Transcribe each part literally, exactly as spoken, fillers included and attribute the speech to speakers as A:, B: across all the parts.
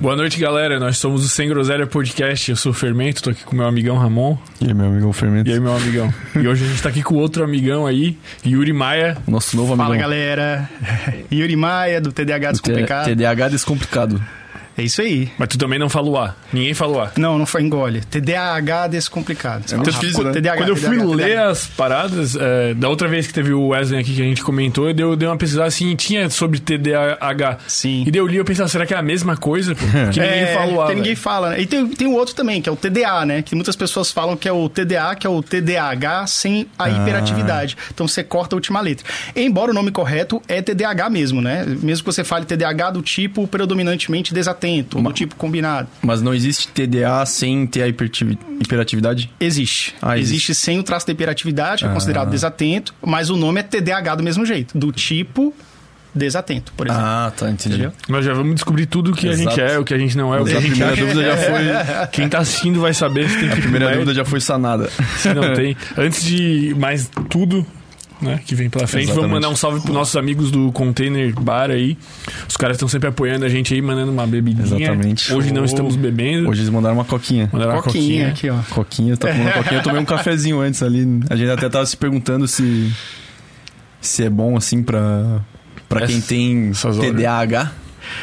A: Boa noite, galera. Nós somos o Sem Groselha Podcast. Eu sou o Fermento, tô aqui com meu amigão Ramon.
B: E aí, meu amigão Fermento.
A: E aí, meu amigão. E hoje a gente tá aqui com outro amigão aí, Yuri Maia.
B: Nosso novo amigão.
C: Fala, galera. Yuri Maia, do T D A H Descomplicado.
B: T D A H Descomplicado.
C: É isso aí.
A: Mas tu também não falou A. Ninguém falou A.
C: Não, não foi engole. T D A H Descomplicado.
B: É muito difícil, né?
C: T D A H,
A: Quando eu fui
C: T D A H,
A: ler
C: T D A H.
A: as paradas, é, da outra vez que teve o Wesley aqui que a gente comentou, eu dei, eu dei uma pesquisada assim, tinha sobre T D A H.
C: Sim.
A: E daí eu li, eu pensava, será que é a mesma coisa? Pô? Porque ninguém
C: É,
A: falou A.
C: porque ninguém
A: velho.
C: fala, né? E tem, tem o outro também, que é o T D A, né? Que muitas pessoas falam que é o T D A, que é o T D A H sem a
B: Ah.
C: hiperatividade. Então você corta a última letra. Embora o nome correto é T D A H mesmo, né? Mesmo que você fale T D A H do tipo predominantemente desatento, ou do tipo combinado.
B: Mas não existe T D A sem ter a hiperati- hiperatividade?
C: Existe.
B: Ah, existe.
C: existe sem o traço da hiperatividade, que é
B: Ah.
C: considerado desatento, mas o nome é T D A H do mesmo jeito, do tipo desatento, por exemplo.
B: Ah, tá, entendi.
C: Entendeu?
A: Nós já vamos descobrir tudo o que a
B: Exato.
A: gente é, o que a gente não é, o que
B: A
A: a gente
B: primeira
A: acha.
B: dúvida já foi...
A: Quem tá assistindo vai saber se tem que
B: A primeira dúvida já foi sanada.
A: Se não tem. Antes de mais tudo, né, que vem pela frente,
B: Exatamente.
A: vamos mandar um salve pros nossos amigos do Container Bar aí. Os caras estão sempre apoiando a gente aí, mandando uma bebidinha.
B: Exatamente.
A: Hoje não
C: Oh.
A: estamos bebendo.
B: Hoje eles mandaram uma coquinha.
A: Mandaram uma
C: Coquinha,
A: coquinha.
C: aqui, ó.
B: Coquinha, tá tomando coquinha. Eu tomei um cafezinho antes ali. A gente até tava se perguntando se... Se é bom, assim, pra... Pra quem
A: Essa-
B: tem
A: essas
B: T D A H.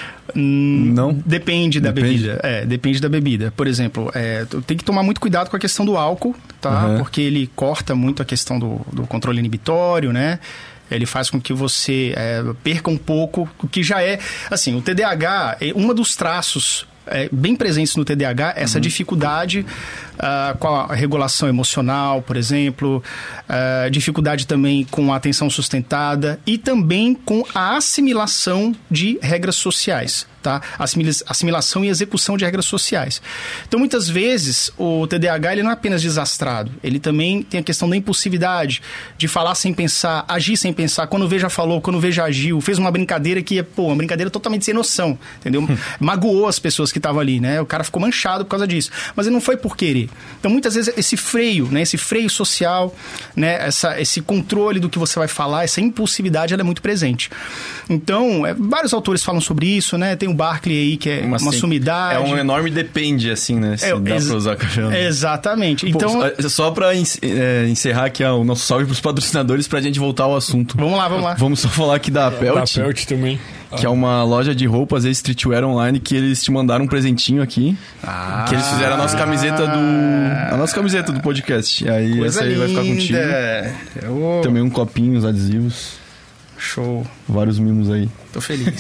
B: Não?
C: Depende da
B: Depende?
C: bebida. É, depende da bebida. Por exemplo, é, tu tem que tomar muito cuidado com a questão do álcool, tá?
B: Uhum.
C: Porque ele corta muito a questão do, do controle inibitório, né? Ele faz com que você é, perca um pouco, o que já é... Assim, o T D A H, é um dos traços é, bem presentes no T D A H, essa
B: Uhum.
C: dificuldade ah, com a regulação emocional, por exemplo, ah, dificuldade também com a atenção sustentada e também com a assimilação de regras sociais, tá? Assimila- Assimilação e execução de regras sociais. Então, muitas vezes, o T D A H ele não é apenas desastrado, ele também tem a questão da impulsividade, de falar sem pensar, agir sem pensar. Quando vê, já falou, quando vê, já agiu, fez uma brincadeira que é, pô, uma brincadeira totalmente sem noção, entendeu? Magoou as pessoas que estavam ali, né? O cara ficou manchado por causa disso. Mas ele não foi por querer. Então, muitas vezes, esse freio, né? Esse freio social, né? Essa, esse controle do que você vai falar, essa impulsividade, ela é muito presente. Então, é, vários autores falam sobre isso, né? Tem o Barclay aí, que é
B: Mas,
C: uma
B: assim,
C: sumidade.
B: É um enorme depende, assim, né? Se
C: É,
B: dá
C: ex-
B: pra usar cachorro.
C: Exatamente.
B: Pô,
C: Então,
B: só- só pra en- é, encerrar aqui ó, o nosso salve pros patrocinadores pra gente voltar ao assunto.
C: vamos lá, vamos lá.
B: Vamos só falar aqui da
A: Da
B: Pelt,
A: Pelt também.
B: que é uma loja de roupas e streetwear online que eles te mandaram um presentinho aqui.
C: Ah,
B: Que eles fizeram a nossa camiseta do... A nossa camiseta do podcast. E aí
C: coisa
B: essa aí vai ficar
C: linda.
B: contigo.
C: É, ô,
B: Também um copinho, os adesivos.
C: show.
B: Vários mimos aí.
C: Tô feliz.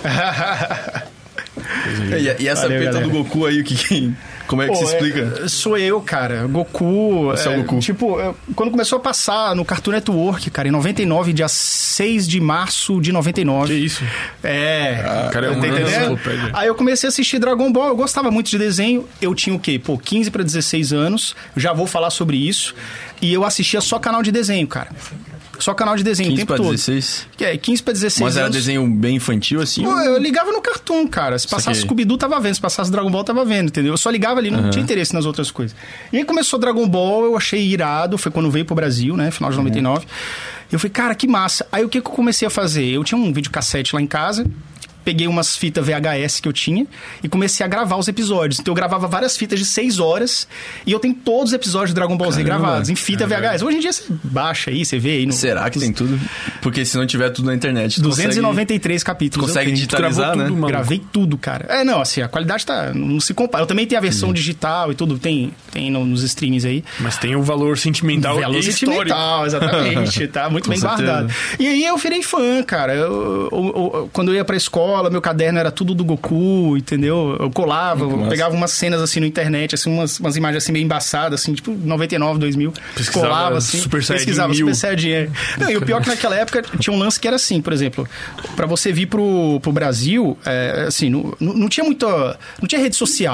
B: E, e essa
C: Valeu,
B: peta
C: galera.
B: do Goku aí, que, que- como é que
C: Pô,
B: se explica?
C: é, sou eu, cara. Goku.
B: Você é o Goku.
C: Tipo, é, quando começou a passar no Cartoon Network, cara, em noventa e nove, dia seis de março de noventa e nove.
A: Que isso?
C: É.
A: cara, é
C: tá
A: uma
C: entendendo?
A: enciclopédia.
C: Aí eu comecei a assistir Dragon Ball. Eu gostava muito de desenho. Eu tinha o quê? Pô, quinze para dezesseis anos. Já vou falar sobre isso. E eu assistia só canal de desenho, cara. Só canal de desenho o
B: quinze
C: tempo
B: pra
C: todo.
B: dezesseis?
C: Que é, quinze para dezesseis
B: Mas era
C: anos.
B: desenho bem infantil, assim?
C: Pô, eu ligava no Cartoon, cara. Se passasse
B: Saquei.
C: Scooby-Doo, tava vendo. Se passasse Dragon Ball, tava vendo, entendeu? Eu só ligava ali, não tinha interesse nas outras coisas. E aí começou Dragon Ball, eu achei irado. Foi quando veio pro Brasil, né? Final de noventa e nove. Eu falei, cara, que massa. Aí o que, que eu comecei a fazer? Eu tinha um videocassete lá em casa. Peguei umas fitas V H S que eu tinha e comecei a gravar os episódios. Então eu gravava várias fitas de seis horas e eu tenho todos os episódios de Dragon Ball Z
B: Caramba.
C: gravados em fita V H S. Hoje em dia você baixa aí, você vê aí no...
B: Será que tem tudo? Porque se não tiver tudo na internet, tu
C: duzentos e noventa e três capítulos.
B: consegue
C: eu tenho.
B: digitalizar,
A: gravou
B: né?
A: tudo, mano.
C: Gravei tudo, cara. É, não, assim, a qualidade tá... Não se compara. Eu também tenho a versão digital e tudo. Tem, tem no- nos streams aí.
A: Mas tem o valor sentimental
C: Valor
A: e histórico.
C: sentimental, exatamente. Tá muito
B: Com
C: bem
B: certeza.
C: guardado. E aí eu virei fã, cara. Eu, eu- eu- quando eu ia pra escola, meu caderno era tudo do Goku, entendeu? Eu colava,
B: Muito
C: eu
B: massa.
C: pegava umas cenas assim no internet, assim, umas, umas imagens assim meio embaçadas, assim, tipo noventa e nove, dois mil.
A: Pesquisava
C: Colava assim.
A: Super Saiyajin
C: pesquisava
A: mil.
C: Super Saiyajin. é. Não, e o pior é que naquela época tinha um lance que era assim, por exemplo, pra você vir pro, pro Brasil, é, assim, não, não não tinha muita... Não tinha rede social.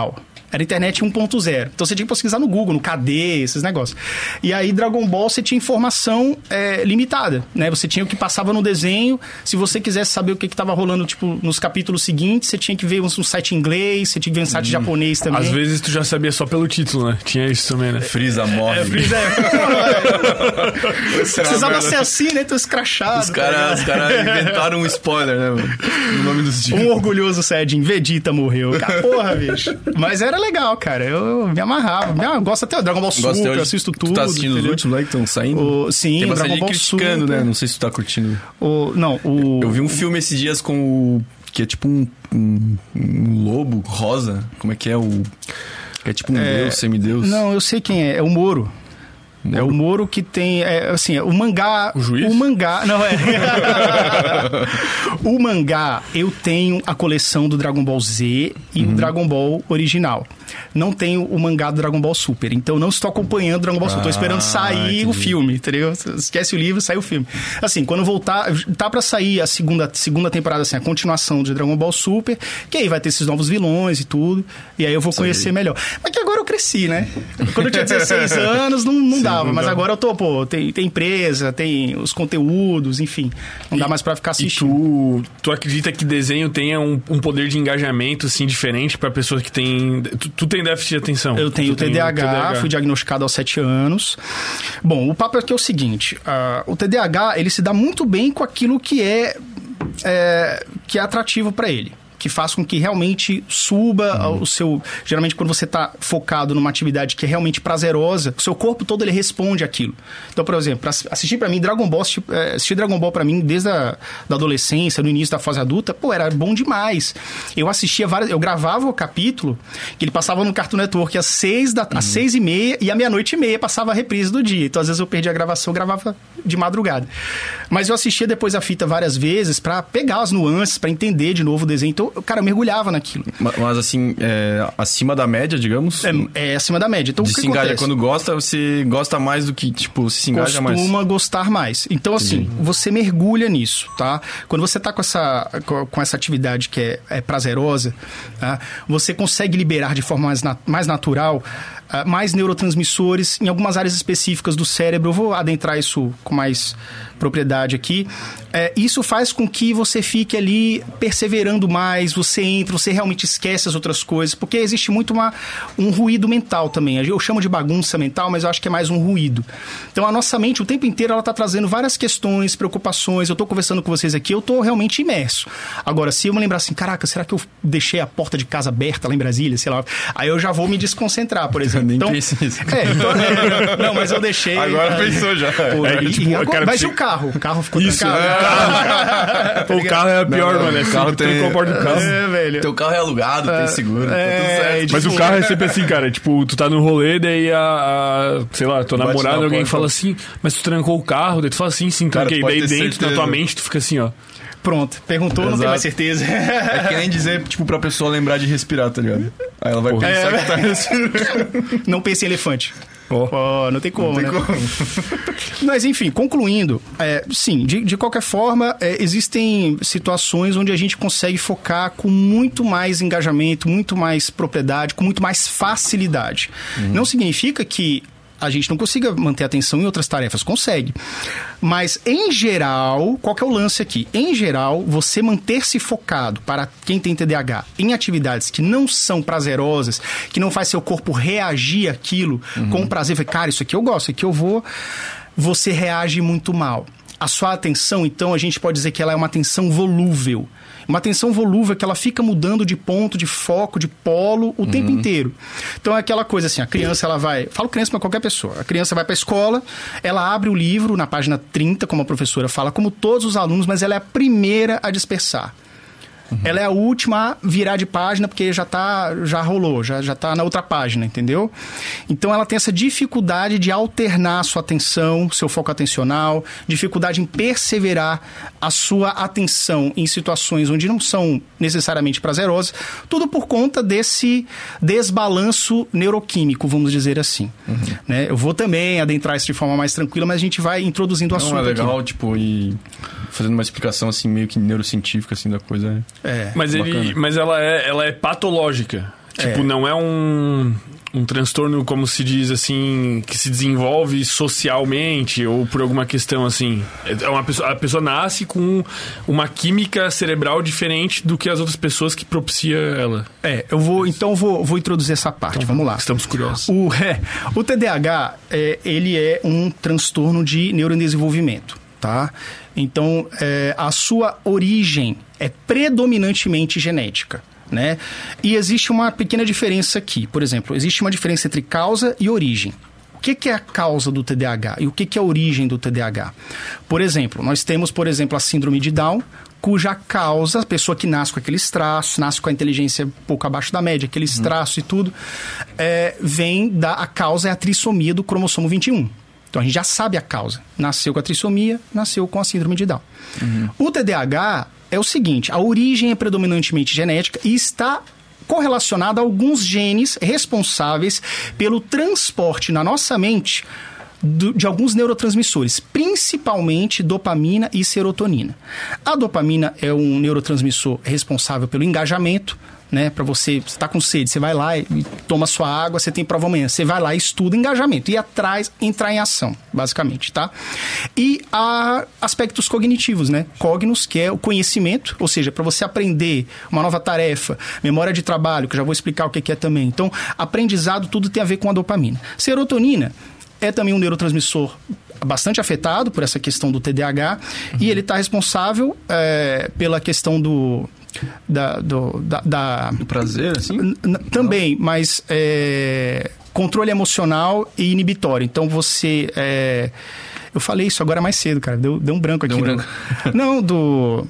C: Era internet um ponto zero. Então você tinha que pesquisar no Google, no K D, esses negócios. E aí Dragon Ball você tinha informação é, limitada, né? Você tinha o que passava no desenho. Se você quisesse saber o que estava rolando, tipo, nos capítulos seguintes, você tinha que ver um, um site em inglês, você tinha que ver um site hum. japonês também.
A: Às vezes tu já sabia só pelo título, né? Tinha isso também, né?
B: Freeza morre.
C: É, Freeza é... Precisava ser assim, né? Tô escrachado.
B: Os caras cara inventaram um spoiler, né, mano? No nome dos dias.
C: Um orgulhoso Saiyajin, Vegeta morreu. Ah, porra, bicho. Mas era legal, cara. Eu, eu me amarrava. Eu gosto até do Dragon Ball Super, eu assisto tudo.
B: Tu tá assistindo entendeu? Os últimos lá que estão saindo?
C: O, sim,
B: tem
C: Dragon Ball
B: criticando,
C: Super.
B: Né? Não sei se tu tá curtindo.
C: O, não, o...
B: Eu vi um filme esses dias com o... Que é tipo um, um, um lobo rosa. Como é que é o... Que é tipo um é... deus, semideus.
C: Não, eu sei quem é. É o Moro. Moro. É o Moro que tem, é, assim, o mangá...
A: O juiz?
C: O mangá... Não, é... o mangá, eu tenho a coleção do Dragon Ball Z e uhum. o Dragon Ball original. Não tenho o mangá do Dragon Ball Super. Então, não estou acompanhando o Dragon Ball ah, Super. Estou esperando sair entendi. o filme, entendeu? Esquece o livro, sai o filme. Assim, quando voltar... Tá pra sair a segunda, segunda temporada, assim, a continuação de Dragon Ball Super, que aí vai ter esses novos vilões e tudo. E aí eu vou conhecer Sei. melhor. Mas que agora eu cresci, né? Quando eu tinha dezesseis anos, não, não Sim, dava. Não mas dá. Agora eu tô, pô, tem, tem empresa, tem os conteúdos, enfim. Não e, dá mais pra ficar assistindo.
A: E tu, tu acredita que desenho tenha um, um poder de engajamento, assim, diferente pra pessoas que têm... Tu, tu tem déficit de atenção?
C: Eu tenho T D A H, T D A H, fui diagnosticado aos sete anos. Bom, o papo aqui é o seguinte, uh, o T D A H, ele se dá muito bem com aquilo que é, é, que é atrativo para ele. Que faz com que realmente suba uhum. o seu... Geralmente, quando você está focado numa atividade que é realmente prazerosa, o seu corpo todo, ele responde àquilo. Então, por exemplo, assistir para mim Dragon Ball, assistir Dragon Ball para mim desde a da adolescência, no início da fase adulta, pô, era bom demais. Eu assistia várias... Eu gravava o capítulo que ele passava no Cartoon Network às seis, da, uhum. às seis e meia e à meia-noite e meia passava a reprise do dia. Então, às vezes, eu perdia a gravação, eu gravava de madrugada. Mas eu assistia depois a fita várias vezes para pegar as nuances, para entender de novo o desenho. Então, cara, eu mergulhava naquilo.
B: Mas assim, é, acima da média, digamos?
C: É, é acima da média. Então,
B: de
C: o que
B: se engaja,
C: acontece?
B: Quando gosta, você gosta mais do que, tipo, se engaja
C: Costuma
B: mais.
C: Costuma gostar mais. Então, assim, Entendi. você mergulha nisso, tá? Quando você tá com essa, com essa atividade que é, é prazerosa, tá? Você consegue liberar de forma mais, nat- mais natural Uh, mais neurotransmissores em algumas áreas específicas do cérebro. Eu vou adentrar isso com mais propriedade aqui. É, isso faz com que você fique ali perseverando mais, você entra, você realmente esquece as outras coisas, porque existe muito uma, um ruído mental também. Eu chamo de bagunça mental, mas eu acho que é mais um ruído. Então, a nossa mente, o tempo inteiro, ela está trazendo várias questões, preocupações. Eu estou conversando com vocês aqui, eu estou realmente imerso. Agora, se eu me lembrar assim, caraca, será que eu deixei a porta de casa aberta lá em Brasília? Sei lá. Aí eu já vou me desconcentrar, por exemplo.
B: Nem
C: então,
B: pense nisso.
C: É, então, é, não, mas eu deixei...
B: Agora é, pensou já.
C: Pô,
A: é,
C: e,
A: tipo,
C: e agora,
A: cara,
C: mas
A: você...
C: e o carro? O carro ficou
A: Isso,
C: trancado.
A: É.
C: O carro,
A: o carro é a pior, não, não, mano. É
B: o carro tem...
A: o porta do carro.
C: É, velho.
B: Teu carro é alugado, é, tem seguro, é, tá tudo certo.
A: Mas tipo, o carro é sempre assim, cara. Tipo, tu tá no rolê, daí a... a sei lá, tua namorada, alguém porta, fala assim, mas tu trancou o carro? Daí tu fala assim, sim, tranquei. Daí dentro certeza. da tua mente tu fica assim, ó.
C: Pronto, perguntou, Exato. não tem mais certeza.
B: É que nem dizer, tipo, pra pessoa lembrar de respirar, tá ligado? Aí ela vai Porra. pensar é, que tá respirando.
C: Não pense em elefante.
A: Oh.
C: Oh, não tem como,
B: não tem
C: né?
B: Como.
C: Mas, enfim, concluindo, é, sim, de, de qualquer forma, é, existem situações onde a gente consegue focar com muito mais engajamento, muito mais propriedade, com muito mais facilidade. Uhum. Não significa que a gente não consiga manter a atenção em outras tarefas, consegue. Mas, em geral, qual que é o lance aqui? Em geral, você manter-se focado, para quem tem T D A H, em atividades que não são prazerosas, que não faz seu corpo reagir àquilo uhum. com prazer, cara, isso aqui eu gosto, isso aqui eu vou, você reage muito mal. A sua atenção, então, a gente pode dizer que ela é uma atenção volúvel. Uma atenção volúvel que ela fica mudando de ponto, de foco, de polo o uhum. tempo inteiro. Então é aquela coisa assim, a criança ela vai... Falo criança para qualquer pessoa. A criança vai para a escola, ela abre o livro na página trinta, como a professora fala, como todos os alunos, mas ela é a primeira a dispersar. Uhum. Ela é a última a virar de página porque já, tá, já rolou, já, já tá na outra página, entendeu? Então ela tem essa dificuldade de alternar a sua atenção, seu foco atencional, dificuldade em perseverar a sua atenção em situações onde não são necessariamente prazerosas, tudo por conta desse desbalanço neuroquímico, vamos dizer assim. Uhum. Né? Eu vou também adentrar isso de forma mais tranquila, mas a gente vai introduzindo o assunto aqui.
B: Não, é legal, aqui. tipo, e fazendo uma explicação assim, meio que neurocientífica assim, da coisa, né?
C: É,
A: mas, ele, mas ela, é, ela é patológica. Tipo,
C: É.
A: não é um, um transtorno, como se diz assim, que se desenvolve socialmente ou por alguma questão assim. É uma pessoa, a pessoa nasce com uma química cerebral diferente do que as outras pessoas que propicia ela.
C: É, eu vou, então vou, vou introduzir essa parte, vamos lá.
A: Estamos curiosos.
C: O, é, o T D A H, é, ele é um transtorno de neurodesenvolvimento, tá? Então, é, a sua origem é predominantemente genética, né? E existe uma pequena diferença aqui. Por exemplo, existe uma diferença entre causa e origem. O que, que é a causa do T D A H e o que, que é a origem do T D A H? Por exemplo, nós temos, por exemplo, a síndrome de Down, cuja causa, a pessoa que nasce com aqueles traços, nasce com a inteligência um pouco abaixo da média, aqueles uhum. traços e tudo, é, vem da... A causa é a trissomia do cromossomo vinte e um. Então, a gente já sabe a causa. Nasceu com a trissomia, nasceu com a síndrome de Down. Uhum. O T D A H é o seguinte, a origem é predominantemente genética e está correlacionada a alguns genes responsáveis pelo transporte na nossa mente do, de alguns neurotransmissores, principalmente dopamina e serotonina. A dopamina é um neurotransmissor responsável pelo engajamento, né, para você, você tá com sede, você vai lá e toma sua água, você tem prova amanhã, você vai lá e estuda engajamento, ir atrás, entrar em ação, basicamente, tá? E há aspectos cognitivos, né? Cognos, que é o conhecimento, ou seja, para você aprender uma nova tarefa, memória de trabalho, que eu já vou explicar o que é também. Então, aprendizado, tudo tem a ver com a dopamina. Serotonina é também um neurotransmissor bastante afetado por essa questão do T D A H, uhum. e ele está responsável é, pela questão do... Da, do, da, da...
B: do prazer, assim?
C: N- n- também, Não. mas é, controle emocional e inibitório. Então, você... É, eu falei isso agora mais cedo, cara. Deu, deu um branco aqui.
B: Deu um branco.
C: Do, não, do...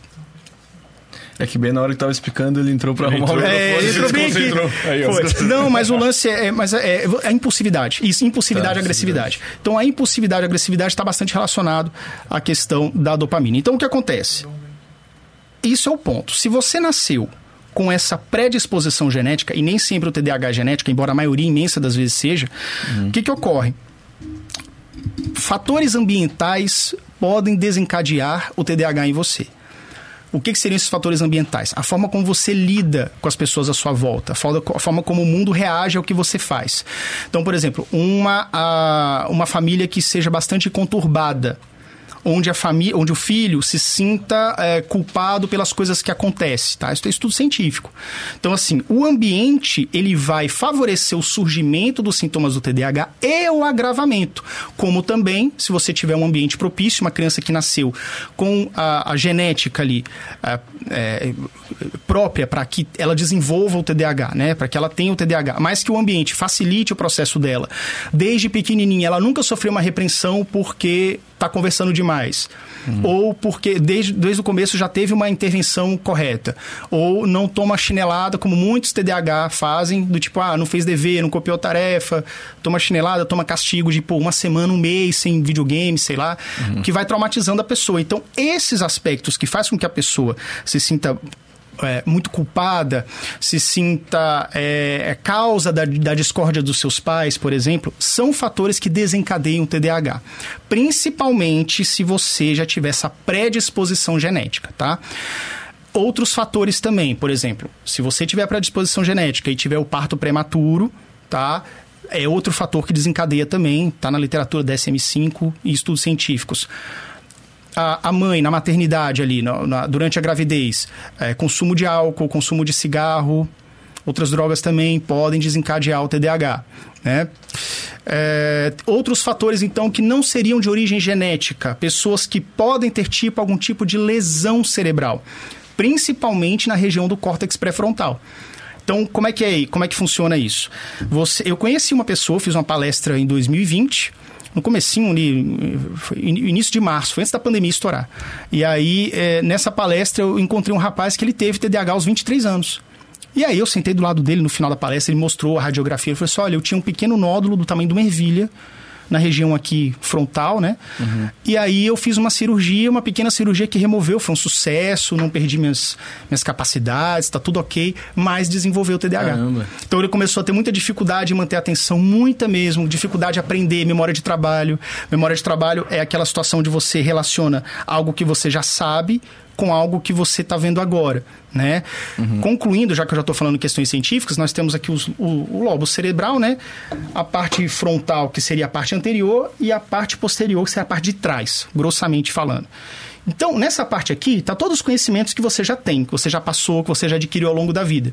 B: É que bem na hora que tava explicando, ele entrou pra arrumar o
C: é, ele entrou bem aqui. Aí, ó, não, mas o lance é, é, mas é, é a impulsividade. Isso, impulsividade tá, e agressividade. Então, a impulsividade e a agressividade está bastante relacionado à questão da dopamina. Então, o que acontece? Isso é o ponto. Se você nasceu com essa predisposição genética, e nem sempre o T D A H é genética, embora a maioria imensa das vezes seja, uhum. o que que ocorre? Fatores ambientais podem desencadear o T D A H em você. O que que seriam esses fatores ambientais? A forma como você lida com as pessoas à sua volta, a forma, a forma como o mundo reage ao que você faz. Então, por exemplo, uma, a, uma família que seja bastante conturbada, onde a família, onde o filho se sinta é, culpado pelas coisas que acontecem, tá? Isso é estudo científico. Então, assim, o ambiente, ele vai favorecer o surgimento dos sintomas do T D A H e o agravamento. Como também, se você tiver um ambiente propício, uma criança que nasceu com a, a genética ali a, é, própria para que ela desenvolva o T D A H, né? Para que ela tenha o T D A H, mas que o ambiente facilite o processo dela. Desde pequenininha, ela nunca sofreu uma repreensão porque está conversando demais. Uhum. Ou porque desde, desde o começo já teve uma intervenção correta. Ou não toma chinelada, como muitos T D A H fazem, do tipo, ah, não fez dever, não copiou tarefa, toma chinelada, toma castigo de, pô, uma semana, um mês sem videogame, sei lá, uhum. que vai traumatizando a pessoa. Então, esses aspectos que fazem com que a pessoa se sinta... É, muito culpada, se sinta é, causa da, da discórdia dos seus pais, por exemplo, são fatores que desencadeiam o T D A H. Principalmente se você já tiver essa predisposição genética, tá? Outros fatores também, por exemplo, se você tiver predisposição genética e tiver o parto prematuro, tá? É outro fator que desencadeia também, tá na literatura D S M cinco e estudos científicos. A mãe, na maternidade ali, na, na, durante a gravidez, é, consumo de álcool, consumo de cigarro, outras drogas também podem desencadear o T D A H, né? É, outros fatores, então, que não seriam de origem genética, pessoas que podem ter tipo algum tipo de lesão cerebral, principalmente na região do córtex pré-frontal. Então, como é que é, como é que funciona isso? Você, eu conheci uma pessoa, fiz uma palestra em dois mil e vinte, no comecinho ali, foi início de março, foi antes da pandemia estourar. E aí, é, nessa palestra, eu encontrei um rapaz que ele teve T D A H aos vinte e três anos. E aí, eu sentei do lado dele no final da palestra, ele mostrou a radiografia, ele falou assim, olha, eu tinha um pequeno nódulo do tamanho de uma ervilha, na região aqui frontal, né? Uhum. E aí eu fiz uma cirurgia, uma pequena cirurgia que removeu, foi um sucesso, não perdi minhas, minhas capacidades, tá tudo ok, mas desenvolveu o T D A H. Caramba. Então ele começou a ter muita dificuldade em manter a atenção, muita mesmo, dificuldade de aprender, memória de trabalho. Memória de trabalho é aquela situação onde você relaciona algo que você já sabe com algo que você está vendo agora, né? Uhum. Concluindo, já que eu já estou falando questões científicas, nós temos aqui os, o, o lobo cerebral, né? A parte frontal, que seria a parte anterior, e a parte posterior, que seria a parte de trás, grossamente falando. Então, nessa parte aqui, está todos os conhecimentos que você já tem, que você já passou, que você já adquiriu ao longo da vida.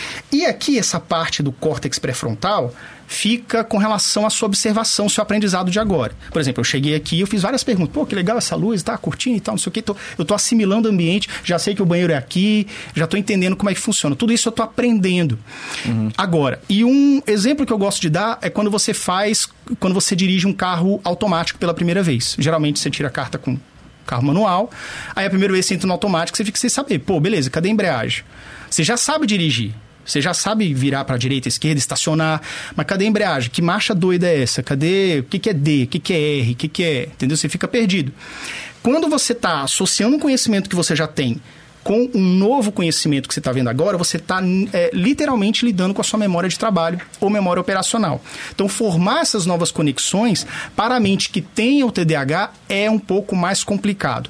C: E aqui, essa parte do córtex pré-frontal fica com relação à sua observação, seu aprendizado de agora. Por exemplo, eu cheguei aqui, eu fiz várias perguntas. Pô, que legal essa luz, tá curtindo e tal, não sei o quê. Tô, eu tô assimilando o ambiente, já sei que o banheiro é aqui, já tô entendendo como é que funciona. Tudo isso eu tô aprendendo. Uhum. Agora, e um exemplo que eu gosto de dar é quando você faz, quando você dirige um carro automático pela primeira vez. Geralmente você tira a carta com carro manual, aí a primeira vez você entra no automático, você fica sem saber. Pô, beleza, cadê a embreagem? Você já sabe dirigir. Você já sabe virar para a direita, esquerda, estacionar. Mas cadê a embreagem? Que marcha doida é essa? Cadê? O que, que é D? O que, que é R? O que, que é? Entendeu? Você fica perdido. Quando você está associando um conhecimento que você já tem com um novo conhecimento que você está vendo agora, você está é, literalmente lidando com a sua memória de trabalho ou memória operacional. Então, formar essas novas conexões para a mente que tem o T D A H é um pouco mais complicado.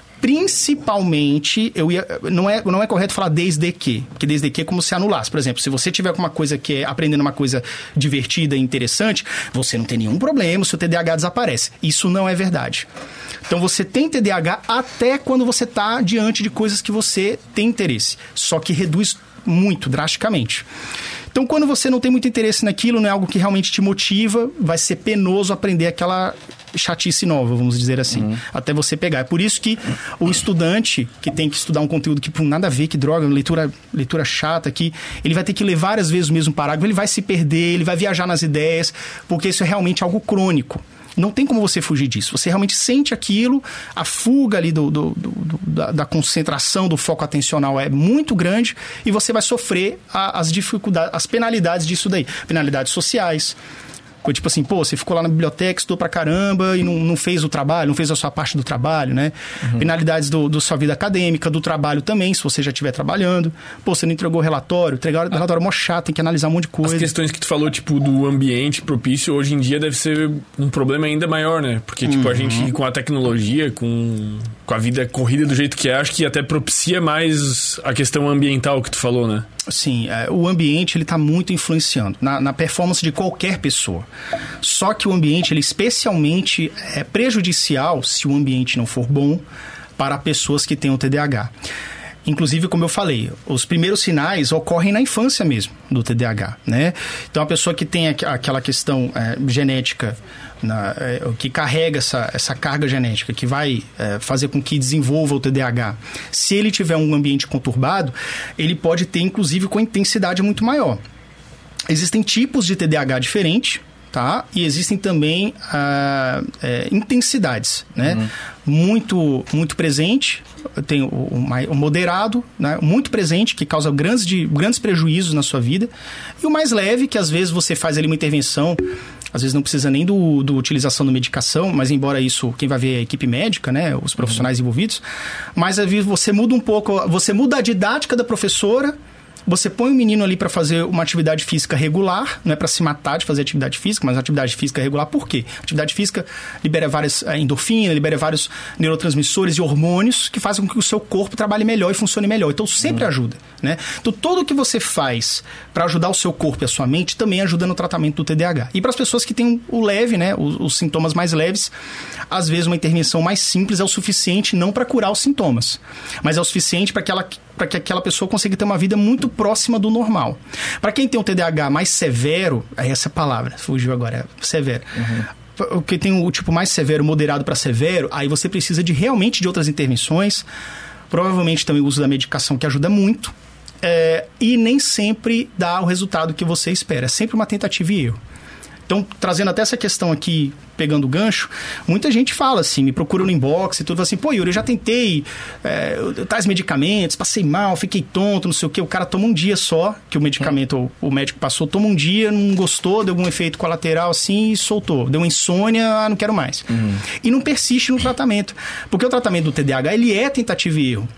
C: Principalmente, eu ia, não, é, não é correto falar desde que, porque desde que é como se anulasse. Por exemplo, se você tiver alguma coisa que é aprendendo uma coisa divertida e interessante, você não tem nenhum problema, o seu T D A H desaparece. Isso não é verdade. Então, você tem T D A H até quando você está diante de coisas que você tem interesse, só que reduz muito, drasticamente. Então, quando você não tem muito interesse naquilo, não é algo que realmente te motiva, vai ser penoso aprender aquela chatice nova, vamos dizer assim, uhum. até você pegar. É por isso que o estudante que tem que estudar um conteúdo que, por nada a ver, que droga, leitura, leitura chata aqui, ele vai ter que ler várias vezes o mesmo parágrafo, ele vai se perder, ele vai viajar nas ideias, porque isso é realmente algo crônico. Não tem como você fugir disso. Você realmente sente aquilo, a fuga ali do, do, do, do, da, da concentração, do foco atencional é muito grande e você vai sofrer a, as dificuldades, as penalidades disso daí. Penalidades sociais. Tipo assim, pô, você ficou lá na biblioteca, estudou pra caramba e não, não fez o trabalho, não fez a sua parte do trabalho, né? Uhum. Penalidades do, do sua vida acadêmica, do trabalho também, se você já estiver trabalhando. Pô, você não entregou o relatório, entregar o relatório é mó chato, tem que analisar um monte de coisa.
A: As questões que tu falou, tipo, do ambiente propício, hoje em dia deve ser um problema ainda maior, né? Porque, tipo, uhum. a gente, com a tecnologia, com, com a vida corrida do jeito que é, acho que até propicia mais a questão ambiental que tu falou, né?
C: Sim, é, o ambiente ele está muito influenciando na, na performance de qualquer pessoa. Só que o ambiente ele especialmente é prejudicial se o ambiente não for bom para pessoas que têm o T D A H. Inclusive, como eu falei, os primeiros sinais ocorrem na infância mesmo do T D A H, né? Então, a pessoa que tem aquela questão é, genética, na, é, que carrega essa, essa carga genética, que vai é, fazer com que desenvolva o T D A H, se ele tiver um ambiente conturbado, ele pode ter, inclusive, com intensidade muito maior. Existem tipos de T D A H diferentes, tá? E existem também ah, é, intensidades, né? Uhum. Muito, muito presente, tem o, o, o moderado, né? Muito presente, que causa grandes, de, grandes prejuízos na sua vida, e o mais leve, que às vezes você faz ali uma intervenção, às vezes não precisa nem do, do utilização da medicação, mas embora isso, quem vai ver é a equipe médica, né? Os profissionais uhum. envolvidos, mas às vezes você muda um pouco, você muda a didática da professora. Você põe o menino ali para fazer uma atividade física regular, não é para se matar de fazer atividade física, mas atividade física regular, por quê? Atividade física libera várias endorfinas, libera vários neurotransmissores e hormônios que fazem com que o seu corpo trabalhe melhor e funcione melhor. Então, sempre uhum. ajuda, né? Então, tudo que você faz para ajudar o seu corpo e a sua mente também ajuda no tratamento do T D A H. E para as pessoas que têm o leve, né, os, os sintomas mais leves, às vezes uma intervenção mais simples é o suficiente não para curar os sintomas, mas é o suficiente para que ela... para que aquela pessoa consiga ter uma vida muito próxima do normal. Para quem tem um T D A H mais severo, é essa palavra, fugiu agora, é severo. Uhum. Quem tem o tipo mais severo, moderado para severo, aí você precisa de realmente de outras intervenções, provavelmente também o uso da medicação que ajuda muito, é, e nem sempre dá o resultado que você espera, é sempre uma tentativa e erro. Então, trazendo até essa questão aqui, pegando o gancho, muita gente fala assim, me procura no inbox e tudo, fala assim, pô, Yuri, eu já tentei é, tais medicamentos, passei mal, fiquei tonto, não sei o quê. O cara toma um dia só, que o medicamento, hum. o, o médico passou, toma um dia, não gostou, deu algum efeito colateral assim e soltou. Deu uma insônia, ah, não quero mais. Uhum. E não persiste no tratamento. Porque o tratamento do T D A H, ele é tentativa e erro.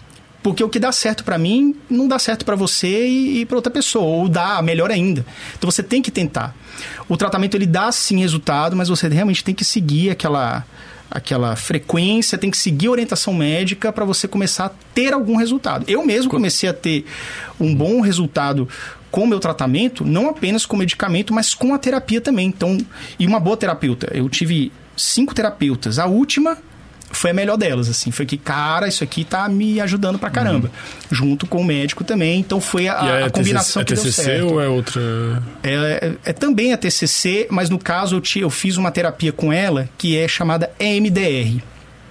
C: Porque o que dá certo para mim, não dá certo para você e, e para outra pessoa. Ou dá, melhor ainda. Então você tem que tentar. O tratamento, ele dá sim resultado, mas você realmente tem que seguir aquela, aquela frequência, tem que seguir a orientação médica para você começar a ter algum resultado. Eu mesmo comecei a ter um bom resultado com o meu tratamento, não apenas com medicamento, mas com a terapia também. Então, e uma boa terapeuta. Eu tive cinco terapeutas. A última foi a melhor delas, assim. Foi que, cara, isso aqui tá me ajudando pra caramba. Uhum. Junto com o médico também. Então, foi a,
A: e é
C: a combinação
A: é
C: que
A: T C C
C: deu certo.
A: Ou é outra?
C: É, é, é também a T C C, mas no caso eu, te, eu fiz uma terapia com ela que é chamada E M D R.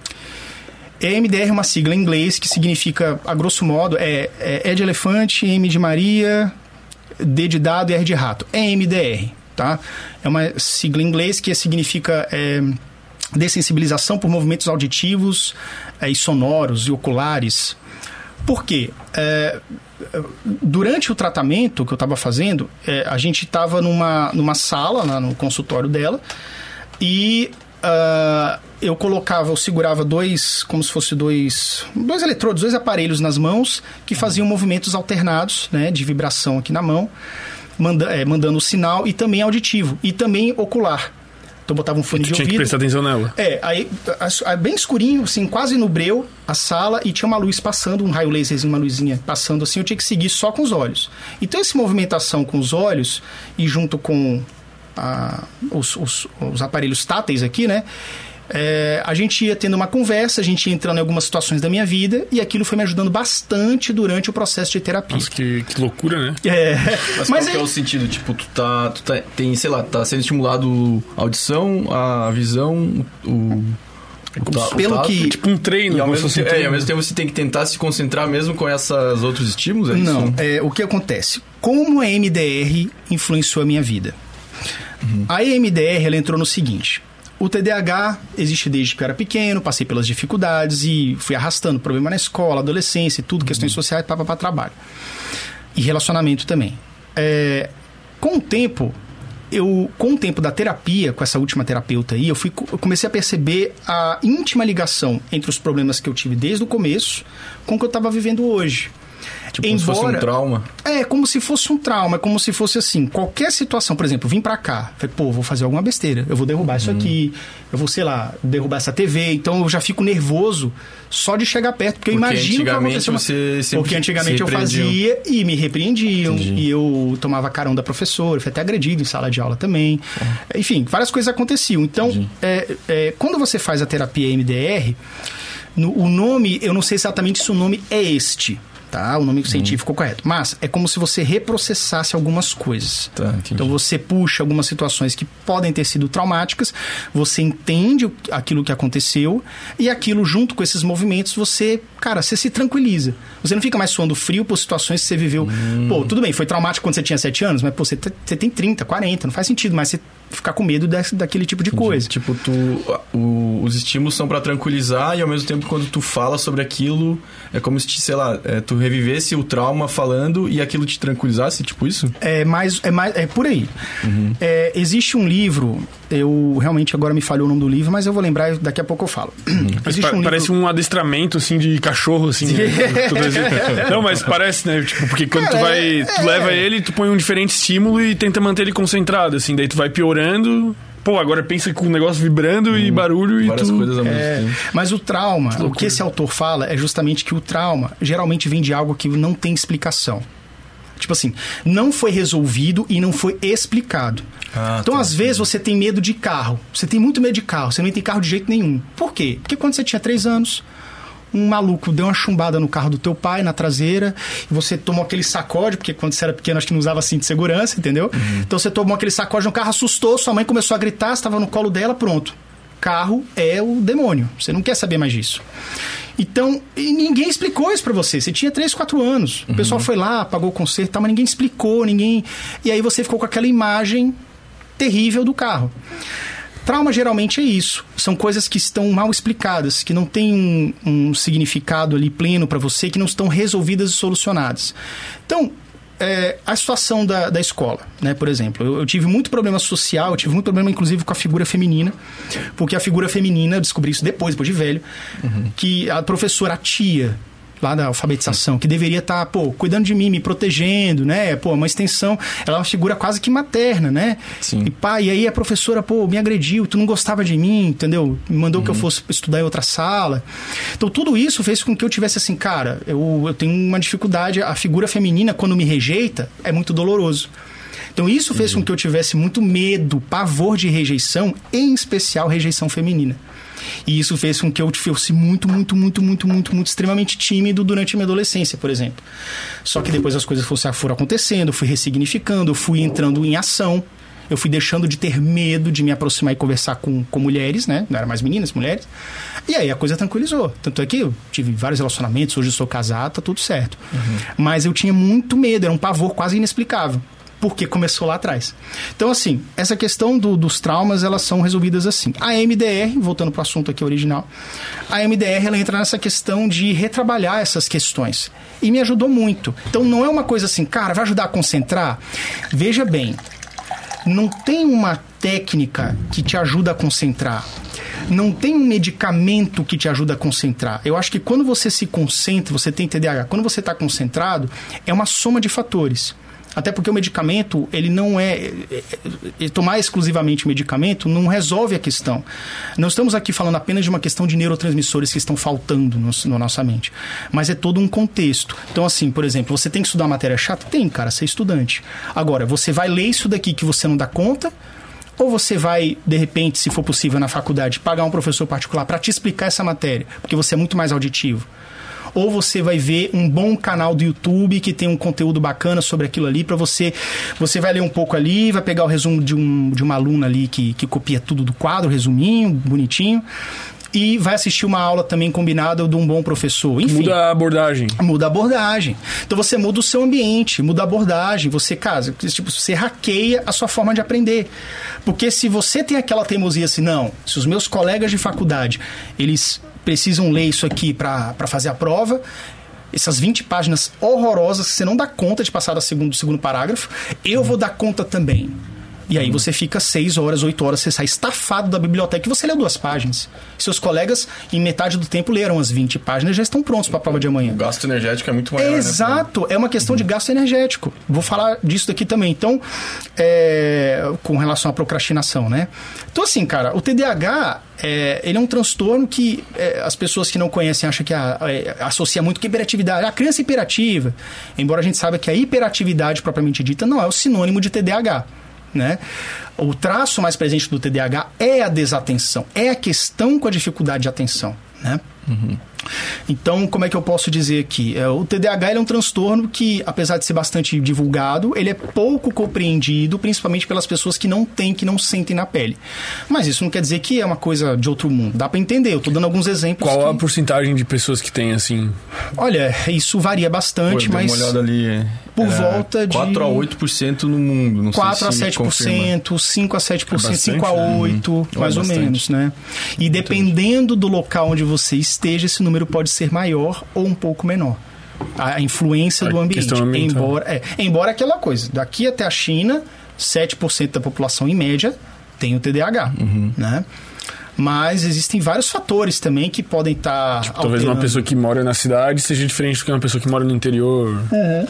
C: E M D R é uma sigla em inglês que significa, a grosso modo, é, é E de elefante, M de Maria, D de dado e R de rato. E M D R, tá? É uma sigla em inglês que significa... É, dessensibilização por movimentos auditivos é, e sonoros e oculares. Por quê? É, durante o tratamento que eu estava fazendo, é, a gente estava numa, numa sala, lá no consultório dela, e uh, eu colocava, eu segurava dois, como se fosse dois, dois eletrodos, dois aparelhos nas mãos, que faziam movimentos alternados, né, de vibração aqui na mão, manda, é, mandando o sinal, e também auditivo, e também ocular. Então, eu botava um fone de ouvido.
A: Tinha que prestar atenção nela.
C: É, aí, bem escurinho, assim, quase no breu, a sala, e tinha uma luz passando, um raio laserzinho, uma luzinha passando assim, eu tinha que seguir só com os olhos. Então, essa movimentação com os olhos, e junto com a, os, os, os aparelhos táteis aqui, né? É, a gente ia tendo uma conversa, a gente ia entrando em algumas situações da minha vida, e aquilo foi me ajudando bastante durante o processo de terapia.
A: Nossa, que, que loucura, né?
C: É.
B: Mas,
C: Mas
B: qual que é o sentido? Tipo, tu tá, tu tá... Tem, sei lá, tá sendo estimulado a audição, a visão, o... o ta,
C: pelo
B: o tato,
C: que...
A: Tipo um treino.
B: E ao,
A: como
B: mesmo
A: se fosse um
B: tempo, é, e
A: treino.
B: ao mesmo tempo você tem que tentar se concentrar mesmo com esses outros estímulos? É
C: Não,
B: isso?
C: é, o que acontece? Como a E M D R influenciou a minha vida? Uhum. A E M D R, ela entrou no seguinte... O T D A H existe desde que eu era pequeno, passei pelas dificuldades e fui arrastando problema na escola, adolescência e tudo, questões sociais, para para trabalho. E relacionamento também. É, com o tempo, eu, com o tempo da terapia, com essa última terapeuta aí, eu, fui, eu comecei a perceber a íntima ligação entre os problemas que eu tive desde o começo com o que eu estava vivendo hoje.
B: Tipo, como Embora, se fosse um trauma?
C: É, como se fosse um trauma, como se fosse assim, qualquer situação, por exemplo, vim pra cá, falei, pô, vou fazer alguma besteira, eu vou derrubar uhum. isso aqui, eu vou, sei lá, derrubar essa T V, então eu já fico nervoso só de chegar perto, porque, porque eu imagino que aconteceu uma...
B: você
C: Porque antigamente eu fazia e me repreendiam, Entendi. e eu tomava carão da professora, fui até agredido em sala de aula também, é. Enfim, várias coisas aconteciam. Então, é, é, quando você faz a terapia E M D R, no, o nome, eu não sei exatamente se o nome é este, tá? O nome científico uhum. correto. Mas é como se você reprocessasse algumas coisas.
B: Tá,
C: então você puxa algumas situações que podem ter sido traumáticas, você entende aquilo que aconteceu e aquilo junto com esses movimentos você, cara, você se tranquiliza. Você não fica mais suando frio por situações que você viveu. Hum. Pô, tudo bem, foi traumático quando você tinha sete anos, mas pô, você, t- você tem trinta, quarenta, não faz sentido mais você ficar com medo da, daquele tipo de coisa.
B: Tipo, tu, o, os estímulos são pra tranquilizar e ao mesmo tempo quando tu fala sobre aquilo, é como se, sei lá, é, tu revivesse o trauma falando e aquilo te tranquilizasse, tipo isso?
C: É mais, é mais, é por aí. Uhum. É, existe um livro, eu realmente agora me falhou o nome do livro, mas eu vou lembrar, daqui a pouco eu falo. Uhum.
A: Existe pa- um parece livro... um adestramento, assim, de cachorro, assim. Né? Não, mas parece, né? Tipo, porque quando Cara, tu vai, tu é... leva ele, tu põe um diferente estímulo e tenta manter ele concentrado, assim, daí tu vai piorando. Pô, agora pensa com o negócio vibrando hum, e barulho e
B: várias
A: tu...
B: coisas ao mesmo
C: é,
B: tempo.
C: Mas o trauma, que o que esse autor fala é justamente que o trauma geralmente vem de algo que não tem explicação. Tipo assim, não foi resolvido e não foi explicado. Ah, então, tá, às sim. vezes, você tem medo de carro. Você tem muito medo de carro. Você não tem carro de jeito nenhum. Por quê? Porque quando você tinha três anos... um maluco deu uma chumbada no carro do teu pai, na traseira, e você tomou aquele sacode, porque quando você era pequeno acho que não usava cinto de segurança, entendeu? Uhum. Então você tomou aquele sacode no carro, assustou, sua mãe começou a gritar, você estava no colo dela, pronto. Carro é o demônio, você não quer saber mais disso. Então, e ninguém explicou isso pra você, você tinha três, quatro anos, uhum. o pessoal foi lá, pagou o conserto, tá, mas ninguém explicou, ninguém... E aí você ficou com aquela imagem terrível do carro. Trauma geralmente é isso. São coisas que estão mal explicadas, que não têm um, um significado ali pleno para você, que não estão resolvidas e solucionadas. Então, é, a situação da, da escola, né? Por exemplo, eu, eu tive muito problema social, eu tive muito problema inclusive com a figura feminina, porque a figura feminina, eu descobri isso depois, depois de velho, uhum. que a professora, a tia, lá da alfabetização, que deveria estar, pô, cuidando de mim, me protegendo, né? Pô, uma extensão, ela é uma figura quase que materna, né?
B: Sim.
C: E pá, e aí a professora, pô, me agrediu, tu não gostava de mim, entendeu? Me mandou uhum. que eu fosse estudar em outra sala. Então, tudo isso fez com que eu tivesse assim, cara, eu, eu tenho uma dificuldade, a figura feminina, quando me rejeita, é muito doloroso. Então, isso fez uhum. com que eu tivesse muito medo, pavor de rejeição, em especial rejeição feminina. E isso fez com que eu fosse muito, muito, muito, muito, muito, muito extremamente tímido durante a minha adolescência, por exemplo. Só que depois as coisas foram acontecendo, eu fui ressignificando, eu fui entrando em ação, eu fui deixando de ter medo de me aproximar e conversar com, com mulheres, né? Não eram mais meninas, mulheres. E aí a coisa tranquilizou. Tanto é que eu tive vários relacionamentos, hoje eu sou casado, tá tudo certo. Uhum. Mas eu tinha muito medo, era um pavor quase inexplicável. Porque começou lá atrás. Então, assim, essa questão do, dos traumas, elas são resolvidas assim. A M D R, voltando para o assunto aqui original, a M D R, ela entra nessa questão de retrabalhar essas questões. E me ajudou muito. Então, não é uma coisa assim, cara, vai ajudar a concentrar? Veja bem, não tem uma técnica que te ajuda a concentrar. Não tem um medicamento que te ajuda a concentrar. Eu acho que quando você se concentra, você tem T D A H, quando você está concentrado, é uma soma de fatores. Até porque o medicamento, ele não é, é, é... Tomar exclusivamente medicamento não resolve a questão. Não estamos aqui falando apenas de uma questão de neurotransmissores que estão faltando no, na nossa mente. Mas é todo um contexto. Então, assim, por exemplo, você tem que estudar matéria chata? Tem, cara, ser estudante. Agora, você vai ler isso daqui que você não dá conta? Ou você vai, de repente, se for possível na faculdade, pagar um professor particular para te explicar essa matéria? Porque você é muito mais auditivo. Ou você vai ver um bom canal do YouTube que tem um conteúdo bacana sobre aquilo ali para você... Você vai ler um pouco ali, vai pegar o resumo de, um, de uma aluna ali que, que copia tudo do quadro, resuminho, bonitinho, e vai assistir uma aula também combinada de um bom professor. Enfim,
A: muda a abordagem.
C: Muda a abordagem. Então você muda o seu ambiente, muda a abordagem, você, casa, tipo, você hackeia a sua forma de aprender. Porque se você tem aquela teimosia assim, não, se os meus colegas de faculdade, eles... precisam ler isso aqui para fazer a prova, essas vinte páginas horrorosas que você não dá conta de passar do segundo, do segundo parágrafo, eu vou dar conta também. E aí você fica seis horas, oito horas, você sai estafado da biblioteca e você leu duas páginas. Seus colegas, em metade do tempo, leram as vinte páginas e já estão prontos para a prova de amanhã.
B: O gasto energético é muito maior,
C: Exato,
B: né?
C: É uma questão de gasto energético. Vou falar disso daqui também. Então, é, com relação à procrastinação, né? Então, assim, cara, o T D A H, é, ele é um transtorno que é, as pessoas que não conhecem acham que a, é, associa muito com hiperatividade. A criança hiperativa, embora a gente saiba que a hiperatividade propriamente dita não é o sinônimo de T D A H. Né? O traço mais presente do T D A H é a desatenção, é a questão com a dificuldade de atenção, né? Uhum. Então, como é que eu posso dizer aqui? É, o T D A H ele é um transtorno que, apesar de ser bastante divulgado, ele é pouco compreendido, principalmente pelas pessoas que não têm, que não sentem na pele. Mas isso não quer dizer que é uma coisa de outro mundo. Dá pra entender, eu tô dando alguns exemplos.
A: Qual
C: que...
A: a porcentagem de pessoas que tem, assim?
C: Olha, isso varia bastante,
B: Pô,
C: mas...
B: Dá uma olhada ali...
C: Por volta de...
B: quatro a oito por cento no mundo, não
C: quatro
B: sei
C: a
B: se
C: sete por cento,
B: confirma.
C: cinco a sete por cento,
B: É bastante,
C: cinco a oito por cento,
B: né?
C: mais
B: É
C: ou
B: bastante.
C: menos, né? E dependendo do local onde você esteja, esse número pode ser maior ou um pouco menor. A influência
A: A
C: do ambiente.
A: questão ambiental.
C: Embora, é, embora aquela coisa, daqui até a China, sete por cento da população em média tem o T D A H,
B: Uhum.
C: né? Mas existem vários fatores também que podem estar... Tá
A: Talvez uma pessoa que mora na cidade seja diferente do que uma pessoa que mora no interior.
C: Uhum.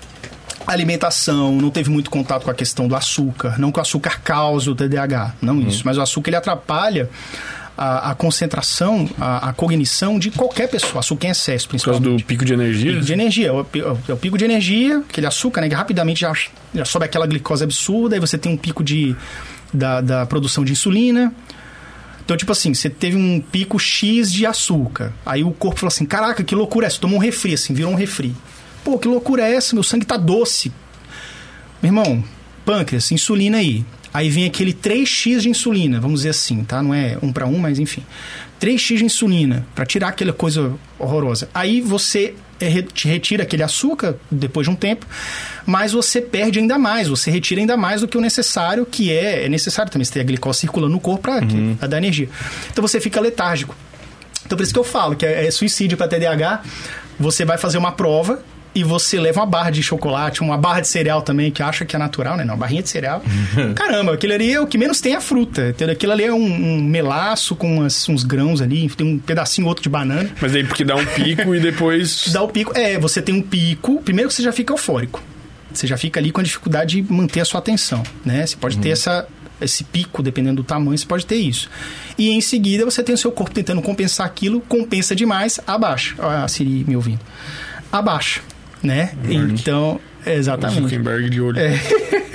C: Alimentação, não teve muito contato com a questão do açúcar. Não que o açúcar cause o T D A H, não uhum. isso. Mas o açúcar ele atrapalha a, a concentração, a, a cognição de qualquer pessoa. Açúcar em excesso, principalmente.
A: Por causa do pico de energia?
C: Pico de energia. É o, é o pico de energia, aquele açúcar, né? Que rapidamente já, já sobe aquela glicose absurda. Aí você tem um pico de, da, da produção de insulina. Então, tipo assim, você teve um pico X de açúcar. Aí o corpo falou assim, caraca, que loucura é essa? Tomou um refri, assim, virou um refri. Pô, que loucura é essa? Meu sangue tá doce. Meu irmão, pâncreas, insulina aí. Aí vem aquele três x de insulina, vamos dizer assim, tá? Não é um para um, mas enfim. três x de insulina, para tirar aquela coisa horrorosa. Aí você te retira aquele açúcar depois de um tempo, mas você perde ainda mais, você retira ainda mais do que o necessário, que é, é necessário também você ter a glicose circulando no corpo para uhum. dar energia. Então você fica letárgico. Então por isso que eu falo que é, é suicídio para T D A H. Você vai fazer uma prova e você leva uma barra de chocolate, uma barra de cereal também, que acha que é natural, né? Não, barrinha de cereal. Caramba, aquilo ali é o que menos tem a fruta. Entendeu? Aquilo ali é um, um melaço com umas, uns grãos ali, tem um pedacinho outro de banana.
A: Mas aí porque dá um pico e depois...
C: Dá o pico. É, você tem um pico. Primeiro que você já fica eufórico. Você já fica ali com a dificuldade de manter a sua atenção, né? Você pode uhum. ter essa... esse pico, dependendo do tamanho, você pode ter isso. E em seguida, você tem o seu corpo tentando compensar aquilo, compensa demais, abaixa. Olha a Siri me ouvindo. Abaixa, né? Uhum. Então, exatamente.
A: Zuckerberg de olho. É.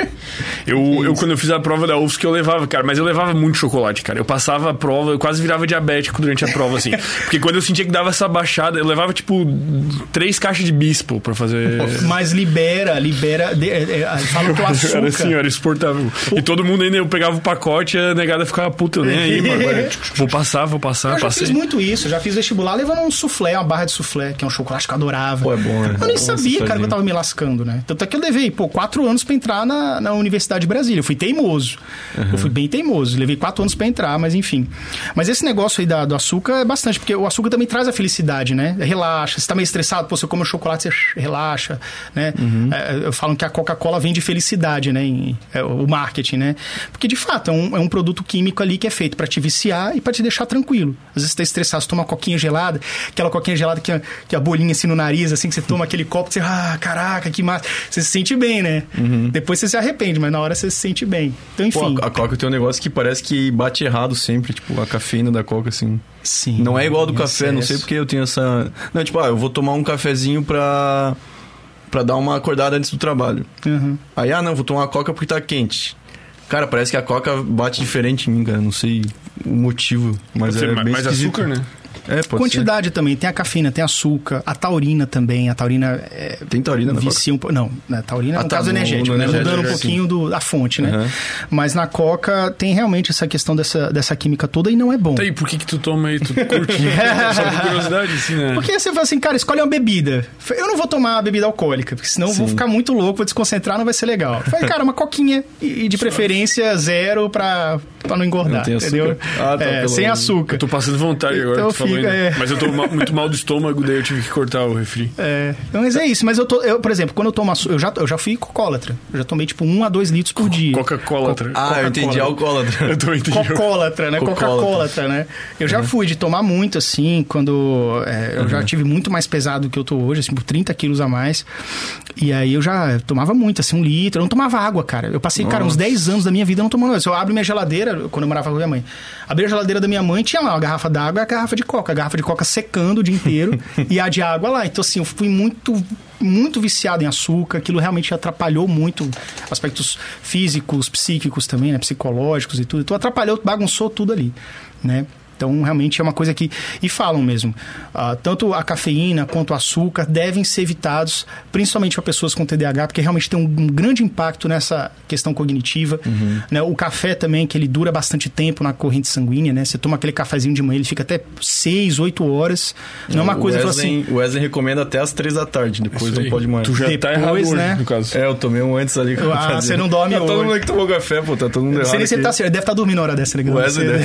A: Eu, eu, quando eu fiz a prova da U F S C, eu levava, cara, mas eu levava muito chocolate, cara. Eu passava a prova, eu quase virava diabético durante a prova, assim. Porque quando eu sentia que dava essa baixada, eu levava, tipo, três caixas de bispo pra fazer...
C: Mas libera, libera... De, é, é, fala que o açúcar...
A: Era assim, era exportável. O... E todo mundo ainda, eu pegava o pacote, a negada ficava, puta, eu nem aí, mano. Agora, vou passar, vou passar,
C: eu
A: passei.
C: Eu já fiz muito isso, eu já fiz vestibular levando um soufflé, uma barra de soufflé, que é um chocolate que eu adorava.
B: Pô, é bom, né?
C: Eu nem sabia, cara, que eu tava me lascando, né? Tanto é que eu levei, pô, quatro anos pra entrar na, na Universidade de Brasília. Eu fui teimoso. Uhum. Eu fui bem teimoso. Levei quatro anos pra entrar, mas enfim. Mas esse negócio aí da, do açúcar é bastante, porque o açúcar também traz a felicidade, né? Relaxa. Você tá meio estressado, pô, você come o chocolate, você relaxa, né? Uhum. É, falam que a Coca-Cola vende felicidade, né? Em, é, o marketing, né? Porque, de fato, é um, é um produto químico ali que é feito pra te viciar e pra te deixar tranquilo. Às vezes você tá estressado, você toma uma coquinha gelada, aquela coquinha gelada que a, que a bolinha assim no nariz, assim, que você toma aquele copo, você, ah, caraca, que massa. Você se sente bem, né? Uhum. Depois você se arrepende, mas na hora você se sente bem. Então, enfim.
B: Pô, a, a Coca tem um negócio que parece que bate errado sempre, tipo, a cafeína da Coca, assim.
C: Sim.
B: Não é igual do café, excesso. Não sei porque eu tenho essa... Não, tipo, ah, eu vou tomar um cafezinho pra... pra dar uma acordada antes do trabalho. Uhum. Aí, ah, não, vou tomar uma Coca porque tá quente. Cara, parece que a Coca bate diferente em mim, cara. Não sei o motivo, mas
A: pode
B: é
A: ser,
B: bem
A: mais
B: esquisito.
A: açúcar, né?
B: É, pode
C: quantidade
B: ser.
C: Também, tem a cafeína, tem açúcar, a taurina também, a taurina é,
B: tem taurina na
C: vicia
B: Coca?
C: Um, não, a taurina ah, é um
B: tá,
C: caso
B: no,
C: energético,
B: no
C: né?
B: energético,
C: Mudando um pouquinho do, da fonte, né? Uhum. Mas na Coca tem realmente essa questão dessa, dessa química toda e não é bom.
A: Tá aí, por que que tu toma aí, tu curte? Só por curiosidade, assim, né?
C: Porque você fala assim, cara, escolhe uma bebida. Eu não vou tomar uma bebida alcoólica, porque senão eu vou ficar muito louco, vou desconcentrar, não vai ser legal. Falei, cara, uma coquinha e de preferência zero pra, pra não engordar, não entendeu? Ah, tá, é, sem açúcar.
A: Eu tô passando vontade agora, então, tu fica, é... mas eu tô muito mal do estômago, daí eu tive que cortar o refri.
C: É, mas é isso, mas eu tô, eu, por exemplo, quando eu tomo açúcar, eu já, eu já fui cocólatra. Eu já tomei tipo um a dois litros por dia.
A: Coca-Colatra.
B: Co- ah, Coca-Cola. Eu entendi, alcoólatra.
A: Eu tô entendendo.
C: Cocólatra, né? Coca-Colatra, né? Eu já uhum. fui de tomar muito, assim, quando é, eu uhum. já tive muito mais pesado do que eu tô hoje, assim, por trinta quilos a mais. E aí eu já tomava muito, assim, um litro. Eu não tomava água, cara. Eu passei, Nossa. cara, uns dez anos da minha vida não tomando água. Eu abro minha geladeira, quando eu morava com a minha mãe. Abri a geladeira da minha mãe, tinha lá uma garrafa d'água e a garrafa de coca. A garrafa de coca secando o dia inteiro e a de água lá. Então, assim, eu fui muito, muito viciado em açúcar. Aquilo realmente atrapalhou muito aspectos físicos, psíquicos também, né? Psicológicos e tudo. Então, atrapalhou, bagunçou tudo ali, né? Então, realmente é uma coisa que... E falam mesmo, uh, tanto a cafeína quanto o açúcar devem ser evitados, principalmente para pessoas com T D A H, porque realmente tem um, um grande impacto nessa questão cognitiva. Uhum. Né? O café também, que ele dura bastante tempo na corrente sanguínea, né? Você toma aquele cafezinho de manhã, ele fica até seis, oito horas. Não é uma
B: o
C: coisa
B: Wesley,
C: assim...
B: O Wesley recomenda até as três da tarde, depois não pode mais.
A: Tu já
C: depois,
A: tá errado hoje,
C: né?
A: no caso.
B: É, eu tomei um antes ali.
C: Ah, você não dorme
B: tá
C: hoje.
B: Todo mundo que tomou café, pô, tá todo mundo errado.
C: Você nem você tá, ele deve estar tá dormindo na hora dessa, né?
B: O Wesley deve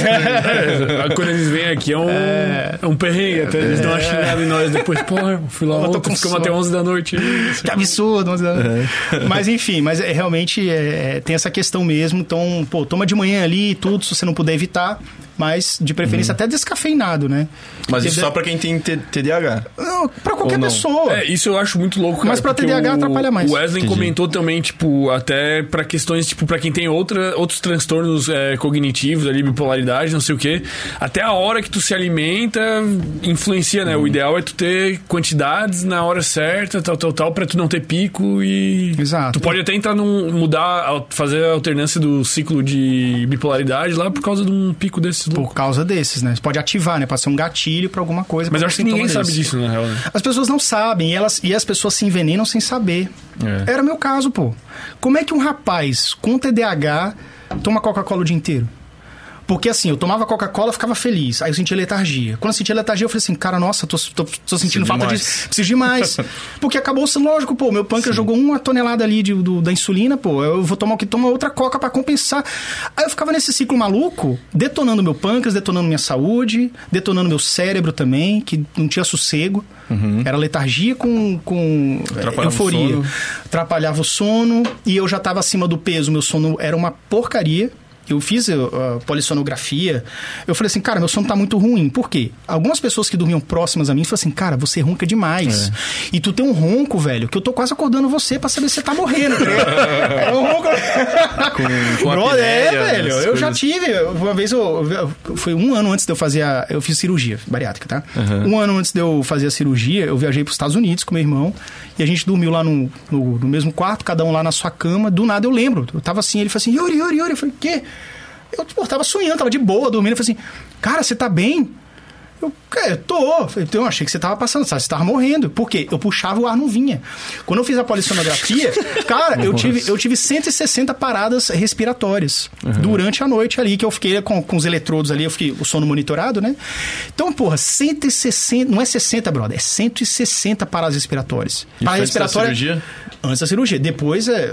A: é, quando eles vêm aqui é um, é... é um perrengue, até eles dão uma xingada em nós depois, porra, fui lá ontem, ficamos até onze da noite.
C: Que absurdo, onze da noite. É. Mas enfim, mas é, realmente é, tem essa questão mesmo, então, pô, toma de manhã ali e tudo, se você não puder evitar, mas de preferência uhum. até descafeinado, né?
B: Mas isso só pra quem tem T D A H?
C: Não, pra qualquer pessoa.
A: É, isso eu acho muito louco, cara.
C: Mas pra T D A H
A: o,
C: atrapalha mais.
A: O Wesley Entendi. comentou também, tipo, até pra questões, tipo, pra quem tem outra, outros transtornos é, cognitivos, ali, bipolaridade, não sei o quê. Até a hora que tu se alimenta influencia, né? Uhum. O ideal é tu ter quantidades na hora certa, tal, tal, tal, pra tu não ter pico e...
C: Exato.
A: Tu pode até entrar num... mudar, fazer a alternância do ciclo de bipolaridade lá por causa de um pico desses.
C: Por causa desses, né? Você pode ativar, né? Pode ser um gatilho pra alguma coisa.
A: Mas eu acho que ninguém sabe disso, na real, né?
C: As pessoas não sabem e, elas, e as pessoas se envenenam sem saber. É. Era o meu caso, pô. Como é que um rapaz com T D A H toma Coca-Cola o dia inteiro? Porque assim, eu tomava Coca-Cola, ficava feliz. Aí eu sentia letargia. Quando eu sentia letargia, eu falei assim, cara, nossa, tô, tô, tô sentindo falta
B: demais.
C: disso. Preciso de mais. Porque acabou sendo lógico, pô, meu pâncreas jogou uma tonelada ali de, do, da insulina, pô, eu vou tomar o que? Toma outra Coca pra compensar. Aí eu ficava nesse ciclo maluco, detonando meu pâncreas, detonando minha saúde, detonando meu cérebro também, que não tinha sossego. Uhum. Era letargia com, com euforia. Atrapalhava o sono. E eu já tava acima do peso, meu sono era uma porcaria. Eu fiz uh, polissonografia. Eu falei assim, cara, meu sono tá muito ruim. Por quê? Algumas pessoas que dormiam próximas a mim falaram assim, cara, você ronca demais. É. E tu tem um ronco, velho, que eu tô quase acordando você pra saber se você tá morrendo. É um ronco... com, com Bro, é, velho. Eu coisas... já tive. Uma vez, eu, eu, foi um ano antes de eu fazer a... Eu fiz cirurgia bariátrica, tá? Uhum. Um ano antes de eu fazer a cirurgia, eu viajei pros Estados Unidos com meu irmão. E a gente dormiu lá no, no, no mesmo quarto, cada um lá na sua cama. Do nada eu lembro. Eu tava assim, ele falou assim, Yuri, Yuri, Yuri. Eu falei, o quê? Eu pô, tava sonhando, tava de boa, dormindo. Eu falei assim, cara, você tá bem? Eu, é, eu tô. Eu achei que você tava passando, sabe? Você tava morrendo. Por quê? Eu puxava, o ar não vinha. Quando eu fiz a polissonografia, cara, eu tive, eu tive cento e sessenta paradas respiratórias uhum. durante a noite ali, que eu fiquei com, com os eletrodos ali, eu fiquei o sono monitorado, né? Então, porra, cento e sessenta, não é sessenta, brother, é cento e sessenta paradas respiratórias.
B: E
C: Parada
B: respiratória. Antes da cirurgia?
C: Antes da cirurgia. Depois é.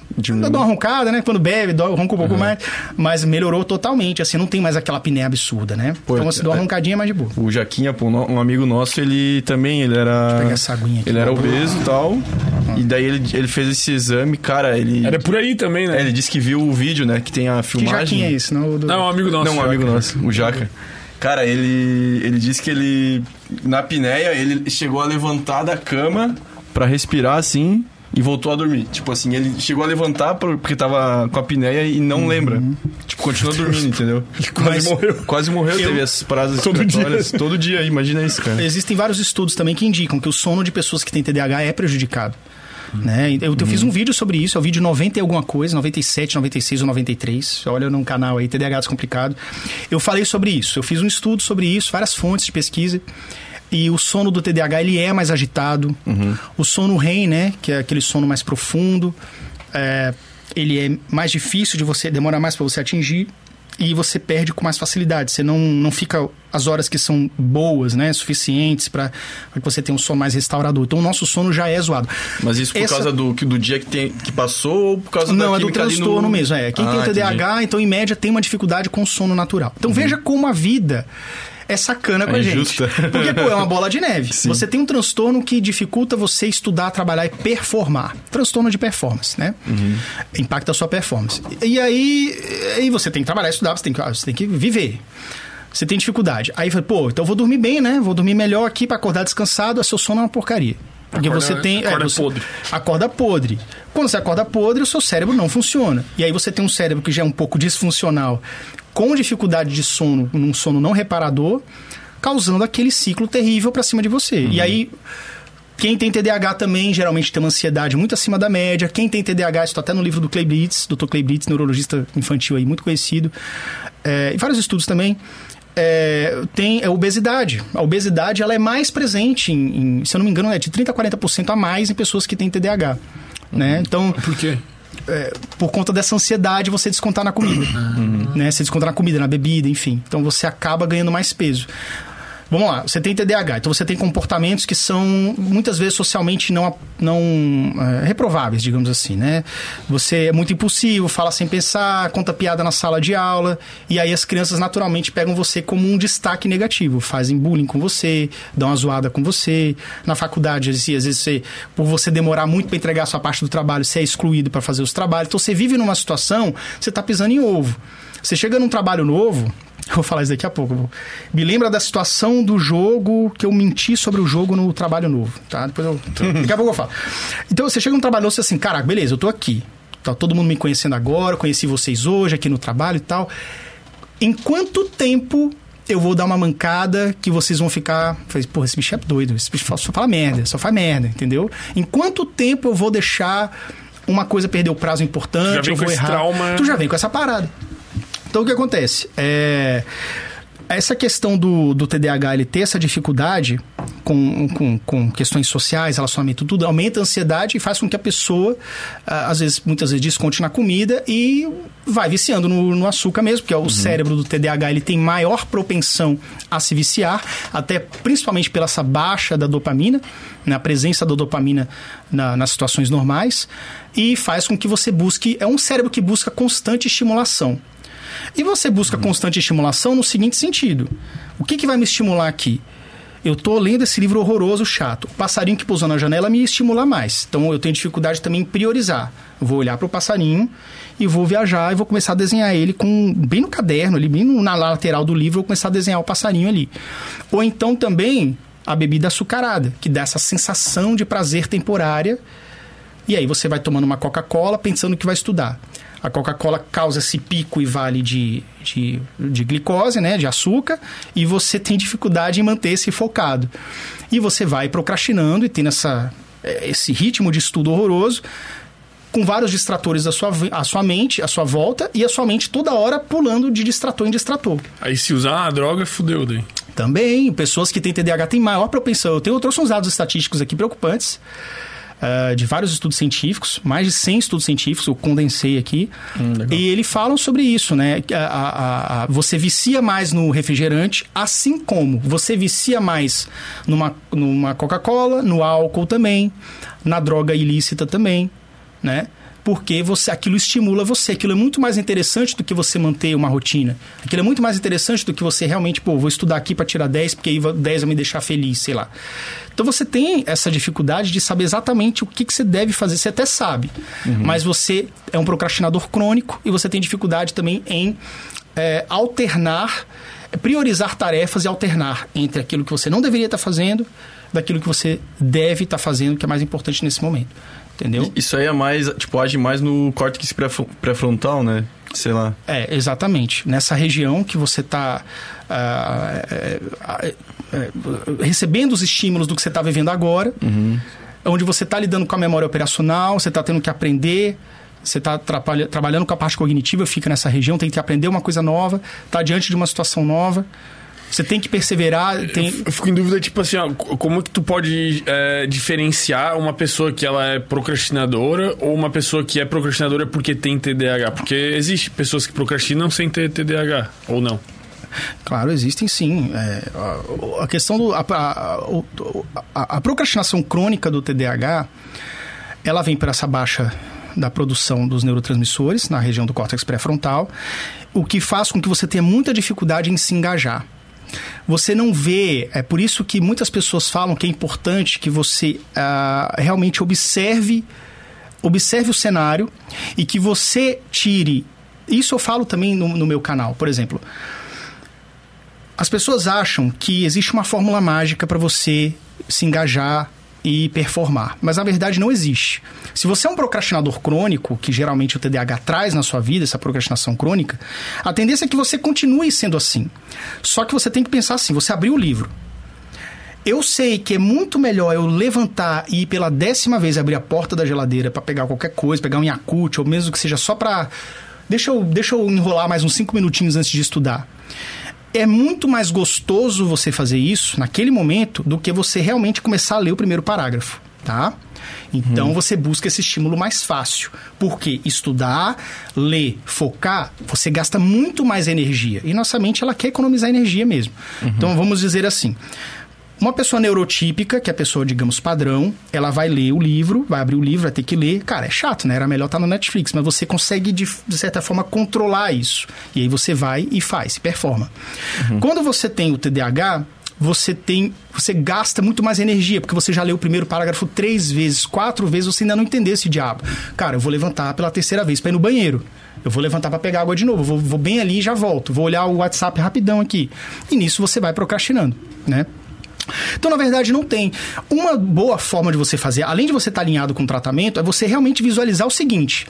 C: Dá uma roncada, né? Quando bebe, dá, ronca um pouco uhum. mais. Mas melhorou totalmente, assim, não tem mais aquela apneia absurda, né? Pô, então, você dá uma roncadinha mais de boa.
B: O Jaquinha, pô, um amigo nosso, ele também, ele era...
C: Deixa eu pegar essa aguinha aqui.
B: Ele era obeso e tal, uhum. e daí ele, ele fez esse exame, cara, ele...
A: Era por aí também, né?
B: É, ele disse que viu o vídeo, né, que tem a filmagem...
C: Que Jaquinha é esse? Não, do...
A: não um amigo nosso.
B: Não, um amigo nosso, o Jaca. Cara, ele, ele disse que ele, na apneia, ele chegou a levantar da cama pra respirar, assim... E voltou a dormir. Tipo assim, ele chegou a levantar porque tava com a apneia e não uhum. lembra. Tipo, continua dormindo, entendeu?
A: Quase Mas morreu.
B: Quase morreu, eu... teve as paradas
A: todo
B: dia. Todo dia, imagina isso, cara.
C: Existem vários estudos também que indicam que o sono de pessoas que têm T D A H é prejudicado. Uhum. Né? Eu, eu uhum. fiz um vídeo sobre isso, é o vídeo noventa e alguma coisa, noventa e sete, noventa e seis ou noventa e três. Olha num canal aí, T D A H Descomplicado. Eu falei sobre isso, eu fiz um estudo sobre isso, várias fontes de pesquisa. E o sono do T D A H, ele é mais agitado. Uhum. O sono R E M, né? Que é aquele sono mais profundo. É, ele é mais difícil de você... Demora mais para você atingir. E você perde com mais facilidade. Você não, não fica as horas que são boas, né? Suficientes para que você tenha um sono mais restaurador. Então, o nosso sono já é zoado.
B: Mas isso por Essa... causa do, do dia que, tem, que passou ou por causa
C: não,
B: da
C: é do transtorno
B: no...
C: mesmo. É. Quem ah, tem o T D A H, entendi. Então, em média, tem uma dificuldade com o sono natural. Então, uhum. veja como a vida... é sacana com é a gente. Injusta. Porque, pô, é uma bola de neve. Sim. Você tem um transtorno que dificulta você estudar, trabalhar e performar. Transtorno de performance, né? Uhum. Impacta a sua performance. E aí, aí você tem que trabalhar, estudar, você tem que, você tem que viver. Você tem dificuldade. Aí, pô, então eu vou dormir bem, né? Vou dormir melhor aqui pra acordar descansado. A seu sono é uma porcaria. Porque acorda, você tem...
A: Acorda
C: é, você
A: podre.
C: Acorda podre. Quando você acorda podre, o seu cérebro não funciona. E aí você tem um cérebro que já é um pouco disfuncional, com dificuldade de sono, num sono não reparador, causando aquele ciclo terrível pra cima de você. Uhum. E aí, quem tem T D A H também, geralmente tem uma ansiedade muito acima da média. Quem tem T D A H, isso tá até no livro do Clay Blitz, doutor Clay Blitz, neurologista infantil aí, muito conhecido. É, e vários estudos também. É, tem a obesidade. A obesidade, ela é mais presente, em, em, se eu não me engano, é de trinta a quarenta por cento a mais em pessoas que têm T D A H. Uhum. Né? Então,
A: por quê?
C: É, por conta dessa ansiedade, você descontar na comida. Uhum. Né? Você descontar na comida, na bebida, enfim. Então, você acaba ganhando mais peso. Vamos lá, você tem T D A H, então você tem comportamentos que são muitas vezes socialmente não, não é, reprováveis, digamos assim, né? Você é muito impulsivo, fala sem pensar, conta piada na sala de aula, e aí as crianças naturalmente pegam você como um destaque negativo, fazem bullying com você, dão uma zoada com você. Na faculdade, às vezes, você, por você demorar muito para entregar a sua parte do trabalho, você é excluído para fazer os trabalhos. Então você vive numa situação, você está pisando em ovo. Você chega num trabalho novo... Eu vou falar isso daqui a pouco. Me lembra da situação do jogo que eu menti sobre o jogo no trabalho novo, tá? Depois eu... Daqui a pouco eu falo. Então, você chega num trabalho novo e você assim, cara, beleza, eu tô aqui. Tá todo mundo me conhecendo agora, conheci vocês hoje aqui no trabalho e tal. Em quanto tempo eu vou dar uma mancada que vocês vão ficar... Pô, esse bicho é doido, esse bicho só fala merda, só faz merda, entendeu? Em quanto tempo eu vou deixar uma coisa perder o prazo importante, já vem eu vou com errar... Esse trauma... Tu já vem com essa parada. Então, o que acontece? É, essa questão do, do T D A H, ele ter essa dificuldade, com, com, com questões sociais, relacionamento, tudo, aumenta a ansiedade e faz com que a pessoa, às vezes, muitas vezes, desconte na comida e vai viciando no, no açúcar mesmo, porque uhum. o cérebro do T D A H ele tem maior propensão a se viciar, até principalmente pela essa baixa da dopamina, na presença da dopamina na, nas situações normais, e faz com que você busque... É um cérebro que busca constante estimulação. E você busca uhum. constante estimulação no seguinte sentido. O que, que vai me estimular aqui? Eu tô lendo esse livro horroroso, chato. O passarinho que pousou na janela me estimula mais. Então, eu tenho dificuldade também em priorizar. Eu vou olhar para o passarinho e vou viajar e vou começar a desenhar ele com, bem no caderno, ali, bem na lateral do livro, eu vou começar a desenhar o passarinho ali. Ou então também a bebida açucarada, que dá essa sensação de prazer temporária. E aí você vai tomando uma Coca-Cola pensando que vai estudar. A Coca-Cola causa esse pico e vale de, de, de glicose, né, de açúcar, e você tem dificuldade em manter-se focado. E você vai procrastinando e tendo essa, esse ritmo de estudo horroroso, com vários distratores à sua, à sua mente, à sua volta, e a sua mente toda hora pulando de distrator em distrator.
A: Aí se usar a droga, fudeu daí.
C: Também, pessoas que têm T D A H têm maior propensão. Eu, tenho, eu trouxe uns dados estatísticos aqui preocupantes, Uh, de vários estudos científicos, mais de cem estudos científicos, eu condensei aqui, hum, e eles falam sobre isso, né? A, a, a, você vicia mais no refrigerante, assim como você vicia mais numa, numa Coca-Cola, no álcool também, na droga ilícita também, né? Porque você, aquilo estimula você, aquilo é muito mais interessante do que você manter uma rotina. Aquilo é muito mais interessante do que você realmente, pô, vou estudar aqui para tirar dez, porque aí dez vai me deixar feliz, sei lá. Então você tem essa dificuldade de saber exatamente o que, que você deve fazer, você até sabe, uhum. mas você é um procrastinador crônico e você tem dificuldade também em é, alternar, priorizar tarefas e alternar entre aquilo que você não deveria estar fazendo daquilo que você deve estar fazendo, que é mais importante nesse momento. Entendeu?
B: Isso aí é mais, tipo, age mais no córtex pré-frontal, né? Sei lá.
C: É, exatamente. Nessa região que você está uh, é, é, é, recebendo os estímulos do que você está vivendo agora, uhum. onde você está lidando com a memória operacional, você está tendo que aprender, você está trabalhando com a parte cognitiva, fica nessa região, tem que aprender uma coisa nova, está diante de uma situação nova. Você tem que perseverar. Tem...
A: Eu fico em dúvida, tipo assim, ó, como que tu pode é, diferenciar uma pessoa que ela é procrastinadora ou uma pessoa que é procrastinadora porque tem T D A H? Porque existe pessoas que procrastinam sem ter T D A H, ou não?
C: Claro, existem sim. É, a, a questão do... A, a, a, a procrastinação crônica do T D A H, ela vem por essa baixa da produção dos neurotransmissores na região do córtex pré-frontal, o que faz com que você tenha muita dificuldade em se engajar. Você não vê, é por isso que muitas pessoas falam que é importante que você uh, realmente observe, observe o cenário e que você tire... Isso eu falo também no, no meu canal, por exemplo. As pessoas acham que existe uma fórmula mágica para você se engajar e performar, mas na verdade não existe. Se você é um procrastinador crônico, que geralmente o T D A H traz na sua vida, essa procrastinação crônica, a tendência é que você continue sendo assim. Só que você tem que pensar assim, você abriu o livro. Eu sei que é muito melhor eu levantar e ir pela décima vez abrir a porta da geladeira para pegar qualquer coisa, pegar um Yakult, ou mesmo que seja só para... Deixa eu, deixa eu enrolar mais uns cinco minutinhos antes de estudar. É muito mais gostoso você fazer isso naquele momento do que você realmente começar a ler o primeiro parágrafo, tá? Então, uhum. você busca esse estímulo mais fácil. Porque estudar, ler, focar, você gasta muito mais energia. E nossa mente, ela quer economizar energia mesmo. Uhum. Então, vamos dizer assim... Uma pessoa neurotípica, que é a pessoa, digamos, padrão, ela vai ler o livro, vai abrir o livro, vai ter que ler. Cara, é chato, né? Era melhor estar no Netflix, mas você consegue, de, de certa forma, controlar isso. E aí você vai e faz, e performa. Uhum. Quando você tem o T D A H, você tem, você gasta muito mais energia, porque você já leu o primeiro parágrafo três vezes, quatro vezes, você ainda não entendeu esse diabo. Cara, eu vou levantar pela terceira vez para ir no banheiro. Eu vou levantar para pegar água de novo. Vou, vou bem ali e já volto. Vou olhar o WhatsApp rapidão aqui. E nisso você vai procrastinando, né? Então, na verdade, não tem. Uma boa forma de você fazer, além de você estar alinhado com o tratamento, é você realmente visualizar o seguinte.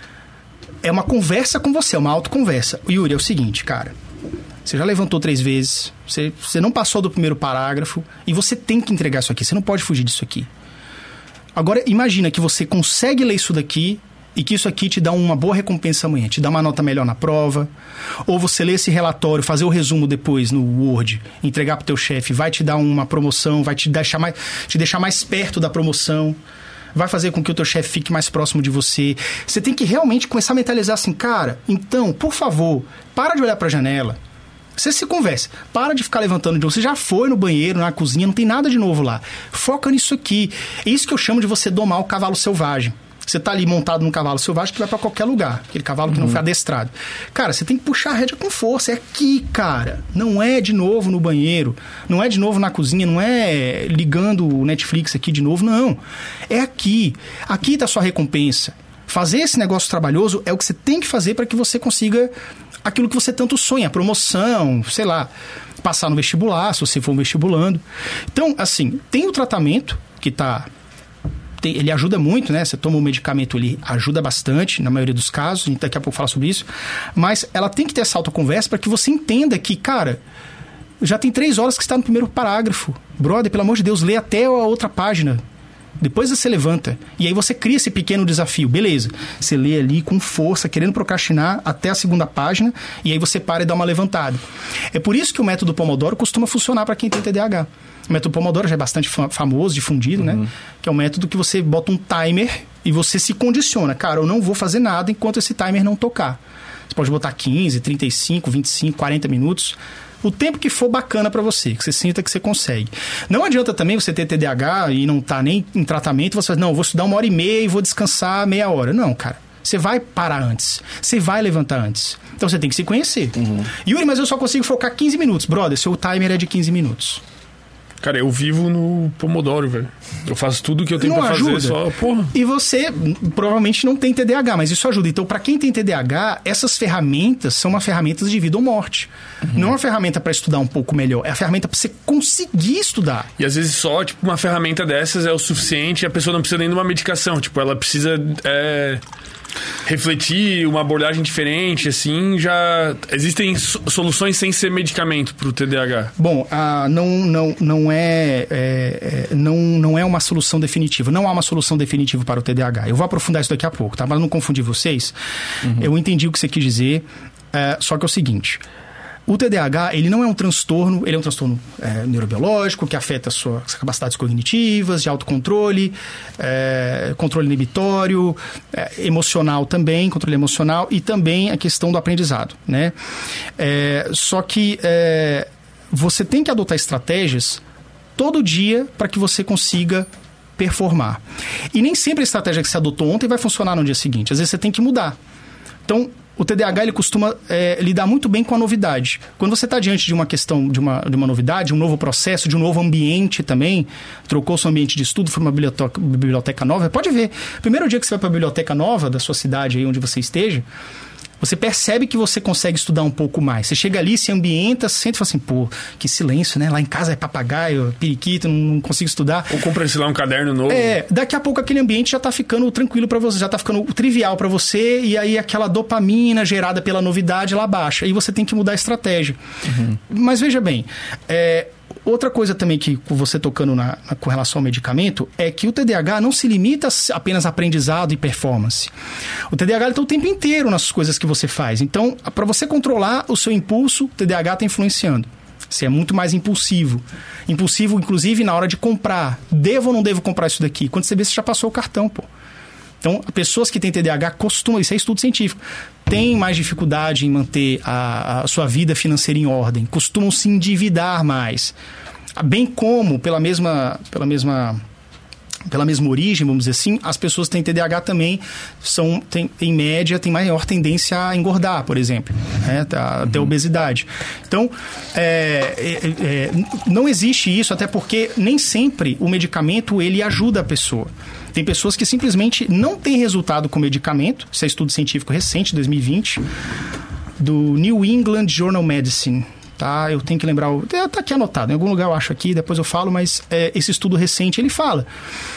C: É uma conversa com você, é uma autoconversa. Yuri, é o seguinte, cara. Você já levantou três vezes, você, você não passou do primeiro parágrafo e você tem que entregar isso aqui. Você não pode fugir disso aqui. Agora, imagina que você consegue ler isso daqui e que isso aqui te dá uma boa recompensa amanhã, te dá uma nota melhor na prova, ou você ler esse relatório, fazer o resumo depois no Word, entregar para o teu chefe, vai te dar uma promoção, vai te deixar mais, te deixar mais perto da promoção, vai fazer com que o teu chefe fique mais próximo de você. Você tem que realmente começar a mentalizar assim, cara, então, por favor, para de olhar para a janela. Você se conversa, para de ficar levantando de novo. Você já foi no banheiro, na cozinha, não tem nada de novo lá. Foca nisso aqui. É isso que eu chamo de você domar o cavalo selvagem. Você tá ali montado num cavalo selvagem que vai para qualquer lugar. Aquele cavalo que uhum. não foi adestrado. Cara, você tem que puxar a rédea com força. É aqui, cara. Não é de novo no banheiro. Não é de novo na cozinha. Não é ligando o Netflix aqui de novo. Não. É aqui. Aqui tá a sua recompensa. Fazer esse negócio trabalhoso é o que você tem que fazer para que você consiga aquilo que você tanto sonha. Promoção, sei lá, passar no vestibular, se você for um vestibulando. Então, assim, tem o tratamento que tá... Tem, ele ajuda muito, né? Você toma um medicamento, ele ajuda bastante, na maioria dos casos. A gente daqui a pouco fala sobre isso. Mas ela tem que ter essa autoconversa para que você entenda que, cara, já tem três horas que você está no primeiro parágrafo. Brother, pelo amor de Deus, lê até a outra página. Depois você levanta. E aí você cria esse pequeno desafio. Beleza. Você lê ali com força, querendo procrastinar até a segunda página. E aí você para e dá uma levantada. É por isso que o método Pomodoro costuma funcionar para quem tem T D A H. O método Pomodoro já é bastante famoso, difundido, uhum. né? Que é um método que você bota um timer e você se condiciona. Cara, eu não vou fazer nada enquanto esse timer não tocar. Você pode botar quinze, trinta e cinco, vinte e cinco, quarenta minutos. O tempo que for bacana para você, que você sinta que você consegue. Não adianta também você ter T D A H e não tá nem em tratamento, você fala, não, eu vou estudar uma hora e meia e vou descansar meia hora. Não, cara. Você vai parar antes. Você vai levantar antes. Então você tem que se conhecer. Uhum. Yuri, mas eu só consigo focar quinze minutos. Brother, seu timer é de quinze minutos.
A: Cara, eu vivo no Pomodoro, velho. Eu faço tudo que eu tenho não pra ajuda. fazer, só, porra.
C: E você provavelmente não tem T D A H, mas isso ajuda. Então, pra quem tem T D A H, essas ferramentas são uma ferramentas de vida ou morte. Uhum. Não é uma ferramenta pra estudar um pouco melhor, é a ferramenta pra você conseguir estudar.
A: E às vezes só, tipo, uma ferramenta dessas é o suficiente e a pessoa não precisa nem de uma medicação. Tipo, ela precisa... É... refletir, uma abordagem diferente, assim, já... Existem soluções sem ser medicamento pro T D A H?
C: Bom, ah, não, não, não, é, é, é, não, não é uma solução definitiva. Não há uma solução definitiva para o T D A H. Eu vou aprofundar isso daqui a pouco, tá? Para não confundir vocês, uhum. eu entendi o que você quis dizer, é, só que é o seguinte... O T D A H, ele não é um transtorno, ele é um transtorno é, neurobiológico que afeta as suas capacidades cognitivas, de autocontrole, é, controle inibitório, é, emocional também, controle emocional e também a questão do aprendizado, né? É, só que é, você tem que adotar estratégias todo dia para que você consiga performar. E nem sempre a estratégia que você adotou ontem vai funcionar no dia seguinte. Às vezes você tem que mudar. Então... O T D A H ele costuma é, lidar muito bem com a novidade. Quando você está diante de uma questão, de uma, de uma novidade, um novo processo, de um novo ambiente também, trocou seu ambiente de estudo, foi uma biblioteca, biblioteca nova, pode ver. Primeiro dia que você vai para a biblioteca nova da sua cidade, aí onde você esteja, você percebe que você consegue estudar um pouco mais. Você chega ali, se ambienta, sente e fala assim, pô, que silêncio, né? Lá em casa é papagaio, periquito, não consigo estudar.
A: Ou compra, sei lá, um caderno novo.
C: É, daqui a pouco aquele ambiente já tá ficando tranquilo para você, já tá ficando trivial para você, e aí aquela dopamina gerada pela novidade, ela baixa. E você tem que mudar a estratégia. Uhum. Mas veja bem, é... Outra coisa também que você tocando na, na, com relação ao medicamento é que o T D A H não se limita apenas a aprendizado e performance. O T D A H está o tempo inteiro nas coisas que você faz. Então, para você controlar o seu impulso, o T D A H está influenciando. Você é muito mais impulsivo. Impulsivo, inclusive, na hora de comprar. Devo ou não devo comprar isso daqui? Quando você vê, você já passou o cartão, pô. Então, pessoas que têm T D A H costumam, isso é estudo científico, têm mais dificuldade em manter a, a sua vida financeira em ordem, costumam se endividar mais. Bem como, pela mesma, pela mesma, pela mesma origem, vamos dizer assim, as pessoas que têm T D A H também, são, tem, em média, têm maior tendência a engordar, por exemplo, né? Até uhum. obesidade. Então, é, é, é, não existe isso, até porque nem sempre o medicamento ele ajuda a pessoa. Tem pessoas que simplesmente não têm resultado com medicamento. Isso é estudo científico recente, dois mil e vinte, do New England Journal Medicine. Tá? Eu tenho que lembrar... Está aqui anotado. Em algum lugar eu acho aqui, depois eu falo, mas é, esse estudo recente, ele fala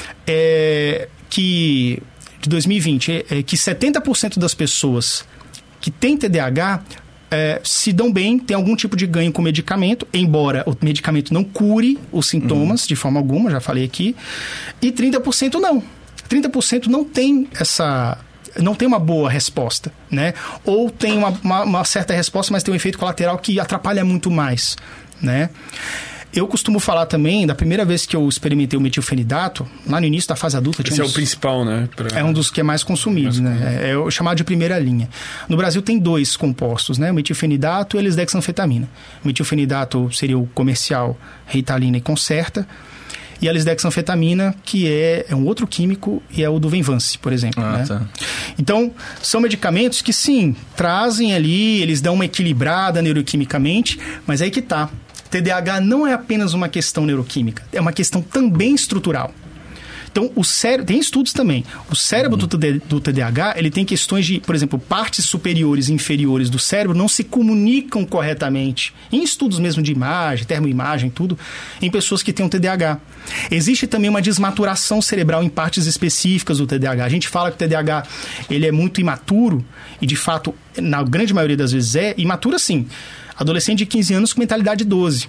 C: é, que... De dois mil e vinte, é, é, que setenta por cento das pessoas que têm T D A H... É, se dão bem, tem algum tipo de ganho com o medicamento, embora o medicamento não cure os sintomas uhum. de forma alguma, já falei aqui, e trinta por cento não. trinta por cento não tem essa, não tem uma boa resposta, né? Ou tem uma, uma, uma certa resposta, mas tem um efeito colateral que atrapalha muito mais, né? Eu costumo falar também, da primeira vez que eu experimentei o metilfenidato, lá no início da fase adulta...
A: Esse
C: tinha
A: é
C: uns,
A: o principal, né? Pra...
C: É um dos que é mais consumido, mais né? É, é o chamado de primeira linha. No Brasil tem dois compostos, né? O metilfenidato e a lisdexanfetamina. O metilfenidato seria o comercial Ritalina e Concerta. E a lisdexanfetamina, que é, é um outro químico, e é o do Venvance, por exemplo.
B: Ah,
C: né?
B: tá.
C: Então, são medicamentos que, sim, trazem ali, eles dão uma equilibrada neuroquimicamente, mas aí que tá. T D A H não é apenas uma questão neuroquímica, é uma questão também estrutural. Então, o cérebro... Tem estudos também. O cérebro uhum. do, do T D A H, ele tem questões de, por exemplo, partes superiores e inferiores do cérebro não se comunicam corretamente. Em estudos mesmo de imagem, termoimagem, tudo, em pessoas que têm um T D A H. Existe também uma desmaturação cerebral em partes específicas do T D A H. A gente fala que o T D A H ele é muito imaturo, e de fato, na grande maioria das vezes é. Imaturo, sim. Adolescente de quinze anos com mentalidade de doze.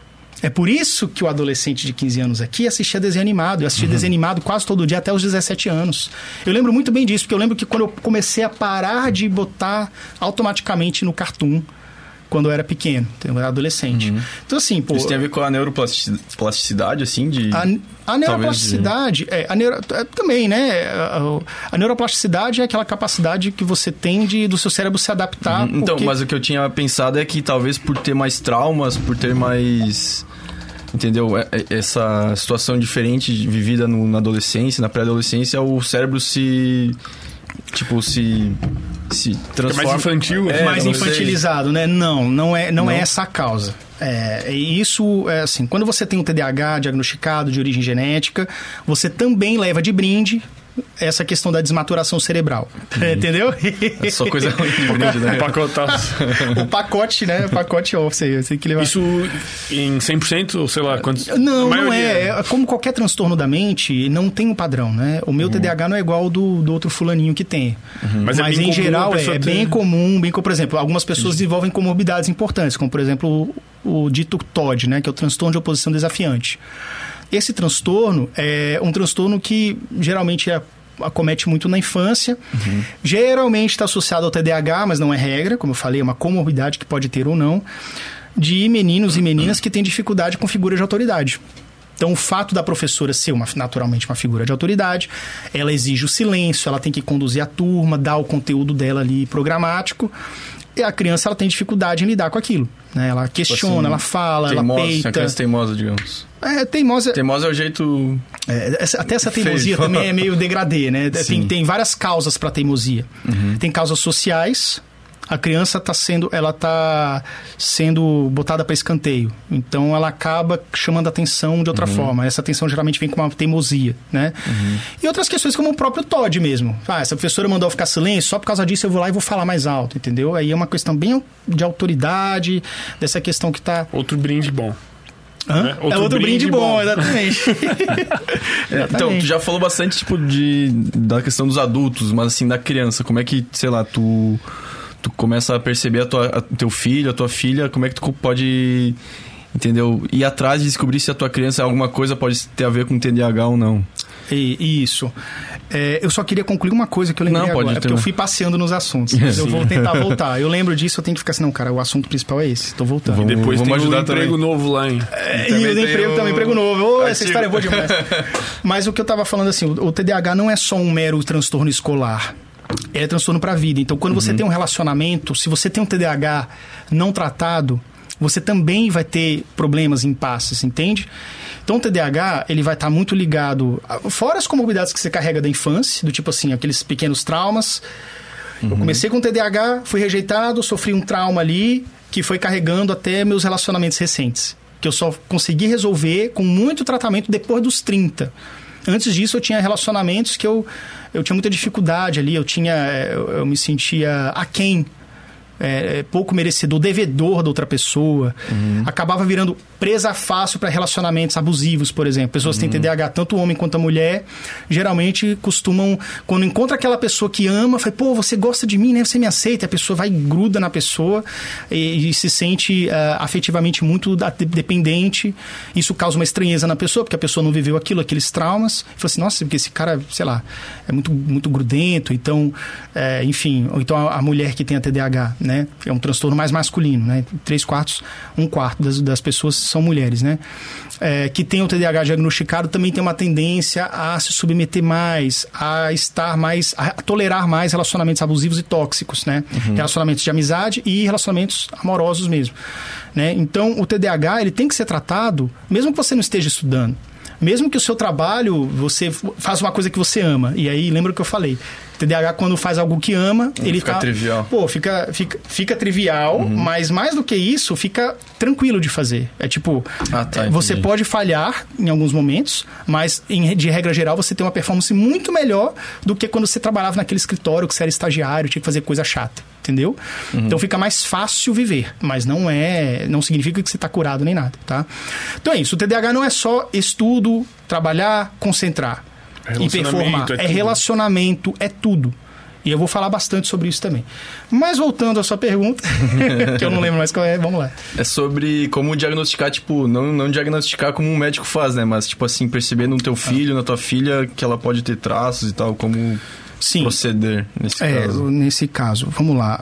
C: É por isso que o adolescente de quinze anos aqui assistia desenho animado. Eu assistia uhum. desenho animado quase todo dia até os dezessete anos. Eu lembro muito bem disso, porque eu lembro que quando eu comecei a parar de botar automaticamente no Cartoon, quando eu era pequeno, eu era adolescente. Uhum. Então, assim, pô...
B: Isso tem a ver com a neuroplasticidade, assim, de...
C: A, a neuroplasticidade... De... É, a neuro, é, também, né? A, a neuroplasticidade é aquela capacidade que você tem de, do seu cérebro se adaptar.
B: Uhum. Então,
C: porque...
B: mas o que eu tinha pensado é que talvez por ter mais traumas, por ter mais... Entendeu? Essa situação diferente vivida no, na adolescência, na pré-adolescência, o cérebro se... Tipo, se... se transforma...
A: É mais infantil.
C: É, mais infantilizado, sei. né? Não, não é, não, não é essa a causa. É, isso, é assim, quando você tem um T D A H diagnosticado de origem genética, você também leva de brinde essa questão da desmaturação cerebral. Uhum. Entendeu?
B: É só coisa ruim, brinde, né?
C: O pacote, né? O pacote off, aí, tem que levar.
A: Isso em cem por cento, ou sei lá, quantos...
C: Não, não é. é. Como qualquer transtorno da mente, não tem um padrão, né? O meu uhum. T D A H não é igual ao do, do outro fulaninho que tem. Uhum. Mas, Mas é em geral, é, é bem comum, bem comum. Por exemplo, algumas pessoas Entendi. desenvolvem comorbidades importantes, como, por exemplo, o, o dito T O D, né? Que é o transtorno de oposição desafiante. Esse transtorno é um transtorno que geralmente é, acomete muito na infância. Uhum. Geralmente está associado ao T D A H, mas não é regra. Como eu falei, é uma comorbidade que pode ter ou não. De meninos e meninas que têm dificuldade com figura de autoridade. Então, o fato da professora ser uma, naturalmente uma figura de autoridade, ela exige o silêncio, ela tem que conduzir a turma, dar o conteúdo dela ali programático. E a criança ela tem dificuldade em lidar com aquilo. Né? Ela questiona, assim, ela fala,
B: teimosa,
C: ela peita.
B: A criança teimosa, digamos.
C: É, teimosa...
B: Teimosa é o jeito...
C: É, essa, até essa teimosia feio. Também é meio degradê, né? Tem, tem várias causas para teimosia. Uhum. Tem causas sociais. A criança está sendo, ela tá sendo botada para escanteio. Então, ela acaba chamando a atenção de outra uhum. forma. Essa atenção geralmente vem com uma teimosia, né? Uhum. E outras questões como o próprio T O D mesmo. Ah, essa professora mandou eu ficar silêncio, só por causa disso eu vou lá e vou falar mais alto, entendeu? Aí é uma questão bem de autoridade, dessa questão que está...
A: Outro brinde bom.
C: Hã?
A: Né? Outro
C: é outro brinde, brinde bom, bom exatamente.
B: é, então, tu já falou bastante, tipo, de, da questão dos adultos, mas assim, da criança. Como é que, sei lá, tu... tu começa a perceber a tua, a, teu filho, a tua filha, como é que tu pode, entendeu, ir atrás de descobrir se a tua criança alguma coisa pode ter a ver com T D A H ou não.
C: E, isso. É, eu só queria concluir uma coisa que eu lembrei não, agora. É porque eu fui passeando nos assuntos. Mas eu vou tentar voltar. Eu lembro disso, eu tenho que ficar assim, não, cara, o assunto principal é esse. Tô voltando.
A: Vamos, e depois
B: vamos
A: tem
B: ajudar
A: um emprego
B: também.
A: novo lá, hein?
C: É, e o emprego o... também, emprego novo. Oh, essa história é boa demais. Mas o que eu tava falando assim, o, o T D A H não é só um mero transtorno escolar. É transtorno para a vida. Então, quando uhum. você tem um relacionamento, se você tem um T D A H não tratado, você também vai ter problemas, impasses, entende? Então, o T D A H, ele vai estar muito ligado... A, fora as comorbidades que você carrega da infância, do tipo assim, aqueles pequenos traumas. Uhum. Eu comecei com T D A H, fui rejeitado, sofri um trauma ali, que foi carregando até meus relacionamentos recentes. Que eu só consegui resolver com muito tratamento depois dos trinta. Antes disso, eu tinha relacionamentos que eu, eu tinha muita dificuldade ali, eu tinha, eu, eu me sentia aquém, é, pouco merecedor, devedor da outra pessoa. Uhum. Acabava virando presa fácil para relacionamentos abusivos, por exemplo. Pessoas que uhum. têm T D A H, tanto o homem quanto a mulher, geralmente costumam, quando encontra aquela pessoa que ama, fala, pô, você gosta de mim, né? Você me aceita. E a pessoa vai e gruda na pessoa e, e se sente uh, afetivamente muito dependente. Isso causa uma estranheza na pessoa, porque a pessoa não viveu aquilo, aqueles traumas. E fala assim, nossa, porque esse cara, sei lá, é muito, muito grudento. Então, é, enfim, ou então a, a mulher que tem a T D A H, né? É um transtorno mais masculino, né? Três quartos, um quarto das, das pessoas são mulheres, né? É, que tem o T D A H diagnosticado também tem uma tendência a se submeter mais, a estar mais, a tolerar mais relacionamentos abusivos e tóxicos, né? Uhum. Relacionamentos de amizade e relacionamentos amorosos mesmo, né? Então, o T D A H, ele tem que ser tratado, mesmo que você não esteja estudando. Mesmo que o seu trabalho, você faz uma coisa que você ama. E aí, lembra o que eu falei? T D A H, quando faz algo que ama,
B: Não,
C: ele
B: fica
C: tá...
B: trivial.
C: Pô, fica, fica, fica trivial, uhum. mas mais do que isso, fica tranquilo de fazer. É tipo,
B: ah, tá,
C: você pode falhar em alguns momentos, mas em, de regra geral, você tem uma performance muito melhor do que quando você trabalhava naquele escritório, que você era estagiário, tinha que fazer coisa chata. Entendeu? Uhum. Então fica mais fácil viver, mas não é, não significa que você está curado nem nada, tá? Então é isso, o T D A H não é só estudo, trabalhar, concentrar e performar. É, é relacionamento, é tudo. E eu vou falar bastante sobre isso também. Mas voltando à sua pergunta, que eu não lembro mais qual é, vamos lá.
B: É sobre como diagnosticar, tipo, não, não diagnosticar como um médico faz, né? Mas, tipo assim, perceber no teu filho, ah. na tua filha, que ela pode ter traços e tal, como... Sim. Proceder nesse
C: é,
B: caso.
C: Nesse caso, vamos lá.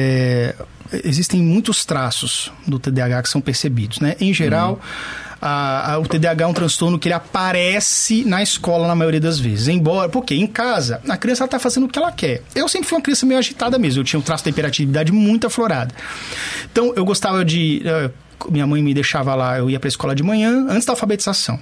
C: É, existem muitos traços do T D A H que são percebidos, né? Em geral, uhum. a, a, o T D A H é um transtorno que ele aparece na escola na maioria das vezes. Embora, porque em casa, a criança está fazendo o que ela quer. Eu sempre fui uma criança meio agitada mesmo. Eu tinha um traço de hiperatividade muito aflorado. Então, eu gostava de... Uh, minha mãe me deixava lá, eu ia para a escola de manhã, antes da alfabetização.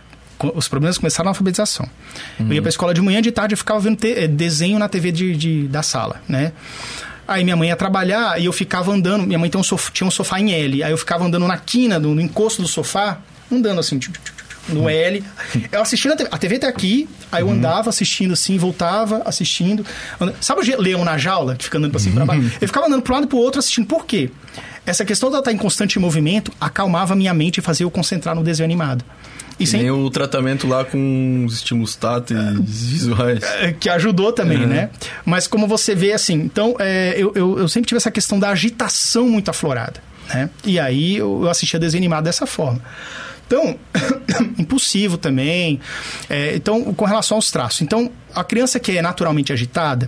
C: Os problemas começaram na alfabetização. Uhum. Eu ia pra escola de manhã, de tarde eu ficava vendo te- desenho na T V de, de, da sala, né? Aí minha mãe ia trabalhar e eu ficava andando. Minha mãe tem um sof- tinha um sofá em L. Aí eu ficava andando na quina, no, no encosto do sofá, andando assim, tchuc, tchuc, tchuc, no L. Eu assistindo a T V. A T V tá aqui, aí eu andava assistindo assim, voltava assistindo. And... Sabe o leão na jaula, que fica andando pra cima e pra baixo? Eu ficava andando pro lado e pro outro assistindo. Por quê? Essa questão de ela estar em constante movimento acalmava a minha mente e fazia eu concentrar no desenho animado.
B: E sem... nem o tratamento lá com os estímulos táteis é, visuais.
C: Que ajudou também, uhum. né? Mas como você vê, assim... Então, é, eu, eu, eu sempre tive essa questão da agitação muito aflorada, né? E aí, eu, eu assistia desenho animado dessa forma. Então, impulsivo também. É, então, com relação aos traços. Então, a criança que é naturalmente agitada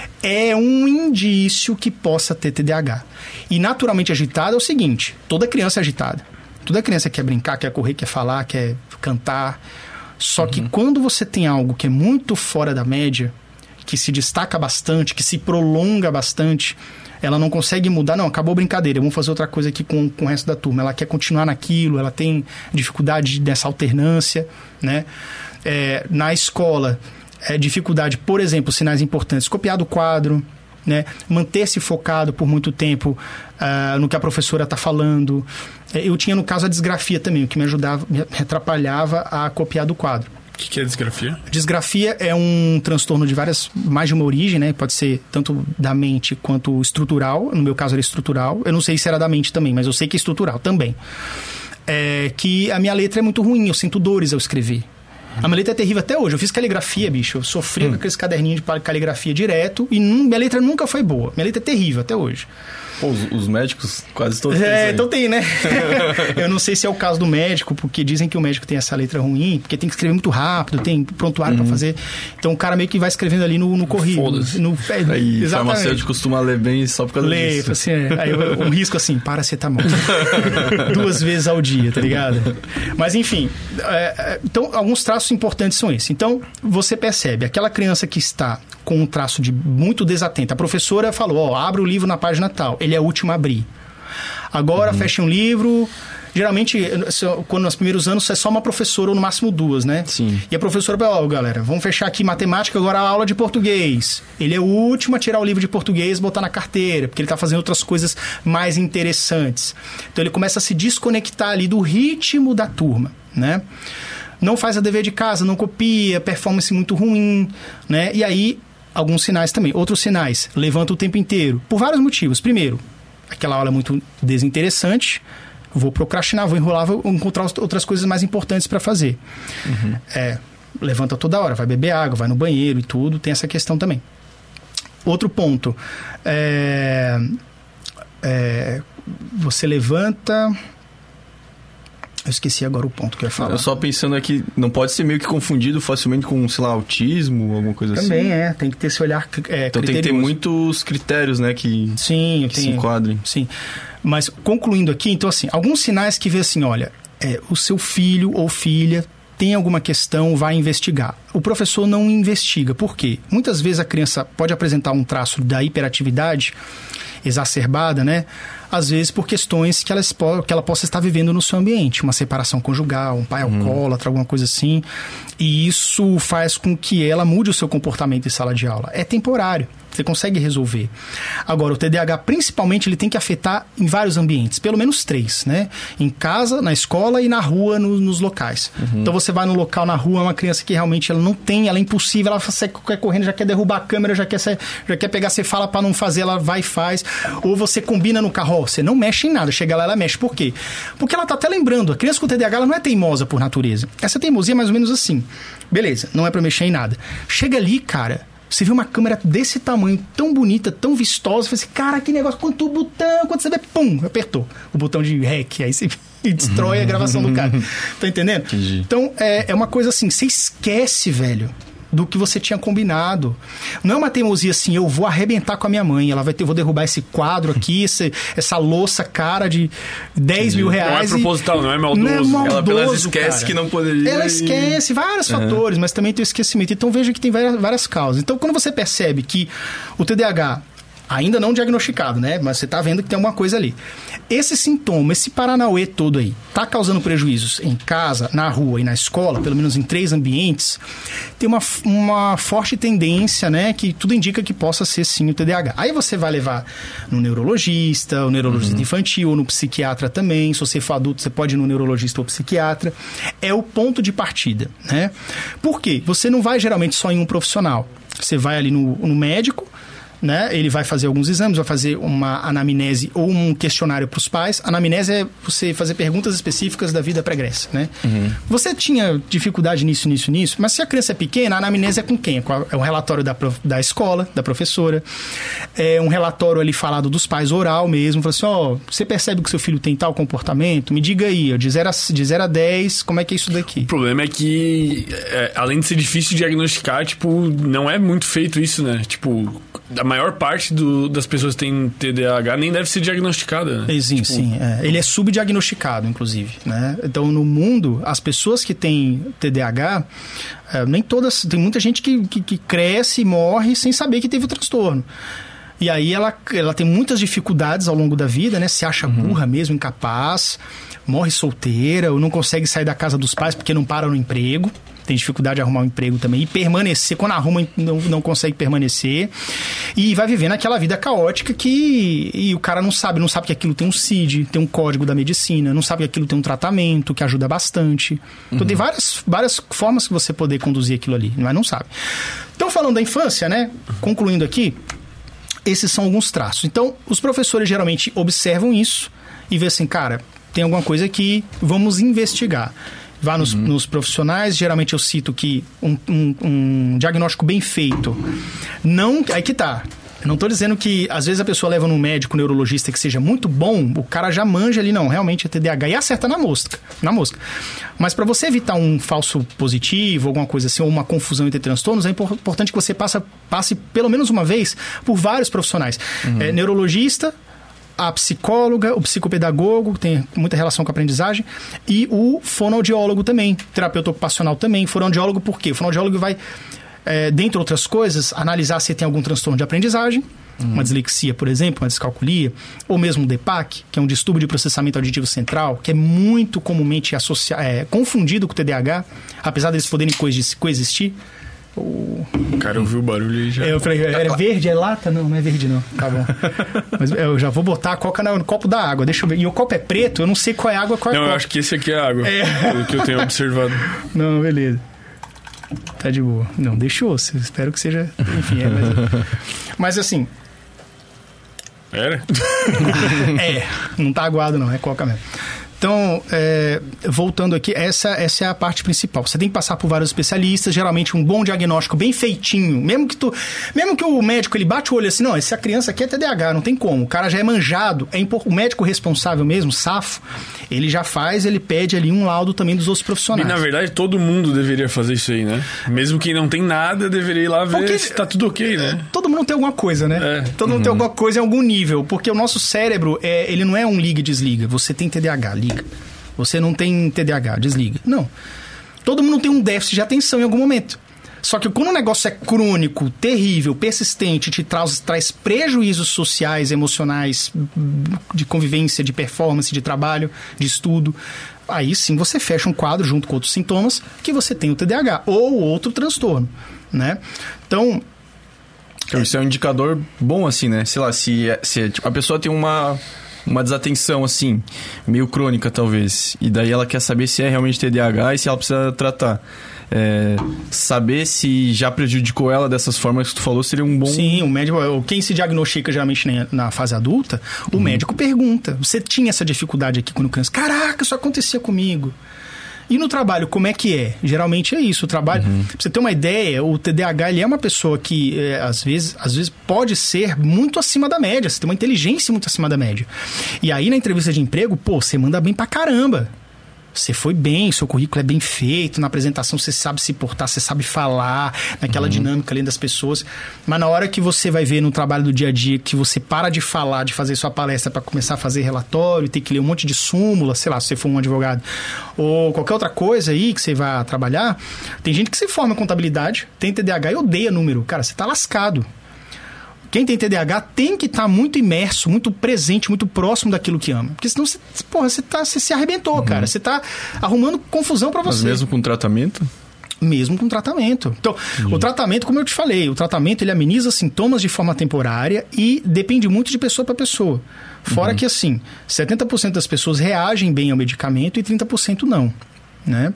C: é um indício que possa ter T D A H. E naturalmente agitada é o seguinte, toda criança é agitada. Toda criança quer brincar, quer correr, quer falar, quer cantar. Só uhum. que quando você tem algo que é muito fora da média, que se destaca bastante, que se prolonga bastante, ela não consegue mudar. Não, acabou a brincadeira, vamos fazer outra coisa aqui com, com o resto da turma. Ela quer continuar naquilo, ela tem dificuldade dessa alternância, né? É, na escola, é, dificuldade, por exemplo, sinais importantes, copiar do quadro, né? Manter-se focado por muito tempo uh, no que a professora está falando. Eu tinha, no caso, a disgrafia também, o que me ajudava, me atrapalhava a copiar do quadro.
A: O que, que é disgrafia?
C: Disgrafia é um transtorno de várias, mais de uma origem, né? Pode ser tanto da mente quanto estrutural. No meu caso era estrutural. Eu não sei se era da mente também, mas eu sei que é estrutural também. É que a minha letra é muito ruim, eu sinto dores ao escrever. A minha letra é terrível até hoje. Eu fiz caligrafia, bicho. Eu sofri hum. com aqueles caderninhos de caligrafia direto e num, minha letra nunca foi boa. Minha letra é terrível até hoje.
B: Pô, os, os médicos quase todos têm.
C: É, então tem, né? Eu não sei se é o caso do médico, porque dizem que o médico tem essa letra ruim, porque tem que escrever muito rápido, tem prontuário uhum. pra fazer. Então o cara meio que vai escrevendo ali no, no corrido.
B: Foda-se.
C: No, é,
B: aí o farmacêutico costuma ler bem só por causa
C: Lê,
B: disso.
C: Assim, é. Aí eu, um risco assim, paracetamol. Duas vezes ao dia, tá ligado? Mas enfim, é, então alguns traços importantes são esses. Então você percebe, aquela criança que está com um traço de muito desatenta. A professora falou, ó, abre o livro na página tal. Ele é o último a abrir. Agora, uhum. fecha um livro. Geralmente, quando nos primeiros anos, é só uma professora ou no máximo duas, né?
B: Sim.
C: E a professora fala, ó, galera, vamos fechar aqui matemática, agora a aula de português. Ele é o último a tirar o livro de português e botar na carteira, porque ele tá fazendo outras coisas mais interessantes. Então, ele começa a se desconectar ali do ritmo da turma, né? Não faz a dever de casa, não copia, performance muito ruim, né? E aí, alguns sinais também. Outros sinais, levanta o tempo inteiro. Por vários motivos. Primeiro, aquela aula é muito desinteressante. vou procrastinar, vou enrolar, vou encontrar outras coisas mais importantes para fazer. Uhum. É, levanta toda hora, vai beber água, vai no banheiro e tudo, tem essa questão também. Outro ponto, é, é, você levanta... Eu esqueci agora o ponto que eu ia falar.
B: Eu só pensando aqui, não pode ser meio que confundido facilmente com, sei lá, autismo, alguma coisa
C: Também
B: assim?
C: Também é, tem que ter esse olhar é,
B: Então tem que ter muitos critérios, né, que,
C: sim,
B: que se enquadrem.
C: Sim, mas concluindo aqui, então assim, alguns sinais que vê assim, olha, é, o seu filho ou filha tem alguma questão, vai investigar. O professor não investiga, por quê? Muitas vezes a criança pode apresentar um traço da hiperatividade exacerbada, né? Às vezes por questões que ela, que ela possa estar vivendo no seu ambiente, uma separação conjugal, um pai alcoólatra, hum. alguma coisa assim, e isso faz com que ela mude o seu comportamento em sala de aula. É temporário, você consegue resolver. Agora, o T D A H, principalmente, ele tem que afetar em vários ambientes, pelo menos três, né? Em casa, na escola e na rua, no, nos locais. Uhum. Então, você vai no local, na rua, é uma criança que realmente ela não tem, ela é impossível, ela sai correndo, já quer derrubar a câmera, já quer, já quer pegar, você fala para não fazer, ela vai e faz. Ou você combina no carro, ó, você não mexe em nada, chega lá, ela mexe. Por quê? Porque ela tá até lembrando, a criança com T D A H, ela não é teimosa por natureza. Essa teimosia é mais ou menos assim. Beleza, não é para mexer em nada. Chega ali, cara... Você vê uma câmera desse tamanho, tão bonita, tão vistosa, você fala assim, cara, que negócio, quanto botão, quando você vê, pum, apertou o botão de rec, aí você destrói a gravação do cara. Tá entendendo? Entendi. Então, é, é uma coisa assim, você esquece, velho, do que você tinha combinado. Não é uma teimosia assim, eu vou arrebentar com a minha mãe, ela vai ter, eu vou derrubar esse quadro aqui, esse, essa louça cara de dez mil reais.
A: Não é proposital, e... não é maldoso. Não é maldoso,
B: ela apenas esquece, cara, que não poderia.
C: Ela esquece vários uhum. fatores, mas também tem o esquecimento. Então veja que tem várias, várias causas. Então quando você percebe que o T D A H, ainda não diagnosticado, né? Mas você tá vendo que tem alguma coisa ali. Esse sintoma, esse paranauê todo aí, tá causando prejuízos em casa, na rua e na escola, pelo menos em três ambientes, tem uma, uma forte tendência, né? Que tudo indica que possa ser sim o T D A H. Aí você vai levar no neurologista, o neurologista uhum. infantil, ou no psiquiatra também. Se você for adulto, você pode ir no neurologista ou psiquiatra. É o ponto de partida, né? Por quê? Você não vai geralmente só em um profissional. Você vai ali no, no médico, né? Ele vai fazer alguns exames, vai fazer uma anamnese ou um questionário para os pais. Anamnese é você fazer perguntas específicas da vida pregressa, né? Uhum. Você tinha dificuldade nisso, nisso, nisso, mas se a criança é pequena, a anamnese é com quem? É um relatório da, da escola, da professora, é um relatório ali falado dos pais, oral mesmo, fala assim, ó, oh, você percebe que seu filho tem tal comportamento? Me diga aí, ó, de zero a dez, como é que é isso daqui?
A: O problema é que, é, além de ser difícil de diagnosticar, tipo, não é muito feito isso, né? Tipo, a maior parte do, das pessoas que têm T D A H nem deve ser diagnosticada, né?
C: Sim, tipo... sim. É. Ele é subdiagnosticado, inclusive, né? Então, no mundo, as pessoas que têm T D A H, é, nem todas... Tem muita gente que, que, que cresce e morre sem saber que teve o transtorno. E aí, ela, ela tem muitas dificuldades ao longo da vida, né? Se acha burra uhum. mesmo, incapaz, morre solteira, ou não consegue sair da casa dos pais porque não para no emprego. Tem dificuldade de arrumar um emprego também. E permanecer, quando arruma, não, não consegue permanecer. E vai vivendo aquela vida caótica que... E o cara não sabe, não sabe que aquilo tem um C I D, tem um código da medicina, não sabe que aquilo tem um tratamento que ajuda bastante. Então uhum. tem várias, várias formas que você poder conduzir aquilo ali, mas não sabe. Então, falando da infância, né? Concluindo aqui, esses são alguns traços. Então, os professores geralmente observam isso e vê assim, cara, tem alguma coisa aqui, vamos investigar. Vá nos, uhum. nos profissionais, geralmente eu cito que um, um, um diagnóstico bem feito, não... Aí que tá. Eu não estou dizendo que, às vezes, a pessoa leva num médico, neurologista que seja muito bom, o cara já manja ali, não, realmente é T D A H, e acerta na mosca, na mosca. Mas para você evitar um falso positivo, alguma coisa assim, ou uma confusão entre transtornos, é importante que você passe, passe pelo menos uma vez por vários profissionais. Uhum. É, neurologista, a psicóloga, o psicopedagogo, que tem muita relação com a aprendizagem, e o fonoaudiólogo também, terapeuta ocupacional também. Fonoaudiólogo por quê? O fonoaudiólogo vai, é, dentre outras coisas, analisar se tem algum transtorno de aprendizagem, uhum. uma dislexia, por exemplo, uma descalculia, ou mesmo um D P A C, que é um distúrbio de processamento auditivo central, que é muito comumente associa- é, confundido com o T D A H, apesar deles poderem coexistir.
A: O cara ouviu o barulho e já...
C: Eu falei, era verde? É lata? Não, não é verde não. Tá bom. Mas eu já vou botar a coca no copo da água. Deixa eu ver. E o copo é preto, eu não sei qual é a água, qual é a
A: Não,
C: coca.
A: eu acho que esse aqui é a água. É. Pelo que eu tenho observado.
C: Não, beleza. Tá de boa. Não, deixou. Espero que seja... Enfim, é, mas... Mas assim...
A: Era?
C: É, não tá aguado não, é coca mesmo. Então, é, voltando aqui, essa, essa é a parte principal. Você tem que passar por vários especialistas, geralmente um bom diagnóstico bem feitinho. Mesmo que, tu, mesmo que o médico ele bate o olho assim, não, essa criança aqui é T D A H, não tem como. O cara já é manjado. É impor, o médico responsável mesmo, safo, ele já faz, ele pede ali um laudo também dos outros profissionais.
A: E, na verdade, todo mundo deveria fazer isso aí, né? Mesmo quem não tem nada, deveria ir lá ver porque se tá tudo ok, né?
C: Todo mundo tem alguma coisa, né? É. Todo mundo uhum. tem alguma coisa em algum nível. Porque o nosso cérebro, é, ele não é um liga e desliga. Você tem T D A H, liga. Você não tem T D A H, desliga. Não. Todo mundo tem um déficit de atenção em algum momento. Só que quando o negócio é crônico, terrível, persistente, te traz, traz prejuízos sociais, emocionais, de convivência, de performance, de trabalho, de estudo, aí sim você fecha um quadro junto com outros sintomas que você tem o T D A H ou outro transtorno, né? Então...
B: Isso é um indicador bom, assim, né? Sei lá, se, se a pessoa tem uma... uma desatenção, assim, meio crônica, talvez. E daí ela quer saber se é realmente T D A H e se ela precisa tratar. É, saber se já prejudicou ela dessas formas que tu falou seria um bom...
C: Sim, o médico... Quem se diagnostica geralmente na fase adulta, o uhum. médico pergunta. Você tinha essa dificuldade aqui quando criança? Caraca, isso acontecia comigo. E no trabalho, como é que é? Geralmente é isso, o trabalho... Uhum. Pra você ter uma ideia, o T D A H ele é uma pessoa que, é, às vezes, às vezes pode ser muito acima da média. Você tem uma inteligência muito acima da média. E aí, na entrevista de emprego, pô, você manda bem pra caramba. Você foi bem, seu currículo é bem feito, na apresentação você sabe se portar, você sabe falar, naquela uhum. dinâmica ali das pessoas. Mas na hora que você vai ver no trabalho do dia a dia, que você para de falar, de fazer sua palestra para começar a fazer relatório, ter que ler um monte de súmula, sei lá, se você for um advogado, ou qualquer outra coisa aí que você vai trabalhar, tem gente que se forma em contabilidade, tem T D A H e odeia número. Cara, você tá lascado. Quem tem T D A H tem que estar tá muito imerso, muito presente, muito próximo daquilo que ama. Porque senão você, porra, você, tá, você se arrebentou, uhum. cara. Você tá arrumando confusão para você.
B: Mas mesmo com tratamento?
C: Mesmo com tratamento. Então, uhum. o tratamento, como eu te falei, o tratamento ele ameniza sintomas de forma temporária e depende muito de pessoa para pessoa. Fora uhum. que, assim, setenta por cento das pessoas reagem bem ao medicamento e trinta por cento não, né?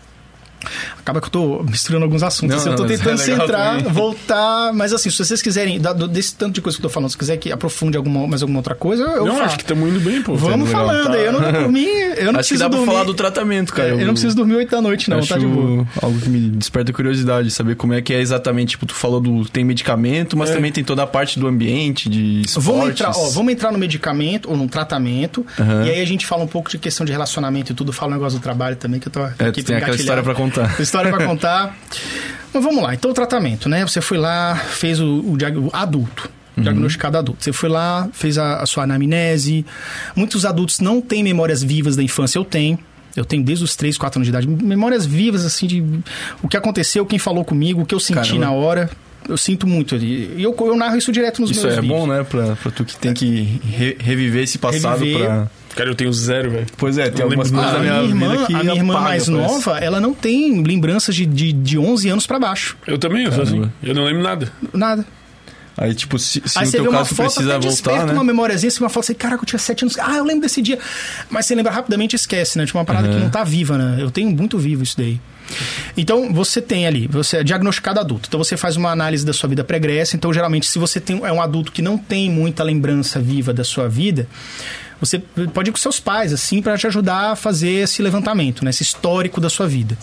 C: Acaba que eu tô misturando alguns assuntos. Não, assim, eu tô tentando é centrar, também. voltar. Mas assim, se vocês quiserem, desse tanto de coisa que eu tô falando, se quiser que aprofunde alguma, mais alguma outra coisa, eu
A: Não,
C: falo.
A: acho que estamos indo bem, pô.
C: Vamos falando aí. Tá. Eu não dormi, eu não
B: acho
C: preciso
B: que dá
C: dormir.
B: pra falar do tratamento, cara.
C: Eu, eu não preciso dormir oito da noite, não, tá de boa.
B: Algo que me desperta curiosidade, saber como é que é exatamente. Tipo, tu falou do. Tem medicamento, mas é. também tem toda a parte do ambiente, de esportes.
C: Vamos entrar, ó, vamos entrar no medicamento ou no tratamento. Uhum. E aí a gente fala um pouco de questão de relacionamento e tudo. Fala um negócio do trabalho também, que eu tô
B: é,
C: aqui
B: tem aquela história pra contar.
C: História pra contar. Tá? Mas vamos lá, então o tratamento, né? Você foi lá, fez o, o, o adulto, uhum. diagnosticado adulto. Você foi lá, fez a, a sua anamnese. Muitos adultos não têm memórias vivas da infância, eu tenho. Eu tenho desde os três, quatro anos de idade. Memórias vivas, assim, de o que aconteceu, quem falou comigo, o que eu senti Caramba. na hora. Eu sinto muito. E eu, eu narro isso direto nos
B: isso
C: meus
B: é
C: vídeos.
B: Isso é bom, né? Pra, pra tu que tem que re, reviver esse passado reviver. pra...
A: Cara, eu tenho zero, velho.
B: Pois é, tem algumas coisas
C: da minha, minha irmã, vida que A minha irmã apaga, mais parece. nova, ela não tem lembranças de, de, de onze anos pra baixo.
A: Eu também, eu sou assim. Eu não lembro nada.
C: Nada.
B: Aí, tipo, se, se
C: Aí
B: no
C: você
B: teu
C: vê uma
B: caso
C: foto,
B: precisa
C: até
B: voltar, né?
C: uma memóriazinha, assim, uma foto assim, caraca, eu tinha sete anos. Ah, eu lembro desse dia. Mas você lembra rapidamente e esquece, né? Tipo, uma parada uhum. que não tá viva, né? Eu tenho muito vivo isso daí. Então, você tem ali, você é diagnosticado adulto. Então, você faz uma análise da sua vida pregressa. Então, geralmente, se você tem, é um adulto que não tem muita lembrança viva da sua vida, você pode ir com seus pais, assim, para te ajudar a fazer esse levantamento, né? Esse histórico da sua vida.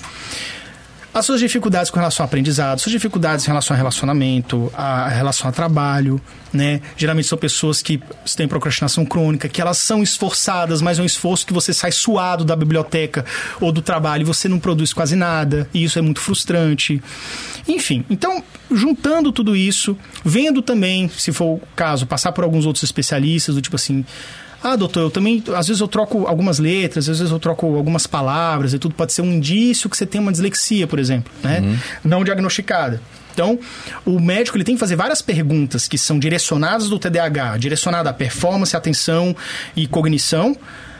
C: As suas dificuldades com relação ao aprendizado, suas dificuldades em relação ao relacionamento, a relação ao trabalho, né? Geralmente são pessoas que têm procrastinação crônica, que elas são esforçadas, mas é um esforço que você sai suado da biblioteca ou do trabalho e você não produz quase nada, e isso é muito frustrante. Enfim, então, juntando tudo isso, vendo também, se for o caso, passar por alguns outros especialistas, do tipo assim... Ah, doutor, eu também, às vezes eu troco algumas letras, às vezes eu troco algumas palavras e tudo. Pode ser um indício que você tem uma dislexia, por exemplo, né? Uhum. Não diagnosticada. Então, o médico ele tem que fazer várias perguntas que são direcionadas do T D A H, direcionada à performance, atenção e cognição,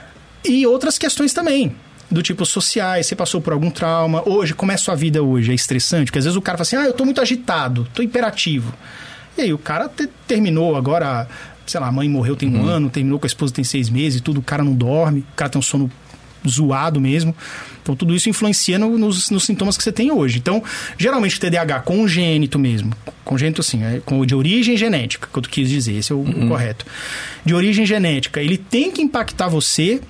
C: e outras questões também, do tipo sociais, você passou por algum trauma, hoje, como é a sua vida hoje? É estressante? Porque às vezes o cara fala assim, ah, eu tô muito agitado, tô hiperativo. E aí o cara te, terminou agora... sei lá, a mãe morreu tem um uhum. ano, terminou com a esposa tem seis meses e tudo, o cara não dorme, o cara tem um sono zoado mesmo. Então, tudo isso influencia no, nos, nos sintomas que você tem hoje. Então, geralmente, o T D A H congênito mesmo, congênito assim, é, de origem genética, que eu quis dizer, esse é o, uhum. o correto. De origem genética, ele tem que impactar você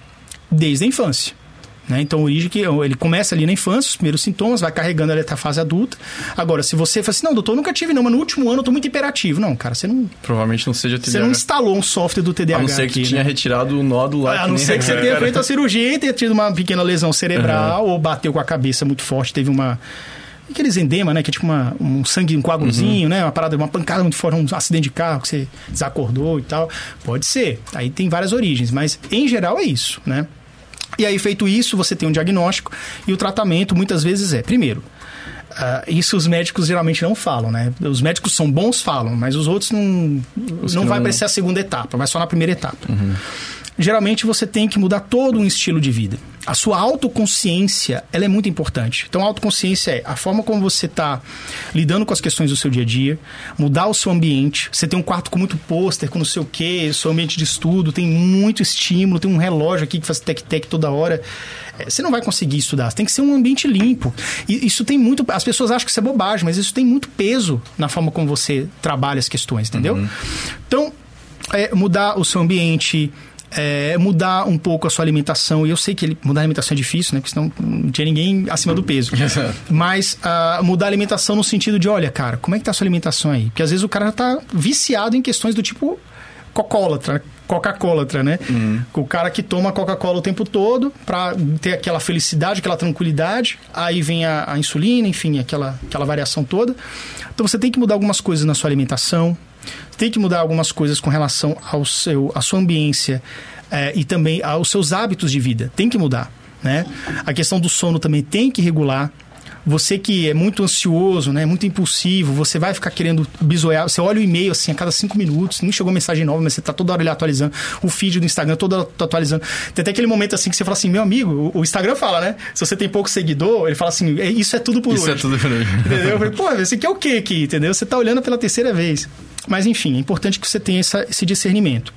C: desde a infância. Né? Então, a origem que ele começa ali na infância, os primeiros sintomas, vai carregando ali até a fase adulta. Agora, se você fala assim, não, doutor, eu nunca tive não, mas no último ano eu tô muito hiperativo. Não, cara, você não...
B: Provavelmente não seja T D A H.
C: Você não instalou um software do T D A H.
B: A não ser que
C: aqui,
B: tinha
C: né?
B: retirado o nódulo lá.
C: A não ser que você tenha feito a cirurgia e tenha tido uma pequena lesão cerebral, uhum. ou bateu com a cabeça muito forte, teve uma... Aqueles endema, né? Que é tipo uma, um sangue, um coágulozinho, uhum. né? Uma parada, uma pancada muito forte, um acidente de carro que você desacordou e tal. Pode ser. Aí tem várias origens, mas em geral é isso, né? E aí, feito isso, você tem um diagnóstico e o tratamento muitas vezes é, primeiro, uh, isso os médicos geralmente não falam, né? Os médicos são bons, falam, mas os outros não, os não vai não... para ser a segunda etapa, vai só na primeira etapa. Uhum. Geralmente você tem que mudar todo um estilo de vida. A sua autoconsciência, ela é muito importante. Então, a autoconsciência é a forma como você está lidando com as questões do seu dia a dia, mudar o seu ambiente. Você tem um quarto com muito pôster, com não sei o quê, seu ambiente de estudo, tem muito estímulo, tem um relógio aqui que faz tec-tec toda hora. Você não vai conseguir estudar, tem que ser um ambiente limpo. E isso tem muito... As pessoas acham que isso é bobagem, mas isso tem muito peso na forma como você trabalha as questões, entendeu? Uhum. Então, é, mudar o seu ambiente... É, mudar um pouco a sua alimentação. E eu sei que ele, mudar a alimentação é difícil, né? Porque senão não tinha ninguém acima do peso. Mas uh, mudar a alimentação no sentido de, olha, cara, como é que tá a sua alimentação aí? Porque às vezes o cara já tá viciado em questões do tipo cocólatra, coca-colatra, né? Uhum. O cara que toma Coca-Cola o tempo todo pra ter aquela felicidade, aquela tranquilidade. Aí vem a, a insulina, enfim, aquela, aquela variação toda. Então você tem que mudar algumas coisas na sua alimentação. Tem que mudar algumas coisas com relação ao seu, à sua ambiência é, e também aos seus hábitos de vida. Tem que mudar, né? A questão do sono também tem que regular. Você que é muito ansioso, né, muito impulsivo, você vai ficar querendo bisoiar. Você olha o e-mail assim a cada cinco minutos, nem chegou mensagem nova, mas você tá toda hora ali atualizando. O feed do Instagram toda hora atualizando. Tem até aquele momento assim que você fala assim, meu amigo, o Instagram fala, né? Se você tem pouco seguidor, ele fala assim, isso é tudo por
B: isso
C: hoje.
B: Isso é tudo por hoje.
C: Entendeu? Eu falei, pô, você quer o quê aqui? Entendeu? Você tá olhando pela terceira vez. Mas enfim, é importante que você tenha essa, esse discernimento.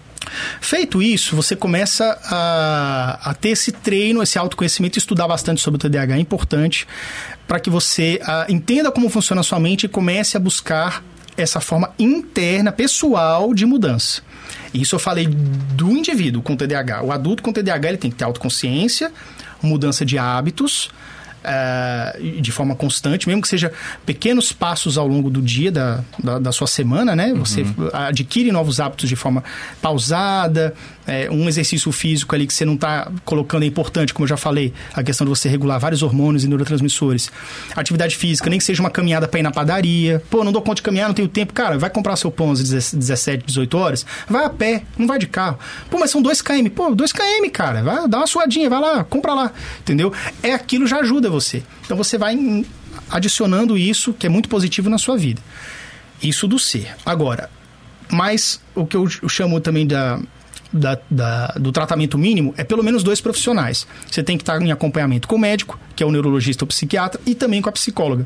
C: Feito isso, você começa a, a ter esse treino, esse autoconhecimento e estudar bastante sobre o T D A H. É importante para que você a, entenda como funciona a sua mente e comece a buscar essa forma interna, pessoal de mudança. Isso eu falei do indivíduo com T D A H. O adulto com T D A H ele tem que ter autoconsciência, mudança de hábitos, Uh, de forma constante, mesmo que seja pequenos passos ao longo do dia da, da, da sua semana, né? Você uhum. adquire novos hábitos de forma pausada, é, um exercício físico ali que você não está colocando é importante, como eu já falei, a questão de você regular vários hormônios e neurotransmissores. Atividade física, nem que seja uma caminhada para ir na padaria. Pô, não dou conta de caminhar, não tenho tempo. Cara, vai comprar seu pão às dezessete, dezoito horas, vai a pé, não vai de carro. Pô, mas são dois quilômetros. Pô, dois quilômetros, cara. Vai, dá uma suadinha, vai lá, compra lá. Entendeu? É aquilo já ajuda você. Então você vai adicionando isso, que é muito positivo na sua vida. Isso do ser. Agora, mas o que eu chamo também da, da, da, do tratamento mínimo é pelo menos dois profissionais. Você tem que estar em acompanhamento com o médico, que é o neurologista ou psiquiatra, e também com a psicóloga.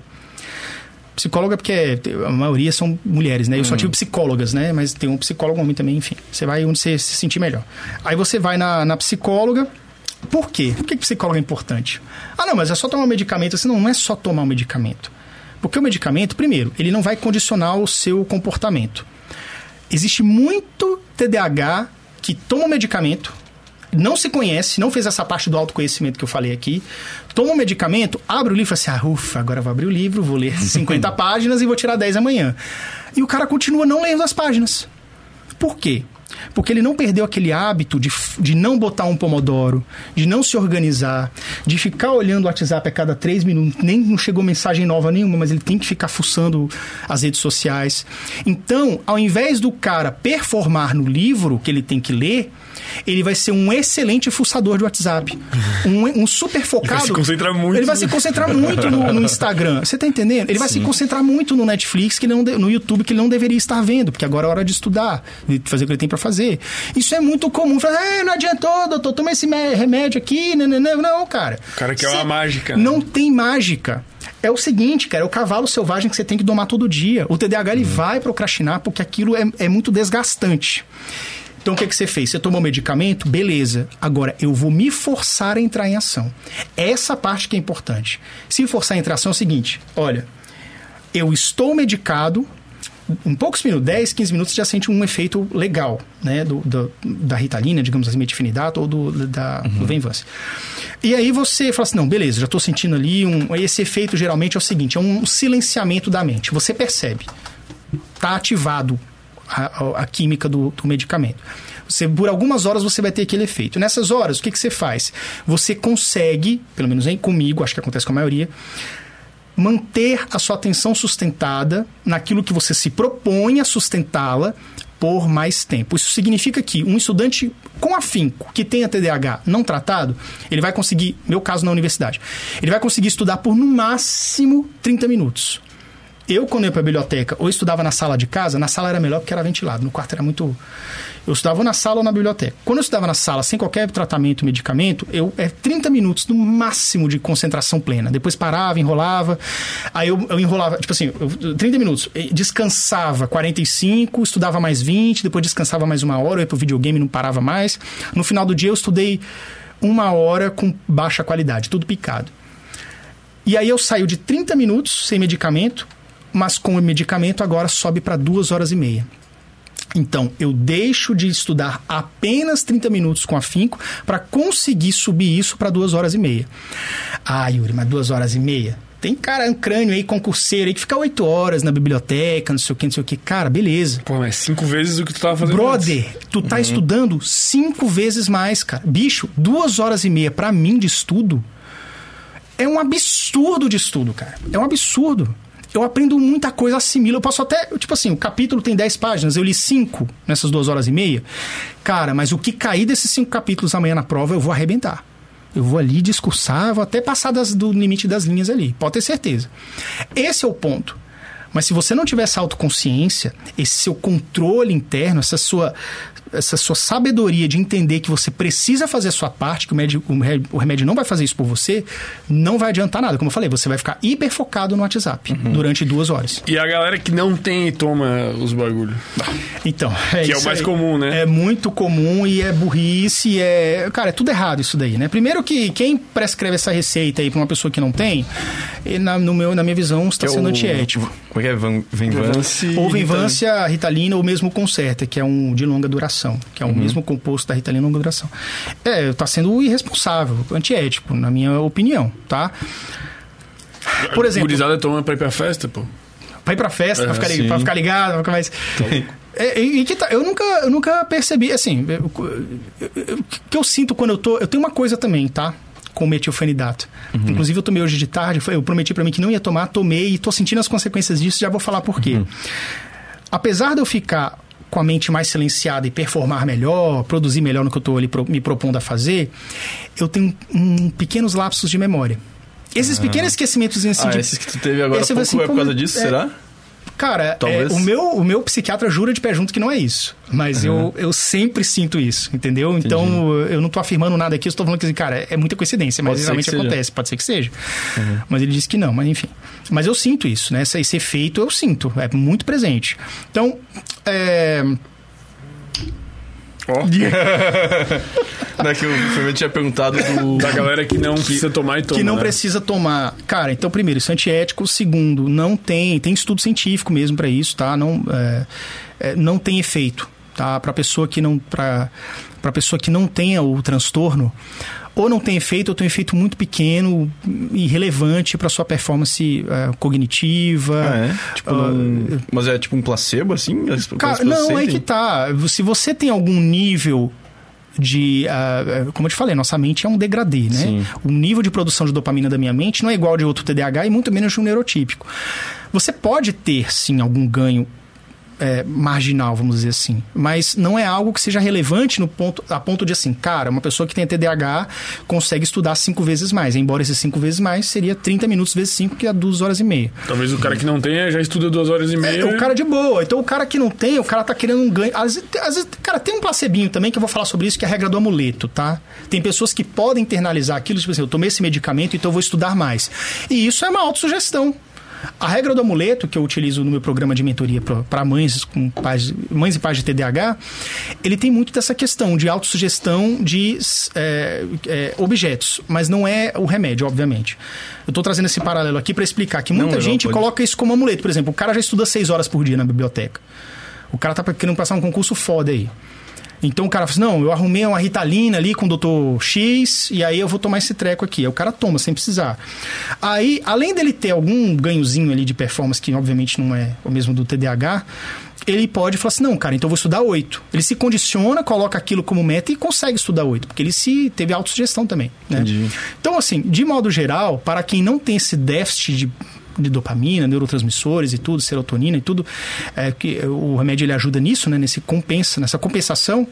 C: Psicóloga porque a maioria são mulheres, né? Eu uhum. só tive psicólogas, né? Mas tem um psicólogo homem também, enfim. Você vai onde você se sentir melhor. Aí você vai na, na psicóloga. Por quê? Por que psicólogo é importante? Ah, não, mas é só tomar um medicamento. Assim, não, não é só tomar um medicamento. Porque o medicamento, primeiro, ele não vai condicionar o seu comportamento. Existe muito T D A H que toma um medicamento, não se conhece, não fez essa parte do autoconhecimento que eu falei aqui, toma um medicamento, abre o livro e fala assim, ah, ufa, agora eu vou abrir o livro, vou ler cinquenta páginas e vou tirar dez amanhã. E o cara continua não lendo as páginas. Por quê? Porque ele não perdeu aquele hábito de, de não botar um pomodoro, de não se organizar, de ficar olhando o WhatsApp a cada três minutos, nem não chegou mensagem nova nenhuma, mas ele tem que ficar fuçando as redes sociais. Então, ao invés do cara performar no livro que ele tem que ler, ele vai ser um excelente fuçador de WhatsApp. Um, um super focado. Ele vai se
A: concentrar muito.
C: Ele vai se concentrar muito no, no Instagram. Você tá entendendo? Ele vai Sim. se concentrar muito no Netflix, que ele não de, no YouTube, que ele não deveria estar vendo, porque agora é hora de estudar, de fazer o que ele tem pra fazer. Isso é muito comum. Fala, eh, não adiantou, doutor, toma esse remédio aqui. Não, não, não, não cara.
A: O cara quer uma mágica.
C: Não tem mágica. É o seguinte, cara, é o cavalo selvagem que você tem que domar todo dia. O T D A H, ele hum. vai procrastinar porque aquilo é, é muito desgastante. Então, o que, que você fez? Você tomou medicamento? Beleza. Agora, eu vou me forçar a entrar em ação. Essa parte que é importante. Se forçar a entrar em ação é o seguinte, olha, eu estou medicado, em poucos minutos, dez, quinze minutos, você já sente um efeito legal, né? Do, do, da Ritalina, digamos assim, metilfenidato, ou do, da, uhum. do Venvance. E aí você fala assim, não, beleza, já estou sentindo ali um... Esse efeito geralmente é o seguinte, é um silenciamento da mente. Você percebe, está ativado a, a, a química do, do medicamento. Você, por algumas horas você vai ter aquele efeito. Nessas horas, o que, que você faz? Você consegue, pelo menos hein, comigo, acho que acontece com a maioria, manter a sua atenção sustentada naquilo que você se propõe a sustentá-la por mais tempo. Isso significa que um estudante com afinco, que tenha T D A H não tratado, ele vai conseguir, meu caso na universidade, ele vai conseguir estudar por no máximo trinta minutos. Eu, quando ia para a biblioteca ou estudava na sala de casa, na sala era melhor porque era ventilado, no quarto era muito... Eu estudava na sala ou na biblioteca. Quando eu estudava na sala, sem qualquer tratamento, medicamento, eu é trinta minutos no máximo de concentração plena. Depois parava, enrolava. Aí eu, eu enrolava, tipo assim, eu, trinta minutos. Descansava quarenta e cinco, estudava mais vinte, depois descansava mais uma hora, eu ia pro videogame, não parava mais. No final do dia eu estudei uma hora com baixa qualidade, tudo picado. E aí eu saio de trinta minutos sem medicamento, mas com o medicamento agora sobe para duas horas e meia. Então, eu deixo de estudar apenas trinta minutos com afinco para conseguir subir isso para duas horas e meia. Ah, Yuri, mas duas horas e meia? Tem cara, um crânio aí, concurseiro aí, que fica oito horas na biblioteca, não sei o que, não sei o que. Cara, beleza.
A: Pô, mas cinco vezes o que tu tava fazendo
C: Brother,
A: antes.
C: tu tá
A: uhum.
C: estudando cinco vezes mais, cara. Bicho, duas horas e meia para mim de estudo é um absurdo de estudo, cara. É um absurdo. Eu aprendo muita coisa, assimilo. Eu posso até... Tipo assim, o capítulo tem dez páginas. Eu li cinco nessas duas horas e meia. Cara, mas o que cair desses cinco capítulos amanhã na prova, eu vou arrebentar. Eu vou ali discursar, vou até passar das, do limite das linhas ali. Pode ter certeza. Esse é o ponto. Mas se você não tiver essa autoconsciência, esse seu controle interno, essa sua, essa sua sabedoria de entender que você precisa fazer a sua parte, que o, médio, o remédio não vai fazer isso por você, não vai adiantar nada. Como eu falei, você vai ficar hiper focado no WhatsApp uhum. durante duas horas.
A: E a galera que não tem e toma os bagulhos?
C: Então, é
A: que
C: isso
A: é o mais
C: aí.
A: comum, né?
C: É muito comum e é burrice, é... Cara, é tudo errado isso daí, né? Primeiro que quem prescreve essa receita aí pra uma pessoa que não tem, na, no meu, na minha visão, está sendo
B: é o...
C: antiético.
B: Como é que é? Venvance...
C: Ou Venvância, Ritalina, ou mesmo Concerta, que é um de longa duração, que é o uhum. mesmo composto da Ritalina de longa duração. É, tá sendo irresponsável, antiético, na minha opinião, tá? Por exemplo...
A: Gurizada toma pra ir pra festa, pô.
C: Pra ir pra festa, é, pra, ficar ligado, pra ficar ligado, pra ficar mais... É, e, e que tá, eu, nunca, eu nunca percebi, assim, o que eu sinto quando eu tô... Eu tenho uma coisa também, tá? Com metilfenidato. Uhum. Inclusive, eu tomei hoje de tarde, eu prometi pra mim que não ia tomar, tomei e tô sentindo as consequências disso, já vou falar por quê. Uhum. Apesar de eu ficar com a mente mais silenciada e performar melhor, produzir melhor no que eu tô ali pro, me propondo a fazer, eu tenho um, pequenos lapsos de memória. Esses ah. pequenos esquecimentos... Assim,
B: ah,
C: de,
B: esses que tu teve agora há pouco
C: assim,
B: é por causa disso, é, será?
C: Cara, é, o, meu, o meu psiquiatra jura de pé junto que não é isso. Mas uhum. eu, eu sempre sinto isso, entendeu? Entendi. Então, eu não tô afirmando nada aqui, eu estou falando que, cara, é muita coincidência, mas realmente acontece. Pode ser que seja. Uhum. Mas ele disse que não, mas enfim. Mas eu sinto isso, né? Esse, esse efeito eu sinto, é muito presente. Então, é...
B: Ó. Oh. Não é que o Fernando tinha perguntado do...
A: da galera que não precisa tomar e toma.
C: Que não
A: né?
C: precisa tomar. Cara, então, primeiro, isso é antiético. Segundo, não tem... Tem estudo científico mesmo pra isso, tá? Não, é, é, não tem efeito, tá? Pra pessoa que não... Pra, pra pessoa que não tenha o transtorno... Ou não tem efeito, ou tem um efeito muito pequeno e relevante para sua performance uh, cognitiva.
B: Ah, é? Tipo, uh, um... Mas é tipo um placebo, assim?
C: Cara, não, sentem? É que tá. Se você tem algum nível de... Uh, como eu te falei, nossa mente é um degradê, né? Sim. O nível de produção de dopamina da minha mente não é igual de outro T D A H e muito menos de um neurotípico. Você pode ter, sim, algum ganho É, marginal, vamos dizer assim. Mas não é algo que seja relevante no ponto, a ponto de assim, cara, uma pessoa que tem T D A H consegue estudar cinco vezes mais. Embora esses cinco vezes mais seria trinta minutos vezes cinco, que é duas horas e meia.
A: Talvez o cara que não tenha já estuda duas horas e meia.
C: É, o cara de boa. Então o cara que não tem, o cara tá querendo um ganho. Às vezes, às vezes, cara, tem um placebinho também que eu vou falar sobre isso, que é a regra do amuleto, tá? Tem pessoas que podem internalizar aquilo, tipo assim, eu tomei esse medicamento, então eu vou estudar mais. E isso é uma autossugestão. A regra do amuleto, que eu utilizo no meu programa de mentoria para mães, com pais, mães e pais de T D A H, ele tem muito dessa questão de autossugestão de é, é, objetos, mas não é o remédio, obviamente. Eu estou trazendo esse paralelo aqui para explicar que muita não, gente pode... coloca isso como amuleto. Por exemplo, o cara já estuda seis horas por dia na biblioteca. O cara tá querendo passar um concurso foda aí. Então o cara fala assim, não, eu arrumei uma Ritalina ali com o doutor X e aí eu vou tomar esse treco aqui. Aí o cara toma sem precisar. Aí, além dele ter algum ganhozinho ali de performance, que obviamente não é o mesmo do T D A H, ele pode falar assim, não, cara, então eu vou estudar oito. Ele se condiciona, coloca aquilo como meta e consegue estudar oito, porque ele se teve autossugestão também. Né? Entendi. Então, assim, de modo geral, para quem não tem esse déficit de de dopamina, neurotransmissores e tudo, serotonina e tudo, é, que o remédio ele ajuda nisso, né, nesse compensa, nessa compensação,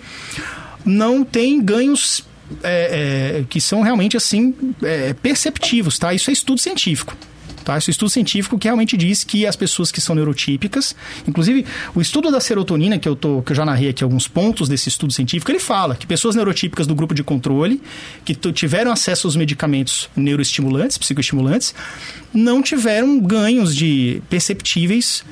C: não tem ganhos é, é, que são realmente assim é, perceptivos, tá? Isso é estudo científico. Tá? Esse estudo científico que realmente diz que as pessoas que são neurotípicas, inclusive o estudo da serotonina, que eu, tô, que eu já narrei aqui alguns pontos desse estudo científico, ele fala que pessoas neurotípicas do grupo de controle, que tiveram acesso aos medicamentos neuroestimulantes, psicoestimulantes, não tiveram ganhos de perceptíveis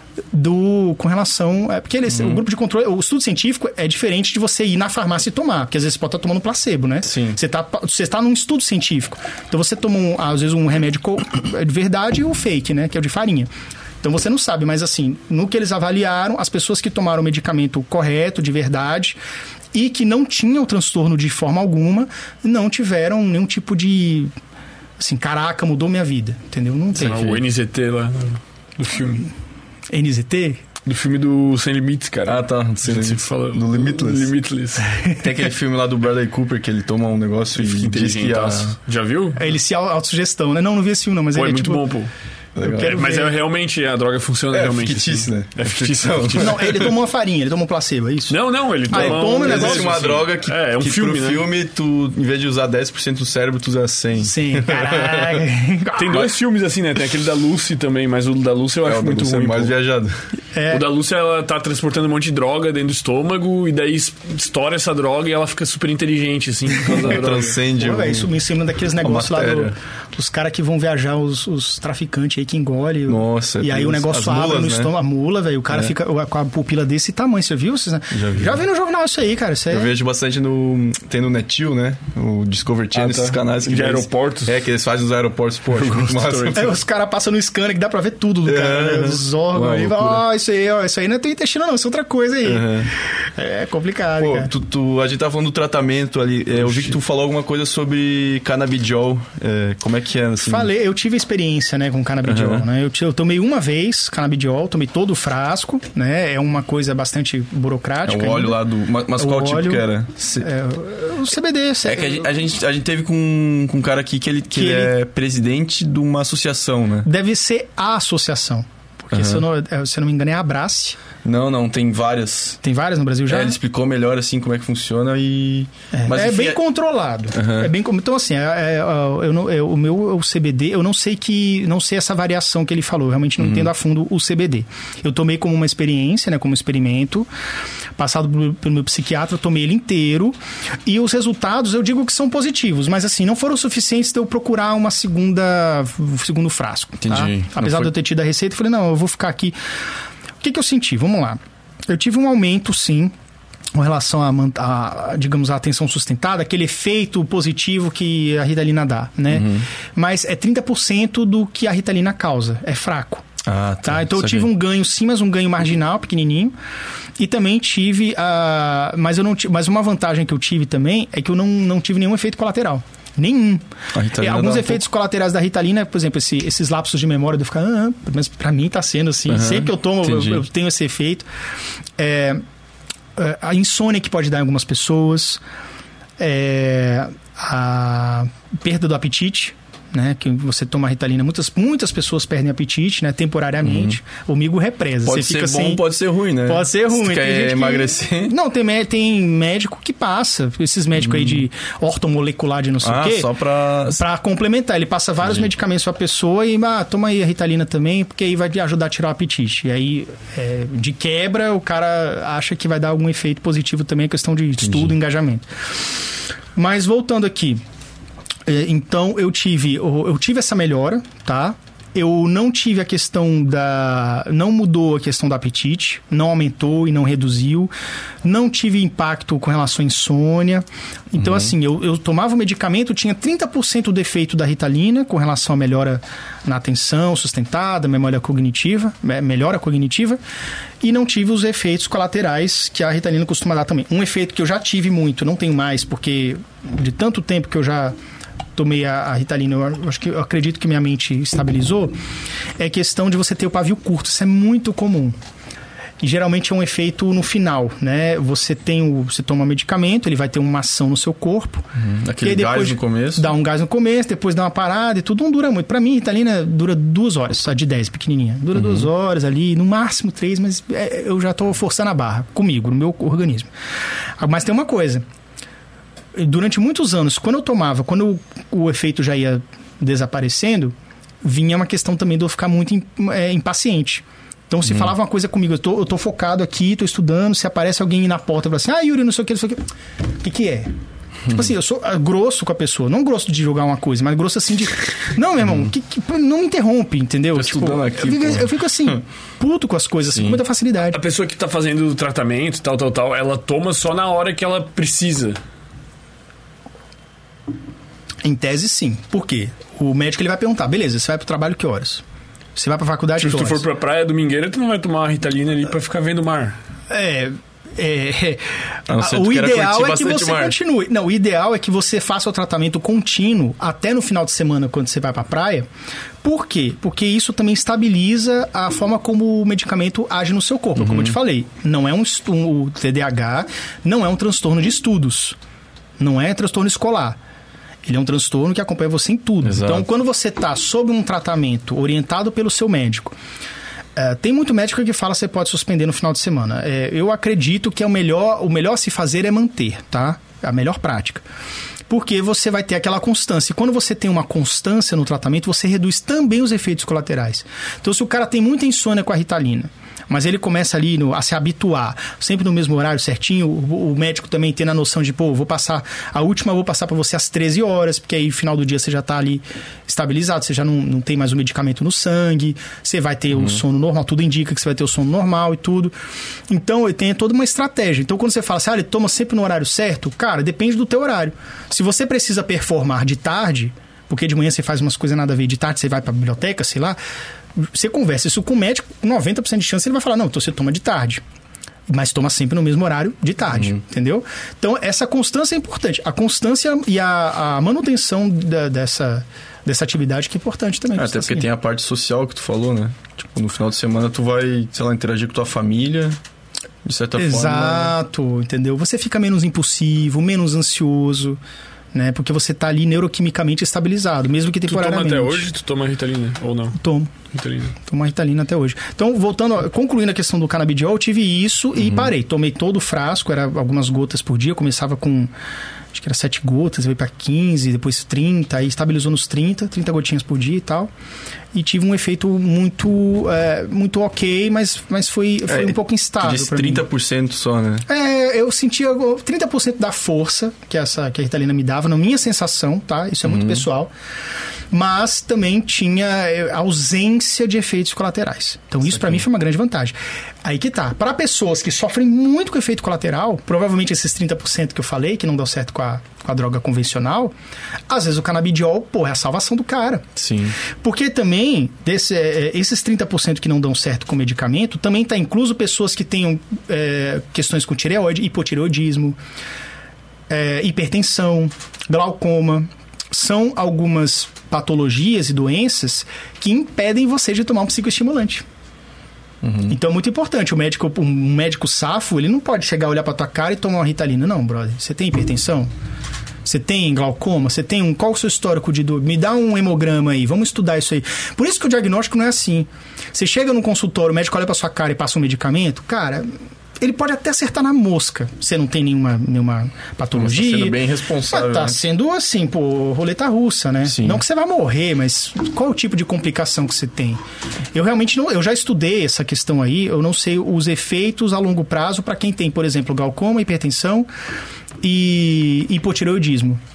C: do, com relação... É, porque eles, uhum. o grupo de controle, o estudo científico é diferente de você ir na farmácia e tomar, porque às vezes você pode estar tomando placebo, né?
B: Sim.
C: Você está você tá num estudo científico. Então você toma, um, às vezes, um remédio de verdade e o fake, né? Que é o de farinha. Então você não sabe, mas assim, no que eles avaliaram, as pessoas que tomaram o medicamento correto, de verdade, e que não tinham transtorno de forma alguma, não tiveram nenhum tipo de... Assim, caraca, mudou minha vida, entendeu? Não tem.
A: O N Z T lá do filme...
C: N Z T?
A: Do filme do Sem Limites, cara.
B: Ah, tá. Sem Limites.
A: Fala,
B: do Limitless.
A: Limitless.
B: Tem aquele filme lá do Bradley Cooper que ele toma um negócio e, e diz que a...
A: Já viu?
C: É, ele se autossugestão, né? Não, não vi esse filme não, mas
A: pô,
C: ele
A: é
C: é
A: muito
C: tipo...
A: bom, pô. É, mas é realmente, a droga funciona
B: é,
A: realmente.
B: Fictício,
A: assim.
B: né?
A: É fictício, é fictício.
C: Não, ele tomou uma farinha, ele tomou um placebo, é isso?
A: Não, não, ele
C: ah,
A: toma
C: um...
B: Existe
C: negócio,
B: uma
A: assim.
B: droga que,
A: é, é um
B: que
A: filme,
B: pro
A: né?
B: filme, tu, em vez de usar dez por cento do cérebro, tu usa cem.
C: Sim, caraca.
A: Tem dois filmes assim, né? Tem aquele da Lucy também, mas o da Lucy eu
B: é,
A: acho muito
B: Lucy
A: ruim.
B: É mais
A: pô.
B: viajado.
A: É. O da Lucy, ela tá transportando um monte de droga dentro do estômago e daí estoura essa droga e ela fica super inteligente, assim.
B: Transcende.
C: Pô,
B: um...
C: véio, isso me ensina daqueles negócios lá do, dos caras que vão viajar, os, os traficantes aí que engolem.
B: Nossa,
C: e aí o negócio abre mulas, no
B: né?
C: estômago, a mula, velho. O cara é. fica com a pupila desse tamanho, você viu? Você,
B: já vi.
C: Já vi no jornal isso aí, cara. Isso é...
B: Eu vejo bastante no... Tem no Netil, né? O Discovery Channel, ah, tá. esses canais que
A: de
B: eles...
A: aeroportos.
B: É, que eles fazem nos aeroportos, pô.
C: É, os caras passam no scanner que dá pra ver tudo do é, cara, né? Os órgãos aí. Ó, oh, isso aí, ó. Isso aí não é teu intestino, não. Isso é outra coisa aí. Uhum. É complicado,
B: pô,
C: cara.
B: Tu, tu, a gente tava falando do tratamento ali. É, eu vi que tu falou alguma coisa sobre canabidiol. É, como é que é, assim?
C: Falei, eu tive experiência, né, com canabidiol, uhum. né? Eu, eu tomei uma vez canabidiol, tomei todo o frasco, né? É uma coisa bastante burocrática.
B: É o óleo
C: ainda.
B: lá do... Mas qual
C: óleo,
B: tipo que era?
C: É, o C B D.
B: É que a gente, a gente, a gente teve com, com um cara aqui que ele, que, que ele é presidente de uma associação, né?
C: Deve ser a associação. Porque, uhum. se, eu não, se eu não me engano, é a Abrace.
B: Não, não, tem várias.
C: Tem várias no Brasil já?
B: É, ele explicou melhor, assim, como é que funciona e...
C: É, Mas, é enfim, bem é... controlado. Uhum. É bem, então, assim, é, é, eu não, é, o meu o C B D, eu não sei que não sei essa variação que ele falou. Eu realmente não uhum. entendo a fundo o C B D. Eu tomei como uma experiência, né, como experimento, passado pelo, pelo meu psiquiatra, eu tomei ele inteiro. E os resultados, eu digo que são positivos, mas, assim, não foram suficientes de eu procurar uma segunda, um segundo frasco.
B: Entendi.
C: Tá? Apesar foi... de eu ter tido a receita, eu falei, não, eu vou ficar aqui... O que, que eu senti? Vamos lá. Eu tive um aumento, sim, com relação a, a, digamos, a atenção sustentada, aquele efeito positivo que a Ritalina dá, né? Uhum. Mas é trinta por cento do que a Ritalina causa. É fraco.
B: Ah, tá.
C: tá? Então eu tive um ganho, sim, mas um ganho marginal, pequenininho. E também tive... Uh, mas, eu não t... mas uma vantagem que eu tive também é que eu não, não tive nenhum efeito colateral. Nenhum. É, alguns efeitos um colaterais da Ritalina, por exemplo, esse, esses lapsos de memória de eu ficar, ah, mas pra mim tá sendo assim. Uhum, sempre que eu tomo, eu, eu tenho esse efeito. É, a insônia que pode dar em algumas pessoas, é, a perda do apetite, né? Que você toma Ritalina, muitas, muitas pessoas perdem apetite, né? Temporariamente. Uhum. O migo represa.
B: Pode
C: você
B: ser
C: fica
B: bom,
C: sem...
B: pode ser ruim, né?
C: Pode ser ruim.
B: Se quer emagrecer...
C: Que... Não, tem, tem médico que passa. Esses médicos uhum. aí de ortomolecular de não sei
B: ah,
C: o quê.
B: Só pra...
C: Pra complementar. Ele passa vários Entendi. medicamentos pra pessoa e ah, toma aí a Ritalina também, porque aí vai te ajudar a tirar o apetite. E aí, é, de quebra, o cara acha que vai dar algum efeito positivo também, a questão de Entendi. estudo, engajamento. Mas voltando aqui... Então, eu tive, eu tive essa melhora, tá? eu não tive a questão da... Não mudou a questão do apetite, não aumentou e não reduziu. Não tive impacto com relação à insônia. Então, uhum. assim, eu, eu tomava o medicamento, tinha trinta por cento do efeito da Ritalina com relação à melhora na atenção sustentada, memória cognitiva, melhora cognitiva, e não tive os efeitos colaterais que a Ritalina costuma dar também. Um efeito que eu já tive muito, não tenho mais, porque de tanto tempo que eu já... tomei a, a Ritalina, eu acho que eu acredito que minha mente estabilizou, é questão de você ter o pavio curto. Isso é muito comum. E geralmente é um efeito no final, né? Você tem o, você toma um medicamento, ele vai ter uma ação no seu corpo.
B: Uhum. Aquele gás no começo.
C: Dá um gás no começo, depois dá uma parada e tudo. Não dura muito. Pra mim, a Ritalina dura duas horas, a de dez, pequenininha. Dura uhum. duas horas ali, no máximo três, mas é, eu já tô forçando a barra comigo, no meu organismo. Mas tem uma coisa. Durante muitos anos, quando eu tomava, quando eu, o efeito já ia desaparecendo, vinha uma questão também de eu ficar muito é, impaciente. Então, se hum. falava uma coisa comigo, eu tô, eu tô focado aqui, tô estudando, se aparece alguém na porta e fala assim, ah, Yuri, não sei o que, não sei o que. O que que é? Hum. Tipo assim, eu sou grosso com a pessoa. Não grosso de jogar uma coisa, mas grosso assim de... Não, meu irmão, hum. que, que, não me interrompe, entendeu?
B: Tô
C: tipo,
B: estudando aqui,
C: eu, fico, eu fico assim, puto com as coisas, assim, com muita facilidade.
A: A pessoa que tá fazendo o tratamento, tal, tal, tal, ela toma só na hora que ela precisa.
C: Em tese, sim. Por quê? O médico ele vai perguntar, beleza, você vai pro trabalho que horas? Você vai pra faculdade que horas?
A: Se tu for pra praia domingueira, tu não vai tomar uma Ritalina ali pra ficar vendo o mar.
C: É... É, o ideal é que você
B: mar.
C: continue. Não, o ideal é que você faça o tratamento contínuo até no final de semana, quando você vai pra praia. Por quê? Porque isso também estabiliza a forma como o medicamento age no seu corpo. Uhum. Como eu te falei, não é um, um o T D A H não é um transtorno de estudos. Não é transtorno escolar. Ele é um transtorno que acompanha você em tudo.
B: Exato.
C: Então, quando você está sob um tratamento orientado pelo seu médico, uh, tem muito médico que fala que você pode suspender no final de semana. Uh, eu acredito que é o melhor, o melhor a se fazer é manter, tá? A melhor prática. Porque você vai ter aquela constância. E quando você tem uma constância no tratamento, você reduz também os efeitos colaterais. Então, se o cara tem muita insônia com a Ritalina, mas ele começa ali no, a se habituar, sempre no mesmo horário certinho, o, o médico também tem a noção de, pô, vou passar, a última eu vou passar para você às treze horas, porque aí no final do dia você já tá ali estabilizado, você já não, não tem mais o medicamento no sangue, você vai ter uhum. o sono normal, tudo indica que você vai ter o sono normal e tudo. Então, ele tem toda uma estratégia. Então, quando você fala assim, ah, ele toma sempre no horário certo, cara, depende do teu horário. Se você precisa performar de tarde, porque de manhã você faz umas coisas nada a ver, de tarde você vai para a biblioteca, sei lá, você conversa isso com o médico, noventa por cento de chance ele vai falar, não, então você toma de tarde. Mas toma sempre no mesmo horário de tarde, uhum. entendeu? Então, essa constância é importante. A constância e a, a manutenção da, dessa, dessa atividade que é importante também.
B: É, até porque tem a parte social que tu falou, né? Tipo, no final de semana tu vai, sei lá, interagir com tua família, de certa
C: Exato,
B: forma.
C: Exato, entendeu? Você fica menos impulsivo, menos ansioso, né? Porque você tá ali neuroquimicamente estabilizado, mesmo que temporariamente.
A: Tu toma até hoje? Tu toma Ritalina ou não?
C: Tomo.
A: Ritalina.
C: Tomo Ritalina até hoje. Então, voltando, concluindo a questão do canabidiol, eu tive isso uhum. e parei. Tomei todo o frasco, era algumas gotas por dia. Eu começava com, acho que era sete gotas, veio para quinze, depois trinta, aí estabilizou nos trinta, trinta gotinhas por dia e tal. E tive um efeito muito, é, muito ok, mas, mas foi, foi é, um pouco instável. Tu disse
B: trinta por cento só, né?
C: É, eu sentia trinta por cento da força que, essa, que a Ritalina me dava, na minha sensação, tá? Isso é muito uhum. pessoal. Mas também tinha ausência de efeitos colaterais. Então, isso, isso para mim foi uma grande vantagem. Aí que tá. Para pessoas que sofrem muito com efeito colateral, provavelmente esses trinta por cento que eu falei, que não deu certo com a, com a droga convencional, às vezes o canabidiol, pô, é a salvação do cara.
B: Sim. Porque
C: também, desse, é, esses trinta por cento que não dão certo com o medicamento, também tá incluso pessoas que tenham é, questões com tireoide, hipotireoidismo, é, hipertensão, glaucoma. São algumas patologias e doenças que impedem você de tomar um psicoestimulante. Uhum. Então é muito importante. O médico, um médico safo, ele não pode chegar, olhar pra tua cara e tomar uma Ritalina. Não, brother. Você tem hipertensão? Você tem glaucoma? Você tem um... Qual é o seu histórico de dor? Me dá um hemograma aí. Vamos estudar isso aí. Por isso que o diagnóstico não é assim. Você chega num consultório, o médico olha pra sua cara e passa um medicamento, cara... Ele pode até acertar na mosca. Você não tem nenhuma, nenhuma patologia.
B: Tá sendo bem responsável.
C: Tá
B: né?
C: sendo assim, pô, roleta russa, né?
B: Sim.
C: Não que você vai morrer, mas qual é o tipo de complicação que você tem? Eu realmente não... Eu já estudei essa questão aí. Eu não sei os efeitos a longo prazo para quem tem, por exemplo, glaucoma, hipertensão e hipotireoidismo.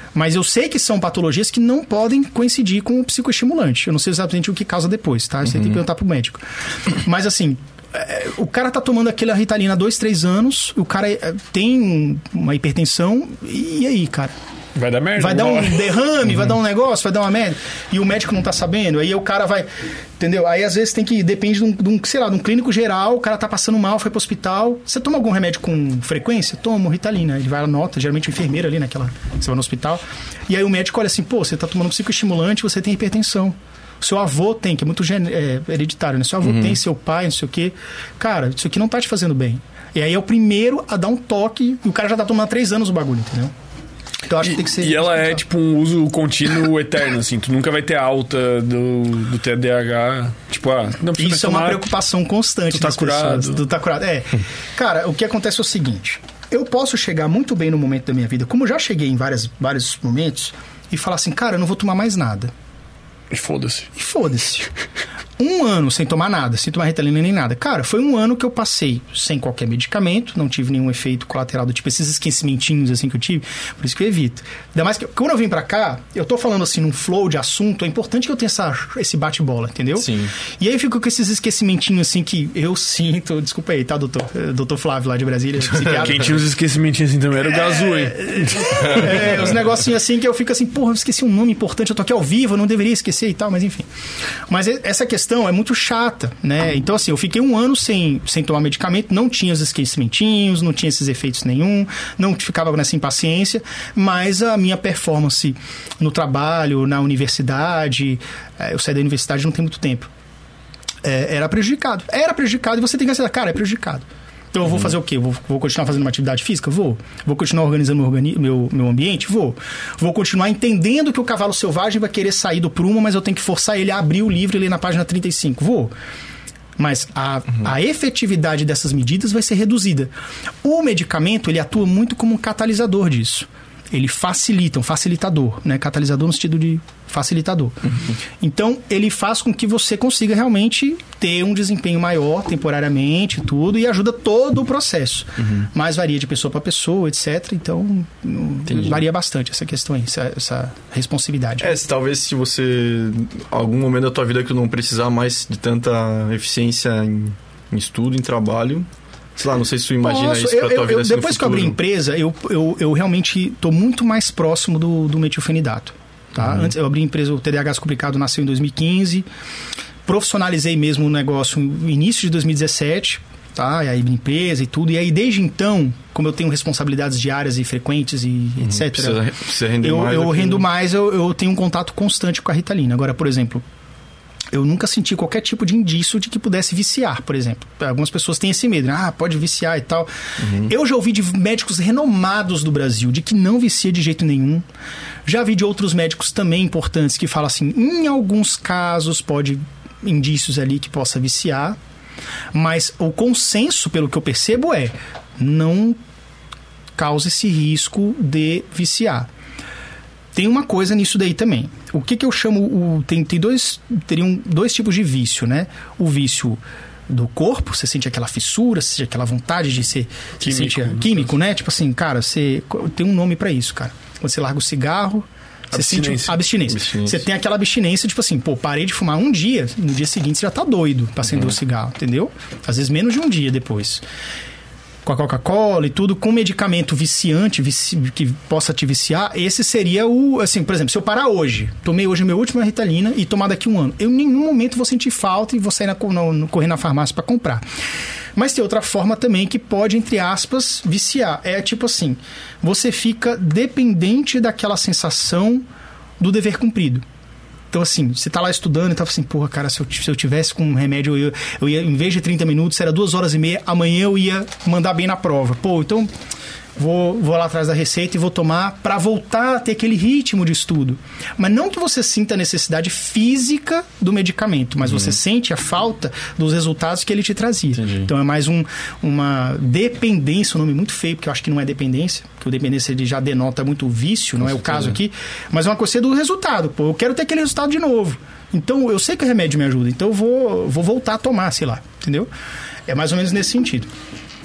C: Mas eu sei que são patologias que não podem coincidir com o psicoestimulante. Eu não sei exatamente o que causa depois, tá? Você uhum. tem que perguntar pro médico. Mas assim, o cara tá tomando aquela Ritalina há dois, três anos, o cara tem uma hipertensão, e aí, cara?
A: Vai dar merda.
C: Vai dar um derrame, uhum. vai dar um negócio, vai dar uma merda. E o médico não tá sabendo, aí o cara vai... Entendeu? Aí às vezes tem que... Depende de um, de um, sei lá, de um clínico geral, o cara tá passando mal, foi pro hospital. Você toma algum remédio com frequência? Toma, Ritalina. Ele vai, anota, geralmente o enfermeiro ali naquela... Você vai no hospital. E aí o médico olha assim, pô, você tá tomando um psicoestimulante, você tem hipertensão. Seu avô tem, que é muito gen... é, hereditário, né? Seu avô uhum. tem, seu pai, não sei o quê. Cara, isso aqui não tá te fazendo bem. E aí é o primeiro a dar um toque, e o cara já tá tomando há três anos o bagulho, entendeu? Então, acho
A: e,
C: que tem que ser...
A: E ela é tipo um uso contínuo eterno, assim. Tu nunca vai ter alta do, do T D A H. Tipo, ah, não precisa
C: Isso é uma preocupação constante.
A: Tu tá curado.
C: Pessoas. Tu tá curado. É. Cara, o que acontece é o seguinte. Eu posso chegar muito bem no momento da minha vida, como eu já cheguei em várias, vários momentos, e falar assim, cara, eu não vou tomar mais nada.
A: E foda-se.
C: E foda-se. Um ano sem tomar nada, sem tomar Ritalina nem nada. Cara, foi um ano que eu passei sem qualquer medicamento, não tive nenhum efeito colateral do tipo esses esquecimentinhos assim que eu tive, por isso que eu evito. Ainda mais que quando eu vim pra cá, eu tô falando assim num flow de assunto, é importante que eu tenha essa, esse bate-bola, entendeu?
B: Sim.
C: E aí eu fico com esses esquecimentinhos assim que eu sinto, desculpa aí, tá, doutor? Doutor Flávio lá de Brasília, psiquiatra.
A: Quem tinha os esquecimentinhos assim também era o Gazu, hein?
C: É, é, os negocinhos assim que eu fico assim, porra, eu esqueci um nome importante, eu tô aqui ao vivo, eu não deveria esquecer e tal, mas enfim. Mas essa questão é muito chata, né? Então, assim, eu fiquei um ano sem, sem tomar medicamento, não tinha os esquecimentinhos, não tinha esses efeitos nenhum, não ficava nessa impaciência, mas a minha performance no trabalho, na universidade, eu saí da universidade não tem muito tempo, é, era prejudicado. Era prejudicado e você tem que aceitar, cara, é prejudicado. Então eu vou fazer o quê? Vou, vou continuar fazendo uma atividade física? Vou. Vou continuar organizando meu, organi- meu, meu ambiente? Vou. Vou continuar entendendo que o cavalo selvagem vai querer sair do prumo, mas eu tenho que forçar ele a abrir o livro e ler na página trinta e cinco. Vou. Mas a, uhum. a efetividade dessas medidas vai ser reduzida. O medicamento, ele atua muito como um catalisador disso. Ele facilita, um facilitador, né? Catalisador no sentido de facilitador. Uhum. Então, ele faz com que você consiga realmente ter um desempenho maior temporariamente, tudo, e ajuda todo o processo. Uhum. Mas varia de pessoa para pessoa, etcétera. Então, Entendi. varia bastante essa questão aí, essa, essa responsividade.
B: É, se, talvez se você, algum momento da tua vida que não precisar mais de tanta eficiência em, em estudo, em trabalho... Sei lá, não sei se tu imagina Posso, isso pra eu, tua vida eu, assim
C: Depois que eu abri a empresa, eu, eu, eu realmente estou muito mais próximo do, do metilfenidato. Tá? Uhum. Antes eu abri a empresa, o T D A H Complicado nasceu em dois mil e quinze. Profissionalizei mesmo o negócio no início de dois mil e dezessete. Tá? E aí abri empresa e tudo. E aí desde então, como eu tenho responsabilidades diárias e frequentes e
B: uhum.
C: etcétera.
B: Precisa, precisa render
C: eu,
B: mais.
C: Eu
B: aqui,
C: rendo
B: né?
C: mais, eu, eu tenho um contato constante com a Ritalina. Agora, por exemplo... Eu nunca senti qualquer tipo de indício de que pudesse viciar, por exemplo. Algumas pessoas têm esse medo, né? Ah, pode viciar e tal. Uhum. Eu já ouvi de médicos renomados do Brasil de que não vicia de jeito nenhum. Já vi de outros médicos também importantes que falam assim, em alguns casos pode indícios ali que possa viciar, mas o consenso, pelo que eu percebo, é não causa esse risco de viciar. Tem uma coisa nisso daí também. O que que eu chamo... O, tem tem dois, teriam dois tipos de vício, né? O vício do corpo, você sente aquela fissura, você sente aquela vontade de ser...
A: Químico.
C: Sente, químico, né? Tipo assim, cara, você... Tem um nome pra isso, cara. Quando você larga o cigarro... Você
A: abstinência.
C: sente abstinência.
B: abstinência.
C: Você tem aquela abstinência, tipo assim, pô, parei de fumar um dia, no dia seguinte você já tá doido pra acender uhum. o cigarro, entendeu? Às vezes menos de um dia depois. Com a Coca-Cola e tudo, com medicamento viciante, vici, que possa te viciar, esse seria o... Assim, por exemplo, se eu parar hoje, tomei hoje a minha última Ritalina e tomar daqui um ano, eu em nenhum momento vou sentir falta e vou sair na, no, correr na farmácia para comprar. Mas tem outra forma também que pode, entre aspas, viciar. É tipo assim, você fica dependente daquela sensação do dever cumprido. Então, assim, você tá lá estudando e tava assim, porra, cara, se eu, se eu tivesse com um remédio, eu ia, eu ia, em vez de trinta minutos, era duas horas e meia, amanhã eu ia mandar bem na prova. Pô, então vou, vou lá atrás da receita e vou tomar para voltar a ter aquele ritmo de estudo. Mas não que você sinta a necessidade física do medicamento, mas uhum. você sente a falta dos resultados que ele te trazia.
B: Entendi.
C: Então é mais um, uma dependência, um nome muito feio, porque eu acho que não é dependência, porque o dependência ele já denota muito vício, não é o caso aqui, mas é uma coisa do resultado. Pô, eu quero ter aquele resultado de novo. Então eu sei que o remédio me ajuda, então eu vou, vou voltar a tomar, sei lá, entendeu? É mais ou menos nesse sentido.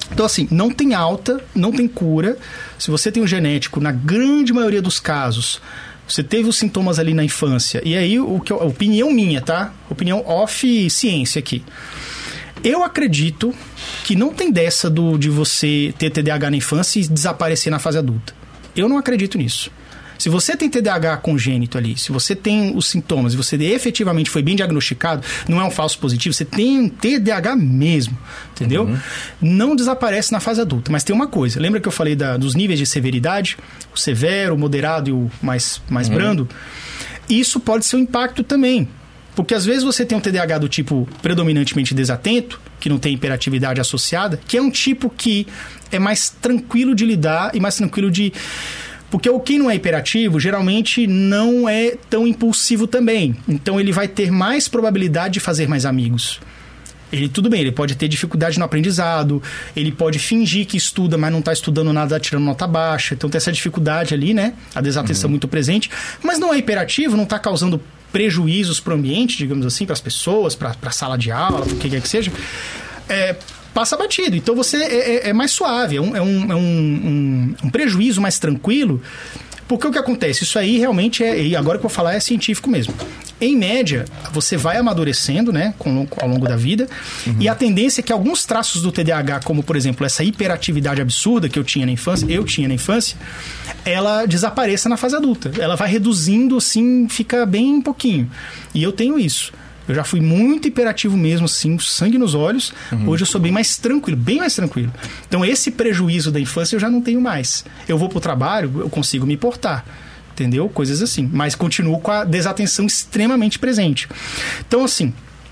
C: Então, assim, não tem alta, não tem cura. Se você tem um genético, na grande maioria dos casos, você teve os sintomas ali na infância. E aí, o que eu, a opinião minha, tá? Opinião off-ciência aqui. Eu acredito que não tem dessa do, de você ter T D A H na infância e desaparecer na fase adulta. Eu não acredito nisso. Se você tem T D A H congênito ali, se você tem os sintomas e você efetivamente foi bem diagnosticado, não é um falso positivo, você tem um T D A H mesmo, entendeu? Uhum. Não desaparece na fase adulta. Mas tem uma coisa, lembra que eu falei da, dos níveis de severidade? O severo, o moderado e o mais, mais uhum. brando? Isso pode ser um impacto também. Porque às vezes você tem um T D A H do tipo predominantemente desatento, que não tem hiperatividade associada, que é um tipo que é mais tranquilo de lidar e mais tranquilo de... Porque o quem não é hiperativo, geralmente não é tão impulsivo também. Então ele vai ter mais probabilidade de fazer mais amigos. Ele, tudo bem, ele pode ter dificuldade no aprendizado, ele pode fingir que estuda, mas não está estudando nada, tirando nota baixa. Então tem essa dificuldade ali, né? A desatenção uhum. muito presente. Mas não é hiperativo, não está causando prejuízos para o ambiente, digamos assim, para as pessoas, para a sala de aula, para o que quer que seja. É... Passa batido. Então você é, é, é mais suave, é, um, é, um, é um, um, um prejuízo mais tranquilo. Porque o que acontece? Isso aí realmente é, e agora que eu vou falar, é científico mesmo. Em média, você vai amadurecendo, né, com, ao longo da vida, uhum. e a tendência é que alguns traços do T D A H, como por exemplo, essa hiperatividade absurda que eu tinha na infância, eu tinha na infância, ela desapareça na fase adulta. Ela vai reduzindo, assim, fica bem pouquinho. E eu tenho isso. Eu já fui muito hiperativo mesmo, assim, sangue nos olhos. Uhum. Hoje eu sou bem mais tranquilo, bem mais tranquilo. Então, esse prejuízo da infância eu já não tenho mais. Eu vou pro trabalho, eu consigo me portar, entendeu? Coisas assim. Mas continuo com a desatenção extremamente presente. Então, assim,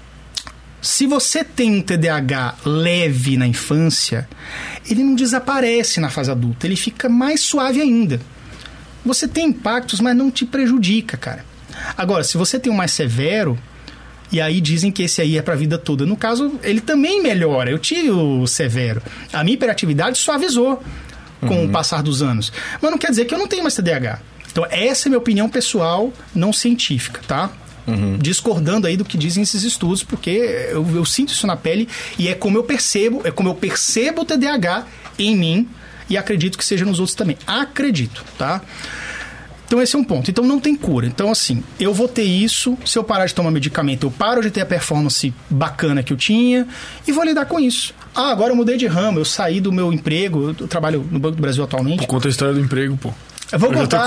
C: se você tem um T D A H leve na infância, ele não desaparece na fase adulta. Ele fica mais suave ainda. Você tem impactos, mas não te prejudica, cara. Agora, se você tem um mais severo... E aí dizem que esse aí é pra vida toda. No caso, ele também melhora. Eu tive o severo. A minha hiperatividade suavizou com uhum. o passar dos anos. Mas não quer dizer que eu não tenho mais T D A H. Então, essa é a minha opinião pessoal, não científica, tá? Uhum. Discordando aí do que dizem esses estudos, porque eu, eu sinto isso na pele e é como eu percebo, é como eu percebo o T D A H em mim e acredito que seja nos outros também. Acredito, tá? Então esse é um ponto. Então não tem cura. Então assim, eu vou ter isso, se eu parar de tomar medicamento, eu paro de ter a performance bacana que eu tinha e vou lidar com isso. Ah, agora eu mudei de ramo, eu saí do meu emprego, eu trabalho no Banco do Brasil atualmente. Pô,
A: conta a história do emprego, pô.
C: Eu vou eu contar.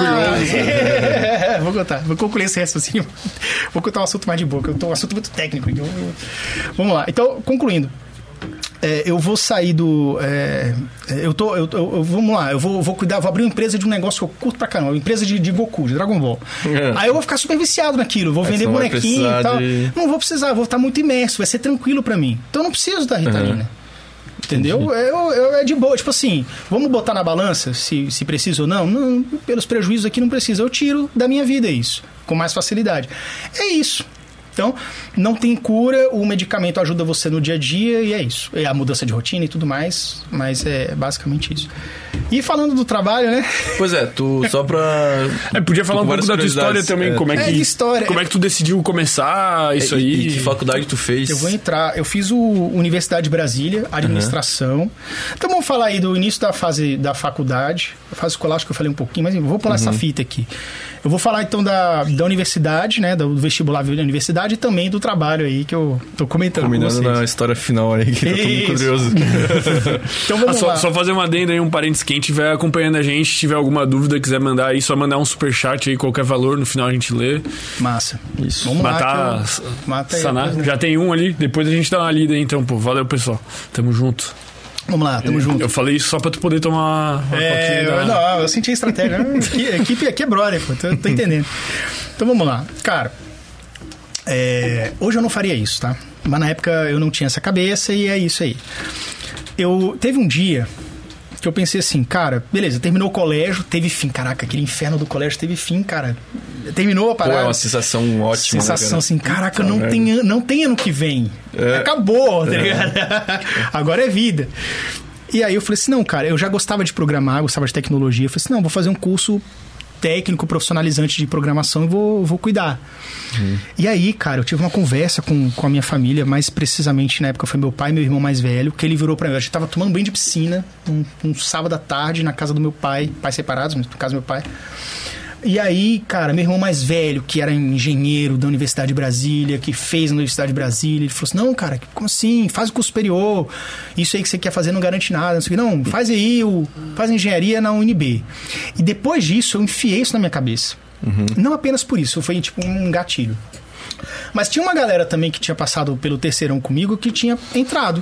C: É, vou contar. Vou concluir esse raciocínio. Vou contar um assunto mais de boa, porque é um assunto muito técnico. Então... Vamos lá. Então, concluindo. É, eu vou sair do... É, eu tô... Eu, eu, eu, vamos lá, eu vou, vou cuidar, vou abrir uma empresa de um negócio que eu curto pra caramba, uma empresa de, de Goku, de Dragon Ball. É. Aí eu vou ficar super viciado naquilo, vou vender bonequinho e tal. De... Não vou precisar, vou estar muito imerso, vai ser tranquilo pra mim. Então eu não preciso da Ritalina. Uhum. Entendeu? Eu, eu, é de boa. Tipo assim, vamos botar na balança se, se precisa ou não? Não, pelos prejuízos aqui não precisa. Eu tiro da minha vida isso, com mais facilidade. É isso. Então, não tem cura, o medicamento ajuda você no dia a dia e é isso. É a mudança de rotina e tudo mais, mas é basicamente isso. E falando do trabalho, né?
B: Pois é, tu só pra...
A: É, podia falar um pouco da tua história também, é. como é que... É,
C: história.
A: Como é que tu decidiu começar isso
B: é,
A: aí?
B: E que faculdade tu fez?
C: Eu vou entrar, eu fiz o Universidade de Brasília, administração. Uhum. Então vamos falar aí do início da fase da faculdade, a fase escolar, acho que eu falei um pouquinho, mas vou pular uhum. essa fita aqui. Eu vou falar então da, da universidade, né, do vestibular da universidade e também do trabalho aí que eu tô comentando
B: Combinando
C: com vocês.
B: Na história final aí, que eu tô muito curioso.
C: Então vamos
A: ah, só,
C: lá.
A: Só fazer uma adenda aí, um parênteses, quem estiver acompanhando a gente, tiver alguma dúvida, quiser mandar aí, só mandar um superchat aí, qualquer valor, no final a gente lê.
C: Massa.
A: Isso.
C: Vamos
A: Matar,
C: lá. Eu... Mata aí.
A: Sanar. Depois, né? Já tem um ali, depois a gente dá uma lida aí, então, pô. Valeu, pessoal. Tamo junto.
C: Vamos lá, tamo
A: eu,
C: junto.
A: Eu falei isso só pra tu poder tomar uma
C: é,
A: coquinha.
C: Da... Não, eu senti a estratégia. A equipe aqui é brother, pô. Tô, tô entendendo. Então vamos lá. Cara, é... hoje eu não faria isso, tá? Mas na época eu não tinha essa cabeça e é isso aí. Eu... Teve um dia que eu pensei assim, cara, beleza, terminou o colégio, teve fim. Caraca, aquele inferno do colégio teve fim, cara. Terminou a parada.
B: Pô, é uma sensação ótima.
C: Sensação,
B: né,
C: assim, caraca, não tem, não tem ano que vem. É. Acabou, tá ligado? É. Agora é vida. E aí eu falei assim, não, cara, eu já gostava de programar, gostava de tecnologia. Eu falei assim, não, vou fazer um curso técnico profissionalizante de programação e vou, vou cuidar. Uhum. E aí, cara, eu tive uma conversa com, com a minha família, mais precisamente na época foi meu pai e meu irmão mais velho, que ele virou pra mim, a gente tava tomando banho de piscina, um, um sábado à tarde, na casa do meu pai, pais separados, mas no caso do meu pai. E aí, cara, meu irmão mais velho, que era engenheiro da Universidade de Brasília, que fez na Universidade de Brasília, ele falou assim, não, cara, como assim? Faz o curso superior, isso aí que você quer fazer não garante nada, não sei o que. Não, faz aí, o, faz engenharia na U N B. E depois disso, eu enfiei isso na minha cabeça. Uhum. Não apenas por isso, foi tipo um gatilho. Mas tinha uma galera também que tinha passado pelo terceirão comigo que tinha entrado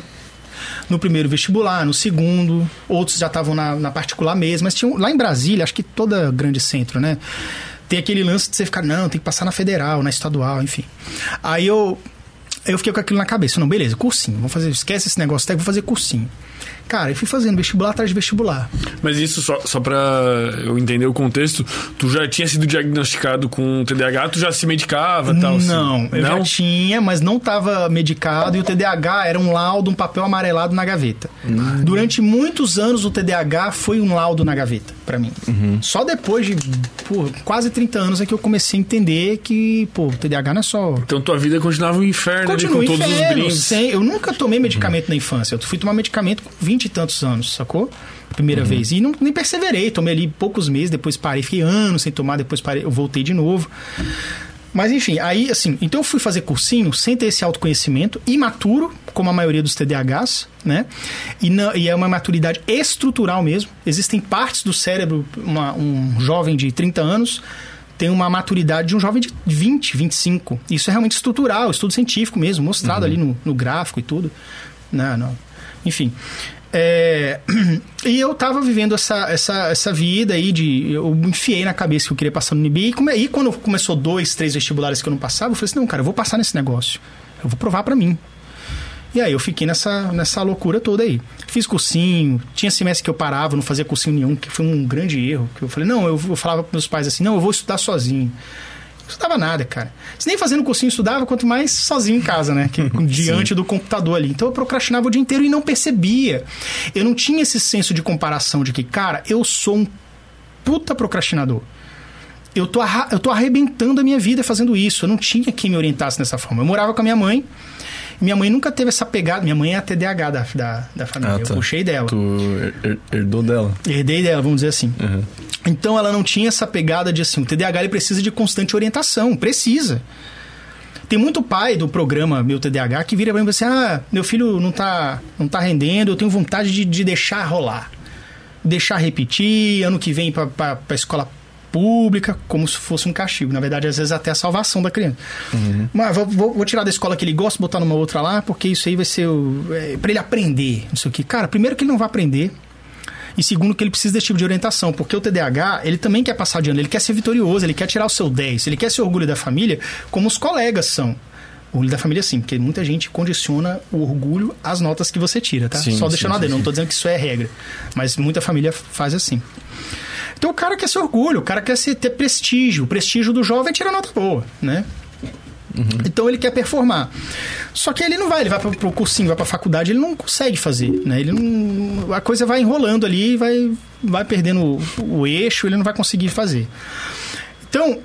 C: no primeiro vestibular, no segundo, outros já estavam na, na particular mesmo, mas tinha, lá em Brasília, acho que toda grande centro, né? Tem aquele lance de você ficar, não, tem que passar na federal, na estadual, enfim. Aí eu, eu fiquei com aquilo na cabeça, não, beleza, cursinho, vamos fazer, esquece esse negócio, até vou fazer cursinho. Cara, eu fui fazendo vestibular atrás de vestibular.
A: Mas isso, só, só pra eu entender o contexto, tu já tinha sido diagnosticado com T D A H, tu já se medicava e tal?
C: Não,
A: assim?
C: eu
A: não?
C: já tinha, mas não estava medicado, e o T D A H era um laudo, um papel amarelado na gaveta. Uhum. Durante muitos anos o T D A H foi um laudo na gaveta, pra mim. Uhum. Só depois de pô, quase trinta anos é que eu comecei a entender que, pô, o T D A H não é só...
A: Então tua vida continuava um inferno ali, com todos inferno, os brindes.
C: Sem, eu nunca tomei medicamento uhum. na infância, eu fui tomar medicamento com vinte e tantos anos, sacou? Primeira uhum. vez. E não, nem perseverei. Tomei ali poucos meses, depois parei. Fiquei anos sem tomar, depois parei, eu voltei de novo. Mas enfim, aí assim... Então eu fui fazer cursinho sem ter esse autoconhecimento, imaturo, como a maioria dos T D A Hs, né? E, não, e é uma maturidade estrutural mesmo. Existem partes do cérebro, uma, um jovem de trinta anos... tem uma maturidade de um jovem de vinte, vinte e cinco. Isso é realmente estrutural, estudo científico mesmo, mostrado uhum. ali no, no gráfico e tudo. Não, não. Enfim. É... E eu tava vivendo essa, essa, essa vida aí de... Eu me enfiei na cabeça que eu queria passar no U N B. E, come... e quando começou dois, três vestibulares que eu não passava, eu falei assim, não, cara, eu vou passar nesse negócio. Eu vou provar pra mim. E aí eu fiquei nessa, nessa loucura toda aí. Fiz cursinho, tinha semestre que eu parava, não fazia cursinho nenhum, que foi um grande erro. Que eu falei, não, eu, eu falava pros meus pais assim, não, eu vou estudar sozinho. Não estudava nada, cara. Se nem fazendo cursinho estudava, quanto mais sozinho em casa, né? Que, diante do computador ali. Então eu procrastinava o dia inteiro e não percebia. Eu não tinha esse senso de comparação de que, cara, eu sou um puta procrastinador. Eu tô, arra- eu tô arrebentando a minha vida fazendo isso. Eu não tinha quem me orientasse dessa forma. Eu morava com a minha mãe. Minha mãe nunca teve essa pegada. Minha mãe é a T D A H da, da, da família. Ah, tá. Eu puxei dela.
B: Tu her- herdou dela?
C: Herdei dela, vamos dizer assim.
B: Uhum.
C: Então ela não tinha essa pegada de assim, o T D A H ele precisa de constante orientação. Precisa. Tem muito pai do programa Meu T D A H que vira pra mim e fala assim, ah, meu filho não tá, não tá rendendo, eu tenho vontade de, de deixar rolar. Deixar repetir, ano que vem pra, pra, pra escola pública, como se fosse um castigo. Na verdade, às vezes até a salvação da criança. Uhum. Mas vou, vou, vou tirar da escola que ele gosta, botar numa outra lá, porque isso aí vai ser o, é, pra ele aprender. Não sei o que. Cara, primeiro que ele não vai aprender. E segundo que ele precisa desse tipo de orientação. Porque o T D A H, ele também quer passar de ano. Ele quer ser vitorioso, ele quer tirar o seu dez. Ele quer ser orgulho da família, como os colegas são. Orgulho da família, sim. Porque muita gente condiciona o orgulho às notas que você tira, tá?
B: Sim,
C: Só deixando a dele. Não tô dizendo que isso é regra. Mas muita família faz assim. Então o cara quer ser orgulho, o cara quer ser, ter prestígio. O prestígio do jovem é tirar nota boa, né? Uhum. Então ele quer performar. Só que ele não vai, ele vai pro cursinho, vai pra faculdade, ele não consegue fazer, né? Ele não, a coisa vai enrolando ali, vai, vai perdendo o, o eixo, ele não vai conseguir fazer. Então,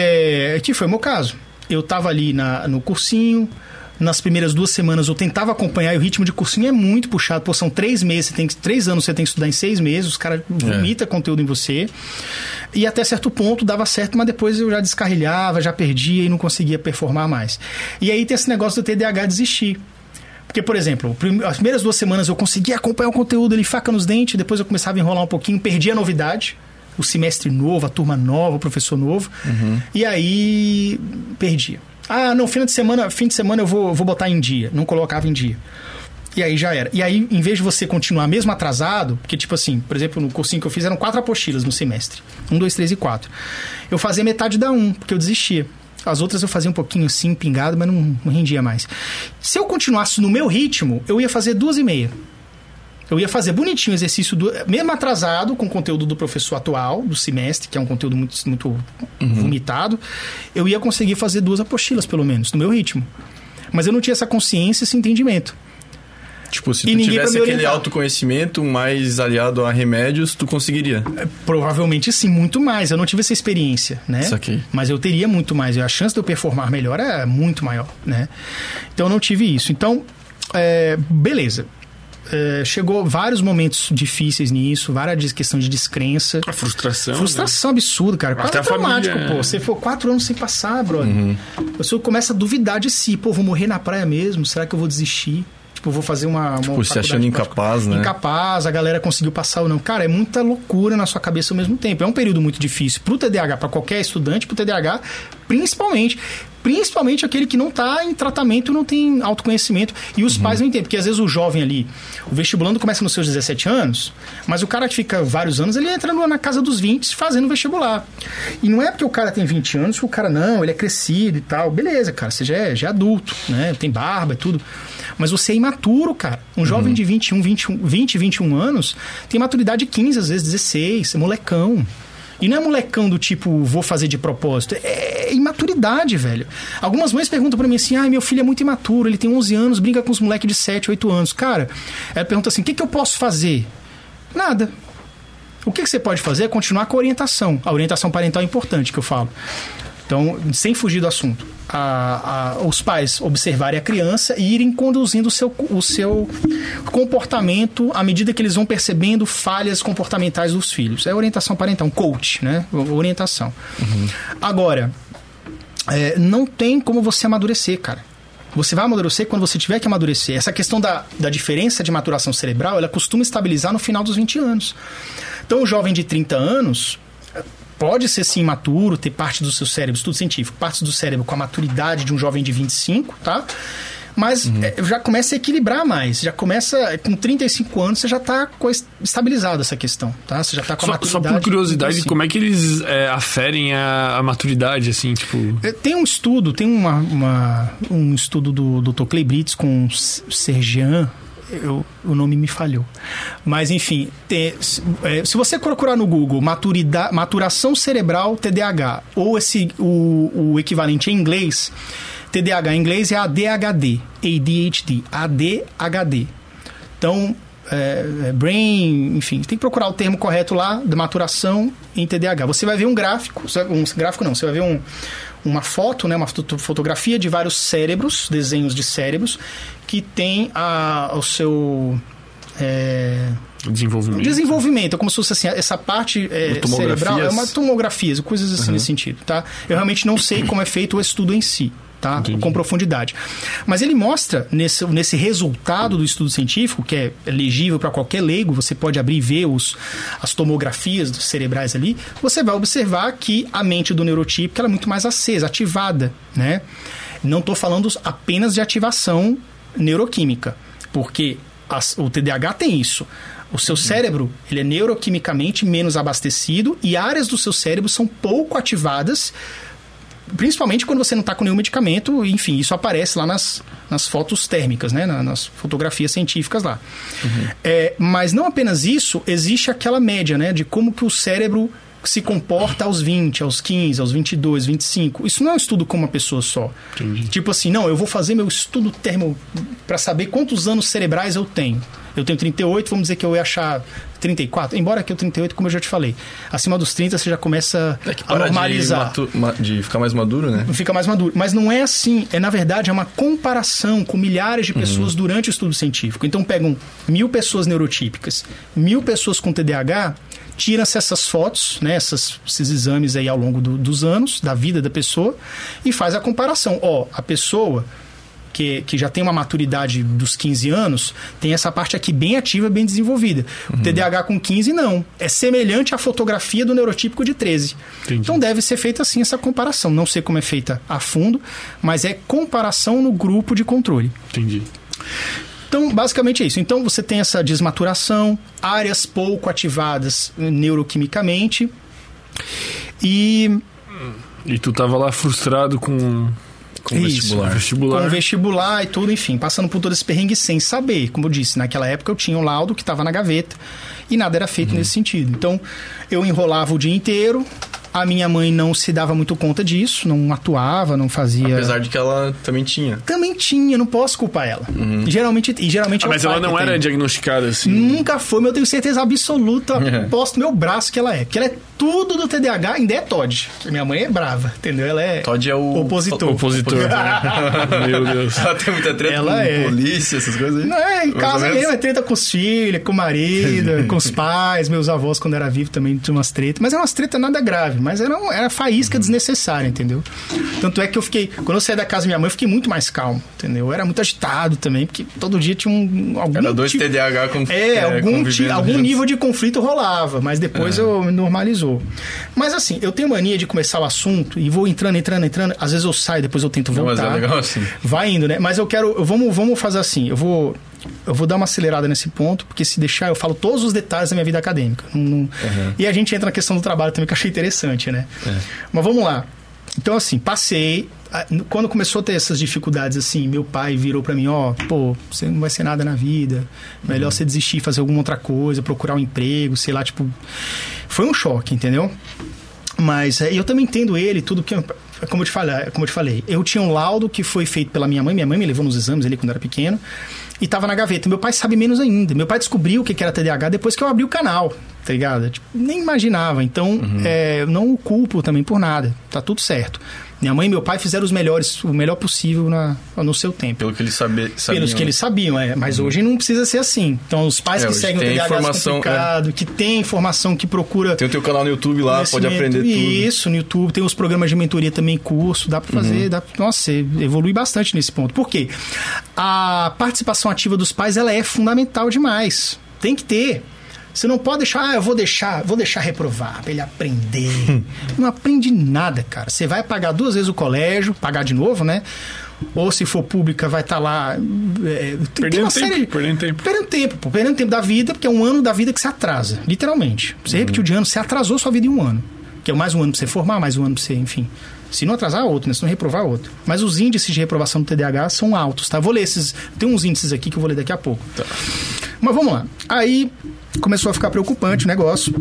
C: é, que foi o meu caso. Eu tava ali na, no cursinho. Nas primeiras duas semanas eu tentava acompanhar, e o ritmo de cursinho é muito puxado. Pô, são três meses, você tem que, três anos você tem que estudar em seis meses, os caras vomitam é. conteúdo em você. E até certo ponto dava certo, mas depois eu já descarrilhava, já perdia e não conseguia performar mais. E aí tem esse negócio do T D A H desistir. Porque, por exemplo, as primeiras duas semanas eu conseguia acompanhar o conteúdo ali, faca nos dentes, depois eu começava a enrolar um pouquinho, perdia a novidade. O semestre novo, a turma nova, o professor novo. Uhum. E aí perdia. Ah, não, fim de semana, fim de semana eu vou, vou botar em dia. Não colocava em dia. E aí já era. E aí, em vez de você continuar mesmo atrasado, porque tipo assim, por exemplo, no cursinho que eu fiz eram quatro apostilas no semestre. Um, dois, três e quatro. Eu fazia metade da um, porque eu desistia. As outras eu fazia um pouquinho assim, pingado, mas não, não rendia mais. Se eu continuasse no meu ritmo, eu ia fazer duas e meia. Eu ia fazer bonitinho o exercício, do, mesmo atrasado, com o conteúdo do professor atual, do semestre, que é um conteúdo muito, muito uhum. vomitado. Eu ia conseguir fazer duas apostilas, pelo menos, no meu ritmo. Mas eu não tinha essa consciência, esse entendimento.
B: Tipo, se
C: E
B: tu
C: ninguém pra
B: tivesse
C: me
B: aquele
C: orientar.
B: autoconhecimento mais aliado a remédios, tu conseguiria.
C: Provavelmente sim, muito mais. Eu não tive essa experiência, né?
B: Saquei.
C: Mas eu teria muito mais. A chance de eu performar melhor é muito maior, né? Então eu não tive isso. Então, é, beleza. É, chegou vários momentos difíceis nisso, várias questões de descrença.
A: A frustração.
C: Frustração absurda, cara. Quase
A: Até a
C: traumático,
A: família,
C: pô. Você for quatro anos sem passar, brother. Uhum. A pessoa começa a duvidar de si. Pô, vou morrer na praia mesmo? Será que eu vou desistir? Tipo, vou fazer uma... uma
B: tipo, se achando incapaz, né?
C: Incapaz, a galera conseguiu passar ou não. Cara, é muita loucura na sua cabeça ao mesmo tempo. É um período muito difícil pro T D A H, pra qualquer estudante, pro T D A H, principalmente. Principalmente aquele que não tá em tratamento, não tem autoconhecimento. E os uhum. pais não entendem. Porque às vezes o jovem ali, o vestibulando começa nos seus dezessete anos, mas o cara que fica vários anos, ele entra na casa dos vinte fazendo vestibular. E não é porque o cara tem vinte anos que o cara, não, ele é crescido e tal. Beleza, cara, você já é, já é adulto, né? Tem barba e tudo. Mas você é imaturo, cara. Um jovem uhum. de vinte e um, vinte, vinte e um anos tem maturidade de quinze, às vezes dezesseis, é molecão. E não é molecão do tipo, vou fazer de propósito. É imaturidade, velho. Algumas mães perguntam pra mim assim, ah, meu filho é muito imaturo, ele tem onze anos, brinca com os moleques de sete, oito anos. Cara, ela pergunta assim, o que, que eu posso fazer? Nada. O que, que você pode fazer é continuar com a orientação. A orientação parental é importante, que eu falo. Então, sem fugir do assunto, a, a, os pais observarem a criança e irem conduzindo o seu, o seu comportamento à medida que eles vão percebendo falhas comportamentais dos filhos. É orientação parental, um coach, né? Orientação. Uhum. Agora, é, não tem como você amadurecer, cara. Você vai amadurecer quando você tiver que amadurecer. Essa questão da, da diferença de maturação cerebral, ela costuma estabilizar no final dos vinte anos. Então, o jovem de trinta anos... pode ser sim imaturo, ter parte do seu cérebro, estudo científico, partes do cérebro com a maturidade de um jovem de vinte e cinco, tá? Mas uhum. é, já começa a equilibrar mais, já começa, com trinta e cinco anos, você já está estabilizado essa questão, tá? Você já está com a
A: só,
C: maturidade.
A: Só por curiosidade, como é que eles é, aferem a, a maturidade, assim, tipo...
C: Tem um estudo, tem uma, uma, um estudo do doutor Clay Brits com Sergian, Eu, o nome me falhou. Mas, enfim, te, é, se você procurar no Google maturida, maturação cerebral T D A H, ou esse, o, o equivalente em inglês, T D A H em inglês é A D H D, A D H D, A D H D. Então, é, é brain, enfim, tem que procurar o termo correto lá, de maturação em T D A H. Você vai ver um gráfico, um gráfico não, você vai ver um... uma foto, né, uma fotografia de vários cérebros, desenhos de cérebros, que tem a, o seu... É,
A: desenvolvimento.
C: Desenvolvimento, é como se fosse assim, essa parte é, cerebral, é uma tomografia, coisas assim uhum. nesse sentido, tá? Eu realmente não sei como é feito o estudo em si, tá? Entendi. Com profundidade. Mas ele mostra, nesse, nesse resultado do estudo científico, que é legível para qualquer leigo, você pode abrir e ver os, as tomografias cerebrais ali, você vai observar que a mente do neurotípico ela é muito mais acesa, ativada, né? Não estou falando apenas de ativação neuroquímica, porque as, o T D A H tem isso. O seu cérebro ele é neuroquimicamente menos abastecido e áreas do seu cérebro são pouco ativadas, principalmente quando você não está com nenhum medicamento. Enfim, isso aparece lá nas, nas fotos térmicas, né? nas fotografias científicas lá. Uhum. É, mas não apenas isso, existe aquela média, né? De como que o cérebro se comporta aos vinte, aos quinze, aos vinte e dois, vinte e cinco. Isso não é um estudo com uma pessoa só. Entendi. Tipo assim, não, eu vou fazer meu estudo termo para saber quantos anos cerebrais eu tenho. Eu tenho trinta e oito, vamos dizer que eu ia achar trinta e quatro. Embora que o trinta e oito, como eu já te falei, acima dos trinta você já começa
B: é que
C: a normalizar.
B: De, matu- de ficar mais maduro, né?
C: Fica mais maduro. Mas não é assim. É, na verdade, é uma comparação com milhares de pessoas uhum. durante o estudo científico. Então, pegam mil pessoas neurotípicas, mil pessoas com T D A H, tira-se essas fotos, né, essas, esses exames aí ao longo do, dos anos, da vida da pessoa, e faz a comparação. Ó, a pessoa que, que já tem uma maturidade dos quinze anos, tem essa parte aqui bem ativa, bem desenvolvida. Uhum. O T D A H com quinze, não. É semelhante à fotografia do neurotípico de treze. Entendi. Então deve ser feita assim essa comparação. Não sei como é feita a fundo, mas é comparação no grupo de controle.
A: Entendi.
C: Então, basicamente é isso. Então, você tem essa desmaturação, áreas pouco ativadas neuroquimicamente e...
A: E tu tava lá frustrado com... Com
C: isso,
A: vestibular. vestibular.
C: Com vestibular e tudo, enfim, passando por todo esse perrengue sem saber. Como eu disse, naquela época eu tinha um laudo que estava na gaveta e nada era feito uhum. nesse sentido. Então, eu enrolava o dia inteiro, A minha mãe não se dava muito conta disso, não atuava, não fazia...
B: Apesar de que ela também tinha.
C: Também tinha, não posso culpar ela. Uhum. Geralmente, e geralmente
A: ah,
C: é o
A: mas
C: pai
A: ela não
C: que
A: era
C: tem.
A: diagnosticada assim?
C: Nunca foi, mas eu tenho certeza absoluta, posto no meu braço que ela é. Porque ela é tudo do T D A H, ainda é T O D. Minha mãe é brava, entendeu? Ela é...
B: T O D é o...
C: Opositor.
A: Opositor. Meu Deus.
B: Ela tem muita treta
C: ela
B: com
C: é.
B: polícia, essas coisas aí?
C: Não, é, em casa mesmo, é treta com os filhos, com o marido, com os pais, meus avós, quando era vivo, também tinha umas tretas. Mas eram umas tretas nada grave, mas era, era faísca desnecessária, entendeu? Tanto é que eu fiquei... Quando eu saí da casa da minha mãe, eu fiquei muito mais calmo, entendeu? Eu era muito agitado também, porque todo dia tinha um... Algum
B: era dois
C: tipo,
B: T D A H com,
C: É,
B: é
C: algum, ti, algum
B: juntos.
C: nível de conflito rolava, mas depois
B: é.
C: eu normalizou. Mas assim, eu tenho mania de começar o assunto e vou entrando, entrando, entrando. Às vezes eu saio, depois eu tento voltar.
B: Não, mas é legal assim.
C: Vai indo, né? Mas eu quero... Vamos, vamos fazer assim, eu vou... Eu vou dar uma acelerada nesse ponto, porque se deixar, eu falo todos os detalhes da minha vida acadêmica. Não, não... Uhum. E a gente entra na questão do trabalho também, que eu achei interessante, né? É. Mas vamos lá. Então, assim, passei... Quando começou a ter essas dificuldades, assim, meu pai virou pra mim, ó, oh, pô, você não vai ser nada na vida, melhor uhum. você desistir, fazer alguma outra coisa, procurar um emprego, sei lá, tipo... Foi um choque, entendeu? Mas é, eu também entendo ele, tudo que... Como eu, te falei, como eu te falei, eu tinha um laudo que foi feito pela minha mãe, minha mãe me levou nos exames ali quando eu era pequeno, e tava na gaveta. Meu pai sabe menos ainda. Meu pai descobriu o que era T D A H depois que eu abri o canal, tá ligado? Tipo, nem imaginava. Então, uhum. é, eu não o culpo também por nada. Tá tudo certo. Minha mãe e meu pai fizeram os melhores, o melhor possível na, no seu tempo.
B: Pelo que eles sabe, sabiam.
C: Pelos que eles sabiam, é. Mas uhum. hoje não precisa ser assim. Então, os pais
B: é,
C: que seguem o T D A H complicado, é. que tem informação, que procura...
B: Tem o teu canal no YouTube lá, pode aprender tudo.
C: Isso, no YouTube. Tem os programas de mentoria também, curso. Dá pra fazer... Uhum. Dá, nossa, evolui bastante nesse ponto. Por quê? A participação ativa dos pais, ela é fundamental demais. Tem que ter. Você não pode deixar, ah, eu vou deixar, vou deixar reprovar pra ele aprender. Não aprende nada, cara. Você vai pagar duas vezes o colégio, pagar de novo, né? Ou se for pública, vai estar tá lá... É,
A: perdendo tempo, série, perdendo tempo.
C: Perdendo tempo, pô, perdendo tempo da vida, porque é um ano da vida que se atrasa, literalmente. Você uhum. repetiu de ano, você atrasou sua vida em um ano. Que é mais um ano pra você formar, mais um ano pra você, enfim... Se não atrasar, outro, né? Se não reprovar, outro. Mas os índices de reprovação do T D A H são altos, tá? Vou ler esses... Tem uns índices aqui que eu vou ler daqui a pouco. Tá. Mas vamos lá. Aí começou a ficar preocupante o negócio.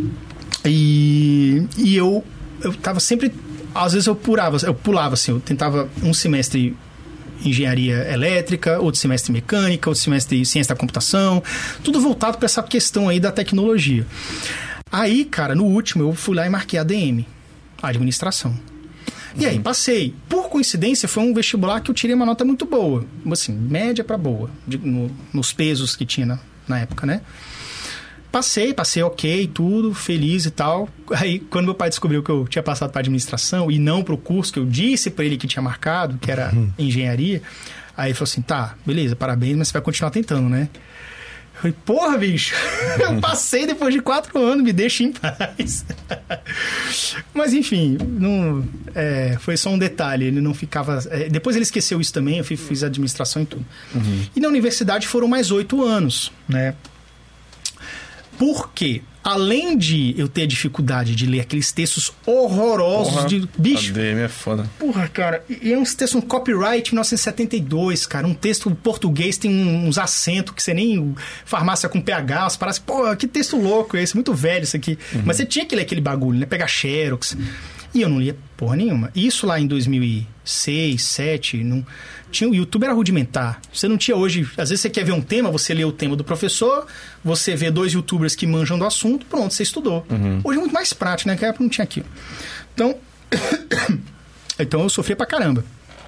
C: E, e eu, eu tava sempre... Às vezes eu pulava, eu pulava, assim. Eu tentava um semestre engenharia elétrica, outro semestre mecânica, outro semestre ciência da computação. Tudo voltado para essa questão aí da tecnologia. Aí, cara, no último, eu fui lá e marquei a A D M. A administração. E aí, passei. Por coincidência, foi um vestibular que eu tirei uma nota muito boa. Assim, média pra boa. De, no, nos pesos que tinha na, na época, né? Passei, passei ok, tudo, feliz e tal. Aí, quando meu pai descobriu que eu tinha passado pra administração e não pro curso que eu disse pra ele que tinha marcado, que era uhum. engenharia, aí ele falou assim, tá, beleza, parabéns, mas você vai continuar tentando, né? Eu falei, porra, bicho, eu passei depois de quatro anos, me deixa em paz. Mas, enfim, não, é, foi só um detalhe, ele não ficava... É, depois ele esqueceu isso também, eu fiz, fiz administração e tudo. Uhum. E na universidade foram mais oito anos, né? Por quê? Além de eu ter dificuldade de ler aqueles textos horrorosos porra, de... Bicho...
B: A D M é foda.
C: Porra, cara. E é uns textos, um copyright mil novecentos e setenta e dois, cara. Um texto em português tem uns acentos que você nem... Farmácia com P H, umas paradas... Porra, que texto louco esse. Muito velho isso aqui. Uhum. Mas você tinha que ler aquele bagulho, né? Pegar xerox. E eu não lia porra nenhuma. Isso lá em dois mil e seis, dois mil e sete... Não... Tinha, o YouTube era rudimentar. Você não tinha hoje... Às vezes você quer ver um tema, você lê o tema do professor, você vê dois youtubers que manjam do assunto, pronto, você estudou. Uhum. Hoje é muito mais prático, né? Naquela época não tinha aquilo. Então... então eu sofria pra caramba.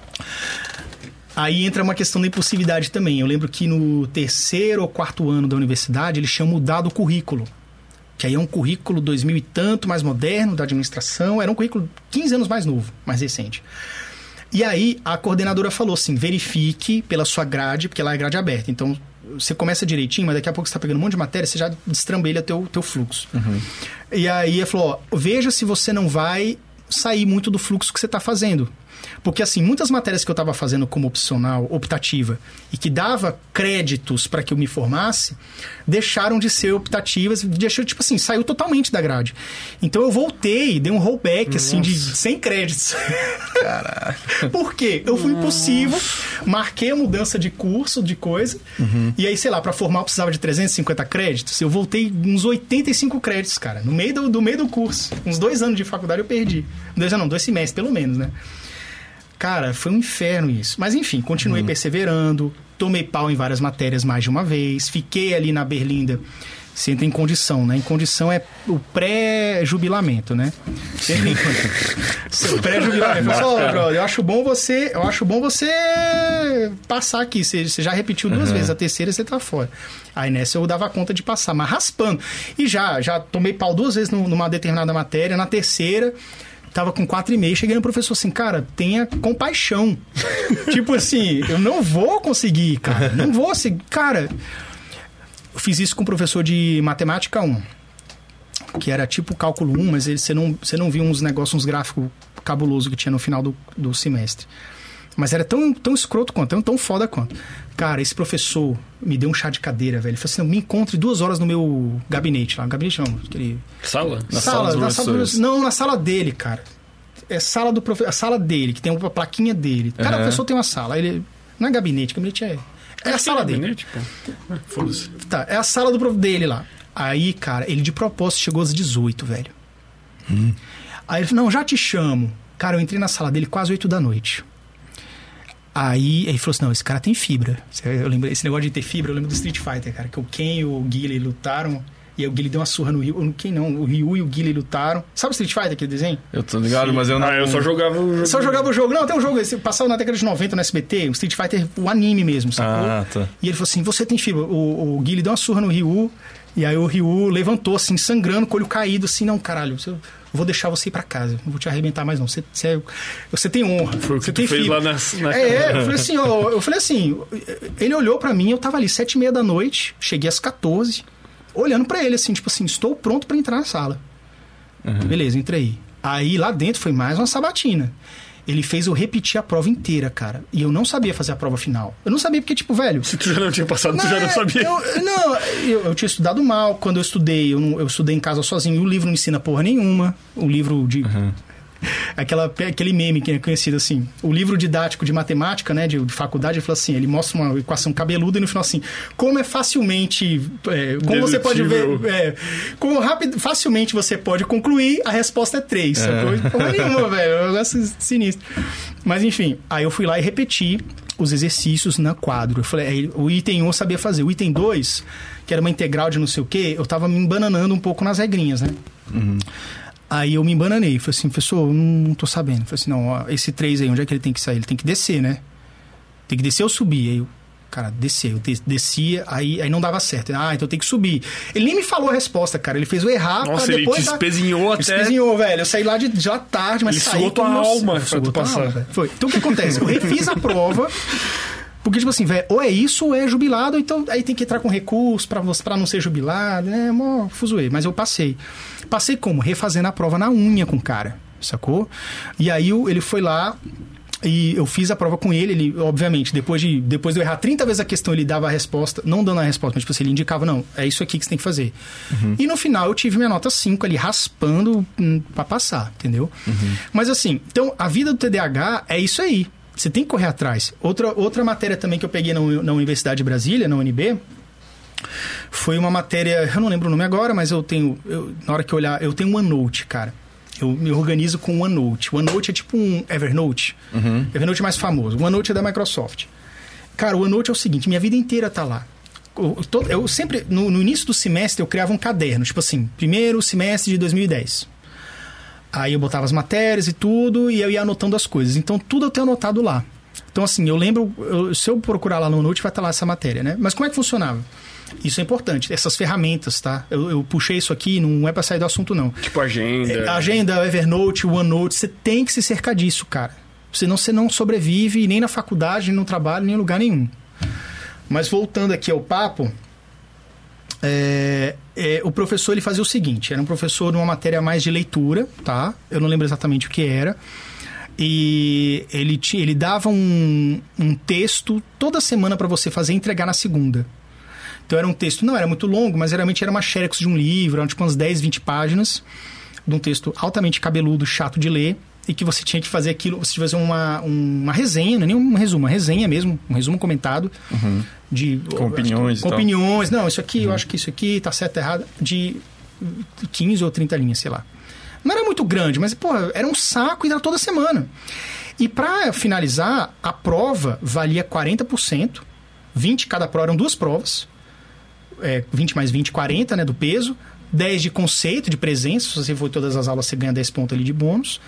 C: Aí entra uma questão da impulsividade também. Eu lembro que no terceiro ou quarto ano da universidade, eles tinham mudado o currículo. Que aí é um currículo dois mil e tanto, mais moderno, da administração. Era um currículo quinze anos mais novo, mais recente. E aí, a coordenadora falou assim, verifique pela sua grade, porque lá é grade aberta. Então, você começa direitinho, mas daqui a pouco você está pegando um monte de matéria, você já destrambelha teu, teu fluxo. Uhum. E aí, ela falou, ó, veja se você não vai sair muito do fluxo que você está fazendo. Porque, assim, muitas matérias que eu estava fazendo como opcional, optativa, e que dava créditos para que eu me formasse, deixaram de ser optativas, deixou, tipo assim, saiu totalmente da grade. Então eu voltei, dei um rollback, Nossa. assim, de cem créditos.
B: Caralho.
C: Por quê? Eu fui impossível, marquei a mudança de curso, de coisa, uhum. e aí, sei lá, para formar eu precisava de trezentos e cinquenta créditos, eu voltei uns oitenta e cinco créditos, cara, no meio do, do meio do curso. Uns dois anos de faculdade eu perdi. Dois anos não, dois semestres, pelo menos, né? Cara, foi um inferno isso. Mas enfim, continuei uhum. perseverando, tomei pau em várias matérias mais de uma vez, fiquei ali na Berlinda. Você entra em condição, né? Em condição é o pré-jubilamento, né? Você entra em pré-jubilamento. Só, brother, eu acho bom você, eu acho bom você passar aqui. Você, você já repetiu duas uhum. vezes, a terceira você tá fora. Aí nessa eu dava conta de passar, mas raspando. E já, já tomei pau duas vezes numa determinada matéria. Na terceira, tava com quatro e meio, cheguei no professor assim, cara, tenha compaixão. Tipo assim, eu não vou conseguir, cara. Não vou seguir. Cara... Eu fiz isso com o professor de matemática um, que era tipo cálculo um, mas ele, você, não, você não viu uns negócios, uns gráficos cabulosos que tinha no final do, do semestre. Mas era tão, tão escroto quanto, tão, tão foda quanto. Cara, esse professor me deu um chá de cadeira, velho. Ele falou assim, não, me encontre duas horas no meu gabinete lá. Gabinete não, aquele...
A: Sala?
C: Na sala, sala, na sala do, Não, na sala dele, cara. É sala do profe... a sala dele, que tem uma plaquinha dele. Cada uhum. professor tem uma sala. Ele... Não é gabinete, gabinete é... É a sala dele. Foda-se. Tá, é a sala do prof dele lá. Aí, cara, ele de propósito chegou às dezoito, velho. Hum. Aí ele falou, não, já te chamo. Cara, eu entrei na sala dele quase oito da noite. Aí ele falou assim, não, esse cara tem fibra. Eu lembro, esse negócio de ter fibra, eu lembro do Street Fighter, cara. Que o Ken e o Guile lutaram... E aí o Guile deu uma surra no Ryu. Quem não? O Ryu e o Guile lutaram. Sabe o Street Fighter, aquele desenho?
B: Eu tô ligado, Sim. mas eu não...
A: Ah, eu só jogava o jogo.
C: Só jogava o jogo. Não, tem um jogo. Esse, passava na década de noventa no S B T, o Street Fighter, o anime mesmo, sacou?
B: Ah, tá.
C: E ele falou assim, você tem fibra. O, o Guile deu uma surra no Ryu. E aí o Ryu levantou, assim, sangrando, com o olho caído, assim, não, caralho, eu vou deixar você ir pra casa. Não vou te arrebentar mais, não. Você, você, você tem honra.
A: Foi o que
C: você
A: tu
C: tem
A: fez
C: fibra.
A: lá na... na...
C: É, eu falei assim, ó, eu falei assim, ele olhou pra mim, eu tava ali, sete e meia da noite, cheguei às quatorze, olhando pra ele, assim, tipo assim, estou pronto pra entrar na sala. Uhum. Beleza, entrei. Aí, lá dentro, foi mais uma sabatina. Ele fez eu repetir a prova inteira, cara. E eu não sabia fazer a prova final. Eu não sabia porque, tipo, velho...
A: Se tu já não tinha passado, não, tu já não sabia.
C: Eu, não, eu, eu tinha estudado mal. Quando eu estudei, eu, não, eu estudei em casa sozinho. E o livro não ensina porra nenhuma. O livro de... Uhum. Aquela, aquele meme que é conhecido assim, o livro didático de matemática, né, de, de faculdade, ele fala assim, ele mostra uma equação cabeluda e no final assim, como é facilmente, é, como você pode ver, é, como rápido, facilmente você pode concluir, a resposta é três. É. Porra nenhuma, velho, é um negócio sinistro. Mas enfim, aí eu fui lá e repeti os exercícios na quadro. Eu falei, aí, o item um eu sabia fazer, o item dois, que era uma integral de não sei o quê, eu tava me embananando um pouco nas regrinhas, né? Uhum. Aí eu me embananei, falei assim, professor, eu não tô sabendo. Falei assim, não, ó, esse três aí, onde é que ele tem que sair? Ele tem que descer, né? Tem que descer ou subir? Aí eu, cara, descer. Eu descia, aí, aí não dava certo. Ah, então tem que subir. Ele nem me falou a resposta, cara. Ele fez eu errar.
A: Nossa, ele te espezinhou até...
C: Espezinhou, velho. Eu saí lá de, de lá tarde, mas
A: ele
C: saí...
A: Ele tua alma pra tu passar.
C: Alma, foi. Então o que acontece? Eu refiz a prova... Porque, tipo assim, velho, ou é isso ou é jubilado, então aí tem que entrar com recurso pra, pra não ser jubilado, né? Mó fuzuê. Mas eu passei. Passei como? Refazendo a prova na unha com o cara, sacou? E aí ele foi lá e eu fiz a prova com ele. Ele, obviamente, depois de, depois de eu errar trinta vezes a questão, ele dava a resposta, não dando a resposta, mas tipo assim, ele indicava, não, é isso aqui que você tem que fazer. Uhum. E no final eu tive minha nota cinco ali, raspando hum, pra passar, entendeu? Uhum. Mas assim, então a vida do T D A H é isso aí. Você tem que correr atrás. Outra, outra matéria também que eu peguei na, na Universidade de Brasília, na U N B, foi uma matéria... Eu não lembro o nome agora, mas eu tenho... Eu, na hora que eu olhar... Eu tenho um OneNote, cara. Eu me organizo com o OneNote. O OneNote é tipo um Evernote. Uhum. Evernote é mais famoso. O OneNote é da Microsoft. Cara, o OneNote é o seguinte. Minha vida inteira tá lá. Eu, eu, eu sempre... No, no início do semestre, eu criava um caderno. Tipo assim, primeiro semestre de dois mil e dez. Aí eu botava as matérias e tudo, e eu ia anotando as coisas. Então, tudo eu tenho anotado lá. Então, assim, eu lembro... Eu, se eu procurar lá no Note, vai estar lá essa matéria, né? Mas como é que funcionava? Isso é importante. Essas ferramentas, tá? Eu, eu puxei isso aqui, não é pra sair do assunto, não.
A: Tipo agenda.
C: É, agenda, Evernote, OneNote. Você tem que se cercar disso, cara. Senão você não sobrevive nem na faculdade, nem no trabalho, nem em lugar nenhum. Mas voltando aqui ao papo... É, é, o professor ele fazia o seguinte, era um professor de uma matéria mais de leitura, tá? Eu não lembro exatamente o que era. E ele, tinha, ele dava um, um texto toda semana para você fazer e entregar na segunda. Então era um texto, não era muito longo, mas geralmente era uma xerox de um livro, eram tipo umas dez, vinte páginas de um texto altamente cabeludo, chato de ler, e que você tinha que fazer aquilo, você tinha que fazer uma, uma resenha, não é nem um resumo, uma resenha mesmo, um resumo comentado.
B: Uhum.
C: De,
B: com opiniões
C: com
B: e
C: opiniões,
B: tal.
C: Não, isso aqui, uhum. eu acho que isso aqui tá certo, tá errado, de quinze ou trinta linhas, sei lá. Não era muito grande, mas, pô, era um saco e era toda semana. E para finalizar, a prova valia quarenta por cento, vinte cada prova, eram duas provas, é, vinte mais vinte, quarenta, né, do peso, dez de conceito, de presença, se você for todas as aulas, você ganha dez pontos ali de bônus.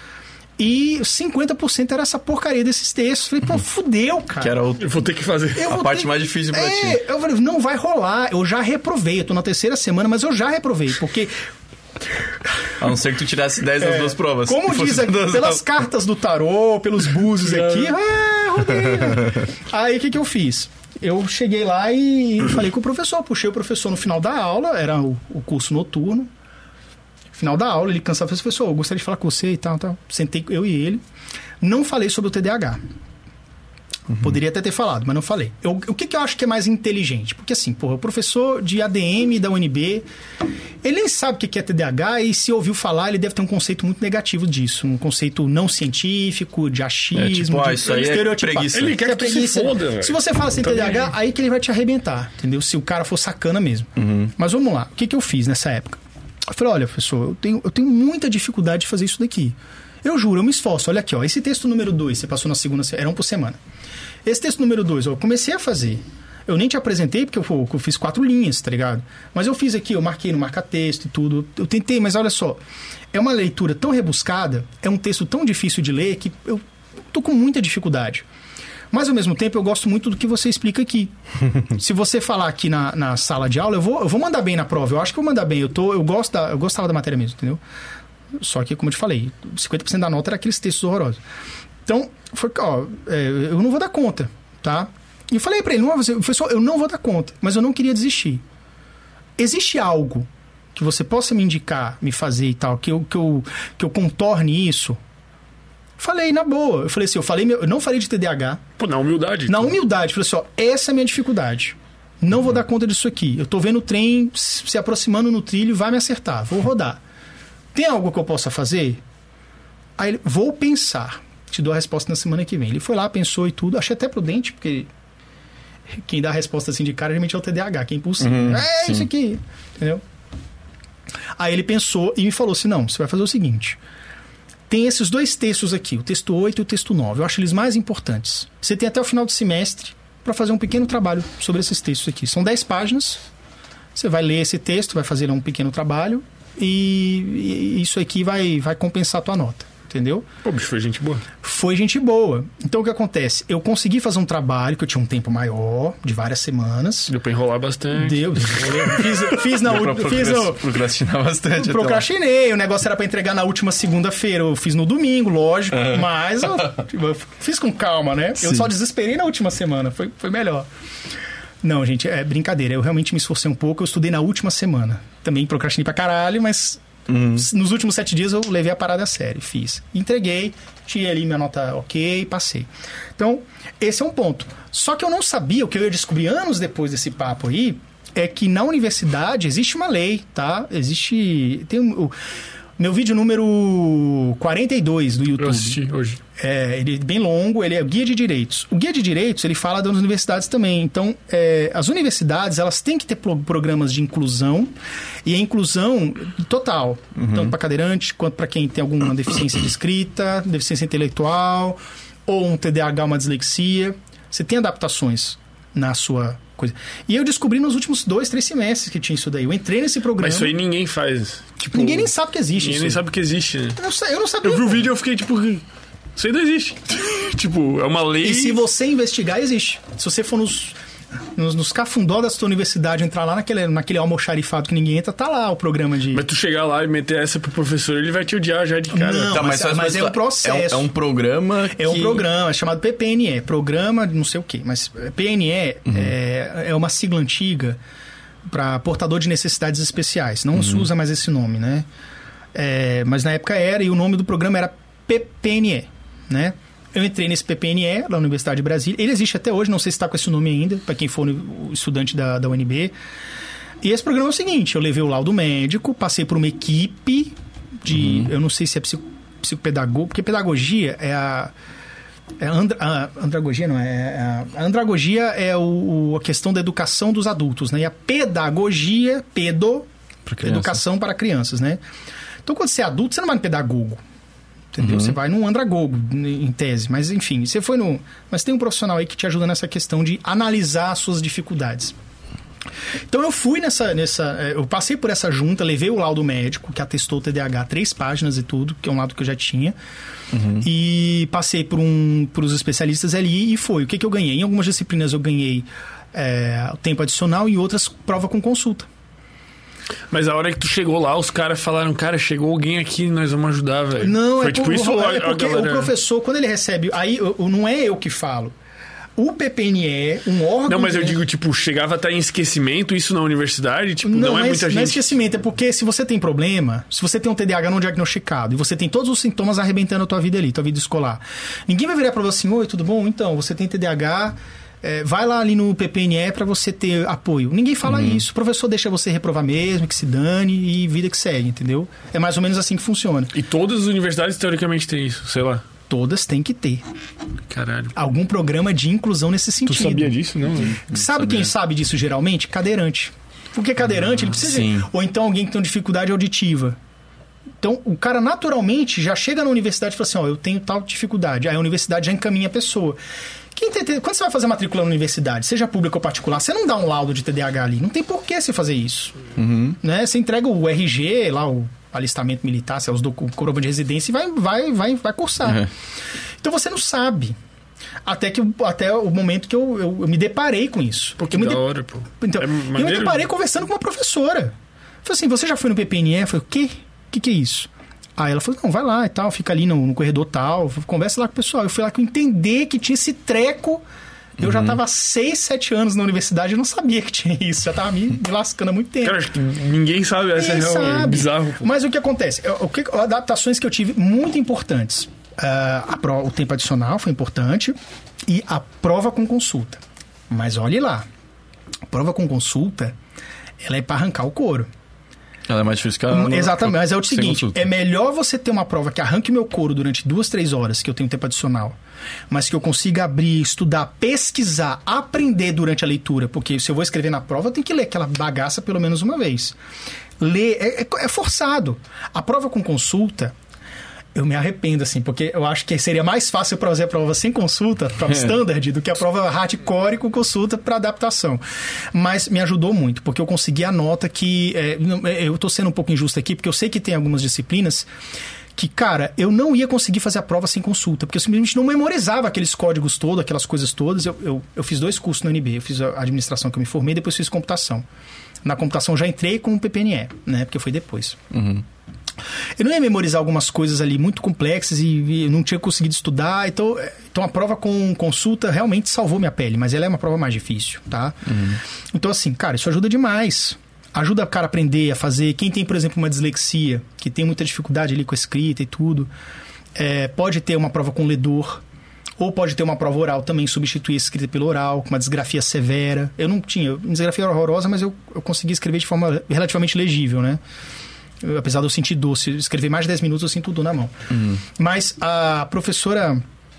C: E cinquenta por cento era essa porcaria desses textos. Falei, pô, fudeu, cara.
B: Que era o...
A: Eu vou ter que fazer.
B: Eu a parte ter... mais difícil pra
C: é,
B: ti.
C: Eu falei, não vai rolar. Eu já reprovei. Eu tô na terceira semana, mas eu já reprovei. Porque...
B: A não ser que tu tirasse dez das é, duas provas.
C: Como diz aqui, pelas aulas. Cartas do tarô, pelos búzios aqui. Ah, rodeio. Aí, o que que eu fiz? Eu cheguei lá e falei com o professor. Puxei o professor no final da aula. Era o, o curso noturno. Final da aula, ele cansava e falou, professor, eu gostaria de falar com você e tal, tal. Sentei eu e ele. Não falei sobre o T D A H. Uhum. Poderia até ter falado, mas não falei. Eu, o que, que eu acho que é mais inteligente? Porque assim, porra, o professor de A D M da U N B, ele nem sabe o que é T D A H e se ouviu falar, ele deve ter um conceito muito negativo disso. Um conceito não científico, de achismo,
B: é, tipo,
C: de
B: ah, isso aí é preguiça.
A: Ele quer que tu se foda,
C: se você fala assim T D A H, aí que ele vai te arrebentar, entendeu? Se o cara for sacana mesmo.
B: Uhum.
C: Mas vamos lá. O que, que eu fiz nessa época? Eu falei, olha, professor, eu tenho, eu tenho muita dificuldade de fazer isso daqui. Eu juro, eu me esforço. Olha aqui, ó, esse texto número dois, você passou na segunda, era um por semana. Esse texto número dois, eu comecei a fazer. Eu nem te apresentei porque eu, eu fiz quatro linhas, tá ligado? Mas eu fiz aqui, eu marquei no marca-texto e tudo. Eu tentei, mas olha só, é uma leitura tão rebuscada, é um texto tão difícil de ler que eu tô com muita dificuldade. Mas, ao mesmo tempo, eu gosto muito do que você explica aqui. Se você falar aqui na, na sala de aula, eu vou, eu vou mandar bem na prova. Eu acho que eu vou mandar bem. Eu, tô, eu, gosto da, eu gostava da matéria mesmo, entendeu? Só que, como eu te falei, cinquenta por cento da nota era aqueles textos horrorosos. Então, foi, ó, é, eu não vou dar conta, tá? E eu falei pra ele, não, professor, eu não vou dar conta, mas eu não queria desistir. Existe algo que você possa me indicar, me fazer e tal, que eu, que eu, que eu contorne isso? Falei, na boa. Eu falei assim, eu, falei, eu não falei de T D A H.
A: Pô, na humildade.
C: Na humildade. Falei assim, ó, essa é a minha dificuldade. Não uhum. vou dar conta disso aqui. Eu tô vendo o trem se aproximando no trilho, vai me acertar. Vou rodar. Tem algo que eu possa fazer? Aí ele, vou pensar. Te dou a resposta na semana que vem. Ele foi lá, pensou e tudo. Achei até prudente, porque quem dá a resposta assim de cara, realmente é o T D A H, que é impossível. Uhum, é sim. Isso aqui. Entendeu? Aí ele pensou e me falou assim, não, você vai fazer o seguinte... Tem esses dois textos aqui, o texto oito e o texto nove. Eu acho eles mais importantes. Você tem até o final do semestre para fazer um pequeno trabalho sobre esses textos aqui. São dez páginas. Você vai ler esse texto, vai fazer um pequeno trabalho e, e isso aqui vai, vai compensar a tua nota. Entendeu?
A: Pô, bicho, foi gente boa.
C: Foi gente boa. Então, o que acontece? Eu consegui fazer um trabalho que eu tinha um tempo maior, de várias semanas.
A: Deu pra enrolar bastante.
C: Deu. fiz, fiz na última... Fiz o...
B: Procrastinar bastante.
C: Procrastinei. Então. O negócio era pra entregar na última segunda-feira. Eu fiz no domingo, lógico. Uhum. Mas eu, eu fiz com calma, né? Sim. Eu só desesperei na última semana. Foi, foi melhor. Não, gente, é brincadeira. Eu realmente me esforcei um pouco. Eu estudei na última semana. Também procrastinei pra caralho, mas... Uhum. Nos últimos sete dias eu levei a parada a sério, fiz. Entreguei, tirei ali minha nota ok, passei. Então, esse é um ponto. Só que eu não sabia, o que eu ia descobrir anos depois desse papo aí, é que na universidade existe uma lei, tá? Existe... Tem o meu vídeo número quarenta e dois do YouTube.
A: Eu assisti hoje.
C: É, ele é bem longo, ele é o Guia de Direitos. O Guia de Direitos, ele fala das universidades também. Então, é, as universidades, elas têm que ter programas de inclusão, e a inclusão total, uhum. tanto para cadeirante, quanto para quem tem alguma deficiência de escrita, deficiência intelectual, ou um T D A H, uma dislexia. Você tem adaptações na sua coisa. E eu descobri nos últimos dois, três semestres que tinha isso daí. Eu entrei nesse programa...
A: Mas isso aí ninguém faz.
C: Tipo, ninguém nem sabe que existe.
A: Ninguém
C: isso
A: nem
C: aí.
A: sabe que existe, né?
C: Eu não, eu não sabia.
A: Eu vi o vídeo e eu fiquei tipo... Isso aí não existe. Tipo, é uma lei...
C: E se você investigar, existe. Se você for nos... Nos, nos cafundó da sua universidade, entrar lá naquele, naquele almoxarifado que ninguém entra, tá lá o programa de...
A: Mas tu chegar lá e meter essa pro professor, ele vai te odiar já de cara.
C: Não,
B: tá,
C: mas, mas, mas é um processo.
B: É um, é um programa que...
C: É um programa, é chamado P P N E. Programa não sei o quê. Mas P N E uhum. é, é uma sigla antiga para portador de necessidades especiais. Não uhum. se usa mais esse nome, né? É, mas na época era, e o nome do programa era P P N E. né? Eu entrei nesse P P N E, da Universidade de Brasília. Ele existe até hoje, não sei se está com esse nome ainda, para quem for estudante da, da U N B. E esse programa é o seguinte, eu levei o laudo médico, passei por uma equipe de... Uhum. Eu não sei se é psico, psicopedagogia, porque pedagogia é a... É andra, a andragogia não é, a andragogia é o, a questão da educação dos adultos, né? E a pedagogia, pedo, educação para crianças, né? Então, quando você é adulto, você não vai no pedagogo, entendeu? Uhum. Você vai num andragogo, em tese. Mas, enfim, você foi no... Mas tem um profissional aí que te ajuda nessa questão de analisar as suas dificuldades. Então, eu fui nessa, nessa... Eu passei por essa junta, levei o laudo médico, que atestou o T D A H, três páginas e tudo, que é um laudo que eu já tinha. Uhum. E passei por, um, por os especialistas ali e foi. O que, que eu ganhei? Em algumas disciplinas eu ganhei é, tempo adicional e em outras prova com consulta.
A: Mas a hora que tu chegou lá, os caras falaram, cara, chegou alguém aqui, nós vamos ajudar, velho.
C: Não,
A: foi
C: é,
A: tipo
C: por,
A: isso.
C: É porque
A: galera...
C: o professor, quando ele recebe... Aí eu, não é eu que falo. O P P N E, um órgão...
A: Não, mas eu
C: de...
A: digo, tipo, chegava a estar em esquecimento isso na universidade? Tipo, não, não é, é muita gente...
C: Não é esquecimento, é porque se você tem problema, se você tem um T D A H não diagnosticado e você tem todos os sintomas arrebentando a tua vida ali, tua vida escolar, ninguém vai virar pra você assim, oi, tudo bom? Então, você tem T D A H, é, vai lá ali no P P N E pra você ter apoio. Ninguém fala uhum. isso. O professor deixa você reprovar mesmo, que se dane e vida que segue, entendeu? É mais ou menos assim que funciona.
A: E todas as universidades, teoricamente, têm isso, sei lá.
C: Todas têm que ter.
A: Caralho.
C: Algum programa de inclusão nesse sentido.
A: Tu sabia disso, não? não
C: sabe
A: sabia.
C: Quem sabe disso geralmente? Cadeirante. Porque cadeirante, ah, ele precisa... Sim. Ou então alguém que tem dificuldade auditiva. Então, o cara naturalmente já chega na universidade e fala assim, ó, eu tenho tal dificuldade. Aí a universidade já encaminha a pessoa. Quem tem, quando você vai fazer matrícula na universidade, seja pública ou particular, você não dá um laudo de T D A H ali. Não tem por que você fazer isso. Uhum. Né? Você entrega o R G, lá o alistamento militar, se é os do comprova de residência e vai, vai, vai, vai cursar. Uhum. Então você não sabe. Até, que, até o momento que eu, eu, eu me deparei com isso. Porque
A: que
C: eu me
A: da
C: de...
A: hora, pô.
C: Então,
A: é
C: eu me deparei conversando com uma professora. Falei assim, você já foi no P P N E? Eu falei, o quê? O que, que é isso? Aí ela falou, não, vai lá e tal, fica ali no, no corredor tal, conversa lá com o pessoal. Eu fui lá que eu entender que tinha esse treco. Eu uhum. já estava há seis, sete anos na universidade e não sabia que tinha isso. Já estava me, me lascando há muito tempo.
A: Cara, acho que ninguém sabe. Essa ninguém é real, sabe. É bizarro. Pô.
C: Mas o que acontece? O que, adaptações que eu tive muito importantes. Uh, a pro, o tempo adicional foi importante e a prova com consulta. Mas olhe lá. A prova com consulta, ela é para arrancar o couro.
B: Ela é mais difícil que a...
C: Exatamente, mas é o seguinte, é melhor você ter uma prova que arranque meu couro durante duas, três horas, que eu tenho tempo adicional, mas que eu consiga abrir, estudar, pesquisar, aprender durante a leitura, porque se eu vou escrever na prova, eu tenho que ler aquela bagaça pelo menos uma vez. Ler é, é, é forçado. A prova com consulta... Eu me arrependo, assim, porque eu acho que seria mais fácil para fazer a prova sem consulta, prova standard, do que a prova hardcore com consulta para adaptação. Mas me ajudou muito, porque eu consegui a nota que... É, eu estou sendo um pouco injusto aqui, porque eu sei que tem algumas disciplinas que, cara, eu não ia conseguir fazer a prova sem consulta, porque eu simplesmente não memorizava aqueles códigos todos, aquelas coisas todas. Eu, eu, eu fiz dois cursos no U N B, eu fiz a administração que eu me formei, depois fiz computação. Na computação já entrei com o P P N E, né, porque foi depois. Uhum. Eu não ia memorizar algumas coisas ali muito complexas e, e não tinha conseguido estudar. Então, então a prova com consulta realmente salvou minha pele, mas ela é uma prova mais difícil, tá? Uhum. Então, assim, cara, isso ajuda demais. Ajuda o cara a aprender, a fazer. Quem tem, por exemplo, uma dislexia, que tem muita dificuldade ali com a escrita e tudo, é, pode ter uma prova com ledor, ou pode ter uma prova oral também, substituir a escrita pelo oral, com uma disgrafia severa. Eu não tinha, uma disgrafia horrorosa, mas eu, eu consegui escrever de forma relativamente legível, né? Eu, apesar de eu sentir dor, se eu escrever mais de dez minutos, eu sinto dor na mão. Uhum. Mas a professora...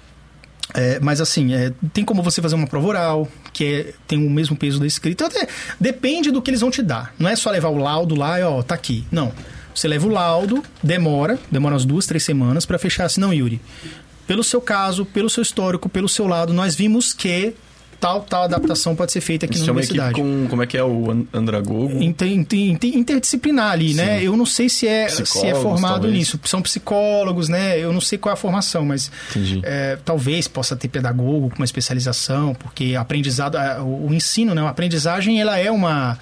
C: É, mas assim, é, tem como você fazer uma prova oral, que é, tem o mesmo peso da escrita. Então, até, depende do que eles vão te dar. Não é só levar o laudo lá e, ó, tá aqui. Não. Você leva o laudo, demora, demora umas duas, três semanas para fechar assim. Não, Yuri, pelo seu caso, pelo seu histórico, pelo seu lado, nós vimos que tal, tal adaptação pode ser feita aqui
B: Isso
C: na
B: é uma
C: universidade.
B: Equipe com, como é que é o Andragogo?
C: Inter, inter, interdisciplinar ali, Sim. né? Eu não sei se é, se é formado talvez. nisso. São psicólogos, né? Eu não sei qual é a formação, mas é, talvez possa ter pedagogo com uma especialização, porque aprendizado, o ensino, né? A aprendizagem, ela é uma...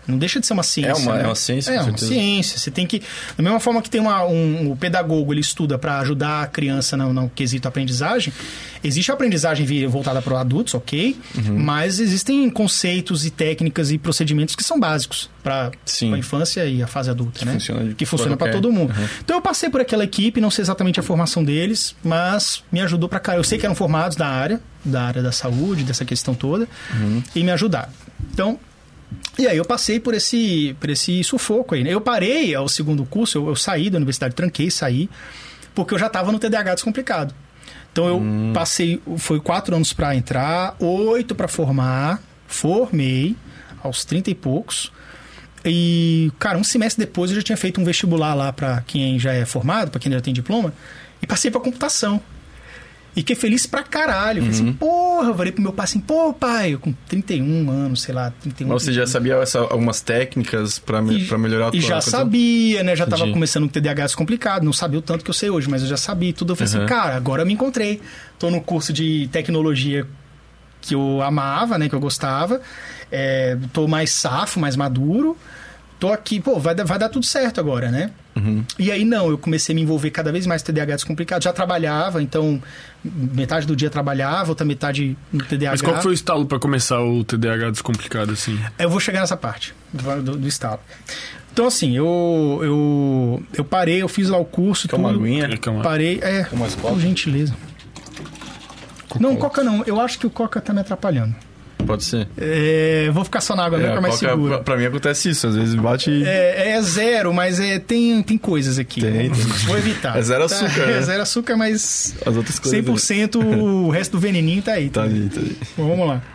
C: Não deixa de ser uma ciência.
B: É uma,
C: né?
B: é uma ciência,
C: É
B: com
C: uma
B: certeza.
C: ciência. Você tem que... Da mesma forma que tem uma, um, o pedagogo, ele estuda para ajudar a criança no, no quesito aprendizagem, existe a aprendizagem voltada para adultos, ok? Uhum. Mas existem conceitos e técnicas e procedimentos que são básicos para a infância e a fase adulta,
B: que
C: né?
B: Funciona
C: que funciona para todo mundo. Uhum. Então eu passei por aquela equipe, não sei exatamente a formação deles, mas me ajudou para cá. Eu sei que eram formados da área, da área da saúde, dessa questão toda, uhum. e me ajudaram. Então... E aí eu passei por esse, por esse sufoco aí, né? Eu parei ao segundo curso, eu, eu saí da universidade, tranquei, saí, porque eu já estava no T D A H descomplicado. Então eu hum. passei, foi quatro anos para entrar, oito para formar, formei aos trinta e poucos. E, cara, um semestre depois eu já tinha feito um vestibular lá para quem já é formado, para quem já tem diploma, e passei para computação. E fiquei feliz pra caralho. Falei uhum. assim, porra, eu falei pro meu pai assim, pô, pai, eu com trinta e um anos, sei lá, trinta e um.
B: Mas você já sabia essa, algumas técnicas pra, me,
C: e,
B: pra melhorar a tua...
C: E já
B: coisa?
C: sabia, né? Já Entendi. Tava começando com T D A H descomplicado, não sabia o tanto que eu sei hoje, mas eu já sabia tudo. Eu falei uhum. assim, cara, agora eu me encontrei. Tô no curso de tecnologia que eu amava, né? Que eu gostava. É, tô mais safo, mais maduro. Tô aqui, pô, vai, vai dar tudo certo agora, né? Uhum. E aí, não, eu comecei a me envolver cada vez mais no T D A H descomplicado. Já trabalhava, então, metade do dia trabalhava, outra metade no T D A H.
A: Mas qual foi o estalo para começar o T D A H descomplicado, assim?
C: Eu vou chegar nessa parte do, do, do estalo. Então, assim, eu, eu, eu parei, eu fiz lá o curso.
B: Quer uma aguinha?
C: Parei, é, com gentileza. Coca. Não, Coca não. Eu acho que o Coca tá me atrapalhando.
B: Pode ser.
C: É, vou ficar só na água, é, ficar mais seguro.
B: Pra, pra mim acontece isso, às vezes bate...
C: É, é zero, mas é, tem, tem coisas aqui.
B: Tem, tem.
C: Vou evitar.
B: É zero açúcar, tá?
C: É
B: né?
C: zero açúcar, mas
B: as outras coisas
C: cem por cento ali. O resto do veneninho tá aí.
B: Tá, tá ali, tá ali.
C: Bom, vamos lá.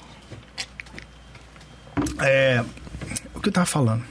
C: É, o que eu tava falando?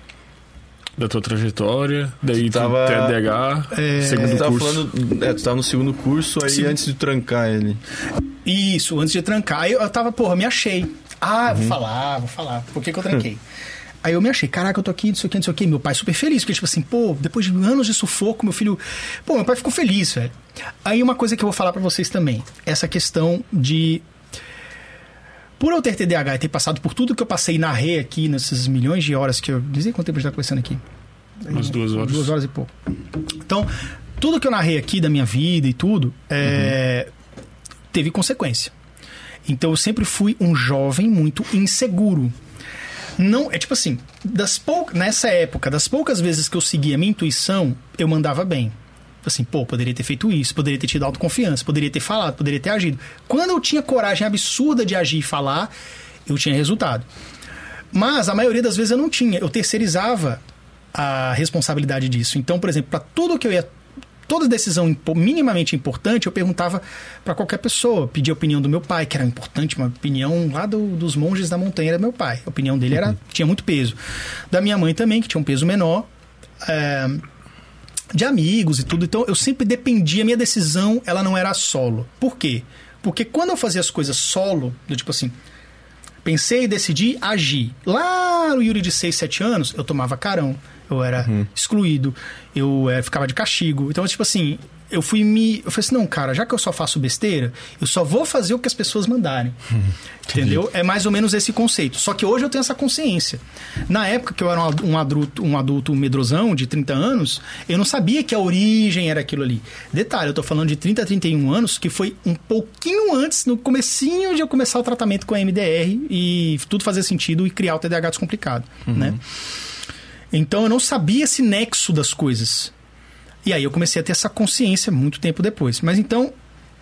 A: Da tua trajetória, daí tu
B: tava...
A: T D A H,
C: é...
A: segundo
B: tu tava
A: curso.
B: Falando, é, tu tava no segundo curso, aí Sim. antes de trancar ele.
C: Isso, antes de trancar. Aí eu tava, porra, me achei. Ah, uhum. vou falar, vou falar. Por que que eu tranquei? Aí eu me achei, caraca, eu tô aqui, não sei o que, não sei o que. Meu pai super feliz, porque tipo assim, pô, depois de anos de sufoco, meu filho... Pô, meu pai ficou feliz, velho. Aí uma coisa que eu vou falar pra vocês também, essa questão de... Por eu ter T D A H e ter passado por tudo que eu passei na narrei aqui, nessas milhões de horas que eu... Não sei quanto tempo a gente tá conversando aqui.
A: Umas duas horas.
C: Duas horas e pouco. Então, tudo que eu narrei aqui da minha vida e tudo, é... uhum. teve consequência. Então, eu sempre fui um jovem muito inseguro. Não, é tipo assim, das pou... nessa época, das poucas vezes que eu seguia a minha intuição, eu mandava bem. Assim, pô, poderia ter feito isso, poderia ter tido autoconfiança, poderia ter falado, poderia ter agido. Quando eu tinha coragem absurda de agir e falar, eu tinha resultado. Mas a maioria das vezes eu não tinha. Eu terceirizava a responsabilidade disso. Então, por exemplo, para tudo que eu ia... Toda decisão minimamente importante, eu perguntava para qualquer pessoa. Pedia a opinião do meu pai, que era importante, uma opinião lá do, dos monges da montanha era meu pai. A opinião dele era, uhum. tinha muito peso. Da minha mãe também, que tinha um peso menor. É, de amigos e tudo. Então, eu sempre dependia. A minha decisão, ela não era solo. Por quê? Porque quando eu fazia as coisas solo, do tipo assim... Pensei, decidi, agi. Lá no Yuri de seis, sete anos, eu tomava carão. Eu era uhum. excluído. Eu é, ficava de castigo. Então, tipo assim, eu fui me... Eu falei assim, não, cara, já que eu só faço besteira, eu só vou fazer o que as pessoas mandarem. Uhum. Entendeu? É mais ou menos esse conceito. Só que hoje eu tenho essa consciência. Na época que eu era um adulto, um adulto medrosão, de trinta anos, eu não sabia que a origem era aquilo ali. Detalhe, eu tô falando de trinta a trinta e um anos, que foi um pouquinho antes, no comecinho de eu começar o tratamento com a M D R e tudo fazer sentido e criar o T D A H descomplicado, uhum. né? Então eu não sabia esse nexo das coisas. E aí eu comecei a ter essa consciência muito tempo depois. Mas então,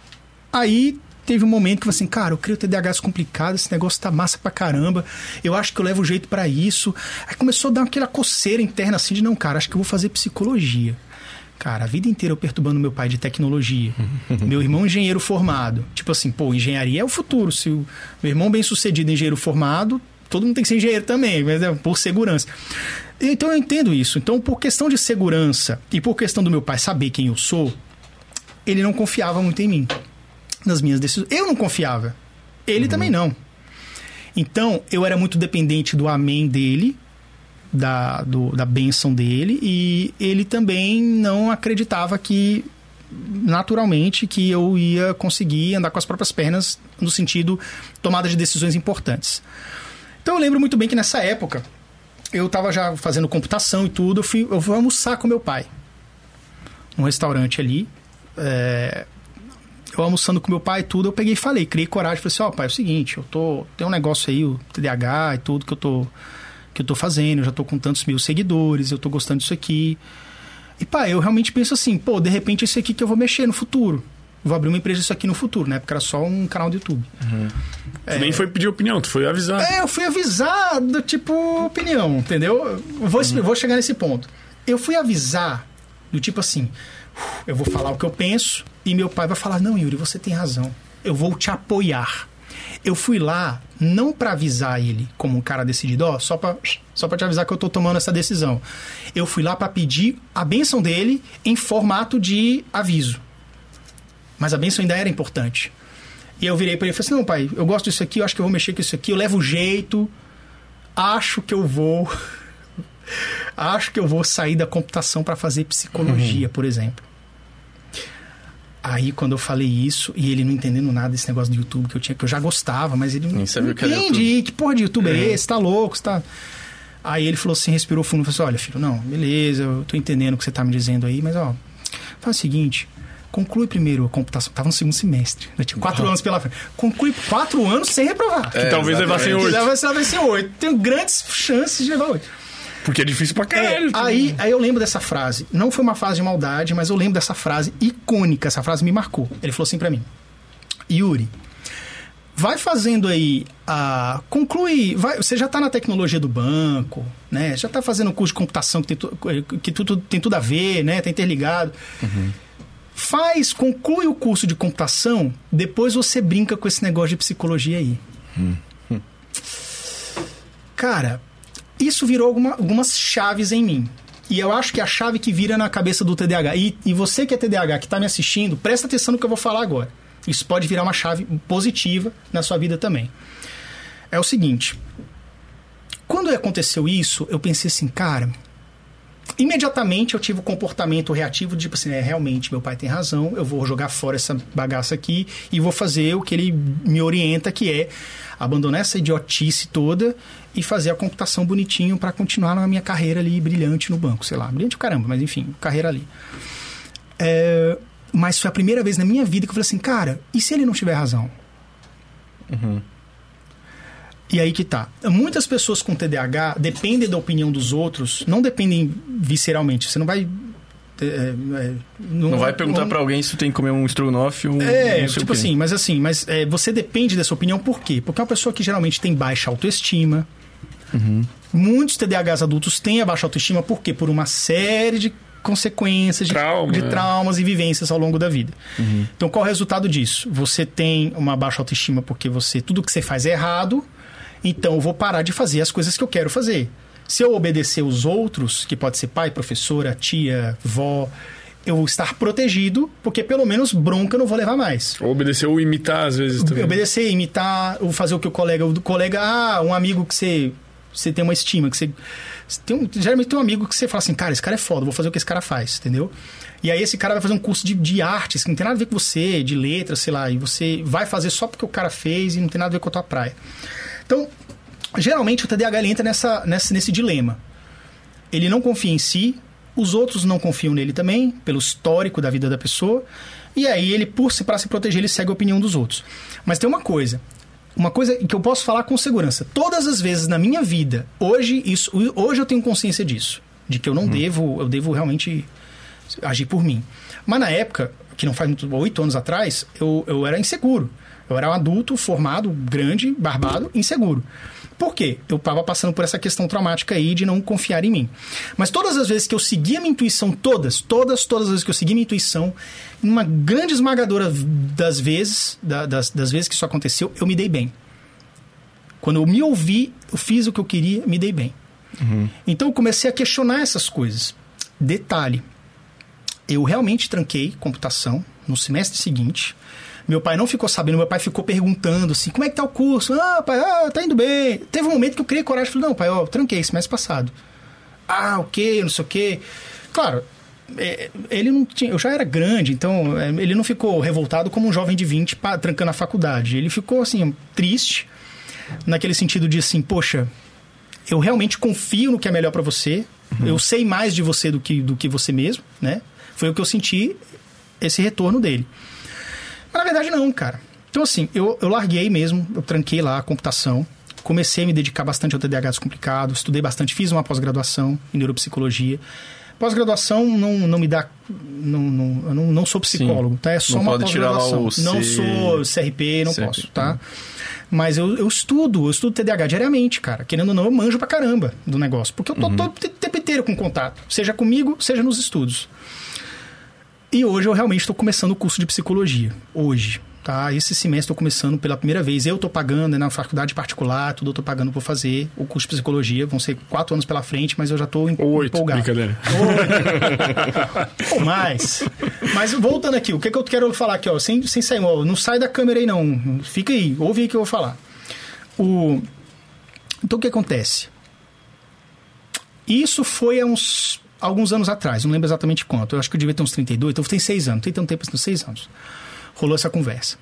C: aí teve um momento que eu falei assim, cara, eu crio T D A H descomplicado, esse negócio tá massa pra caramba, eu acho que eu levo jeito pra isso. Aí começou a dar aquela coceira interna assim de, não, cara, acho que eu vou fazer psicologia. Cara, a vida inteira eu perturbando meu pai de tecnologia. Meu irmão engenheiro formado. Tipo assim, pô, engenharia é o futuro. Se o meu irmão bem sucedido engenheiro formado, todo mundo tem que ser engenheiro também, mas é por segurança. Então eu entendo isso. Então, por questão de segurança e por questão do meu pai saber quem eu sou, ele não confiava muito em mim, nas minhas decisões. Eu não confiava. Ele uhum. também não. Então, eu era muito dependente do amém dele, da, do, da bênção dele, e ele também não acreditava que, naturalmente, que eu ia conseguir andar com as próprias pernas no sentido tomada de decisões importantes. Então, eu lembro muito bem que nessa época, eu tava já fazendo computação e tudo, eu fui, eu fui almoçar com meu pai. Num restaurante ali. É, eu almoçando com meu pai e tudo, eu peguei e falei, criei coragem, falei assim, ó, oh, pai, é o seguinte, eu tô, tem um negócio aí, o T D A H e tudo que eu tô, que eu tô fazendo, eu já tô com tantos mil seguidores, eu tô gostando disso aqui. E pai, eu realmente penso assim, pô, de repente esse aqui que eu vou mexer no futuro. Vou abrir uma empresa disso aqui no futuro, né? Porque era só um canal do YouTube.
A: Uhum.
C: É,
A: tu nem foi pedir opinião, tu foi avisar.
C: É, eu fui avisar do tipo opinião, entendeu? Eu vou, uhum. vou chegar nesse ponto. Eu fui avisar do tipo assim, eu vou falar o que eu penso e meu pai vai falar, não, Yuri, você tem razão. Eu vou te apoiar. Eu fui lá não para avisar ele como um cara decidido, ó, só para só para te avisar que eu tô tomando essa decisão. Eu fui lá para pedir a bênção dele em formato de aviso. Mas a bênção ainda era importante. E eu virei para ele e falei assim, não, pai, eu gosto disso aqui, eu acho que eu vou mexer com isso aqui, eu levo jeito, acho que eu vou... acho que eu vou sair da computação para fazer psicologia, uhum. por exemplo. Aí, quando eu falei isso, e ele não entendendo nada desse negócio do YouTube que eu tinha, que eu já gostava, mas ele não entende, que porra de YouTube é esse, tá louco, você tá... Aí ele falou assim, respirou fundo, falou assim, olha, filho, não, beleza, eu tô entendendo o que você tá me dizendo aí, mas, ó, faz o seguinte... Conclui primeiro a computação. Tava no segundo semestre. Eu tinha quatro uhum. anos pela frente. Conclui quatro anos sem reprovar.
A: É, que talvez levassem oito.
C: Talvez levassem oito. Tenho grandes chances de levar oito.
A: Porque é difícil pra caralho.
C: É, aí, aí eu lembro dessa frase. Não foi uma frase de maldade, mas eu lembro dessa frase icônica. Essa frase me marcou. Ele falou assim pra mim. Yuri, vai fazendo aí a... Conclui... Vai, você já tá na tecnologia do banco, né? Já tá fazendo um curso de computação que tem, tu, que tudo, tem tudo a ver, né? Tá interligado. Uhum. Faz, conclui o curso de computação, depois você brinca com esse negócio de psicologia aí. Hum. Hum. Cara, isso virou alguma, algumas chaves em mim. E eu acho que é a chave que vira na cabeça do T D A H. E, e você que é T D A H, que está me assistindo, presta atenção no que eu vou falar agora. Isso pode virar uma chave positiva na sua vida também. É o seguinte. Quando aconteceu isso, eu pensei assim, cara... Imediatamente eu tive o comportamento reativo de tipo assim, é, realmente meu pai tem razão, eu vou jogar fora essa bagaça aqui e vou fazer o que ele me orienta, que é abandonar essa idiotice toda e fazer a computação bonitinho para continuar na minha carreira ali brilhante no banco, sei lá, brilhante o caramba, mas enfim, carreira ali. É, mas foi a primeira vez na minha vida que eu falei assim, cara, e se ele não tiver razão? Uhum. E aí que tá. Muitas pessoas com T D A H dependem da opinião dos outros, não dependem visceralmente. Você não vai... É, é,
B: não, não vai perguntar para alguém se tem que comer um estrogonofe ou um...
C: É, tipo assim, mas assim, mas é, você depende dessa opinião por quê? Porque é uma pessoa que geralmente tem baixa autoestima. Uhum. Muitos T D A Hs adultos têm a baixa autoestima por quê? Por uma série de consequências, de, Trauma, de traumas é. e vivências ao longo da vida. Uhum. Então, qual é o resultado disso? Você tem uma baixa autoestima porque você tudo que você faz é errado. Então, eu vou parar de fazer as coisas que eu quero fazer. Se eu obedecer os outros, que pode ser pai, professora, tia, vó, eu vou estar protegido, porque pelo menos bronca eu não vou levar mais.
A: Ou obedecer ou imitar, às vezes, também.
C: Obedecer, imitar, ou fazer o que o colega... O colega, ah, um amigo que você, você tem uma estima, que você... Tem um, geralmente tem um amigo que você fala assim, cara, esse cara é foda, vou fazer o que esse cara faz, entendeu? E aí esse cara vai fazer um curso de, de artes, que não tem nada a ver com você, de letras, sei lá, e você vai fazer só porque o cara fez e não tem nada a ver com a tua praia. Então, geralmente o T D A H ele entra nessa, nessa, nesse dilema. Ele não confia em si, os outros não confiam nele também, pelo histórico da vida da pessoa, e aí ele, por se, para se proteger, ele segue a opinião dos outros. Mas tem uma coisa, uma coisa que eu posso falar com segurança. Todas as vezes na minha vida, hoje, isso, hoje eu tenho consciência disso, de que eu não hum. devo, eu devo realmente agir por mim. Mas na época, que não faz muito, oito anos atrás, eu, eu era inseguro. Eu era um adulto formado, grande, barbado, inseguro. Por quê? Eu estava passando por essa questão traumática aí de não confiar em mim. Mas todas as vezes que eu segui a minha intuição, todas, todas, todas as vezes que eu segui a minha intuição, uma grande esmagadora das vezes, da, das, das vezes que isso aconteceu, eu me dei bem. Quando eu me ouvi, eu fiz o que eu queria, me dei bem. Uhum. Então eu comecei a questionar essas coisas. Detalhe, eu realmente tranquei computação no semestre seguinte. Meu pai não ficou sabendo, meu pai ficou perguntando assim, como é que tá o curso? Ah, pai, ah, tá indo bem. Teve um momento que eu criei coragem e falei, não, pai, ó, eu tranquei semestre passado. Ah, o quê? Não sei o quê. Claro, ele não tinha... Eu já era grande, então ele não ficou revoltado como um jovem de vinte pra, trancando a faculdade. Ele ficou, assim, triste, naquele sentido de assim, poxa, eu realmente confio no que é melhor para você. Uhum. Eu sei mais de você do que, do que você mesmo, né? Foi o que eu senti, esse retorno dele. Mas na verdade não, cara. Então assim, eu, eu larguei mesmo, eu tranquei lá a computação, comecei a me dedicar bastante ao T D A H descomplicado, estudei bastante, fiz uma pós-graduação em neuropsicologia. Pós-graduação não, não me dá... Não, não, eu não, não sou psicólogo, Sim. tá? É só
B: não
C: uma
B: pode
C: pós-graduação.
B: C...
C: Não sou C R P, não
B: C R P,
C: posso, tá? Mas eu, eu estudo, eu estudo T D A H diariamente, cara. Querendo ou não, eu manjo pra caramba do negócio. Porque eu tô, uhum. tô o tempo inteiro com contato. Seja comigo, seja nos estudos. E hoje eu realmente estou começando o curso de psicologia. Hoje, tá? Esse semestre estou começando pela primeira vez. Eu estou pagando, é na faculdade particular, tudo eu estou pagando para fazer o curso de psicologia. Vão ser quatro anos pela frente, mas eu já estou
A: Oito,
C: empolgado.
A: Brincadeira.
C: Oito. Ou mais. Mas voltando aqui, o que, que eu quero falar aqui, ó, sem, sem sair, ó, não sai da câmera aí não. Fica aí, ouve aí que eu vou falar. O... Então o que acontece? Isso foi há uns... alguns anos atrás, não lembro exatamente quanto. Eu acho que eu devia ter uns trinta e dois, então tem seis anos. Tem tanto tempo, uns seis anos. Rolou essa conversa.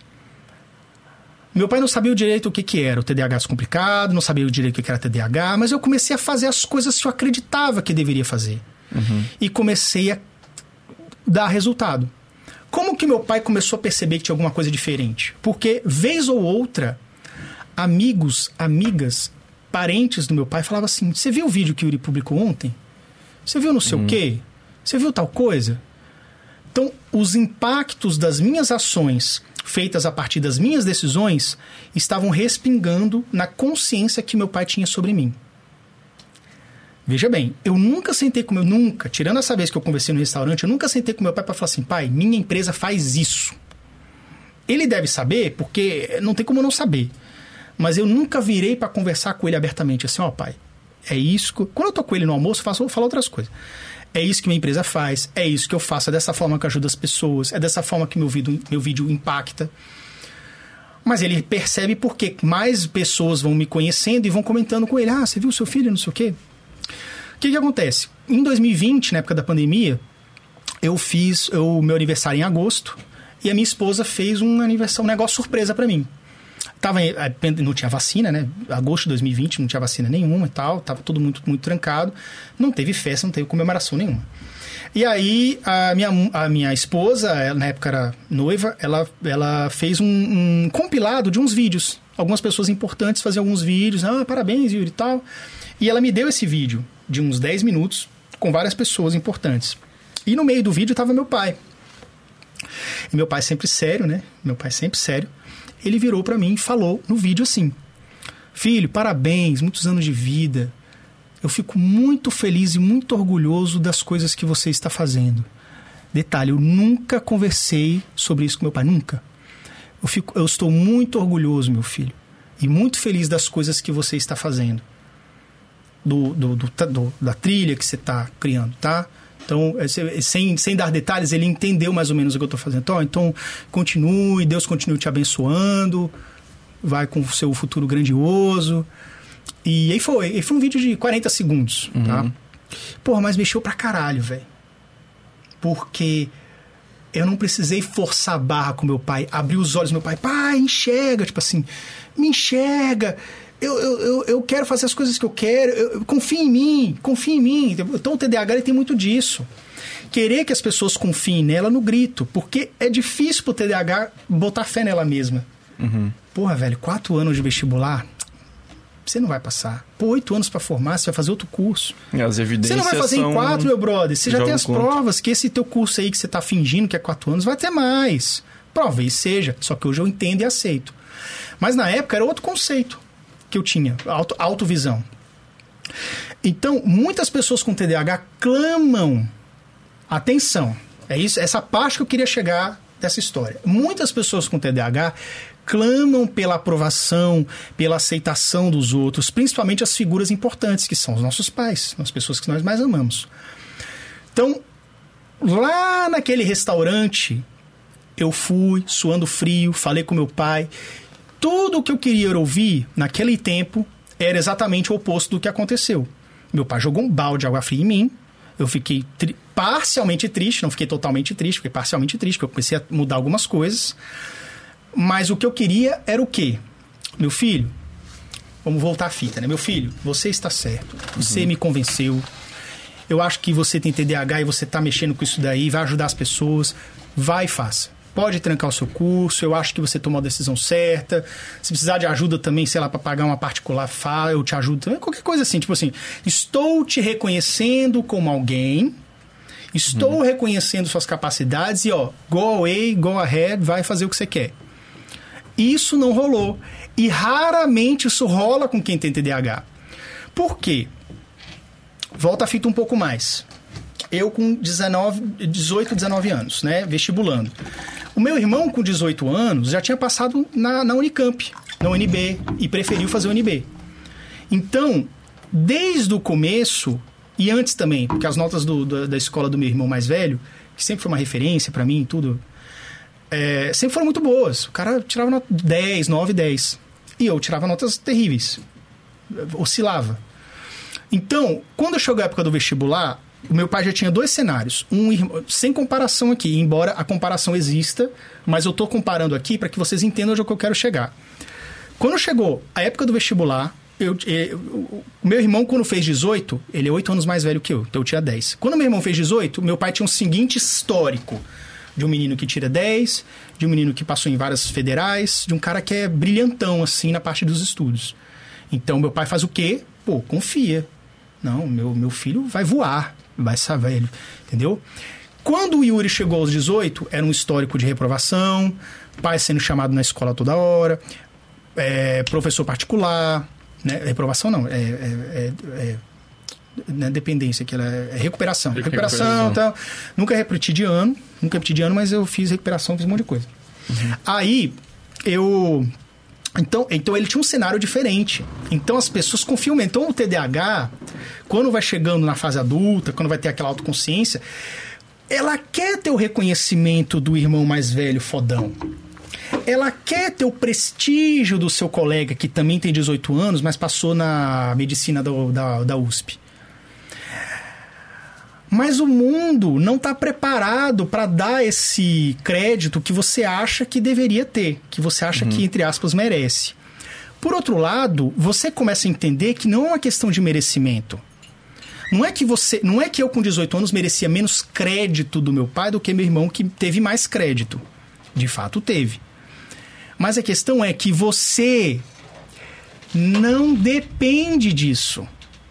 C: Meu pai não sabia o direito o que, que era o T D A H descomplicado, não sabia o direito o que era T D A H, mas eu comecei a fazer as coisas que eu acreditava que deveria fazer. Uhum. E comecei a dar resultado. Como que meu pai começou a perceber que tinha alguma coisa diferente? Porque, vez ou outra, amigos, amigas, parentes do meu pai falavam assim, você viu o vídeo que o Yuri publicou ontem? Você viu não sei uhum. o quê? Você viu tal coisa? Então, os impactos das minhas ações, feitas a partir das minhas decisões, estavam respingando na consciência que meu pai tinha sobre mim. Veja bem, eu nunca sentei com meu... Nunca, tirando essa vez que eu conversei no restaurante, eu nunca sentei com meu pai para falar assim, pai, minha empresa faz isso. Ele deve saber, porque não tem como não saber. Mas eu nunca virei para conversar com ele abertamente, assim, ó, pai, é isso que... Quando eu tô com ele no almoço, eu faço, eu falo outras coisas. É isso que minha empresa faz, é isso que eu faço, é dessa forma que eu ajudo as pessoas, é dessa forma que meu vídeo, meu vídeo impacta. Mas ele percebe porque mais pessoas vão me conhecendo e vão comentando com ele, ah, você viu o seu filho, não sei o quê. O que que acontece? Em dois mil e vinte, na época da pandemia, eu fiz o meu aniversário em agosto e a minha esposa fez um aniversário, um negócio surpresa pra mim. Tava, não tinha vacina, né? Agosto de dois mil e vinte, não tinha vacina nenhuma e tal. Tava tudo muito, muito trancado. Não teve festa, não teve comemoração nenhuma. E aí, a minha, a minha esposa, ela, na época era noiva, ela, ela fez um, um compilado de uns vídeos. Algumas pessoas importantes faziam alguns vídeos. Ah, parabéns, Yuri e tal. E ela me deu esse vídeo de uns dez minutos com várias pessoas importantes. E no meio do vídeo tava meu pai. E meu pai sempre sério, né? Meu pai sempre sério. Ele virou pra mim e falou no vídeo assim, filho, parabéns, muitos anos de vida. Eu fico muito feliz e muito orgulhoso das coisas que você está fazendo. Detalhe, eu nunca conversei sobre isso com meu pai, nunca. Eu, fico, eu estou muito orgulhoso, meu filho, e muito feliz das coisas que você está fazendo. Do, do, do, do, da trilha que você está criando, tá? Então, sem, sem dar detalhes, ele entendeu mais ou menos o que eu estou fazendo. Então, então, continue, Deus continue te abençoando, vai com o seu futuro grandioso. E aí foi. E foi um vídeo de quarenta segundos, uhum. tá? Porra, mas mexeu pra caralho, velho. Porque eu não precisei forçar a barra com meu pai, abrir os olhos do meu pai. Pai, enxerga, tipo assim, me enxerga. Eu, eu, eu, eu quero fazer as coisas que eu quero, eu, eu, confia em mim, confia em mim. Então o T D A H ele tem muito disso. Querer que as pessoas confiem nela no grito, porque é difícil pro T D A H botar fé nela mesma. Uhum. Porra, velho, quatro anos de vestibular, você não vai passar. Pô, oito anos pra formar, você vai fazer outro curso.
B: E as evidências
C: você não vai fazer
B: são...
C: em quatro, meu brother. Você já tem as
B: contra.
C: provas que esse teu curso aí que você tá fingindo que é quatro anos vai ter mais. Talvez seja, só que hoje eu entendo e aceito. Mas na época era outro conceito que eu tinha, auto, autovisão. Então, muitas pessoas com T D A H clamam, atenção, é isso, essa parte que eu queria chegar dessa história. Muitas pessoas com T D A H clamam pela aprovação, pela aceitação dos outros, principalmente as figuras importantes, que são os nossos pais, as pessoas que nós mais amamos. Então, lá naquele restaurante, eu fui, suando frio, falei com meu pai. Tudo o que eu queria ouvir naquele tempo era exatamente o oposto do que aconteceu. Meu pai jogou um balde de água fria em mim. Eu fiquei tri- parcialmente triste, não fiquei totalmente triste, fiquei parcialmente triste, porque eu comecei a mudar algumas coisas. Mas o que eu queria era o quê? Meu filho, vamos voltar à fita, né? Meu filho, você está certo. Você uhum. me convenceu. Eu acho que você tem T D A H e você está mexendo com isso daí, vai ajudar as pessoas. Vai e faça. Pode trancar o seu curso, eu acho que você tomou a decisão certa. Se precisar de ajuda também, sei lá, para pagar uma particular, fala, eu te ajudo também. Qualquer coisa assim, tipo assim, estou te reconhecendo como alguém, estou uhum. reconhecendo suas capacidades e, ó, go away, go ahead, vai fazer o que você quer. Isso não rolou. E raramente isso rola com quem tem T D A H. Por quê? Volta a fita um pouco mais. Eu com dezenove, dezoito, dezenove anos, né? Vestibulando. O meu irmão com dezoito anos já tinha passado na, na Unicamp, na U N B, e preferiu fazer U N B. Então, desde o começo, e antes também, porque as notas do, da, da escola do meu irmão mais velho, que sempre foi uma referência pra mim e tudo, é, sempre foram muito boas. O cara tirava nota dez, nove, dez. E eu tirava notas terríveis. Oscilava. Então, quando chegou a época do vestibular, o meu pai já tinha dois cenários. Um, sem comparação aqui, embora a comparação exista, mas eu tô comparando aqui para que vocês entendam onde é que eu quero chegar. Quando chegou a época do vestibular, eu, eu, o meu irmão, quando fez dezoito, ele é oito anos mais velho que eu, então eu tinha dez. Quando meu irmão fez dezoito, meu pai tinha um seguinte histórico: de um menino que tira dez, de um menino que passou em várias federais, de um cara que é brilhantão, assim, na parte dos estudos. Então, meu pai faz o quê? Pô, confia. Não, meu, meu filho vai voar, vai ser velho, entendeu? Quando o Yuri chegou aos dezoito, era um histórico de reprovação, pai sendo chamado na escola toda hora, é, professor particular, né? Reprovação não, é... é, é, é não é dependência, que ela é recuperação. Recuperação, recuperação. Tal. Nunca repeti de ano, nunca repeti de ano, mas eu fiz recuperação, fiz um monte de coisa. Uhum. Aí, eu... Então, então, ele tinha um cenário diferente. Então, as pessoas confiam mesmo. Então, o T D A H, quando vai chegando na fase adulta, quando vai ter aquela autoconsciência, ela quer ter o reconhecimento do irmão mais velho fodão. Ela quer ter o prestígio do seu colega, que também tem dezoito anos, mas passou na medicina do, da, da U S P. Mas o mundo não está preparado para dar esse crédito que você acha que deveria ter, que você acha uhum. que, entre aspas, merece. Por outro lado, você começa a entender que não é uma questão de merecimento. Não é que você, não é que eu com dezoito anos merecia menos crédito do meu pai do que meu irmão que teve mais crédito. De fato, teve. Mas a questão é que você não depende disso.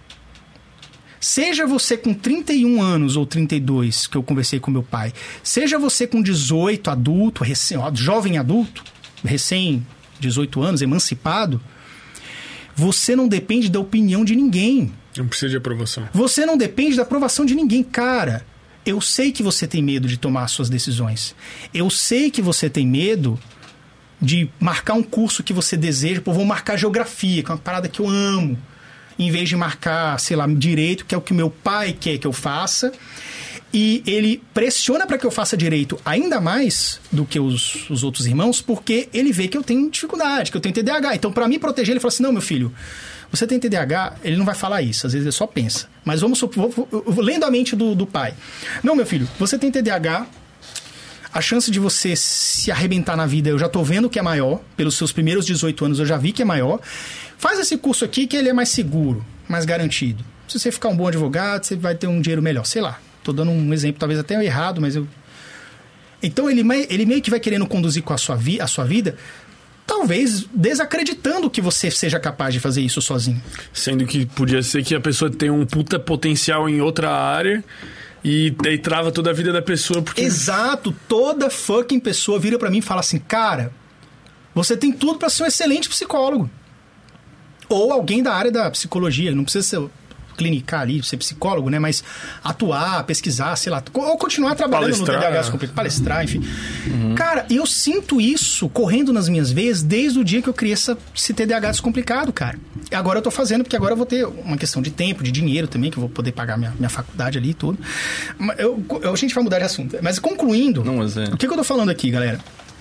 C: Seja você com trinta e um anos ou trinta e dois, que eu conversei com meu pai, seja você com dezoito, adulto, recém, jovem adulto, recém dezoito anos, emancipado, você não depende da opinião de ninguém.
A: Não precisa de aprovação.
C: Você não depende da aprovação de ninguém. Cara, eu sei que você tem medo de tomar suas decisões. Eu sei que você tem medo de marcar um curso que você deseja. Pô, vou marcar geografia, que é uma parada que eu amo. Em vez de marcar, sei lá, direito, que é o que meu pai quer que eu faça. E ele pressiona para que eu faça direito ainda mais do que os, os outros irmãos, porque ele vê que eu tenho dificuldade, que eu tenho T D A H. Então, para me proteger, ele fala assim, não, meu filho, você tem T D A H, ele não vai falar isso, às vezes ele só pensa. Mas vamos supor, vou, vou, vou, lendo a mente do, do pai. Não, meu filho, você tem T D A H, a chance de você se arrebentar na vida, eu já tô vendo que é maior, pelos seus primeiros dezoito anos eu já vi que é maior. Faz esse curso aqui que ele é mais seguro, mais garantido. Se você ficar um bom advogado, você vai ter um dinheiro melhor. Sei lá, tô dando um exemplo, talvez até errado, mas eu... Então ele, ele meio que vai querendo conduzir com a sua, vi, a sua vida, talvez desacreditando que você seja capaz de fazer isso sozinho.
A: Sendo que podia ser que a pessoa tem um puta potencial em outra área... E daí trava toda a vida da pessoa porque...
C: Exato, toda fucking pessoa vira pra mim e fala assim, cara, você tem tudo pra ser um excelente psicólogo. Ou alguém da área da psicologia, não precisa ser clinicar ali, ser psicólogo, né? Mas atuar, pesquisar, sei lá, ou continuar trabalhando palestrar. no T D A H, palestrar, enfim. Uhum. Cara, eu sinto isso correndo nas minhas veias desde o dia que eu criei essa, esse T D A H descomplicado, cara. Agora eu tô fazendo, porque agora eu vou ter uma questão de tempo, de dinheiro também, que eu vou poder pagar minha, minha faculdade ali e tudo. Eu, eu, a gente vai mudar de assunto. Mas concluindo, não, mas é. o que, que eu tô falando aqui, galera?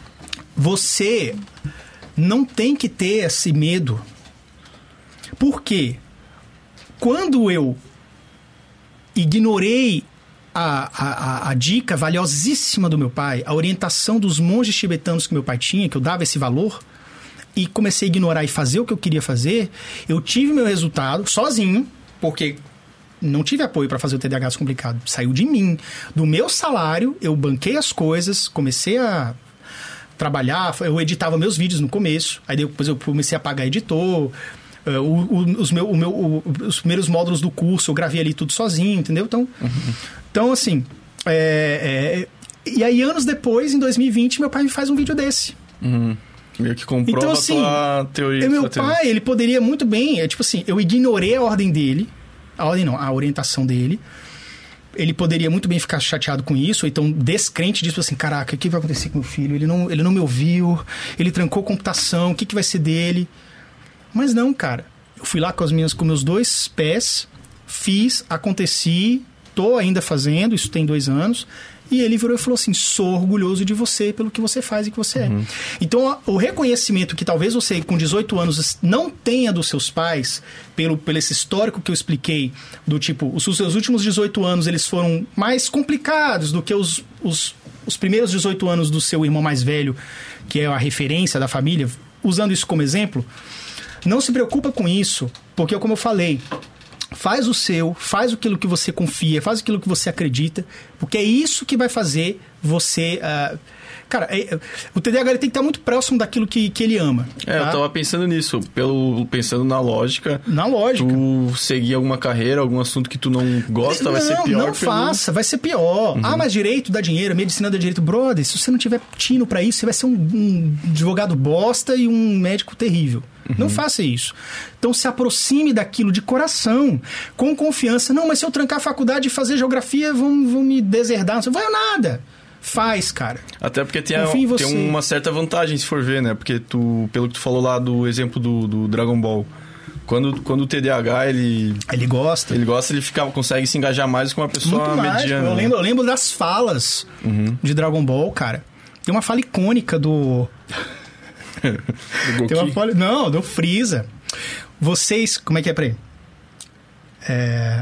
C: Você não tem que ter esse medo. Por quê? Quando eu ignorei a, a, a dica valiosíssima do meu pai, a orientação dos monges tibetanos que meu pai tinha, que eu dava esse valor, e comecei a ignorar e fazer o que eu queria fazer, eu tive meu resultado sozinho, porque não tive apoio para fazer o T D A H Descomplicado. Saiu de mim. Do meu salário, eu banquei as coisas, comecei a trabalhar, eu editava meus vídeos no começo, aí depois eu comecei a pagar editor, uh, o, o, os, meu, o meu, o, os primeiros módulos do curso eu gravei ali tudo sozinho, entendeu? Então, uhum. então assim, é, é, e aí anos depois, em dois mil e vinte, meu pai me faz um vídeo desse.
B: Uhum. Meio que comprova então, assim, a tua teoria.
C: Meu pai, teoria. Ele poderia muito bem, é tipo assim, eu ignorei a ordem dele, a ordem não, a orientação dele. Ele poderia muito bem ficar chateado com isso, ou então descrente disso, assim, caraca, o que vai acontecer com meu filho? Ele não, ele não me ouviu, ele trancou a computação, o que, que vai ser dele? Mas não, cara. Eu fui lá com, as minhas, com meus dois pés, fiz, aconteci, tô ainda fazendo, isso tem dois anos, e ele virou e falou assim, sou orgulhoso de você pelo que você faz e que você uhum. é. Então, o reconhecimento que talvez você, com dezoito anos, não tenha dos seus pais, pelo, pelo esse histórico que eu expliquei, do tipo, os seus últimos dezoito anos, eles foram mais complicados do que os, os, os primeiros dezoito anos do seu irmão mais velho, que é a referência da família, usando isso como exemplo, não se preocupa com isso, porque, como eu falei, faz o seu, faz aquilo que você confia, faz aquilo que você acredita, porque é isso que vai fazer você... Uh... Cara, é, o T D A H ele tem que estar muito próximo daquilo que, que ele ama.
B: É, tá? Eu tava pensando nisso, pelo, pensando na lógica.
C: Na lógica.
B: Tu seguir alguma carreira, algum assunto que tu não gosta, não, vai ser pior.
C: Não,
B: pelo...
C: faça, vai ser pior. Uhum. Ah, mas direito dá dinheiro, medicina dá direito. Brother, se você não tiver tino pra isso, você vai ser um, um advogado bosta e um médico terrível. Uhum. Não faça isso. Então se aproxime daquilo de coração, com confiança. Não, mas se eu trancar a faculdade e fazer geografia, vão, vão me deserdar. Não vai nada. Faz, cara.
B: Até porque tem, a, tem uma certa vantagem, se for ver, né? Porque tu, pelo que tu falou lá do exemplo do, do Dragon Ball, quando, quando o T D A H, ele...
C: Ele gosta.
B: Ele gosta, ele fica, consegue se engajar mais com uma pessoa
C: Muito mais,
B: mediana.
C: Eu lembro, eu lembro das falas uhum. de Dragon Ball, cara. Tem uma fala icônica do... do Tem uma fala... Não, do Freeza. Vocês... Como é que é pra ele? É...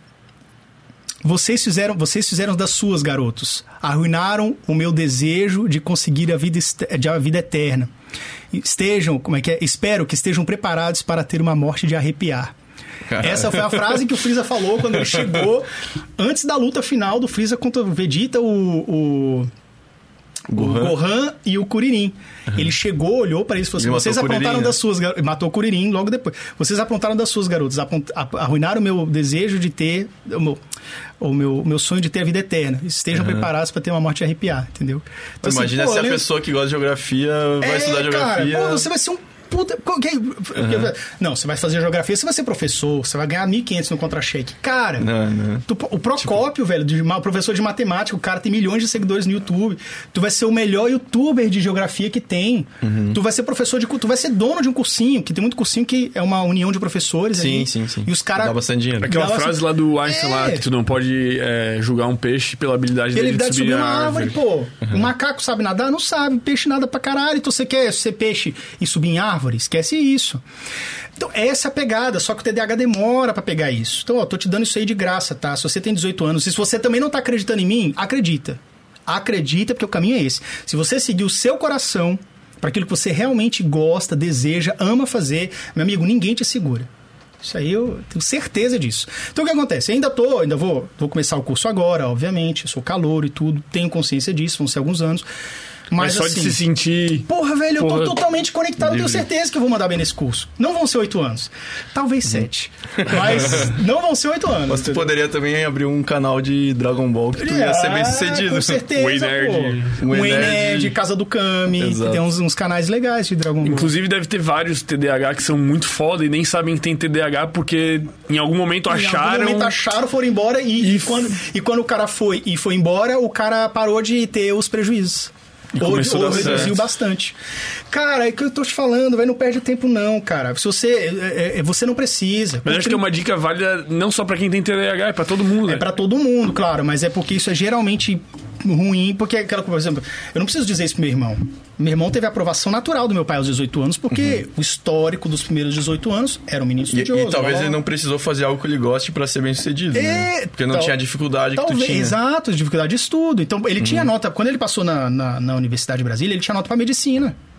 C: Vocês fizeram, vocês fizeram das suas, garotos. Arruinaram o meu desejo de conseguir a vida, de a vida eterna. Estejam, como é que é? Espero que estejam preparados para ter uma morte de arrepiar. Essa foi a frase que o Freeza falou quando ele chegou antes da luta final do Freeza contra o Vegeta, o... o... Gohan. o Gohan e o Kuririn. Uhum. Ele chegou, olhou para eles e falou assim, vocês aprontaram das suas garotas. Matou o Kuririn logo depois. Vocês aprontaram das suas garotas. Arruinaram o meu desejo de ter... O meu, o meu, meu sonho de ter a vida eterna. Estejam uhum. preparados para ter uma morte de arrepiar, entendeu?
B: Então, imagina assim, se a lembro... pessoa que gosta de geografia vai é, estudar geografia...
C: Cara, pô, você vai ser um puta... Uhum. Não, você vai fazer geografia, você vai ser professor, você vai ganhar mil e quinhentos no contra-cheque. Cara, não, não. Tu, o Procópio, tipo... velho, de, professor de matemática, o cara tem milhões de seguidores no YouTube. Tu vai ser o melhor youtuber de geografia que tem. Uhum. Tu vai ser professor de... Tu vai ser dono de um cursinho, que tem muito cursinho que é uma união de professores.
B: Sim,
C: ali,
B: sim, sim.
C: E os caras...
B: Dá bastante dinheiro.
A: Aquela frase bastante... lá do Einstein é... lá, que tu não pode é, julgar um peixe pela habilidade dele de subir,
C: subir uma
A: árvore.
C: árvore, pô. Uhum. O macaco sabe nadar? Não sabe. Peixe nada pra caralho. Então você quer ser peixe e subir em árvore? Esquece isso. Então, essa é a pegada, só que o T D A H demora pra pegar isso. Então, ó, tô te dando isso aí de graça, tá? Se você tem dezoito anos, e se você também não tá acreditando em mim, acredita. Acredita, porque o caminho é esse. Se você seguir o seu coração para aquilo que você realmente gosta, deseja, ama fazer, meu amigo, ninguém te segura. Isso aí eu tenho certeza disso. Então, o que acontece? Eu ainda tô, ainda vou, vou começar o curso agora, obviamente, eu sou calouro e tudo, tenho consciência disso, vão ser alguns anos. Mas,
A: Mas só
C: assim,
A: de se sentir...
C: Porra, velho, porra, eu tô totalmente conectado, livre. Tenho certeza que eu vou mandar bem nesse curso. Não vão ser oito anos. Talvez sete. Uhum. Mas não vão ser oito anos.
B: Mas tu entendeu? Poderia também abrir um canal de Dragon Ball que tu ia ser bem sucedido.
C: Com certeza,
A: Way Nerd.
C: pô. Way Nerd, Casa do Kami. Tem uns, uns canais legais de Dragon Ball.
A: Inclusive deve ter vários T D A H que são muito foda e nem sabem que tem T D A H porque em algum momento em acharam... Em algum momento
C: acharam, foram embora e, e, quando, e quando o cara foi e foi embora, o cara parou de ter os prejuízos.
A: E
C: ou
A: ou
C: reduziu bastante. Cara, é que eu tô te falando, velho, não perde tempo não, cara. Se você... É, é, você não precisa.
A: Mas acho que é uma dica válida não só pra quem tem T D A H, é pra todo mundo, né?
C: É pra todo mundo, claro. Mas é porque isso é geralmente ruim, porque aquela, por exemplo, eu não preciso dizer isso pro meu irmão. Meu irmão teve a aprovação natural do meu pai aos dezoito anos, porque uhum. o histórico dos primeiros dezoito anos era um menino estudioso.
B: E, e talvez ele não precisou fazer algo que ele goste pra ser bem sucedido, é, né? Porque não tal, tinha a dificuldade talvez, que tu tinha.
C: Exato, dificuldade de estudo. Então, ele uhum. tinha nota... Quando ele passou na, na, na Universidade de Brasília, ele tinha nota pra medicina.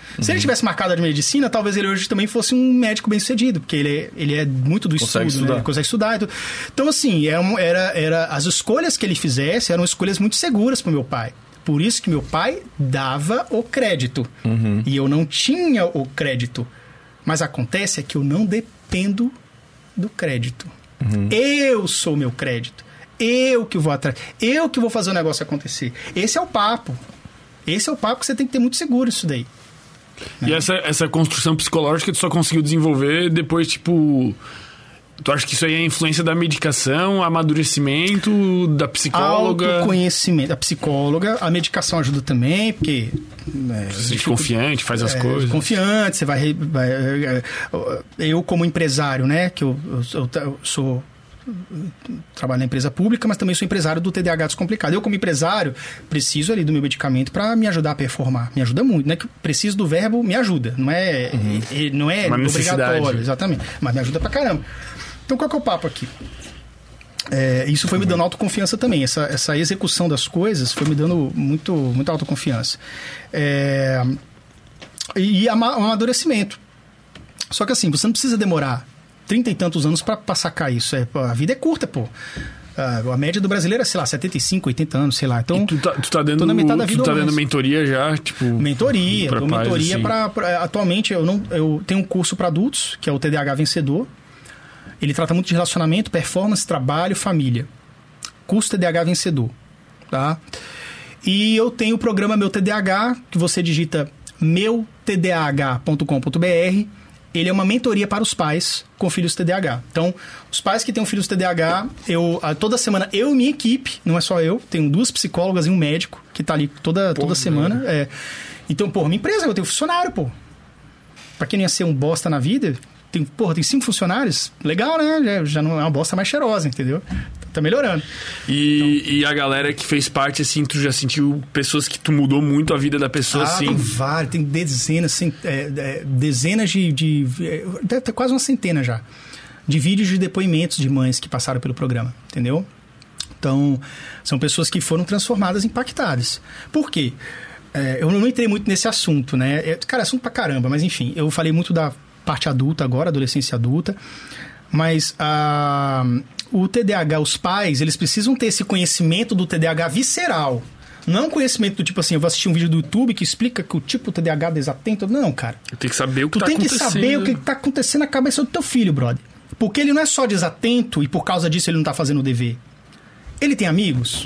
C: Se ele tivesse marcado de medicina, talvez ele hoje também fosse um médico bem-sucedido, porque ele é, ele é muito do
B: consegue
C: estudo,
B: estudar.
C: Né? Ele consegue estudar. Então, então assim, era, era, era, as escolhas que ele fizesse eram escolhas muito seguras para o meu pai. Por isso que meu pai dava o crédito. Uhum. E eu não tinha o crédito. Mas acontece é que eu não dependo do crédito. Uhum. Eu sou meu crédito. Eu que vou atrás. Eu que vou fazer o negócio acontecer. Esse é o papo. Esse é o papo que você tem que ter muito seguro isso daí.
A: E né? essa, essa construção psicológica tu só conseguiu desenvolver depois, tipo... Tu acha que isso aí é influência da medicação, amadurecimento, da psicóloga?
C: Autoconhecimento. A psicóloga, a medicação ajuda também, porque...
A: É, você se sente confiante, faz as
C: é,
A: coisas.
C: Confiante, você vai, vai... Eu, como empresário, né? Que eu, eu, eu sou... trabalho na empresa pública, mas também sou empresário do T D A H Descomplicado. Eu, como empresário, preciso ali do meu medicamento para me ajudar a performar. Me ajuda muito, né? Que preciso do verbo me ajuda. Não é, uhum. não é obrigatório, exatamente. Mas me ajuda pra caramba. Então, qual que é o papo aqui? É, isso foi me dando autoconfiança também. Essa, essa execução das coisas foi me dando muito, muita autoconfiança. É, e amadurecimento. Só que assim, você não precisa demorar trinta e tantos anos para sacar isso. É, a vida é curta, pô. A, a média do brasileiro é, sei lá, setenta e cinco, oitenta anos, sei lá. Então,
A: e tu tá, tu tá dando,
C: na metade da vida
A: tu tá dando mentoria já, tipo...
C: Mentoria. Dou mentoria
A: assim.
C: pra, pra... Atualmente, eu, não, eu tenho um curso para adultos, que é o T D A H Vencedor. Ele trata muito de relacionamento, performance, trabalho, família. Curso T D A H Vencedor. Tá? E eu tenho o programa Meu T D A H, que você digita meu t d a h ponto com ponto b r. Ele é uma mentoria para os pais com filhos T D A H. Então, os pais que têm filhos T D A H, eu, toda semana, eu e minha equipe, não é só eu, tenho duas psicólogas e um médico que tá ali toda, toda semana. É. Então, pô, minha empresa, eu tenho funcionário, pô. Pra quem não ia ser um bosta na vida, tem, porra, tem cinco funcionários, legal, né? Já, já não é uma bosta mais cheirosa, entendeu? Tá melhorando.
A: E, então, e a galera que fez parte, assim, tu já sentiu pessoas que tu mudou muito a vida da pessoa,
C: ah,
A: assim?
C: Tem vários, tem dezenas, cent... é, é, dezenas de... de é, tem quase uma centena já. De vídeos de depoimentos de mães que passaram pelo programa, entendeu? Então, são pessoas que foram transformadas, impactadas. Por quê? É, eu não entrei muito nesse assunto, né? É, cara, assunto pra caramba, mas enfim, eu falei muito da parte adulta agora, adolescência adulta, mas ah, o T D A H, os pais, eles precisam ter esse conhecimento do T D A H visceral. Não é um conhecimento do tipo assim, eu vou assistir um vídeo do YouTube que explica que o tipo T D A H é desatento. Não, cara.
A: Tem que saber o que
C: tu
A: tá
C: tem
A: acontecendo.
C: Tu tem que saber o que tá acontecendo na cabeça do teu filho, brother. Porque ele não é só desatento e por causa disso ele não tá fazendo o dever. Ele tem amigos?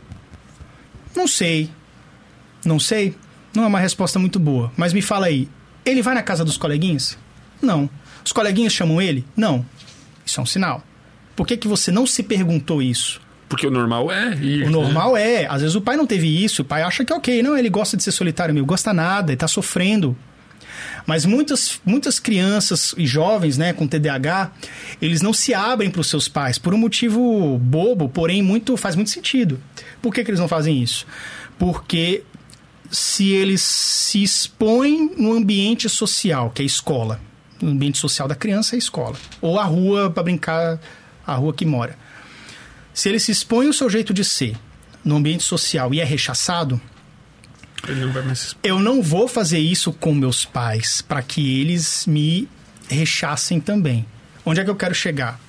C: Não sei. Não sei. Não é uma resposta muito boa. Mas me fala aí, ele vai na casa dos coleguinhas? Não. Os coleguinhas chamam ele? Não. Isso é um sinal. Por que que você não se perguntou isso?
A: Porque o normal é ir,
C: O normal
A: né?
C: é. Às vezes o pai não teve isso, o pai acha que é ok. Não, ele gosta de ser solitário, meu. Gosta nada, ele tá sofrendo. Mas muitas, muitas crianças e jovens, né, com T D A H, eles não se abrem para os seus pais por um motivo bobo, porém muito, faz muito sentido. Por que que eles não fazem isso? Porque se eles se expõem no ambiente social, que é a escola, o ambiente social da criança é a escola, ou a rua para brincar, a rua que mora. Se ele se expõe o seu jeito de ser no ambiente social e é rechaçado,
A: ele não vai mais...
C: eu não vou fazer isso com meus pais para que eles me rechacem também. Onde é que eu quero chegar?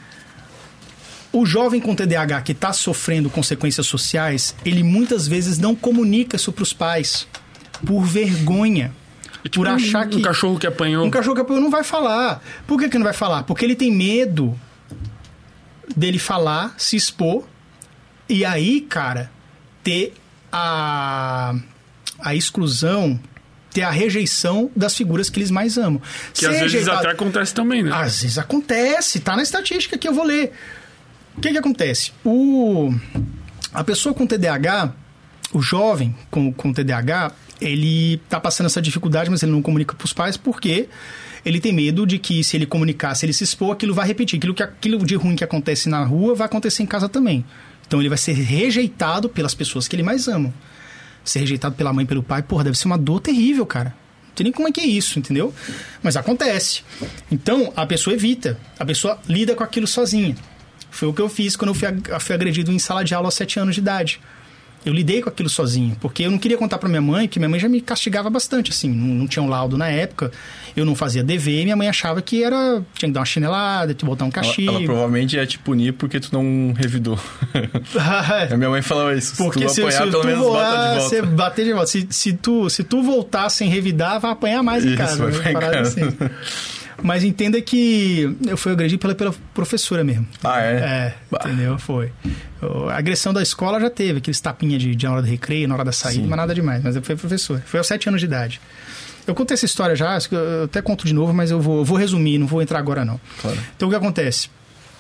C: O jovem com T D A H que está sofrendo consequências sociais, ele muitas vezes não comunica isso para os pais por vergonha.
A: É tipo
C: por achar
A: um,
C: que...
A: Um cachorro que apanhou...
C: Um cachorro que apanhou não vai falar. Por que que não vai falar? Porque ele tem medo dele falar, se expor, e aí, cara, ter a, a exclusão, ter a rejeição das figuras que eles mais amam.
A: Que às vezes rejeitado... até acontece também, né?
C: Às vezes acontece, tá na estatística que eu vou ler. O que que acontece? O, a pessoa com T D A H, o jovem com, com T D A H, ele tá passando essa dificuldade, mas ele não comunica pros pais porque ele tem medo de que se ele comunicar, se ele se expor, aquilo vai repetir. Aquilo, que, aquilo de ruim que acontece na rua vai acontecer em casa também. Então ele vai ser rejeitado pelas pessoas que ele mais ama. Ser rejeitado pela mãe e pelo pai, porra, deve ser uma dor terrível, cara. Não tem nem como é que é isso, entendeu? Mas acontece. Então a pessoa evita, a pessoa lida com aquilo sozinha. Foi o que eu fiz quando eu fui, fui agredido em sala de aula aos sete anos de idade. Eu lidei com aquilo sozinho, porque eu não queria contar pra minha mãe, porque minha mãe já me castigava bastante, assim, não, não tinha um laudo na época, eu não fazia dever, e minha mãe achava que era, tinha que dar uma chinelada, te botar um castigo.
B: Ela, ela provavelmente ia te punir porque tu não revidou. A minha mãe falava isso,
C: porque
B: se tu
C: se,
B: apanhar,
C: se
B: pelo
C: tu
B: menos
C: voar,
B: bota de volta.
C: Você bater de volta. Se, se, tu, se tu voltar sem revidar, vai apanhar mais em
B: Isso,
C: casa.
B: vai
C: Né?
B: em casa.
C: Assim. Mas entenda que eu fui agredido pela, pela professora mesmo.
B: Ah, é?
C: É, bah. Entendeu? Foi. A agressão da escola já teve, aqueles tapinhas de, de hora do recreio, na hora da saída, Sim. mas nada demais. Mas eu fui professor. Foi aos sete anos de idade. Eu contei essa história já, eu até conto de novo, mas eu vou, eu vou resumir, não vou entrar agora não.
B: Claro.
C: Então, o que acontece?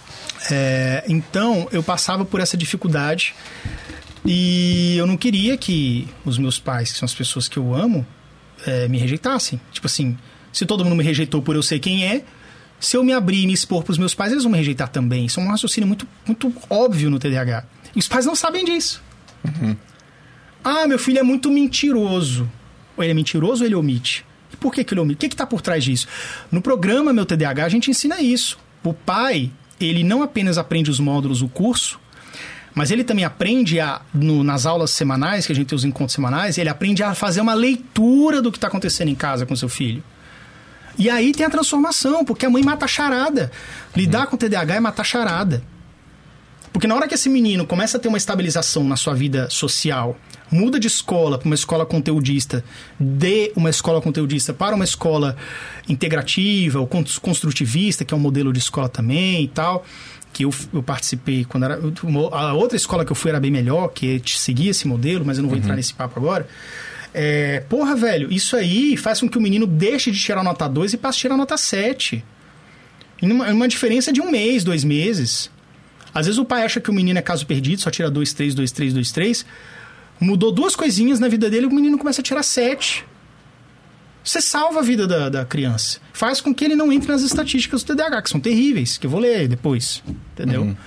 C: É, então, eu passava por essa dificuldade e eu não queria que os meus pais, que são as pessoas que eu amo, é, me rejeitassem. Tipo assim... Se todo mundo me rejeitou por eu ser quem é, se eu me abrir e me expor para os meus pais, eles vão me rejeitar também. Isso é um raciocínio muito, muito óbvio no T D A H. E os pais não sabem disso.
B: Uhum.
C: Ah, meu filho é muito mentiroso. Ou ele é mentiroso ou ele omite? E por que, que ele omite? O que está por trás disso? No programa Meu T D A H, a gente ensina isso. O pai, ele não apenas aprende os módulos, o curso, mas ele também aprende, a, no, nas aulas semanais, que a gente tem os encontros semanais, ele aprende a fazer uma leitura do que está acontecendo em casa com seu filho. E aí tem a transformação, porque a mãe mata a charada. Lidar com o T D A H é matar a charada. Porque na hora que esse menino começa a ter uma estabilização na sua vida social, muda de escola para uma escola conteudista, de uma escola conteudista para uma escola integrativa ou construtivista, que é um modelo de escola também e tal, que eu, eu participei quando era... A outra escola que eu fui era bem melhor, que seguia esse modelo, mas eu não vou uhum. entrar nesse papo agora. É, porra, velho, isso aí faz com que o menino deixe de tirar nota dois e passe a tirar nota sete. Em uma, uma diferença de um mês, dois meses. Às vezes o pai acha que o menino é caso perdido, só tira dois, três, dois, três, dois, três. Mudou duas coisinhas na vida dele e o menino começa a tirar sete. Você salva a vida da, da criança. Faz com que ele não entre nas estatísticas do T D A H, que são terríveis, que eu vou ler depois. Entendeu? Uhum.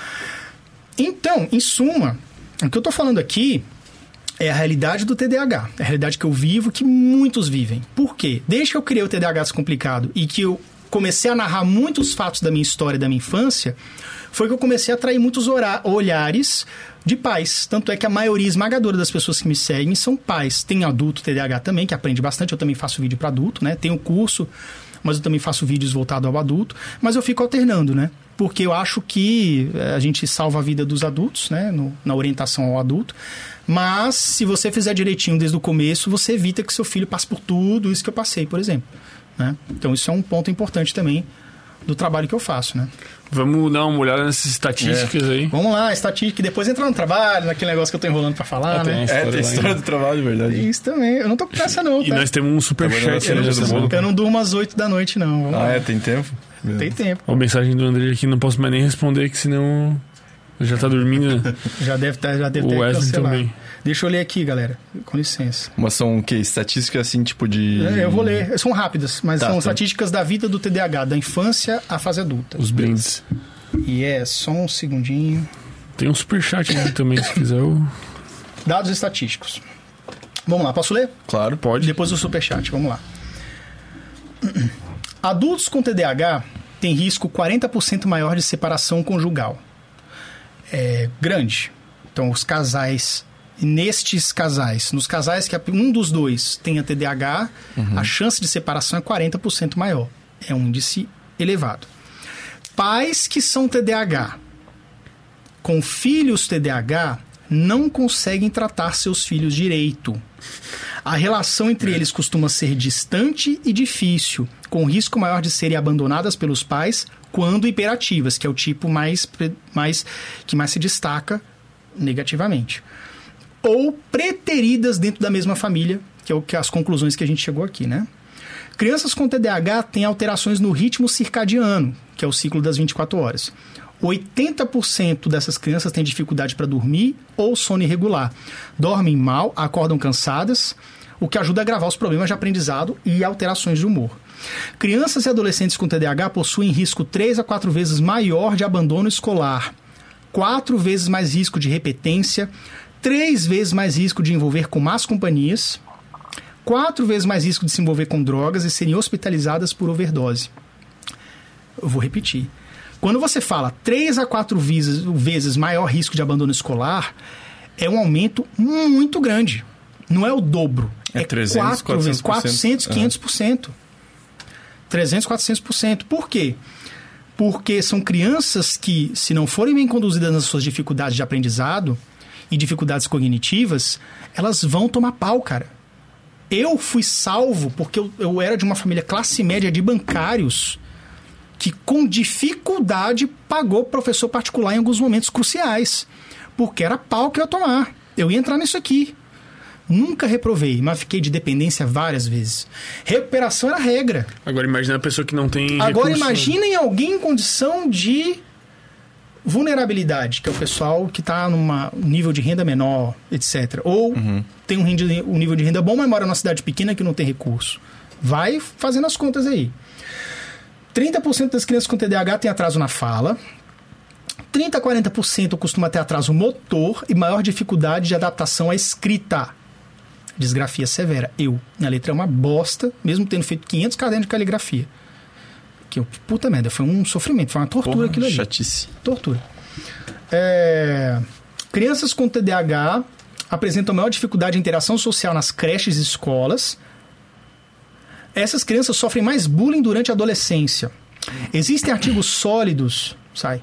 C: Então, em suma, o que eu tô falando aqui é a realidade do T D A H. É a realidade que eu vivo, que muitos vivem. Por quê? Desde que eu criei o T D A H Descomplicado e que eu comecei a narrar muitos fatos da minha história, da minha infância, foi que eu comecei a atrair muitos olhares de pais. Tanto é que a maioria esmagadora das pessoas que me seguem são pais. Tem adulto T D A H também, que aprende bastante. Eu também faço vídeo para adulto, né? Tenho curso, mas eu também faço vídeos voltados ao adulto. Mas eu fico alternando, né? Porque eu acho que a gente salva a vida dos adultos, né? No, na orientação ao adulto. Mas, se você fizer direitinho desde o começo, você evita que seu filho passe por tudo isso que eu passei, por exemplo. Né? Então, isso é um ponto importante também do trabalho que eu faço, né?
A: Vamos dar uma olhada nessas estatísticas é. aí.
C: Vamos lá, estatística. Depois entrar no trabalho, naquele negócio que eu tô enrolando pra falar, ah, né?
B: Tem é, tem história do trabalho, verdade.
C: Isso também. Eu não tô com pressa, não.
A: E
C: tá?
A: nós temos um superchat.
C: Eu, eu, eu não durmo às oito da noite, não. Vamos
B: ah,
C: lá.
B: é? Tem tempo?
C: Tem tempo.
A: A mensagem do André aqui, não posso mais nem responder, que senão já tá dormindo.
C: já deve tá, já deve
A: o
C: ter
A: Wesley
C: cancelado.
A: também.
C: Deixa eu ler aqui, galera. Com licença.
B: Mas são o quê? Estatísticas assim, tipo de...
C: É, eu vou ler. São rápidas, mas
B: tá,
C: são
B: tá.
C: estatísticas da vida do T D A H, da infância à fase adulta.
A: Os brindes.
C: E é, só um segundinho.
A: Tem um superchat aqui também, se quiser. Eu...
C: Dados estatísticos. Vamos lá, posso ler?
B: Claro, pode.
C: Depois do superchat, vamos lá. Adultos com T D A H têm risco quarenta por cento maior de separação conjugal. É grande. Então, os casais... Nestes casais, nos casais que um dos dois tenha T D A H, uhum. a chance de separação é quarenta por cento maior. É um índice elevado. Pais que são T D A H, com filhos T D A H, não conseguem tratar seus filhos direito. A relação entre eles costuma ser distante e difícil, com risco maior de serem abandonadas pelos pais quando hiperativas, que é o tipo mais, mais, que mais se destaca negativamente. Ou preteridas dentro da mesma família, que é o que as conclusões que a gente chegou aqui, né? Crianças com T D A H têm alterações no ritmo circadiano, que é o ciclo das vinte e quatro horas. oitenta por cento dessas crianças têm dificuldade para dormir ou sono irregular. Dormem mal, acordam cansadas, o que ajuda a agravar os problemas de aprendizado e alterações de humor. Crianças e adolescentes com T D A H possuem risco três a quatro vezes maior de abandono escolar, quatro vezes mais risco de repetência, três vezes mais risco de envolver com más companhias, quatro vezes mais risco de se envolver com drogas e serem hospitalizadas por overdose. Eu vou repetir. Quando você fala três a quatro vezes, vezes maior risco de abandono escolar, é um aumento muito grande. Não é o dobro.
B: É, é trezentos,
C: quatro vezes, quatrocentos, quinhentos por cento. trezentos, quatrocentos por cento. Por quê? Porque são crianças que, se não forem bem conduzidas nas suas dificuldades de aprendizado e dificuldades cognitivas, elas vão tomar pau, cara. Eu fui salvo porque eu, eu era de uma família classe média de bancários que, com dificuldade, pagou professor particular em alguns momentos cruciais. Porque era pau que eu ia tomar. Eu ia entrar nisso aqui. Nunca reprovei, mas fiquei de dependência várias vezes. Recuperação era regra.
A: Agora imagina a pessoa que não tem
C: Agora
A: recurso.
C: imaginem alguém em condição de vulnerabilidade, que é o pessoal que está num nível de renda menor, etcétera. Ou uhum. tem um, renda, um nível de renda bom, mas mora numa cidade pequena que não tem recurso. Vai fazendo as contas aí. trinta por cento das crianças com T D A H têm atraso na fala. trinta a quarenta por cento costuma ter atraso motor e maior dificuldade de adaptação à escrita. Disgrafia severa. Eu. Minha letra é uma bosta, mesmo tendo feito quinhentos cadernos de caligrafia. Que eu, puta merda, foi um sofrimento, foi uma tortura
B: Porra,
C: aquilo ali.
B: Chatice.
C: Tortura. É... Crianças com T D A H apresentam maior dificuldade de interação social nas creches e escolas. Essas crianças sofrem mais bullying durante a adolescência. Existem artigos sólidos... Sai.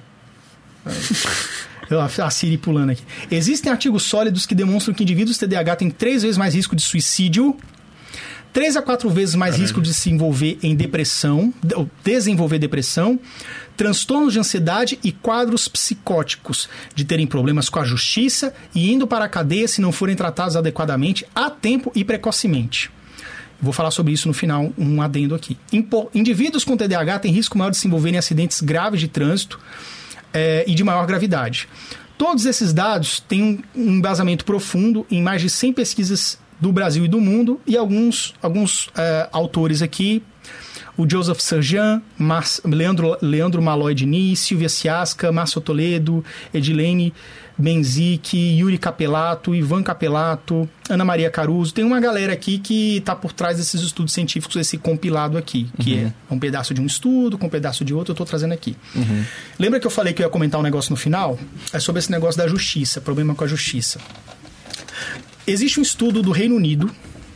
C: A Siri pulando aqui. Existem artigos sólidos que demonstram que indivíduos T D A H têm três vezes mais risco de suicídio, três a quatro vezes mais Caramba. risco de se envolver em depressão, ou desenvolver depressão, transtornos de ansiedade e quadros psicóticos, de terem problemas com a justiça e indo para a cadeia se não forem tratados adequadamente, a tempo e precocemente. Vou falar sobre isso no final, um adendo aqui. Indivíduos com T D A H têm risco maior de se envolver em acidentes graves de trânsito, É, e de maior gravidade. Todos esses dados têm um embasamento profundo em mais de cem pesquisas do Brasil e do mundo e alguns, alguns é, autores aqui, o Joseph Serjan, Mar- Leandro, Leandro Malloy Diniz, Silvia Ciasca, Márcio Toledo, Edilene Benzic, Yuri Capelato, Ivan Capelato, Ana Maria Caruso. Tem uma galera aqui que está por trás desses estudos científicos, esse compilado aqui, que uhum. é um pedaço de um estudo com um pedaço de outro, eu estou trazendo aqui. Uhum. Lembra que eu falei que eu ia comentar um negócio no final? É sobre esse negócio da justiça, problema com a justiça. Existe um estudo do Reino Unido,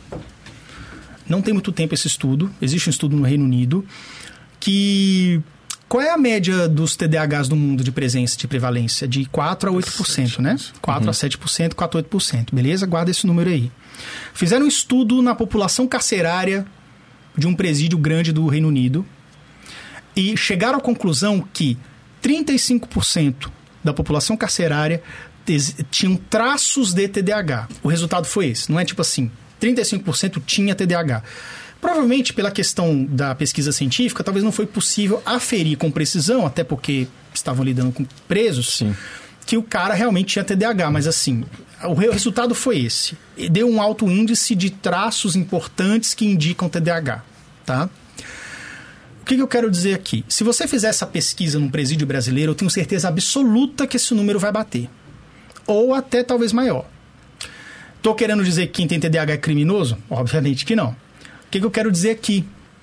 C: não tem muito tempo esse estudo, existe um estudo no Reino Unido, que... Qual é a média dos T D A Hs no mundo de presença, de prevalência? De quatro a oito por cento, né? quatro uhum. a sete por cento, quatro a oito por cento. Beleza? Guarda esse número aí. Fizeram um estudo na população carcerária de um presídio grande do Reino Unido e chegaram à conclusão que trinta e cinco por cento da população carcerária tinham traços de T D A H. O resultado foi esse. Não é tipo assim, trinta e cinco por cento tinha T D A H. Provavelmente, pela questão da pesquisa científica, talvez não foi possível aferir com precisão, até porque estavam lidando com presos, Sim. que o cara realmente tinha T D A H. Mas, assim, o resultado foi esse. Deu um alto índice de traços importantes que indicam T D A H. Tá? O que, que eu quero dizer aqui? Se você fizer essa pesquisa num presídio brasileiro, eu tenho certeza absoluta que esse número vai bater. Ou até talvez maior. Estou querendo dizer que quem tem T D A H é criminoso? Obviamente que não. O que, que eu quero dizer aqui?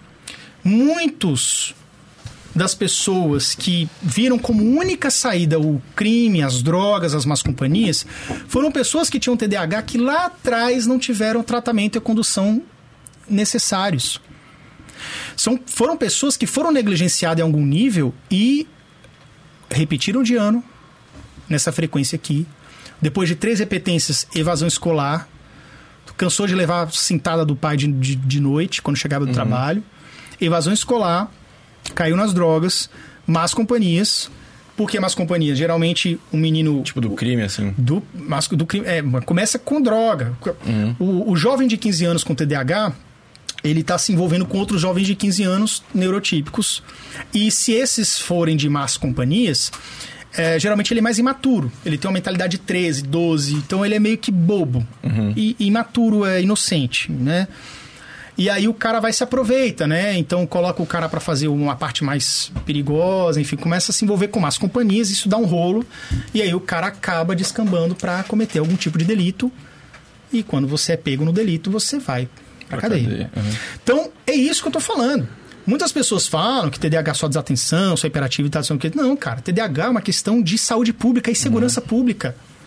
C: Muitos das pessoas que viram como única saída o crime, as drogas, as más companhias, foram pessoas que tinham T D A H que lá atrás não tiveram tratamento e condução necessários. São, foram pessoas que foram negligenciadas em algum nível e repetiram de ano, nessa frequência aqui. Depois de três repetências, evasão escolar, cansou de levar a cintada do pai de, de, de noite, quando chegava do uhum. trabalho. Evasão escolar, caiu nas drogas, más companhias. Por que más companhias? Geralmente, um menino...
B: Tipo do crime, assim?
C: Do, mas, do crime, é, começa com droga. Uhum. O, o jovem de quinze anos com T D A H, ele está se envolvendo com outros jovens de quinze anos neurotípicos. E se esses forem de más companhias... É, geralmente ele é mais imaturo. Ele tem uma mentalidade de treze, doze. Então ele é meio que bobo. Uhum. E, e imaturo é inocente, né? E aí o cara vai se aproveita, né? Então coloca o cara para fazer uma parte mais perigosa. Enfim, começa a se envolver com más companhias. Isso dá um rolo. E aí o cara acaba descambando para cometer algum tipo de delito. E quando você é pego no delito, você vai pra, pra cadeia. cadeia. Uhum. Então é isso que eu tô falando. Muitas pessoas falam que T D A H é só desatenção, só hiperatividade, não, cara. T D A H é uma questão de saúde pública e segurança uhum. pública.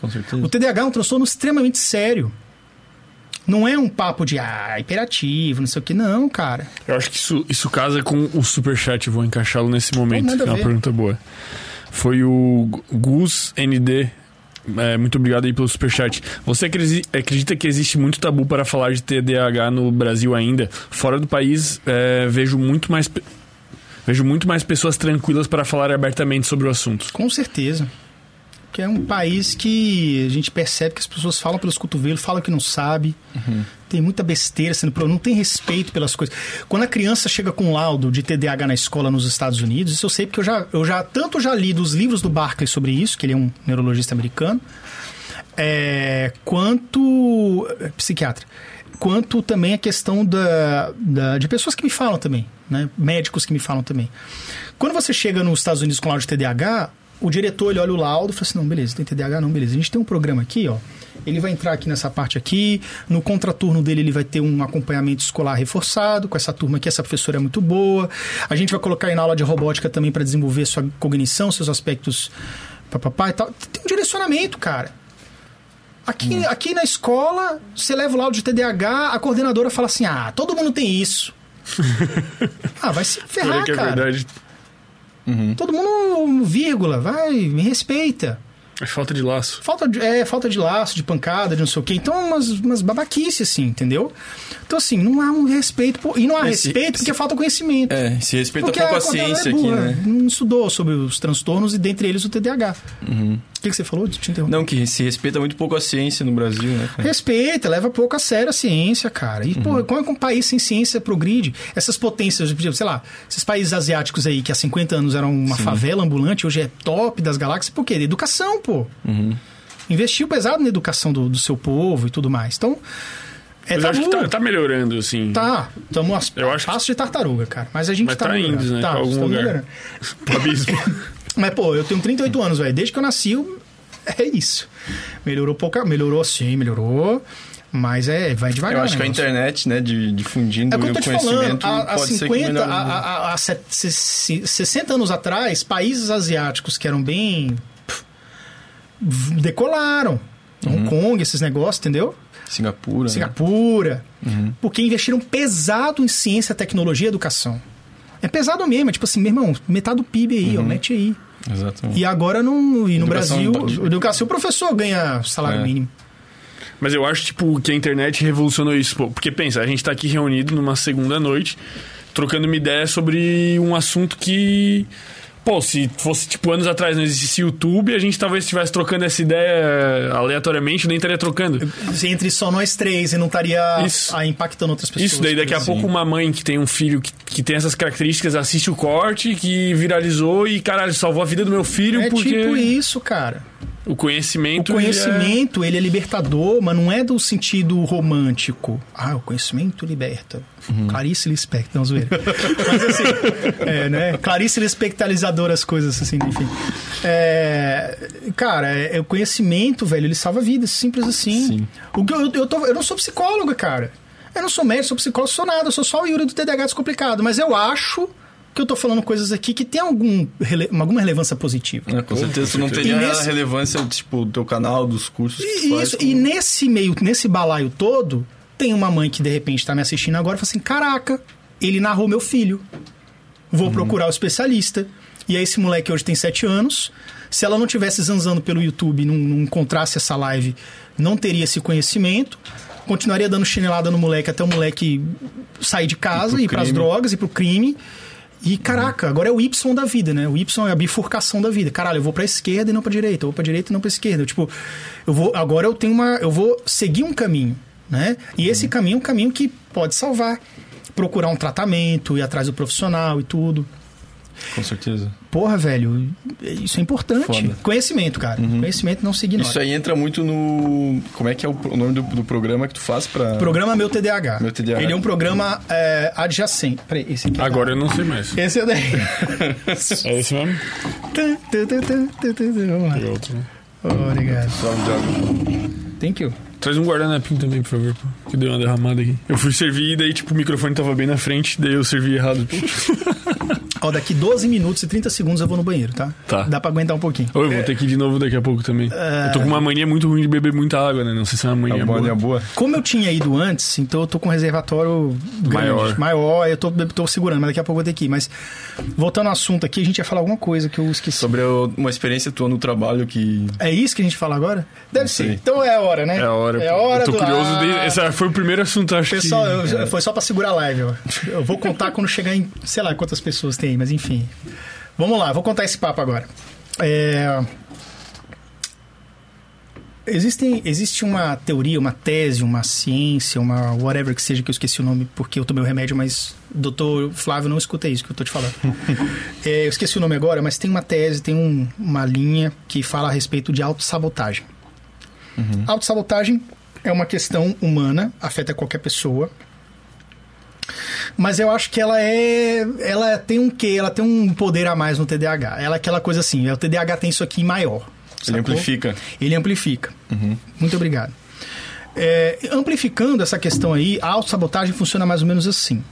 B: Com certeza.
C: O T D A H é um transtorno extremamente sério. Não é um papo de, ah, hiperativo, não sei o que. Não, cara.
A: Eu acho que isso, isso casa com o superchat. Vou encaixá-lo nesse momento.
C: Nada a
A: é uma
C: ver.
A: pergunta boa. Foi o Gus N D. É, muito obrigado aí pelo superchat. Você acresi- acredita que existe muito tabu para falar de T D A H no Brasil ainda? Fora do país, é, vejo muito mais... Pe- vejo muito mais pessoas tranquilas para falar abertamente sobre o assunto.
C: Com certeza. Que é um país que a gente percebe que as pessoas falam pelos cotovelos, falam que não sabe. Uhum. Tem muita besteira sendo... Não tem respeito pelas coisas. Quando a criança chega com um laudo de T D A H na escola nos Estados Unidos, isso eu sei porque eu já, eu já tanto já li dos livros do Barkley sobre isso, que ele é um neurologista americano, é, quanto... psiquiatra. Quanto também a questão da, da, de pessoas que me falam também, né? Médicos que me falam também. Quando você chega nos Estados Unidos com laudo de T D A H... O diretor, ele olha o laudo e fala assim, não, beleza, tem T D A H? Não, beleza. A gente tem um programa aqui, ó. Ele vai entrar aqui nessa parte aqui. No contraturno dele, ele vai ter um acompanhamento escolar reforçado. Com essa turma aqui, essa professora é muito boa. A gente vai colocar aí na aula de robótica também para desenvolver sua cognição, seus aspectos papapá e tal. Tem um direcionamento, cara. Aqui, hum. aqui na escola, você leva o laudo de T D A H, a coordenadora fala assim, ah, todo mundo tem isso. Ah, vai se ferrar,
A: que é
C: cara.
A: Verdade.
C: Uhum. Todo mundo, vírgula, vai, me respeita.
A: É falta de laço.
C: Falta de, é, falta de laço, de pancada, de não sei o quê. Então, umas, umas babaquices, assim, entendeu? Então, assim, não há um respeito. Por, e não há
B: Esse,
C: respeito porque
B: se,
C: falta conhecimento.
B: É, se respeita
C: porque
B: pouco a,
C: a
B: ciência
C: é
B: aqui,
C: burra,
B: né?
C: Não estudou sobre os transtornos e, dentre eles, o T D A H.
B: Uhum.
C: O que, que você falou? Te interrompi.
B: Não, que se respeita muito pouco a ciência no Brasil, né? Cara?
C: Respeita, leva pouco a sério a ciência, cara. E, uhum. porra, como é que um país sem ciência progride? Essas potências, sei lá, esses países asiáticos aí que há cinquenta anos eram uma Sim. favela ambulante, hoje é top das galáxias, por quê? Educação, pô.
B: Uhum.
C: Investiu pesado na educação do, do seu povo e tudo mais. Então, é
A: Mas
C: tabu.
A: acho que tá, tá melhorando, assim.
C: Tá, estamos a
A: acho
C: passo de tartaruga, cara. Mas a gente
A: Mas
C: tá,
A: tá
C: melhorando.
A: indo, né?
C: Tá,
A: Pra algum lugar. Pro abismo.
C: Mas, pô, eu tenho trinta e oito anos, velho. Desde que eu nasci, eu... é isso. Melhorou pouca... Melhorou sim, melhorou. Mas é, vai devagar.
B: Eu acho que a internet, né, de, difundindo é o conhecimento,
C: falando, há,
B: pode
C: há
B: ser
C: cinquenta,
B: que melhore.
C: há, há, há sessenta anos atrás, países asiáticos que eram bem... Pff, decolaram. Hong uhum. Kong, esses negócios, entendeu?
B: Singapura.
C: Singapura.
B: Né? Uhum.
C: Porque investiram pesado em ciência, tecnologia e educação. É pesado mesmo. É tipo assim, meu irmão, metade do P I B aí, uhum. ó, mete aí.
B: Exatamente.
C: E agora no, e no
B: educação
C: Brasil,
B: pode...
C: educação, o professor ganha salário é. mínimo.
A: Mas eu acho, tipo, que a internet revolucionou isso. Pô, porque pensa, a gente tá aqui reunido numa segunda noite, trocando uma ideia sobre um assunto que... Pô, se fosse, tipo, anos atrás não existisse YouTube, a gente talvez estivesse trocando essa ideia aleatoriamente, nem estaria trocando.
C: Entre só nós três e não estaria
A: Isso.
C: a, impactando outras pessoas.
A: Isso, daí daqui a pouco uma mãe que tem um filho que, que tem essas características assiste o corte, que viralizou e, caralho, salvou a vida do meu filho
C: é
A: porque...
C: É tipo isso, cara.
A: O conhecimento...
C: O conhecimento,
A: ele é...
C: ele é libertador, mas não é do sentido romântico. Ah, o conhecimento liberta. Uhum. Clarice Lispector, não, zoeira. Mas assim, é, né? Clarice Lispectalizadora as coisas, assim, enfim. É, cara, é, o conhecimento, velho, ele salva vidas, simples assim.
B: Sim.
C: O que eu, eu, tô, eu não sou psicólogo, cara. Eu não sou médico, sou psicólogo, sou nada. Eu sou só o Yuri do T D A H Descomplicado. Mas eu acho... que eu tô falando coisas aqui que tem algum, rele, alguma relevância positiva.
B: É, com certeza, tu não teria nesse... a relevância, tipo, do teu canal, dos cursos que tu faz.
C: Isso,
B: com...
C: e nesse meio, nesse balaio todo, tem uma mãe que de repente tá me assistindo agora e fala assim, caraca, ele narrou meu filho. Vou uhum. procurar o especialista. E aí esse moleque hoje tem sete anos. Se ela não tivesse zanzando pelo YouTube e não, não encontrasse essa live, não teria esse conhecimento. Continuaria dando chinelada no moleque até o moleque sair de casa, ir pras drogas, ir pro crime. E, caraca, agora é o Y da vida, né? O Y é a bifurcação da vida. Caralho, eu vou pra esquerda e não pra direita. Eu vou pra direita e não pra esquerda. Eu, tipo, eu vou... Agora eu tenho uma... Eu vou seguir um caminho, né? E esse uhum. caminho é um caminho que pode salvar. Procurar um tratamento, ir atrás do profissional e tudo.
B: Com certeza.
C: Porra, velho, isso é importante.
B: Foda.
C: Conhecimento, cara. Uhum. Conhecimento não se ignora.
B: Isso aí entra muito no... Como é que é o nome do, do programa que tu faz pra...
C: Programa Meu T D A H.
B: Meu T D A H.
C: Ele é um programa é, adjacente. Peraí, esse aqui é
A: Agora
C: da...
A: eu não sei mais.
C: Esse é daí.
A: É esse mesmo?
C: Vamos lá.
A: Outro, né?
C: Obrigado.
B: Salve,
C: Thank you.
A: Traz um guardanapinho também, por favor, pô, que deu uma derramada aqui. Eu fui servir e daí, tipo, o microfone tava bem na frente, daí eu servi errado.
C: Ó, daqui doze minutos e trinta segundos eu vou no banheiro, tá?
A: Tá.
C: Dá pra aguentar um pouquinho.
A: Ou eu vou ter que ir de novo daqui a pouco também. É... Eu tô com uma mania muito ruim de beber muita água, né? Não sei se é uma mania,
B: boa.
A: boa.
B: boa.
C: Como eu tinha ido antes, então eu tô com um reservatório grande,
A: maior.
C: Maior, eu tô, tô segurando, mas daqui a pouco eu vou ter que ir. Mas voltando ao assunto aqui, a gente ia falar alguma coisa que eu esqueci.
B: Sobre uma experiência tua no trabalho que...
C: É isso que a gente fala agora? Deve ser. Então é a hora, né?
A: É a hora.
C: É a hora
A: eu tô
C: do...
A: curioso.
C: Ah,
A: de... Esse foi o primeiro assunto, acho
C: pessoal,
A: que...
C: Pessoal, é. Foi só pra segurar a live, ó. Eu vou contar quando chegar em... Sei lá quantas pessoas tem, mas enfim... Vamos lá, vou contar esse papo agora. É... Existem, existe uma teoria, uma tese, uma ciência, uma whatever que seja, que eu esqueci o nome porque eu tomei o remédio, mas doutor Flávio, não escuta isso que eu tô te falando. é, eu esqueci o nome agora, mas tem uma tese, tem um, uma linha que fala a respeito de autossabotagem. Uhum. Autossabotagem é uma questão humana, afeta qualquer pessoa. Mas eu acho que ela é... Ela tem um quê? Ela tem um poder a mais no T D A H. Ela é aquela coisa assim, o T D A H tem isso aqui maior.
B: Ele sacou? amplifica.
C: Ele amplifica.
B: Uhum.
C: Muito obrigado. É, amplificando essa questão aí, a autossabotagem funciona mais ou menos assim.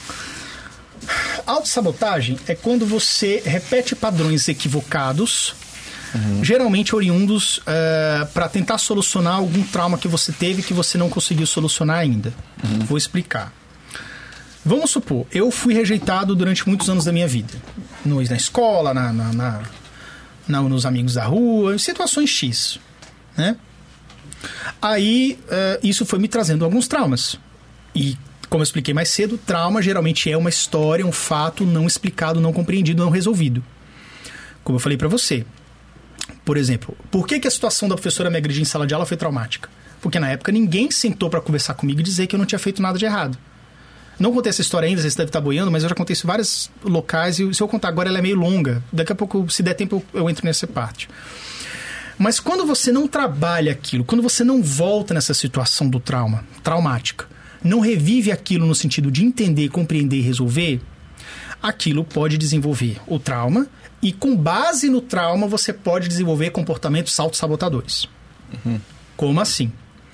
C: A autossabotagem é quando você repete padrões equivocados, uhum. geralmente oriundos uh, para tentar solucionar algum trauma que você teve que você não conseguiu solucionar ainda. Uhum. Vou explicar. Vamos supor, eu fui rejeitado durante muitos anos da minha vida. No, na escola, na, na, na, na, nos amigos da rua, em situações X. Né? Aí, uh, isso foi me trazendo alguns traumas. E, como eu expliquei mais cedo, trauma geralmente é uma história, um fato não explicado, não compreendido, não resolvido. Como eu falei pra você. Por exemplo, por que, que a situação da professora me agredir em sala de aula foi traumática? Porque na época ninguém sentou pra conversar comigo e dizer que eu não tinha feito nada de errado. Não contei essa história ainda, você deve estar boiando, mas eu já contei isso em vários locais e se eu contar agora ela é meio longa. Daqui a pouco, se der tempo, eu, eu entro nessa parte. Mas quando você não trabalha aquilo, quando você não volta nessa situação do trauma, traumática, não revive aquilo no sentido de entender, compreender e resolver, aquilo pode desenvolver o trauma e com base no trauma você pode desenvolver comportamentos autossabotadores. Uhum. Como assim?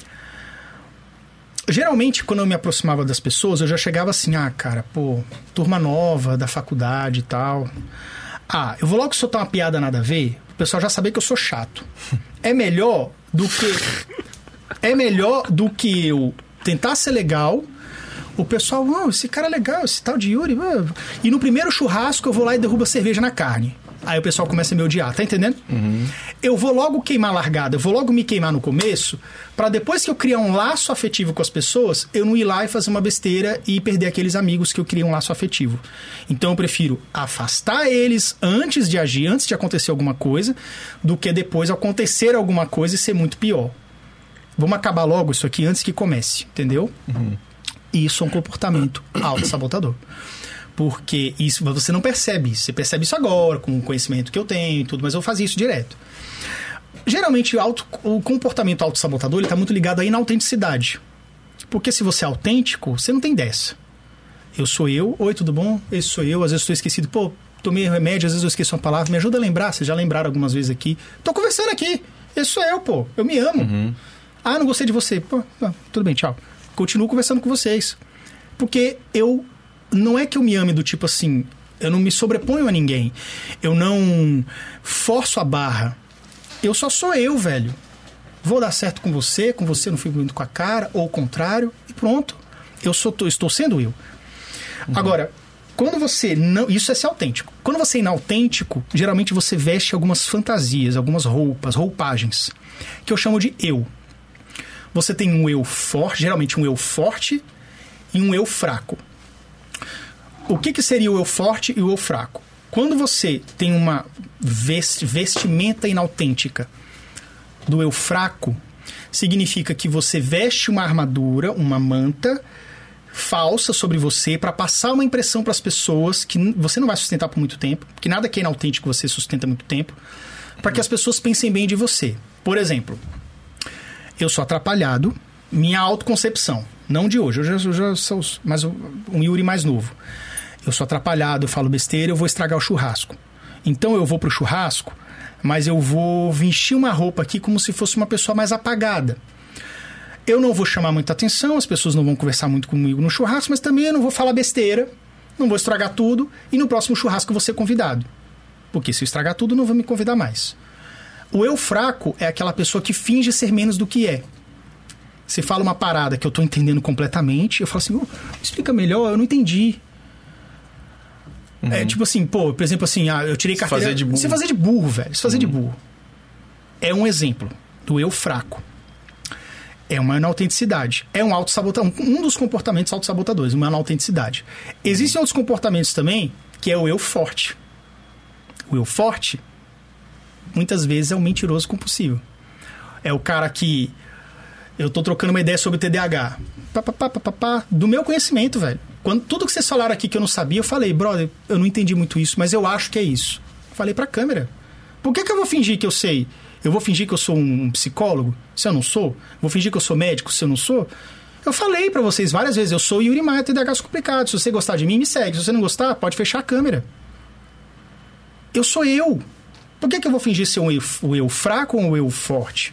C: Geralmente, quando eu me aproximava das pessoas, eu já chegava assim, ah, cara, pô, turma nova da faculdade e tal. Ah, eu vou logo soltar uma piada nada a ver, o pessoal já saber que eu sou chato. É melhor do que... É melhor do que eu tentar ser legal, o pessoal, oh, esse cara é legal, esse tal de Yuri... Oh. E no primeiro churrasco eu vou lá e derrubo a cerveja na carne. Aí o pessoal começa a me odiar, tá entendendo? Uhum. Eu vou logo queimar a largada, eu vou logo me queimar no começo, pra depois que eu criar um laço afetivo com as pessoas, eu não ir lá e fazer uma besteira e perder aqueles amigos que eu criei um laço afetivo. Então eu prefiro afastar eles antes de agir, antes de acontecer alguma coisa, do que depois acontecer alguma coisa e ser muito pior. Vamos acabar logo isso aqui antes que comece, entendeu? Uhum. Isso é um comportamento autossabotador. Porque isso, você não percebe isso. Você percebe isso agora, com o conhecimento que eu tenho e tudo, mas eu fazia isso direto. Geralmente, o, auto, o comportamento autossabotador está muito ligado à inautenticidade. Porque se você é autêntico, você não tem dessa. Eu sou eu, oi, tudo bom? Esse sou eu, às vezes estou esquecido. Pô, tomei remédio, às vezes eu esqueço uma palavra. Me ajuda a lembrar, vocês já lembraram algumas vezes aqui. Tô conversando aqui, esse sou eu, pô, eu me amo. Uhum. Ah, não gostei de você. Pô, não, tudo bem, tchau. Continuo conversando com vocês. Porque eu... Não é que eu me ame do tipo assim, eu não me sobreponho a ninguém. Eu não forço a barra. Eu só sou eu, velho. Vou dar certo com você, com você não fico muito com a cara, ou o contrário, e pronto. Eu sou, estou sendo eu. Uhum. Agora, quando você não... Isso é ser autêntico. Quando você é inautêntico, geralmente você veste algumas fantasias, algumas roupas, roupagens, que eu chamo de eu. Você tem um eu forte, geralmente um eu forte e um eu fraco. O que, que seria o eu forte e o eu fraco? Quando você tem uma vest- vestimenta inautêntica do eu fraco, significa que você veste uma armadura, uma manta falsa sobre você para passar uma impressão para as pessoas que você não vai sustentar por muito tempo, porque nada que é inautêntico você sustenta muito tempo, para que as pessoas pensem bem de você. Por exemplo, eu sou atrapalhado, minha autoconcepção, não de hoje, eu já, eu já sou mais um Yuri mais novo. Eu sou atrapalhado, eu falo besteira, eu vou estragar o churrasco. Então eu vou pro churrasco, mas eu vou vestir uma roupa aqui como se fosse uma pessoa mais apagada. Eu não vou chamar muita atenção, as pessoas não vão conversar muito comigo no churrasco, mas também eu não vou falar besteira, não vou estragar tudo, e no próximo churrasco eu vou ser convidado. Porque se eu estragar tudo, não vou me convidar mais. O eu fraco é aquela pessoa que finge ser menos do que é. Você fala uma parada que eu tô entendendo completamente, eu falo assim, oh, explica melhor, eu não entendi. Uhum. É tipo assim, pô, por exemplo assim, ah, eu tirei carteira...
B: Fazer de burro.
C: Você fazer de burro, velho. Você fazer uhum. de burro. É um exemplo do eu fraco. É uma inautenticidade. É um autossabotador. Um dos comportamentos autossabotadores, uma inautenticidade. Existem outros comportamentos também, que é o eu forte. O eu forte, muitas vezes, é um mentiroso compulsivo. É o cara que... Eu tô trocando uma ideia sobre o T D A H. Pá, pá, pá, pá, pá, do meu conhecimento, velho. Quando tudo que vocês falaram aqui que eu não sabia, eu falei, brother, eu não entendi muito isso, mas eu acho que é isso. Falei pra câmera. Por que que eu vou fingir que eu sei? Eu vou fingir que eu sou um psicólogo, se eu não sou? Vou fingir que eu sou médico, se eu não sou? Eu falei pra vocês várias vezes, eu sou Yuri Maia, T D A H complicado. Se você gostar de mim, me segue. Se você não gostar, pode fechar a câmera. Eu sou eu. Por que que eu vou fingir ser um eu, o eu fraco ou um eu forte?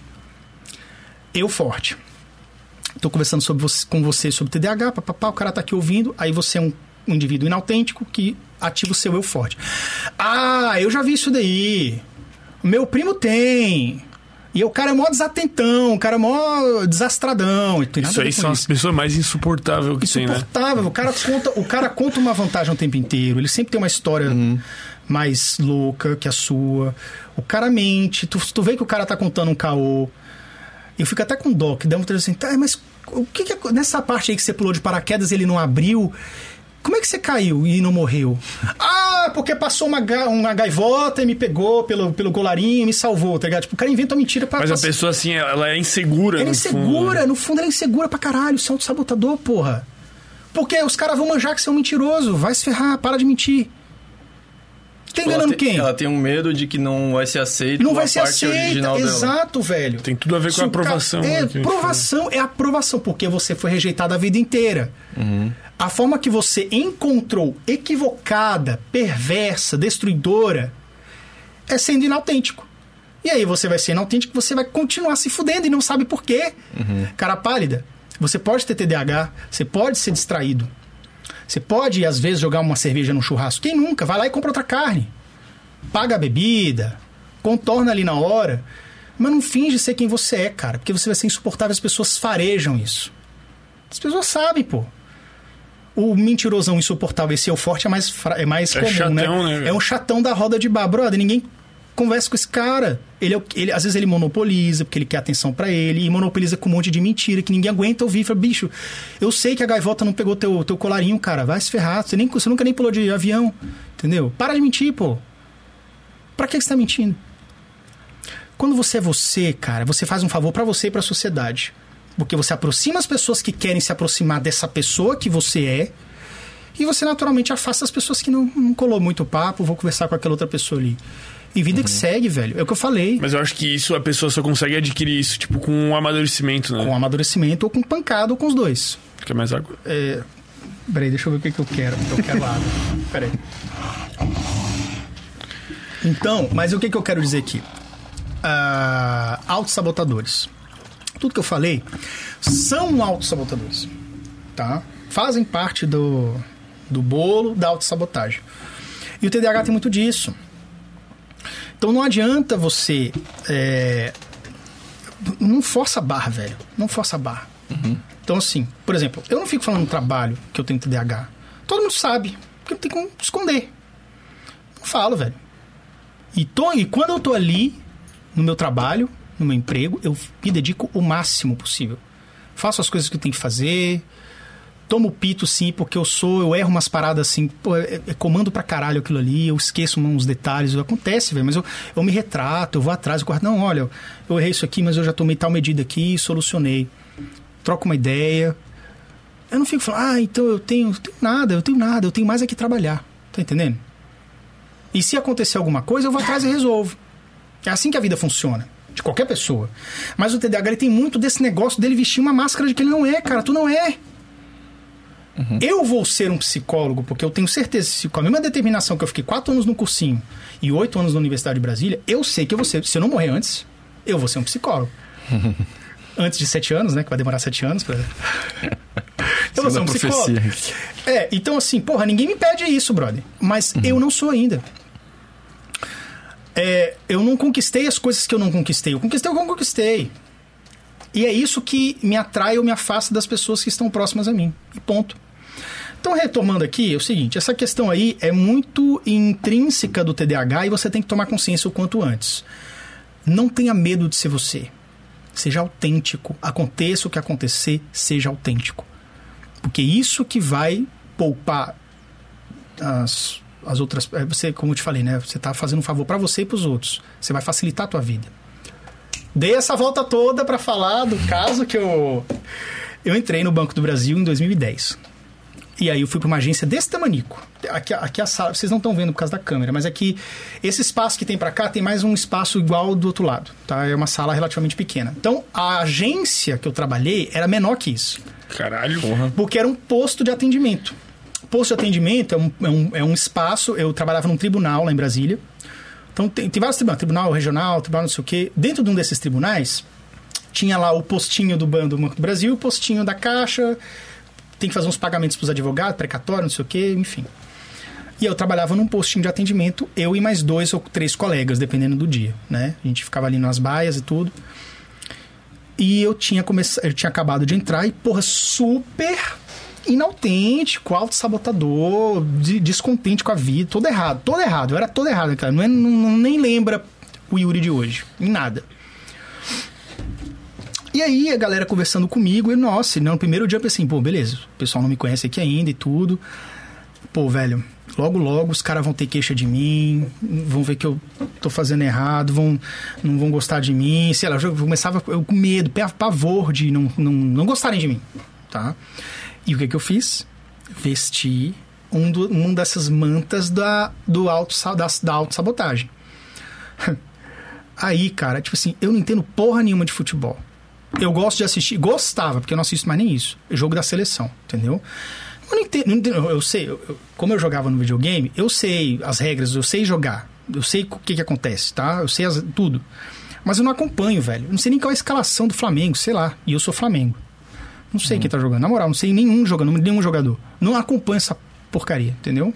C: Eu forte. Estou conversando sobre você, com você sobre T D A H, papapá, o cara tá aqui ouvindo, aí você é um, um indivíduo inautêntico que ativa o seu eu forte. Ah, eu já vi isso daí. Meu primo tem. E o cara é mó desatentão, o cara é mó desastradão. E
A: isso aí são isso. As pessoas mais insuportáveis que
C: insuportável.
A: tem, né?
C: Insuportável. O cara conta, o cara conta uma vantagem o tempo inteiro. Ele sempre tem uma história uhum. mais louca que a sua. O cara mente. Tu, tu vê que o cara tá contando um caô. Eu fico até com dó, que dá uma assim, tá, mas o que, que é, nessa parte aí que você pulou de paraquedas ele não abriu? Como é que você caiu e não morreu? Ah, porque passou uma, uma gaivota e me pegou pelo, pelo colarinho e me salvou, tá ligado? Tipo, o cara inventa uma mentira pra...
A: Mas
C: pra...
A: a pessoa, assim, ela é insegura,
C: Ela é insegura,
A: fundo.
C: no fundo ela é insegura pra caralho, você é autossabotador, porra. Porque os caras vão manjar que você é um mentiroso, vai se ferrar, para de mentir. Tá enganando
B: ela tem,
C: quem?
B: Ela tem um medo de que não vai ser aceito
C: não vai
B: a
C: ser
B: parte
C: aceita,
B: original dela.
C: Exato, velho.
A: Tem tudo a ver com a aprovação.
C: É,
A: né,
C: aprovação é aprovação, porque você foi rejeitado a vida inteira.
B: Uhum.
C: A forma que você encontrou equivocada, perversa, destruidora, é sendo inautêntico. E aí você vai ser inautêntico, você vai continuar se fudendo e não sabe por quê.
B: Uhum.
C: Cara pálida, você pode ter T D A H, você pode ser distraído. Você pode, às vezes, jogar uma cerveja no churrasco. Quem nunca? Vai lá e compra outra carne. Paga a bebida, contorna ali na hora, mas não finge ser quem você é, cara, porque você vai ser insuportável, as pessoas farejam isso. As pessoas sabem, pô. O mentirosão insuportável, esse eu forte, é mais, é mais
A: é
C: comum,
A: chatão,
C: né?
A: né?
C: É um chatão da roda de bar. Brother, ninguém conversa com esse cara. Ele, é, ele, às vezes ele monopoliza, porque ele quer atenção pra ele, e monopoliza com um monte de mentira, que ninguém aguenta ouvir. Fala, bicho, eu sei que a gaivota não pegou teu, teu colarinho, cara, vai se ferrar. Você, nem, você nunca nem pulou de avião, entendeu? Para de mentir, pô. Pra que você tá mentindo? Quando você é você, cara, você faz um favor pra você e pra sociedade. Porque você aproxima as pessoas que querem se aproximar dessa pessoa que você é, e você naturalmente afasta as pessoas que não, não colou muito papo, vou conversar com aquela outra pessoa ali. E vida uhum. que segue, velho. É o que eu falei.
A: Mas eu acho que isso a pessoa só consegue adquirir isso, tipo, com um amadurecimento, né?
C: Com amadurecimento ou com pancada ou com os dois.
A: Quer mais água?
C: É... Peraí, deixa eu ver o que, que eu quero. Eu quero água. Peraí. Então, mas o que, que eu quero dizer aqui? Uh, autossabotadores. Tudo que eu falei são autossabotadores. Tá? Fazem parte do, do bolo da autossabotagem. E o T D A H tem muito disso. Então não adianta você... É, não força a barra, velho. Não força a barra.
B: Uhum.
C: Então assim, por exemplo, eu não fico falando no trabalho que eu tenho T D A H. Todo mundo sabe. Porque não tem como esconder. Não falo, velho. E, tô, e quando eu tô ali, no meu trabalho, no meu emprego, eu me dedico o máximo possível. Faço as coisas que eu tenho que fazer, tomo pito sim, porque eu sou, eu erro umas paradas assim, pô, é, é comando pra caralho aquilo ali, eu esqueço uns detalhes, acontece, velho, mas eu, eu me retrato, eu vou atrás, eu corto, não, olha, eu errei isso aqui, mas eu já tomei tal medida aqui e solucionei. Troco uma ideia. Eu não fico falando, ah, então eu tenho, eu tenho nada, eu tenho nada, eu tenho mais é que trabalhar. Tá entendendo? E se acontecer alguma coisa, eu vou atrás e resolvo. É assim que a vida funciona. De qualquer pessoa. Mas o T D A H ele tem muito desse negócio dele vestir uma máscara de que ele não é, cara. Tu não é. Uhum. Eu vou ser um psicólogo, porque eu tenho certeza, se com a mesma determinação que eu fiquei quatro anos no cursinho e oito anos na Universidade de Brasília, eu sei que eu vou ser, se eu não morrer antes, eu vou ser um psicólogo. Antes de sete anos, né? Que vai demorar sete anos pra... Eu vou ser um psicólogo. É, então assim, porra, ninguém me pede isso, brother. Mas uhum. eu não sou ainda. É, eu não conquistei as coisas que eu não conquistei. Eu conquistei o que eu não conquistei. E é isso que me atrai ou me afasta das pessoas que estão próximas a mim. E ponto. Então, retomando aqui, é o seguinte, essa questão aí é muito intrínseca do T D A H e você tem que tomar consciência o quanto antes. Não tenha medo de ser você. Seja autêntico. Aconteça o que acontecer, seja autêntico. Porque isso que vai poupar as, as outras... Você, como eu te falei, né? Você está fazendo um favor para você e para os outros. Você vai facilitar a tua vida. Dei essa volta toda para falar do caso que eu... Eu entrei no Banco do Brasil em dois mil e dez. E aí eu fui para uma agência desse tamanico. Aqui, aqui a sala, vocês não estão vendo por causa da câmera, mas aqui, esse espaço que tem para cá tem mais um espaço igual do outro lado, tá? É uma sala relativamente pequena. Então, a agência que eu trabalhei era menor que isso.
A: Caralho.
C: Porra. Porque era um posto de atendimento. Posto de atendimento é um, é um, é um espaço... Eu trabalhava num tribunal lá em Brasília. Então, tem, tem vários tribunais. Tribunal regional, tribunal não sei o quê. Dentro de um desses tribunais, tinha lá o postinho do Banco do Brasil, o postinho da Caixa... Tem que fazer uns pagamentos para os advogados, precatório, não sei o quê, enfim. E eu trabalhava num postinho de atendimento, eu e mais dois ou três colegas, dependendo do dia, né? A gente ficava ali nas baias e tudo. E eu tinha, come... eu tinha acabado de entrar e, porra, super inautêntico, autossabotador, de... descontente com a vida, todo errado, todo errado. Eu era todo errado, cara. Não, é... não nem lembra o Yuri de hoje, em nada. E aí, a galera conversando comigo, e nossa, no primeiro dia eu pensei, pô, beleza, o pessoal não me conhece aqui ainda e tudo. Pô, velho, logo, logo os caras vão ter queixa de mim, vão ver que eu tô fazendo errado, vão, não vão gostar de mim, sei lá, eu começava eu, com medo, pavor de não, não, não gostarem de mim, tá? E o que que eu fiz? Vesti um, do, um dessas mantas da, do auto, da, da autossabotagem. Aí, cara, tipo assim, eu não entendo porra nenhuma de futebol. Eu gosto de assistir, gostava, porque eu não assisto mais nem isso. Jogo da seleção, entendeu? Eu não entendo, não entendo eu sei, eu, como eu jogava no videogame, eu sei as regras, eu sei jogar, eu sei o que que acontece, tá? Eu sei as, tudo. Mas eu não acompanho, velho. Eu não sei nem qual é a escalação do Flamengo, sei lá. E eu sou Flamengo. Não sei hum. quem tá jogando. Na moral, não sei nenhum jogador, nenhum jogador. Não acompanho essa porcaria, entendeu?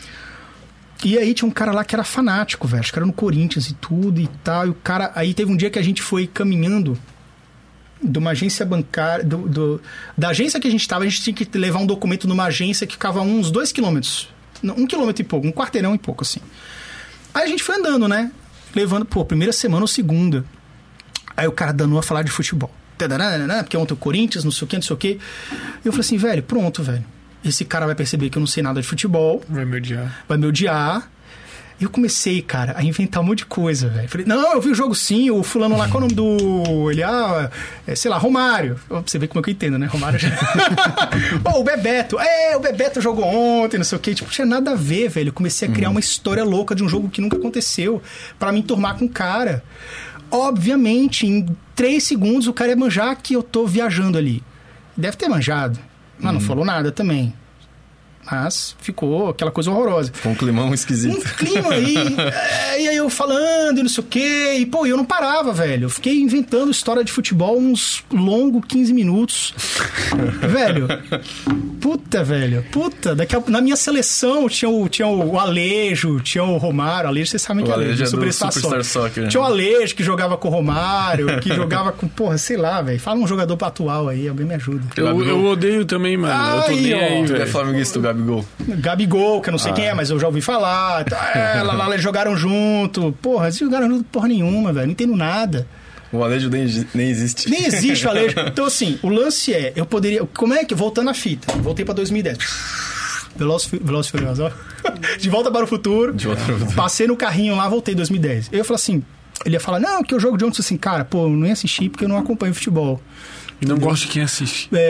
C: E aí tinha um cara lá que era fanático, velho. Acho que era no Corinthians e tudo e tal. E o cara... Aí teve um dia que a gente foi caminhando de uma agência bancária, do, do, da agência que a gente estava, a gente tinha que levar um documento numa agência que ficava uns dois quilômetros, um quilômetro e pouco, um quarteirão e pouco, assim. Aí a gente foi andando, né? Levando, pô, primeira semana ou segunda. Aí o cara danou a falar de futebol. Porque ontem o Corinthians, não sei o que, não sei o que. Eu falei assim, velho, pronto, velho. Esse cara vai perceber que eu não sei nada de futebol.
A: Vai me odiar.
C: Vai me odiar. E eu comecei, cara, a inventar um monte de coisa, velho. Falei, não, eu vi o jogo sim, o fulano lá, qual é o nome do... Ele, ah, é, sei lá, Romário. Você vê como é que eu entendo, né? Romário já... Pô, o Bebeto. É, o Bebeto jogou ontem, não sei o quê. Tipo, tinha nada a ver, velho. Eu comecei a criar uhum. uma história louca de um jogo que nunca aconteceu pra me enturmar com o cara. Obviamente, em três segundos, o cara ia manjar que eu tô viajando ali. Deve ter manjado. Mas uhum. não falou nada também. Mas ficou aquela coisa horrorosa.
B: Ficou um climão esquisito.
C: Um clima aí. é, e aí eu falando e não sei o quê. E, pô, eu não parava, velho. Eu fiquei inventando história de futebol uns longos quinze minutos. Velho. Puta, velho. Puta. Daqui a, na minha seleção tinha o, tinha o Alejo, tinha o Romário. O Alejo, vocês sabem que é o Alejo. É do Superstar Soccer. Tinha o Alejo que jogava com o Romário, que jogava com... Porra, sei lá, velho. Fala um jogador atual aí, alguém me ajuda.
A: Eu, eu odeio também, mano. Ai, eu tô nem aí, velho.
B: É flamenguista, o Gabigol.
C: Gabigol, que eu não sei ah. quem é, mas eu já ouvi falar. É, lá, lá, eles jogaram junto. Porra, eles jogaram junto porra nenhuma, velho. Não entendo nada.
B: O Alejo nem, nem existe.
C: Nem existe o Alejo. Então, assim, o lance é... Eu poderia... Como é que... Voltando à fita. Voltei pra dois mil e dez. Veloz e Furioso. De volta para o futuro. De volta para o futuro. Passei no carrinho lá, voltei em dois mil e dez. Eu ia falar assim... Ele ia falar, não, que eu jogo de ontem. Assim, cara, pô, eu não ia assistir porque eu não acompanho futebol.
A: Não gosto de quem assiste.
C: É,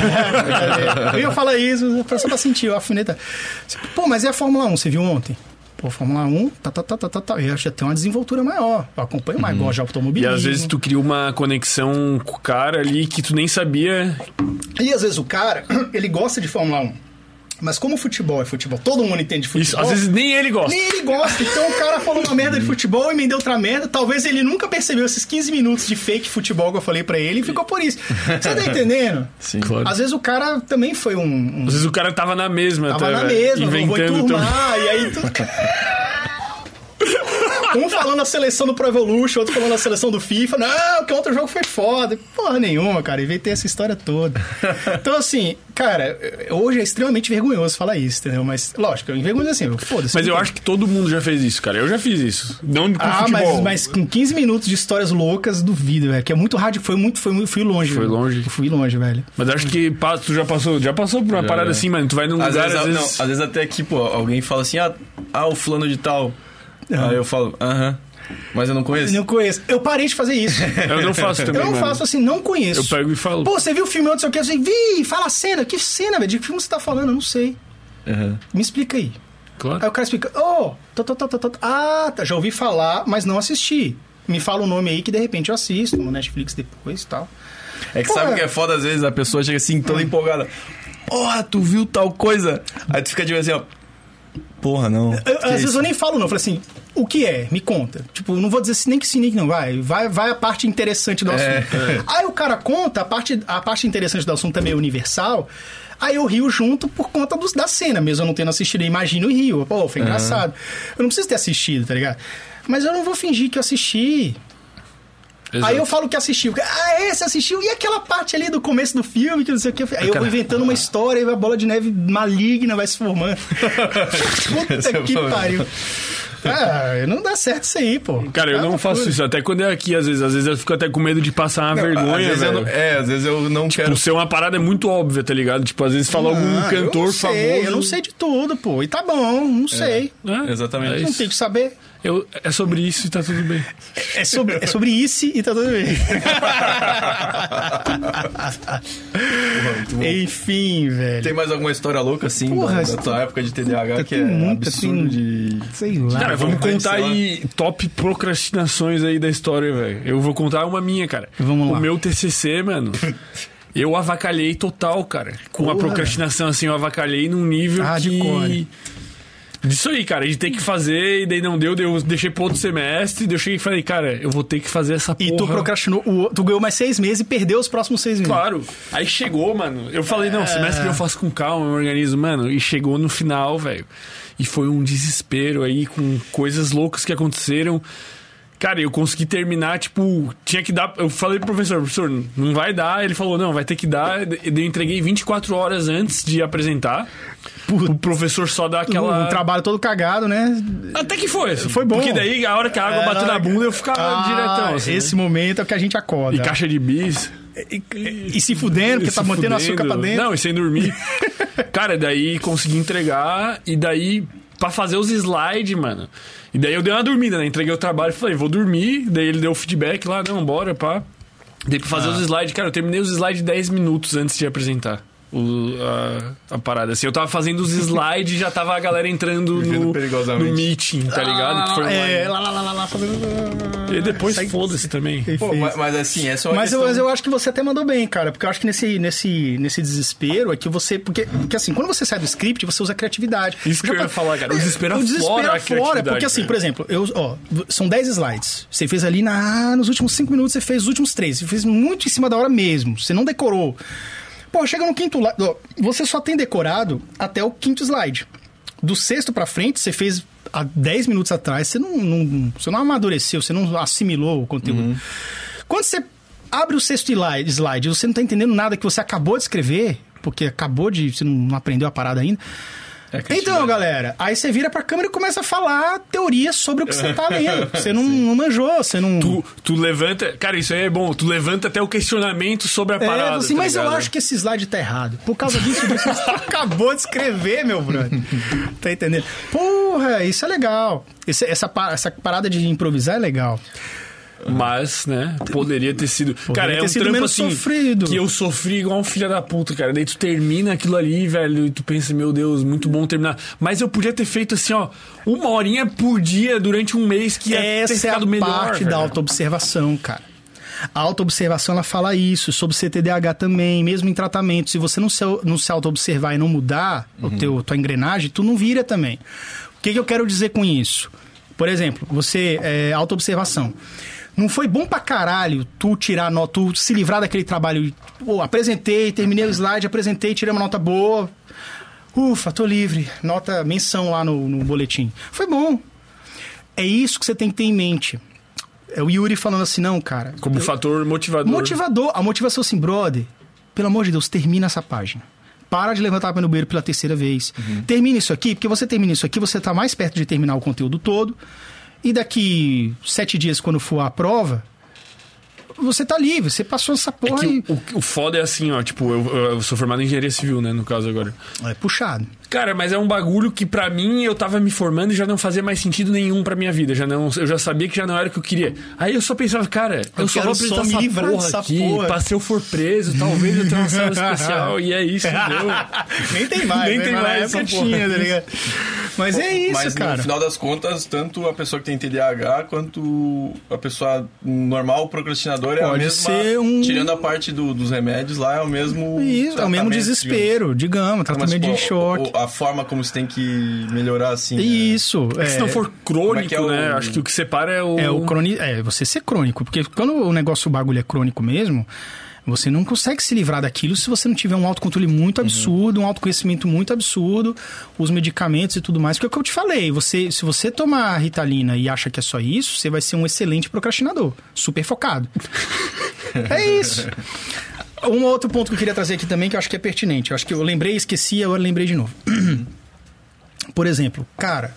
C: eu ia falar isso, só pra sentir a alfineta. Pô, mas e a Fórmula um? Você viu ontem? Pô, Fórmula um, tá, tá, tá, tá, tá, tá. Eu acho que tem uma desenvoltura maior. Eu acompanho mais, uhum. gosto de automobilismo.
A: E às vezes tu cria uma conexão com o cara ali que tu nem sabia.
C: E às vezes o cara, ele gosta de Fórmula um. Mas como futebol é futebol, todo mundo entende futebol.
A: Isso, às vezes nem ele gosta.
C: Nem ele gosta. Então o cara falou uma merda de futebol e me deu outra merda. Talvez ele nunca percebeu esses quinze minutos de fake futebol que eu falei pra ele e ficou por isso. Você tá entendendo?
B: Sim.
A: Claro.
C: Às vezes o cara também foi um... um...
A: Às vezes o cara tava na mesma.
C: Tava
A: até,
C: na
A: véio,
C: mesma,
A: inventando
C: vou enturmar, e aí... Tu... Um falando a seleção do Pro Evolution, outro falando a seleção do FIFA. Não, que outro jogo foi foda. Porra nenhuma, cara. Inventei essa história toda. Então, assim, cara, hoje é extremamente vergonhoso falar isso, entendeu? Mas, lógico, eu envergonho assim, foda-se.
A: Mas eu acho que todo mundo já fez isso, cara. Eu já fiz isso. Não com
C: ah,
A: futebol.
C: Mas, mas com quinze minutos de histórias loucas, duvido, velho. Que é muito rádio. Foi muito, foi muito, fui longe.
A: Foi
C: velho.
A: longe.
C: Eu fui longe, velho.
A: Mas acho que tu já passou, já passou por uma
B: Já,
A: parada
B: já.
A: assim, mano. Tu vai num
B: Às
A: lugar,
B: vezes,
A: às
B: não,
A: vezes...
B: às vezes até aqui, pô, alguém fala assim, ah, ah o fulano de tal.
C: Uhum.
B: Aí eu falo, aham. Mas eu não conheço.
C: Não conheço. Eu parei de fazer isso.
A: Eu não faço também,
C: Eu não
A: mano.
C: faço assim, não conheço.
A: Eu pego e falo.
C: Pô, você viu o filme, não sei o que? Eu assim, vi, fala a cena. Que cena, velho? De que filme você tá falando? Eu não sei.
B: Uhum.
C: Me explica aí.
A: Claro.
C: Aí o cara explica, oh, tô, tô, tô, tô, tô. Ah, tá, já ouvi falar, mas não assisti. Me fala o nome aí que de repente eu assisto no Netflix depois e tal.
B: É que
C: Pô,
B: sabe o
C: é.
B: que é foda às vezes? A pessoa chega assim, toda empolgada. Porra, tu viu tal coisa? Aí tu fica tipo assim, ó. Porra, não.
C: Eu,
B: Que
C: às vezes
B: isso?
C: eu nem falo não, eu falo assim, o que é? Me conta. Tipo, não vou dizer assim, nem que sim, nem que não. Vai, vai, vai a parte interessante do
B: É,
C: assunto.
B: é.
C: Aí o cara conta, a parte, a parte interessante do assunto é meio universal. Aí eu rio junto por conta dos, da cena, mesmo eu não tendo assistido, eu imagino e rio. Pô, foi engraçado. Eu não preciso ter assistido, tá ligado? Mas eu não vou fingir que eu assisti.
A: Exato.
C: Aí eu falo que assistiu. Ah, esse assistiu? E aquela parte ali do começo do filme, que não sei o que. Aí eu vou inventando uma história e a bola de neve maligna vai se formando. Puta que pariu. Ah, não dá certo isso aí, pô.
A: Cara, eu
C: Ah,
A: não
C: loucura.
A: faço isso. Até quando é aqui, às vezes. Às vezes eu fico até com medo de passar uma
B: Não, às
A: vergonha,
B: vezes eu
A: velho.
B: não- É, às vezes eu não
A: Tipo,
B: quero.
A: ser uma parada muito óbvia, tá ligado? Tipo, às vezes fala algum
C: Ah,
A: cantor
C: eu não sei,
A: famoso.
C: Eu não sei de tudo, pô. E tá bom, não sei.
A: É,
B: Exatamente.
A: é
C: Não
A: isso.
C: tenho que saber.
A: Eu, é sobre isso e tá tudo bem.
C: É sobre, é sobre isso e tá tudo bem. Enfim, velho.
B: Tem mais alguma história louca assim
C: Porra,
B: da,
C: isso
B: da tua época de T D A H que
C: tem
B: é
C: muita,
B: absurdo
C: tem-
B: de.
C: Sei lá.
A: Cara, vamos
B: vamos
A: contar
B: sei lá.
A: aí top procrastinações aí da história, velho. Eu vou contar uma minha, cara.
C: Vamos lá.
A: O meu T C C, mano. Eu avacalhei total, cara. Com a
C: Porra.
A: procrastinação, assim, eu avacalhei num nível
C: Ah, de
A: que...
C: core.
A: Disso aí, cara, de ter que fazer, e daí não deu, daí eu deixei pro outro semestre, daí eu cheguei e falei, cara, eu vou ter que fazer essa porra.
C: E tu procrastinou, o- tu ganhou mais seis meses e perdeu os próximos seis meses.
A: Claro. Aí chegou, mano. Eu falei, não, semestre que eu faço com calma, eu me organizo, mano. E chegou no final, velho. E foi um desespero aí, com coisas loucas que aconteceram. Cara, eu consegui terminar, tipo, tinha que dar. Eu falei pro professor, professor, não vai dar. Ele falou, não, vai ter que dar. Eu entreguei vinte e quatro horas antes de apresentar. O professor só dá aquela.
C: Um trabalho todo cagado, né?
A: Até que foi, assim.
C: Foi bom.
A: Porque daí, a hora que a água
C: É,
A: bateu
C: na
A: na
C: hora que-
A: bunda, eu ficava
C: Ah,
A: diretão, assim.
C: esse
A: né?
C: momento é o que a gente acorda.
A: E caixa de bis.
C: E, e- e se fudendo, porque
A: Se
C: tá mantendo
A: fudendo.
C: açúcar pra dentro.
A: Não, e sem dormir. Cara, daí consegui entregar e daí pra fazer os slides, mano. E daí eu dei uma dormida, né? Entreguei o trabalho e falei, vou dormir. Daí ele deu o feedback lá, não, bora, pá. Daí pra fazer
C: Ah.
A: os slides, cara, eu terminei os slides dez minutos antes de apresentar. O, a, a parada, assim, eu tava fazendo os slides e já tava a galera entrando
B: Vivendo
A: no,
B: perigosamente.
A: no meeting, tá ligado? Que foi online.
C: É, lá, lá, lá, lá, lá, fazendo...
A: E depois
C: Sai-
A: foda-se também.
B: Pô, mas, mas assim, é só uma
C: Mas eu,
B: questão...
C: mas eu acho que você até mandou bem, cara. Porque eu acho que nesse, nesse, nesse desespero é que você... Porque, porque assim, quando você sai do script, você usa a criatividade.
A: Isso que eu ia falar, cara. O desespero
C: O desespero
A: aflora a
C: aflora,
A: criatividade,
C: porque assim,
A: cara.
C: por exemplo, eu, ó, são dez slides. Você fez ali na, nos últimos cinco minutos, você fez os últimos três. Você fez muito em cima da hora mesmo. Você não decorou. Pô, chega no quinto... la- ó, você só tem decorado até o quinto slide. Do sexto pra frente, você fez há dez minutos atrás, você não, não, você não amadureceu, você não assimilou o conteúdo.
A: Uhum.
C: Quando você abre o sexto slide, slide, você não tá entendendo nada que você acabou de escrever, porque acabou de... Você não aprendeu a parada ainda.
B: É criatividade.
C: Então, galera, aí você vira pra câmera e começa a falar teorias sobre o que você tá lendo. Você não, não manjou, você não...
A: Tu, tu levanta... Cara, isso aí é bom. Tu levanta até o questionamento sobre a
C: É,
A: parada.
C: assim,
A: tá
C: mas eu
A: ligado?
C: acho que esse slide tá errado. Por causa disso, disso você acabou de escrever, meu brother. Tá entendendo? Porra, isso é legal. Esse- essa, pa- essa parada de improvisar é legal.
A: Mas, né, poderia ter sido... cara, é
C: ter
A: um
C: sido
A: trampo
C: menos
A: assim...
C: sofrido.
A: Que eu sofri igual um filho da puta, cara. Daí tu termina aquilo ali, velho, e tu pensa, meu Deus, muito bom terminar. Mas eu podia ter feito assim, ó, uma horinha por dia durante um mês que ia ter
C: Essa é a
A: ficado melhor,
C: parte
A: velho.
C: da autoobservação, cara. A autoobservação, ela fala isso, sobre C T D A H também, mesmo em tratamento. Se você não se, não se auto-observar e não mudar uhum. o teu, tua engrenagem, tu não vira também. O que, que eu quero dizer com isso? Por exemplo, você, é, auto-observação. Não foi bom pra caralho tu tirar nota, tu se livrar daquele trabalho. Pô, apresentei, terminei o slide, apresentei, tirei uma nota boa. Ufa, tô livre. Nota, menção lá no, no boletim. Foi bom. É isso que você tem que ter em mente. É o Yuri falando assim, não, cara.
A: Como
C: eu,
A: fator motivador.
C: Motivador. A motivação assim, brother, pelo amor de Deus, termina essa página. Para de levantar a pé no banheiro pela terceira vez. Uhum. Termina isso aqui, porque você termina isso aqui, você tá mais perto de terminar o conteúdo todo. E daqui sete dias, quando for a prova, você tá livre, você passou essa porra
A: é
C: e...
A: o, o foda é assim, ó, tipo, eu, eu sou formado em engenharia civil, né, no caso agora.
C: É puxado.
A: Cara, mas é um bagulho que pra mim eu tava me formando e já não fazia mais sentido nenhum pra minha vida. Já não, eu já sabia que já não era o que eu queria. Aí eu só pensava, cara, eu, eu só vou apresentar essa
C: me
A: porra
C: dessa
A: aqui.
C: Porra.
A: Pra se eu for preso, talvez eu tenha uma cela especial. E é isso, deu.
C: Nem tem mais,
A: Nem
C: né?
A: tem
C: Mas
A: mais
C: essa
A: essa
C: tinha,
A: porra.
C: tá ligado? Mas é isso,
B: Mas,
C: cara.
B: Mas no final das contas, tanto a pessoa que tem T D A H quanto a pessoa normal, procrastinadora, é a
C: Pode
B: mesma...
C: ser um...
B: Tirando a parte do, dos remédios lá, é o mesmo...
C: Isso, é o mesmo desespero, digamos, tratamento
B: Mas,
C: de
B: pô,
C: choque.
B: A forma como você tem que melhorar, assim...
C: Isso.
A: É... É, se não for crônico, é é o... né? Acho que o que separa é o...
C: É, o croni... é você ser crônico. Porque quando o negócio, o bagulho é crônico mesmo, você não consegue se livrar daquilo se você não tiver um autocontrole muito absurdo, uhum. um autoconhecimento muito absurdo, os medicamentos e tudo mais. Porque é o que eu te falei, você, se você tomar Ritalina e acha que é só isso, você vai ser um excelente procrastinador. Super focado. É isso. Um outro ponto que eu queria trazer aqui também, que eu acho que é pertinente. Eu acho que eu lembrei, esqueci, agora lembrei de novo. Por exemplo, cara,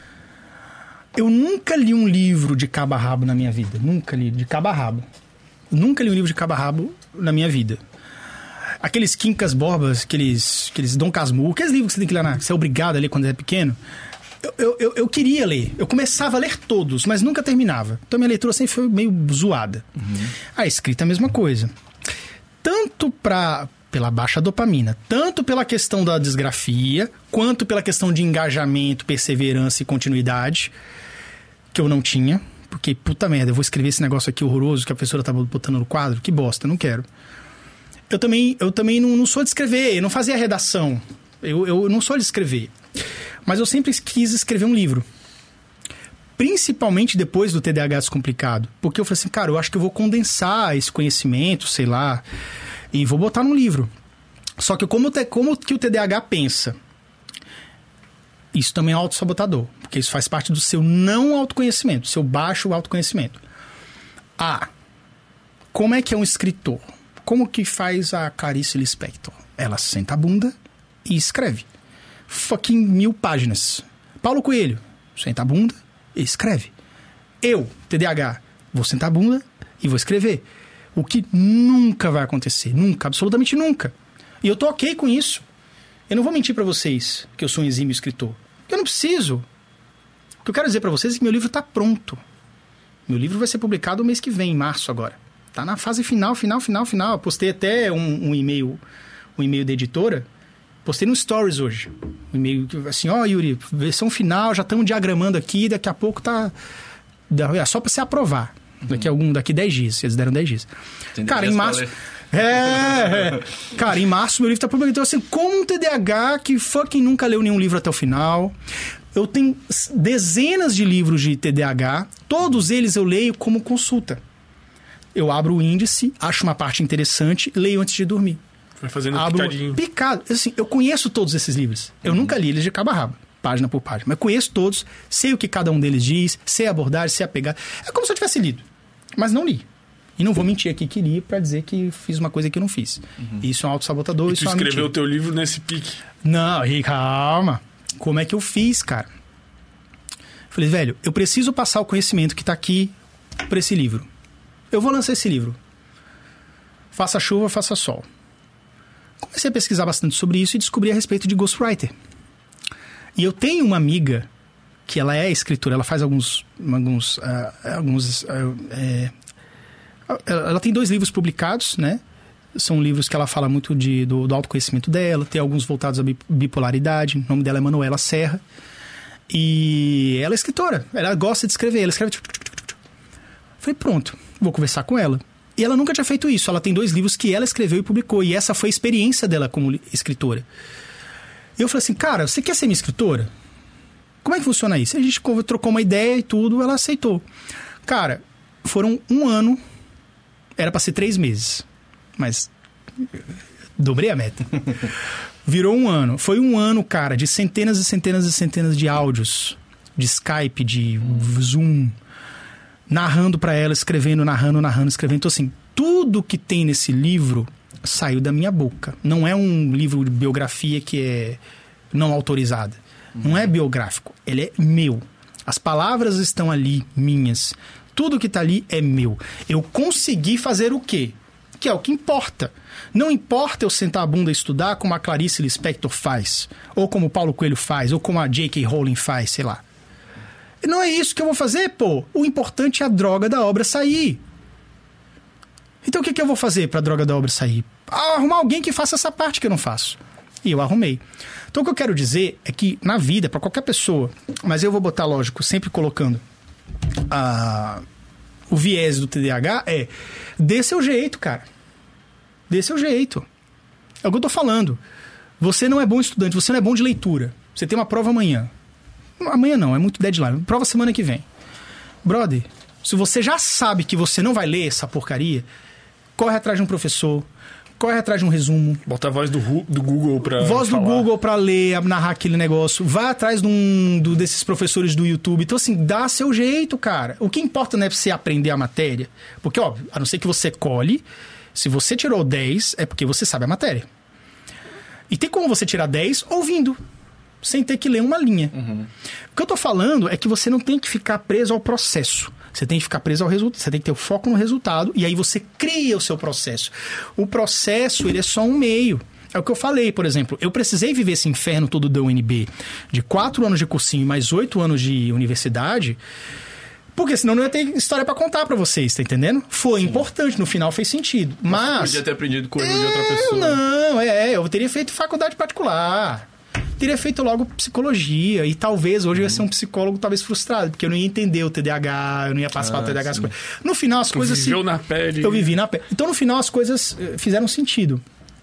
C: eu nunca li um livro de cabo a rabo na minha vida. Nunca li, de cabo a rabo. Nunca li um livro de cabo a rabo na minha vida. Aqueles Quincas Borbas, aqueles, aqueles Dom Casmurro, aqueles livros que você tem que ler, na, que você é obrigado a ler quando é pequeno. Eu, eu, eu, eu queria ler. Eu começava a ler todos, mas nunca terminava. Então a minha leitura sempre foi meio zoada. Uhum. A escrita é a mesma coisa. Tanto pra, pela baixa dopamina, tanto pela questão da disgrafia, quanto pela questão de engajamento, perseverança e continuidade, que eu não tinha. Porque, puta merda, eu vou escrever esse negócio aqui horroroso que a professora tá botando no quadro. Que bosta, não quero. Eu também, eu também não, não sou de escrever, eu não fazia redação. Eu, eu não sou de escrever. Mas eu sempre quis escrever um livro. Principalmente depois do T D A H Descomplicado. Porque eu falei assim, cara, eu acho que eu vou condensar esse conhecimento, sei lá, e vou botar num livro. Só que como, te, como que o T D A H pensa? Isso também é autossabotador, porque isso faz parte do seu não autoconhecimento, seu baixo autoconhecimento. Ah, como é que é um escritor? Como que faz a Clarice Lispector? Ela senta a bunda e escreve. Fucking mil páginas. Paulo Coelho, senta a bunda e escreve. Eu, T D A H, vou sentar a bunda e vou escrever. O que nunca vai acontecer. Nunca, absolutamente nunca. E eu tô ok com isso. Eu não vou mentir pra vocês que eu sou um exímio escritor. Eu não preciso. O que eu quero dizer pra vocês é que meu livro tá pronto. Meu livro vai ser publicado no mês que vem, em março agora. Tá na fase final, final, final, final. Eu postei até um, um e-mail, um e-mail da editora. Postei no Stories hoje. Um e-mail assim, ó, oh, Yuri, versão final, já estamos diagramando aqui, daqui a pouco tá... É só pra você aprovar. Uhum. Daqui a algum, daqui dez dias. Eles deram dez dias. Entendi. Cara, em março... É, é, cara, em março meu livro tá publicado. Então, assim, como um T D A H que fucking nunca leu nenhum livro até o final. Eu tenho dezenas de livros de T D A H. Todos eles eu leio como consulta. Eu abro o índice, acho uma parte interessante, leio antes de dormir.
A: Vai fazendo
C: abro
A: picadinho.
C: Picado. Assim, eu conheço todos esses livros. Eu uhum. nunca li eles de cabo a rabo, página por página. Mas conheço todos, sei o que cada um deles diz, sei a abordagem, sei a pegada. É como se eu tivesse lido, mas não li. E não vou mentir aqui que li pra dizer que fiz uma coisa que eu não fiz. Uhum. Isso é um autossabotador.
A: E
C: isso
A: tu
C: é uma
A: escreveu
C: mentira.
A: o teu livro nesse pique.
C: Não, e calma. Como é que eu fiz, cara? Falei, velho, eu preciso passar o conhecimento que tá aqui pra esse livro. Eu vou lançar esse livro. Faça chuva, faça sol. Comecei a pesquisar bastante sobre isso e descobri a respeito de ghostwriter. E eu tenho uma amiga que ela é escritora, ela faz alguns... alguns, uh, alguns uh, é, ela tem dois livros publicados, né? São livros que ela fala muito de, do, do autoconhecimento dela, tem alguns voltados à bipolaridade. O nome dela é Manuela Serra. E ela é escritora, ela gosta de escrever, ela escreve... Falei, pronto, vou conversar com ela. E ela nunca tinha feito isso. Ela tem dois livros que ela escreveu e publicou. E essa foi a experiência dela como escritora. E eu falei assim, cara, você quer ser minha escritora? Como é que funciona isso? A gente trocou uma ideia e tudo, ela aceitou. Cara, foram um ano, era pra ser três meses. Mas dobrei a meta. Virou um ano. Foi um ano, cara, de centenas e centenas e centenas de áudios. De Skype, de Zoom. Narrando pra ela, escrevendo, narrando, narrando, escrevendo. Então, assim, tudo que tem nesse livro saiu da minha boca. Não é um livro de biografia que é não autorizada. Não é biográfico. Ele é meu. As palavras estão ali, minhas. Tudo que tá ali é meu. Eu consegui fazer o quê? Que é o que importa. Não importa eu sentar a bunda e estudar como a Clarice Lispector faz. Ou como o Paulo Coelho faz. Ou como a J K. Rowling faz, sei lá. Não é isso que eu vou fazer, pô. O importante é a droga da obra sair. Então o que, que eu vou fazer pra droga da obra sair? Arrumar alguém que faça essa parte que eu não faço. E eu arrumei. Então o que eu quero dizer é que na vida, pra qualquer pessoa, mas eu vou botar, lógico, sempre colocando a, o viés do T D A H, é dê seu jeito, cara. Dê seu jeito. É o que eu tô falando. Você não é bom estudante, você não é bom de leitura. Você tem uma prova amanhã. Amanhã não, é muito deadline. Prova semana que vem. Brother, se você já sabe que você não vai ler essa porcaria, corre atrás de um professor, corre atrás de um resumo.
A: Bota a voz do, do Google pra
C: Voz
A: falar.
C: do Google pra ler, narrar aquele negócio. Vai atrás de um do, desses professores do YouTube. Então, assim, dá seu jeito, cara. O que importa não é você aprender a matéria. Porque, óbvio, a não ser que você colhe, se você tirou dez, é porque você sabe a matéria. E tem como você tirar dez ouvindo, sem ter que ler uma linha. Uhum. O que eu tô falando é que você não tem que ficar preso ao processo. Você tem que ficar preso ao resultado. Você tem que ter o foco no resultado e aí você cria o seu processo. O processo, ele é só um meio. É o que eu falei, por exemplo. Eu precisei viver esse inferno todo da U N B de quatro anos de cursinho e mais oito anos de universidade, porque senão não ia ter história pra contar pra vocês, tá entendendo? Foi Sim. importante, no final fez sentido. Mas... Você
B: podia ter aprendido com o erro
C: é,
B: de outra pessoa.
C: Não, é, eu teria feito faculdade particular. Teria feito logo psicologia e talvez hoje eu ia ser um psicólogo talvez frustrado, porque eu não ia entender o T D A H, eu não ia passar ah, o T D A H. As coisas. No final as tu coisas...
A: viveu na pele.
C: Eu vivi na pele. Então no final as coisas fizeram sentido.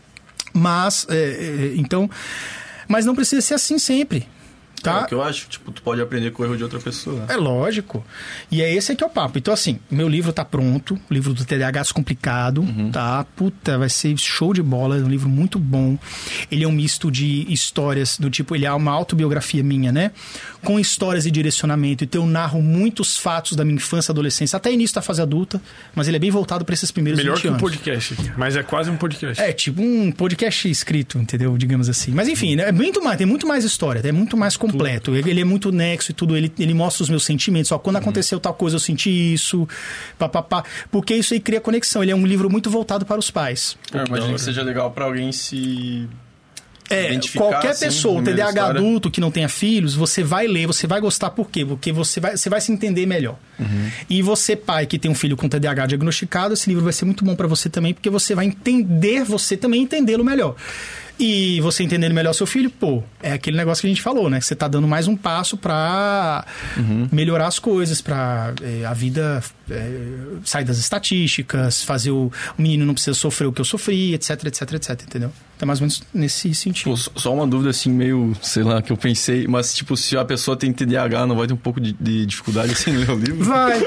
C: Mas, é, é, então... Mas não precisa ser assim sempre. Tá?
B: É o que eu acho, tipo, tu pode aprender com o erro de outra pessoa.
C: É lógico. E é esse aqui é o papo. Então, assim, meu livro tá pronto, o livro do T D A H Descomplicado, uhum. tá? Puta, vai ser show de bola, é um livro muito bom. Ele é um misto de histórias do tipo, ele é uma autobiografia minha, né? Com histórias e direcionamento. Então, eu narro muitos fatos da minha infância e adolescência, até início da fase adulta, mas ele é bem voltado para esses primeiros
A: Melhor
C: vinte anos.
A: Melhor que um podcast, mas é quase um podcast.
C: É, tipo um podcast escrito, entendeu? Digamos assim. Mas, enfim, né? é muito mais, tem muito mais história, é muito mais completo. Completo. Ele é muito nexo e tudo. Ele, ele mostra os meus sentimentos. Ó, quando uhum. aconteceu tal coisa, eu senti isso. Pá, pá, pá, porque isso aí cria conexão. Ele é um livro muito voltado para os pais.
B: Eu imagino que seja legal para alguém se...
C: É, qualquer assim, pessoa, T D A H história. Adulto que não tenha filhos, você vai ler, você vai gostar. Por quê? Porque você vai, você vai se entender melhor. Uhum. E você, pai, que tem um filho com T D A H diagnosticado, esse livro vai ser muito bom para você também, porque você vai entender, você também entendê-lo melhor. E você entendendo melhor seu filho, pô, é aquele negócio que a gente falou, né? Que você tá dando mais um passo pra uhum. melhorar as coisas, pra é, a vida é, sair das estatísticas, fazer o, o menino não precisa sofrer o que eu sofri, etc, etc, etc, entendeu? Tá mais ou menos nesse sentido.
B: Pô, só uma dúvida assim, meio, sei lá, que eu pensei, mas tipo, se a pessoa tem T D A H, não vai ter um pouco de, de dificuldade assim ler o livro?
C: Vai!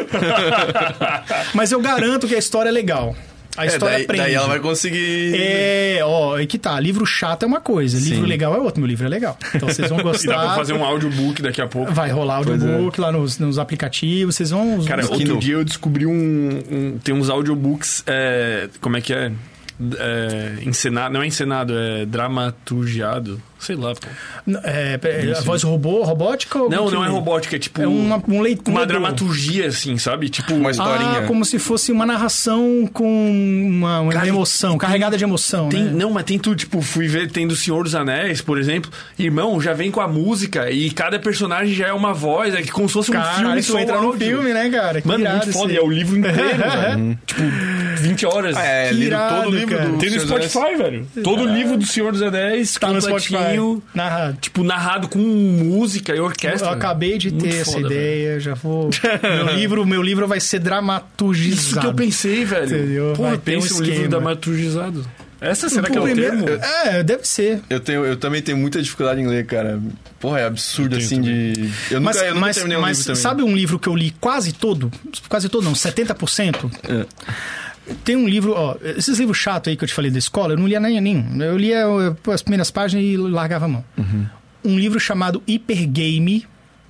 C: Mas eu garanto que a história é legal. A história
B: é, daí,
C: aprende.
B: Daí ela vai conseguir...
C: É, ó, aí que tá. Livro chato é uma coisa, Sim. livro legal é outro. Meu livro é legal. Então vocês vão gostar.
A: E dá pra fazer um audiobook daqui a pouco.
C: Vai rolar audiobook é. lá nos, nos aplicativos, vocês vão...
A: Cara, outro Kindle. dia eu descobri um... um tem uns audiobooks, é, como é que é? É, encenado, não é encenado, é dramaturgiado. Sei lá, pô.
C: É, é, a voz robô, robótica? Ou
A: não,
C: que
A: não
C: é?
A: é robótica, é tipo...
C: É uma, um leitor.
A: Uma dramaturgia, assim, sabe? Tipo uma historinha.
C: Ah, como se fosse uma narração com uma, uma Cara, emoção, tem, carregada de emoção,
A: tem,
C: né?
A: Não, mas tem tudo, tipo, fui ver, tem do Senhor dos Anéis, por exemplo. Irmão, já vem com a música e cada personagem já é uma voz, é como se fosse um
C: cara,
A: filme.
C: Isso entra no filme, né, cara? Que
A: Mano, muito foda, é o livro inteiro, velho. Tipo, vinte horas.
B: Ah, é, lido todo o livro
C: cara.
B: do
A: Tem no Spotify, velho. Todo o livro do Senhor dos Anéis
C: tá no Spotify.
A: sozinho.
C: Narrado.
A: Tipo, narrado com música e orquestra.
C: Eu acabei de
A: Muito
C: ter essa
A: foda,
C: ideia, velho. Já vou... meu, livro, meu livro vai ser dramaturgizado.
A: Isso que eu pensei, velho.
C: Entendeu?
A: Pô, pensa um, um livro dramaturgizado. Essa será que é o
C: primeiro,
A: termo?
C: É, deve ser.
B: Eu, tenho, eu também tenho muita dificuldade em ler, cara. Porra, é absurdo, assim, também. de... Eu nunca,
C: mas,
B: eu nunca
C: mas,
B: terminei um
C: mas
B: livro também.
C: Sabe um livro que eu li quase todo? Quase todo não, setenta por cento? É. Tem um livro, ó, esses livros chatos aí que eu te falei da escola, eu não lia nem nenhum. Eu lia as primeiras páginas e largava a mão. Uhum. Um livro chamado Hypergame,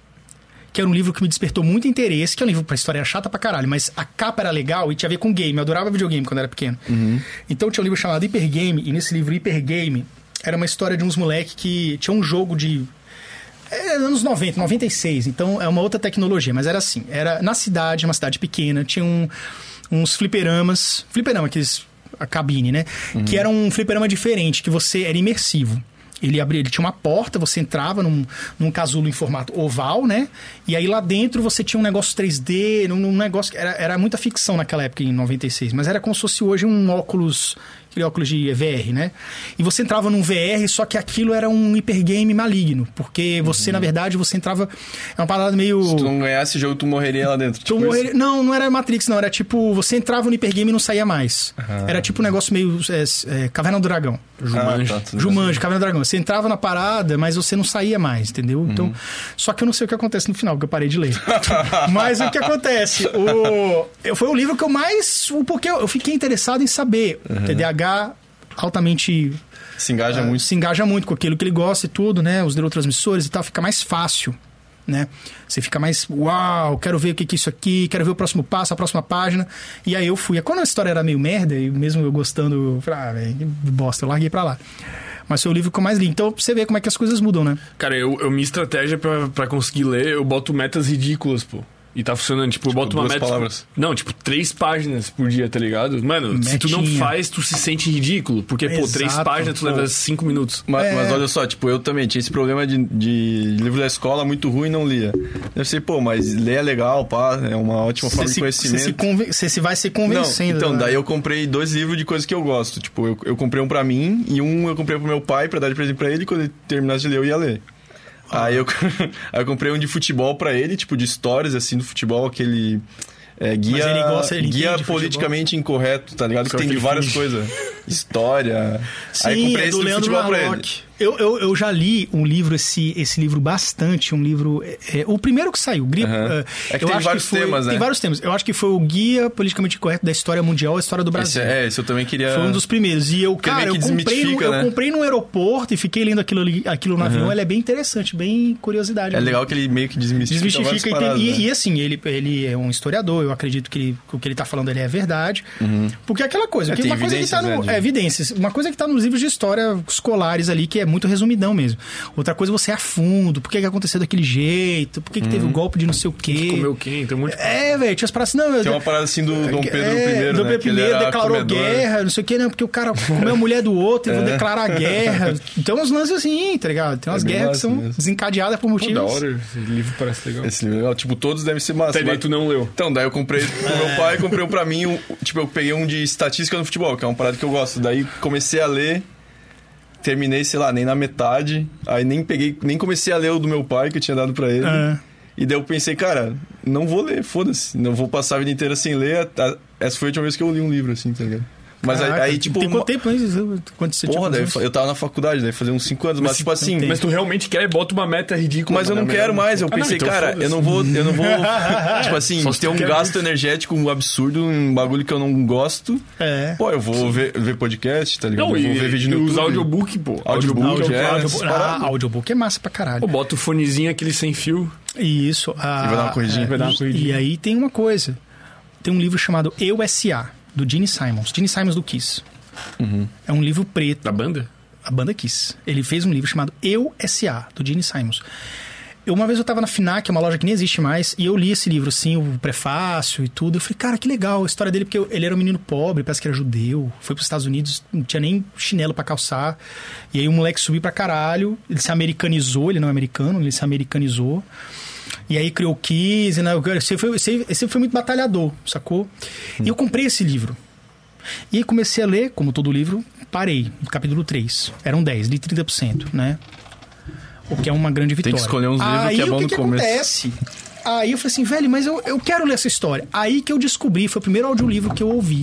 C: que era um livro que me despertou muito interesse, que é um livro pra história, era chata pra caralho, mas a capa era legal e tinha a ver com game. Eu adorava videogame quando era pequeno. Uhum. Então tinha um livro chamado Hypergame, e nesse livro Hypergame era uma história de uns moleques que tinha um jogo de... É, anos noventa, noventa e seis, então é uma outra tecnologia, mas era assim, era na cidade, uma cidade pequena, tinha um, uns fliperamas, fliperama, aqueles, a cabine, né? Uhum. Que era um fliperama diferente, que você era imersivo. Ele abria, ele tinha uma porta, você entrava num, num casulo em formato oval, né? E aí lá dentro você tinha um negócio três D, um, um negócio... Era, era muita ficção naquela época, em noventa e seis, mas era como se fosse hoje um óculos... Aquele óculos de V R, né? E você entrava num V R, só que aquilo era um hipergame maligno. Porque você, uhum. na verdade, você entrava... É uma parada meio...
B: Se tu não ganhasse o jogo, tu morreria lá dentro.
C: Tu
B: tipo
C: morreria... Não, não era Matrix, não. Era tipo... Você entrava no hipergame e não saía mais. Uhum. Era tipo um negócio meio... É, é, Caverna do Dragão.
A: Jumanji.
B: Ah, tá,
C: Jumanji, Caverna do Dragão. Você entrava na parada, mas você não saía mais, entendeu? Uhum. Então... Só que eu não sei o que acontece no final, porque eu parei de ler. Mas o que acontece? O... Foi o livro que eu mais... Porque eu fiquei interessado em saber. Uhum. T D A H... altamente...
B: Se engaja uh, muito.
C: Se engaja muito com aquilo que ele gosta e tudo, né? Os neurotransmissores e tal, fica mais fácil, né? Você fica mais, uau, quero ver o que que é isso aqui, quero ver o próximo passo, a próxima página. E aí eu fui. Quando a história era meio merda, e mesmo eu gostando, eu falei, ah, velho, que bosta, eu larguei pra lá. Mas foi o livro que eu mais li. Então, você vê como é que as coisas mudam, né?
A: Cara, eu, eu minha estratégia pra, pra conseguir ler, eu boto metas ridículas, pô. E tá funcionando, tipo, tipo eu boto uma meta...
B: palavras.
A: Não, tipo, três páginas por dia, tá ligado? Mano, Metinha. Se tu não faz, tu se sente ridículo. Porque, Exato, pô, três páginas tu pô. leva cinco minutos.
B: Mas,
A: é.
B: mas olha só, tipo, eu também tinha esse problema de, de livro da escola muito ruim e não lia. Eu sei, pô, mas ler é legal, pá, é uma ótima forma
C: se,
B: de conhecimento.
C: Você se, conven... se vai se convencendo.
B: Não, então,
C: né?
B: daí eu comprei dois livros de coisas que eu gosto. Tipo, eu, eu comprei um pra mim e um eu comprei pro meu pai pra dar de presente pra ele. E quando ele terminasse de ler, eu ia ler. Aí eu, aí eu comprei um de futebol pra ele, tipo, de histórias, assim, do futebol, aquele... É, guia
C: ele gosta, ele
B: guia politicamente futebol. Incorreto, tá ligado? Que tem de várias finge. coisas. História.
C: Sim,
B: aí comprei
C: é
B: esse
C: do
B: de
C: Leandro
B: futebol pra ele.
C: Eu, eu, eu já li um livro, esse, esse livro bastante, um livro... É, o primeiro que saiu, Guia...
B: Uhum. É que
C: eu
B: tem
C: acho
B: vários
C: que foi,
B: temas, né?
C: Tem vários temas. Eu acho que foi o Guia Politicamente Incorreto da História Mundial, a História do Brasil.
B: Esse, é, esse eu também queria...
C: Foi um dos primeiros. E eu,
B: Porque
C: cara, eu comprei, no, né? eu comprei no aeroporto e fiquei lendo aquilo, ali, aquilo no uhum. avião. Ele é bem interessante, bem curiosidade.
B: É
C: mesmo.
B: legal que ele meio que desmistifica,
C: desmistifica e,
B: paradas,
C: tem,
B: né?
C: e, e assim, ele, ele é um historiador, eu acredito que ele, o que ele tá falando ali é verdade. Uhum. Porque é aquela coisa...
B: É,
C: uma coisa que tá no,
B: né, de...
C: é, evidências. Uma coisa que tá nos livros de história escolares ali, que é muito resumidão mesmo. Outra coisa você é a fundo, por que, que aconteceu daquele jeito, por que, que hum. teve o um golpe de não sei o quê.
A: Comeu quem? Tem muito...
C: É, velho, tinha as paradas assim, não...
B: Tem uma parada assim do Dom Pedro
C: é,
B: I,
C: Dom
B: né?
C: Pedro I declarou comedor. guerra, não sei o quê, não, porque o cara comeu a mulher do outro, é. e vou declarar guerra. Então, uns lances assim, tá ligado? Tem umas é guerras que são mesmo. desencadeadas por motivos...
A: Pô, da hora, esse livro parece legal.
B: Esse livro é legal, tipo, todos devem ser massa.
A: Mas tu não leu.
B: Então, daí eu comprei pro meu pai, comprei um pra mim, um, tipo, eu peguei um de estatística no futebol, que é uma parada que eu gosto. Daí comecei a ler... Terminei, sei lá, nem na metade. Aí nem peguei, nem comecei a ler o do meu pai, que eu tinha dado pra ele. Uhum. E daí eu pensei, cara, não vou ler, foda-se. Não vou passar a vida inteira sem ler. Essa foi a última vez que eu li um livro, assim, tá ligado? Mas Caraca, aí, tipo...
C: Tem quanto tempo, hein? Quanto você
B: Porra,
C: tinha
B: daí, eu tava na faculdade, daí fazia uns cinco anos. Mas, mas tipo assim...
A: Mas tu realmente quer e bota uma meta ridícula.
B: Mas eu não quero mais. Eu ah, pensei, não, então cara, eu não vou... Eu não vou tipo assim, ter um gasto isso. energético um absurdo, um bagulho que eu não gosto. É. Pô, eu vou ver, ver podcast, tá ligado?
A: Não,
B: eu vou
A: e,
B: ver vídeo no YouTube.
A: Usar audiobook, pô.
B: Audiobook,
C: audiobook,
B: é.
C: audiobook, ah, audiobook é massa pra caralho.
A: Pô, bota o fonezinho aquele sem fio.
C: Isso. Ah,
B: e vai dar uma corridinha.
C: É,
B: vai dar uma corridinha.
C: E aí tem uma coisa. Tem um livro chamado Eu S A, do Gene Simons. Gene Simons do Kiss. Uhum. É um livro preto.
A: Da banda?
C: A banda Kiss. Ele fez um livro chamado Eu S A, do Gene Simons. Eu, uma vez eu tava na FINAC, uma loja que nem existe mais, e eu li esse livro, assim, o prefácio e tudo. Eu falei, cara, que legal a história dele, porque eu, ele era um menino pobre, parece que era judeu, foi pros Estados Unidos, não tinha nem chinelo pra calçar. E aí o moleque subiu pra caralho, ele se americanizou, ele não é americano, ele se americanizou. E aí criou o Kiss, né? Esse foi, esse foi muito batalhador, sacou? Hum. E eu comprei esse livro. E aí comecei a ler, como todo livro, parei no capítulo três. Eram dez, li trinta por cento, né? O que é uma grande vitória.
B: Tem que escolher uns livros
C: aí,
B: que é bom
C: o que
B: no
C: que
B: começo.
C: Acontece? Aí eu falei assim, velho, mas eu, eu quero ler essa história. Aí que eu descobri, foi o primeiro audiolivro que eu ouvi.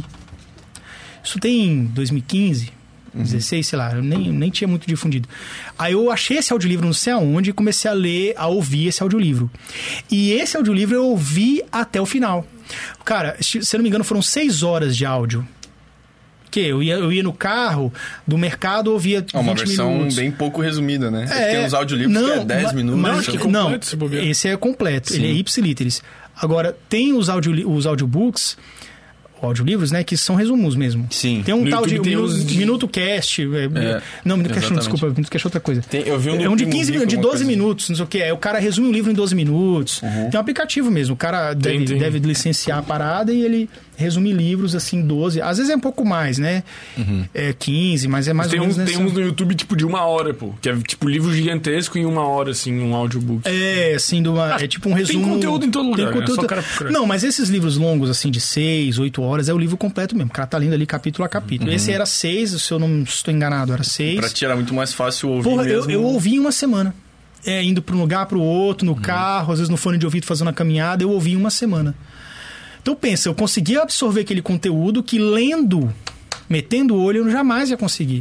C: Isso tem em dois mil e quinze, uhum. dezesseis, sei lá, eu nem, nem tinha muito difundido. Aí eu achei esse audiolivro não sei aonde e comecei a ler, a ouvir esse audiolivro. E esse audiolivro eu ouvi até o final. Cara, se eu não me engano, foram seis horas de áudio. Que eu ia, eu ia no carro do mercado, ouvia vinte
B: é uma versão
C: minutos.
B: bem pouco resumida, né?
C: É,
B: tem uns audiolivros
C: não,
B: que é dez
C: mas,
B: minutos.
C: Mas,
A: acho que é
C: não,
A: completo, se bobear.
C: esse é completo.
B: Sim.
C: Ele é ipsiliteris. Agora, tem os, audio, os audiobooks, audiolivros, né? Que são resumos mesmo.
B: Sim.
C: Tem um
A: No
C: tal
A: YouTube
C: de,
A: tem
C: Minuto,
A: uns de-
C: Minuto Cast. É,
B: É,
C: não, Minuto Cast não,
B: exatamente.
C: desculpa. Minuto Cast é outra coisa.
B: Tem- eu vi um
C: é um de
B: do
C: quinze
B: Primo
C: minutos, de
B: Rico, uma
C: doze
B: coisa
C: minutos, não sei o que. Aí o cara resume o livro em doze minutos.
B: Uhum.
C: Tem um aplicativo mesmo. O cara deve,
A: tem.
C: deve licenciar a parada e ele resume livros assim, doze. Às vezes é um pouco mais, né?
B: Uhum.
C: É quinze, mas é mais
A: Tem
C: ou menos
A: uns, tem
C: nessa-
A: uns no YouTube, tipo, de uma hora, pô. Que é tipo livro gigantesco em uma hora, assim, um audiobook.
C: É, assim, de uma, é tipo um resumo...
A: conteúdo em todo lugar,
C: Tem
A: né?
C: conteúdo...
A: Só o cara procurar.
C: Não, mas esses livros longos, assim, de seis, oito horas, é o livro completo mesmo. O cara tá lendo ali capítulo a capítulo. Esse era seis, se eu não estou enganado, era seis.
B: Pra tirar muito mais fácil ouvir
C: Porra, eu,
B: mesmo.
C: eu ouvi em uma semana. É, indo pra um lugar, pro outro, no
A: Uhum.
C: carro, às vezes no fone de ouvido fazendo a caminhada, eu ouvi em uma semana. Então pensa, eu conseguia absorver aquele conteúdo que lendo, metendo o olho, eu jamais ia conseguir.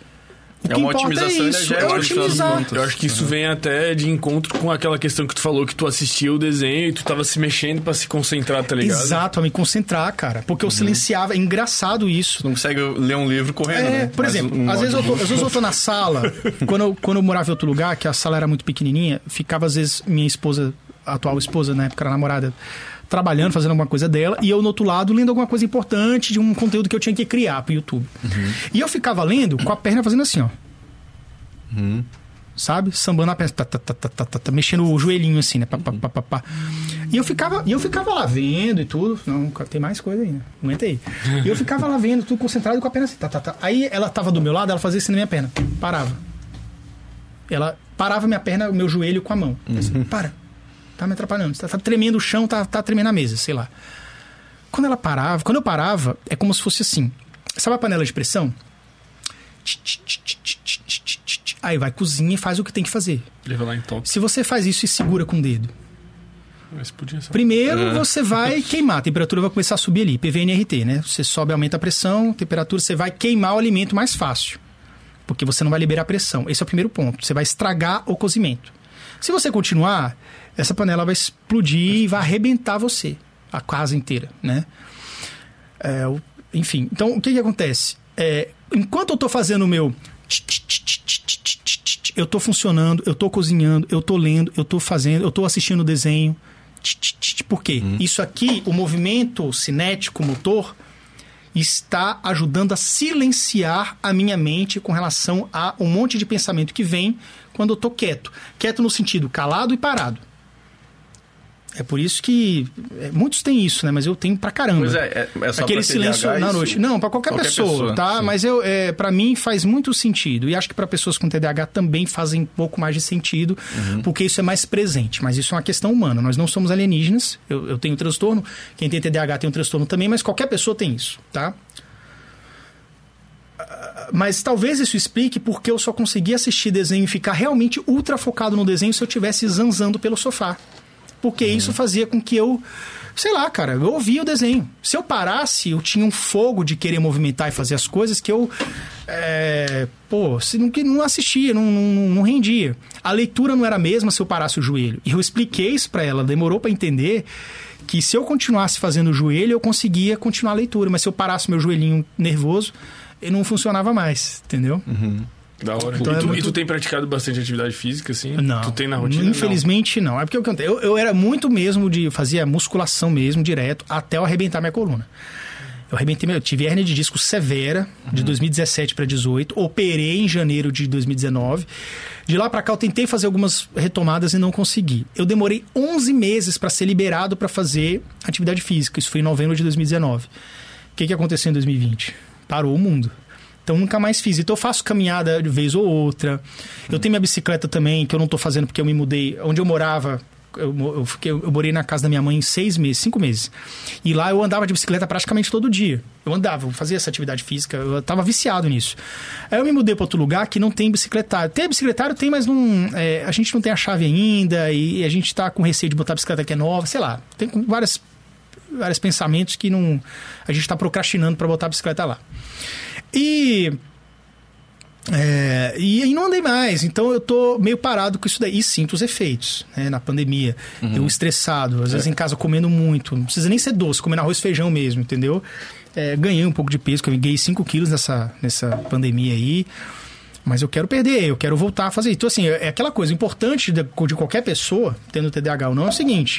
C: O
B: É
C: que
B: uma
C: importa
B: otimização
C: é isso, é
B: energética, no final das
C: otimizar.
B: contas.
A: Eu acho que isso vem até de encontro com aquela questão que tu falou, que tu assistia o desenho e tu tava se mexendo pra se concentrar, tá ligado?
C: Exato, a me concentrar, cara. Porque eu silenciava. É engraçado isso.
B: Não consegue ler um livro correndo,
C: É,
B: né?
C: por
B: Mas
C: exemplo,
B: um
C: às, vezes eu tô,
B: audiobook-
C: às vezes eu tô na sala, quando eu, quando eu morava em outro lugar, que a sala era muito pequenininha, ficava às vezes minha esposa, a atual esposa, na época era namorada, trabalhando, fazendo alguma coisa dela, e eu no outro lado lendo alguma coisa importante de um conteúdo que eu tinha que criar pro YouTube.
B: Uhum.
C: E eu ficava lendo com a perna fazendo assim, ó.
B: Uhum.
C: Sabe? Sambando a perna, tá, tá, tá, tá, tá, tá, tá, mexendo o joelhinho assim, né? Pá, pá, pá, pá, pá. E eu ficava, e eu ficava lá vendo e tudo. Não, tem mais coisa aí, né? Aguenta aí. E eu ficava lá vendo, tudo concentrado com a perna assim, tá, tá, tá. Aí ela tava do meu lado, ela fazia assim na minha perna. Parava. Ela parava minha perna, o meu joelho com a mão. Assim, para. Tá me atrapalhando. Tá, tá tremendo o chão, tá, tá tremendo a mesa, sei lá. Quando ela parava, quando eu parava, é como se fosse assim. Sabe a panela de pressão? Aí vai, cozinha e faz o que tem que fazer.
A: Leva lá em top.
C: Se você faz isso e segura com o dedo,
A: Mas podia ser.
C: primeiro você vai queimar, a temperatura vai começar a subir ali, P V N R T, né? Você sobe, aumenta a pressão, temperatura, você vai queimar o alimento mais fácil, porque você não vai liberar pressão. Esse é o primeiro ponto, você vai estragar o cozimento. Se você continuar, essa panela vai explodir e vai arrebentar você, a casa inteira, né? É, o- enfim, então o que que acontece? É, enquanto eu tô fazendo o meu... Eu tô funcionando, eu tô cozinhando, eu tô lendo, eu tô fazendo, eu tô assistindo o desenho. Por quê?
B: Uhum.
C: Isso aqui, o movimento cinético motor, está ajudando a silenciar a minha mente com relação a um monte de pensamento que vem quando eu tô quieto. Quieto no sentido calado e parado. É por isso que... é, muitos têm isso, né? Mas eu tenho pra caramba.
B: Pois é, é, é só
C: Aquele
B: pra T D A H
C: silêncio na
B: isso?
C: noite. Não, pra qualquer,
B: Qualquer
C: pessoa,
B: pessoa,
C: tá?
B: sim.
C: Mas eu, é, para mim faz muito sentido. E acho que para pessoas com T D A H também fazem um pouco mais de sentido,
B: Uhum.
C: porque isso é mais presente. Mas isso é uma questão humana. Nós não somos alienígenas. Eu, eu tenho transtorno. Quem tem T D A H tem um transtorno também, mas qualquer pessoa tem isso, tá? Mas talvez isso explique porque eu só conseguia assistir desenho e ficar realmente ultra focado no desenho se eu estivesse zanzando pelo sofá. Porque isso fazia com que eu... Sei lá, cara, eu ouvia o desenho. Se eu parasse, eu tinha um fogo de querer movimentar e fazer as coisas que eu... É, pô, se não, que não assistia, não, não, não rendia. A leitura não era a mesma se eu parasse o joelho. E eu expliquei isso pra ela, demorou pra entender que se eu continuasse fazendo o joelho, eu conseguia continuar a leitura. Mas se eu parasse meu joelhinho nervoso, ele não funcionava mais, entendeu?
B: Uhum.
A: Da hora.
C: Então
A: e,
C: é
A: tu,
C: muito-
A: e tu tem praticado bastante atividade física, assim?
C: Não.
A: Tu tem na rotina?
C: Infelizmente não. É porque eu, eu, eu era muito mesmo de... Fazia musculação mesmo, direto, até eu arrebentar minha coluna. Eu arrebentei... Eu tive hérnia de disco severa, de dois mil e dezessete para dezoito. Operei em janeiro de dois mil e dezenove. De lá para cá eu tentei fazer algumas retomadas e não consegui. Eu demorei onze meses para ser liberado para fazer atividade física. Isso foi em novembro de dois mil e dezenove. O que, que aconteceu em dois mil e vinte? Parou o mundo. Então, nunca mais fiz. Então, eu faço caminhada de vez ou outra. Eu tenho minha bicicleta também, que eu não tô fazendo porque eu me mudei. Onde eu morava, eu, eu, fiquei, eu morei na casa da minha mãe seis meses, cinco meses. E lá eu andava de bicicleta praticamente todo dia. Eu andava, eu fazia essa atividade física, eu tava viciado nisso. Aí eu me mudei para outro lugar que não tem bicicletário. Tem bicicletário, tem, mas não, é, a gente não tem a chave ainda e a gente tá com receio de botar a bicicleta que é nova, sei lá. Tem várias, vários pensamentos que não, a gente tá procrastinando para botar a bicicleta lá. E... É, e aí não andei mais, então eu tô meio parado com isso daí. E sinto os efeitos, né, na pandemia. Uhum. Eu estressado, às é. vezes em casa comendo muito. Não precisa nem ser doce, comendo arroz e feijão mesmo, entendeu? É, ganhei um pouco de peso, que eu ganhei cinco quilos nessa, nessa pandemia aí. Mas eu quero perder, eu quero voltar a fazer. Então, assim, é aquela coisa importante de, de qualquer pessoa, tendo T D A H ou não, é o seguinte.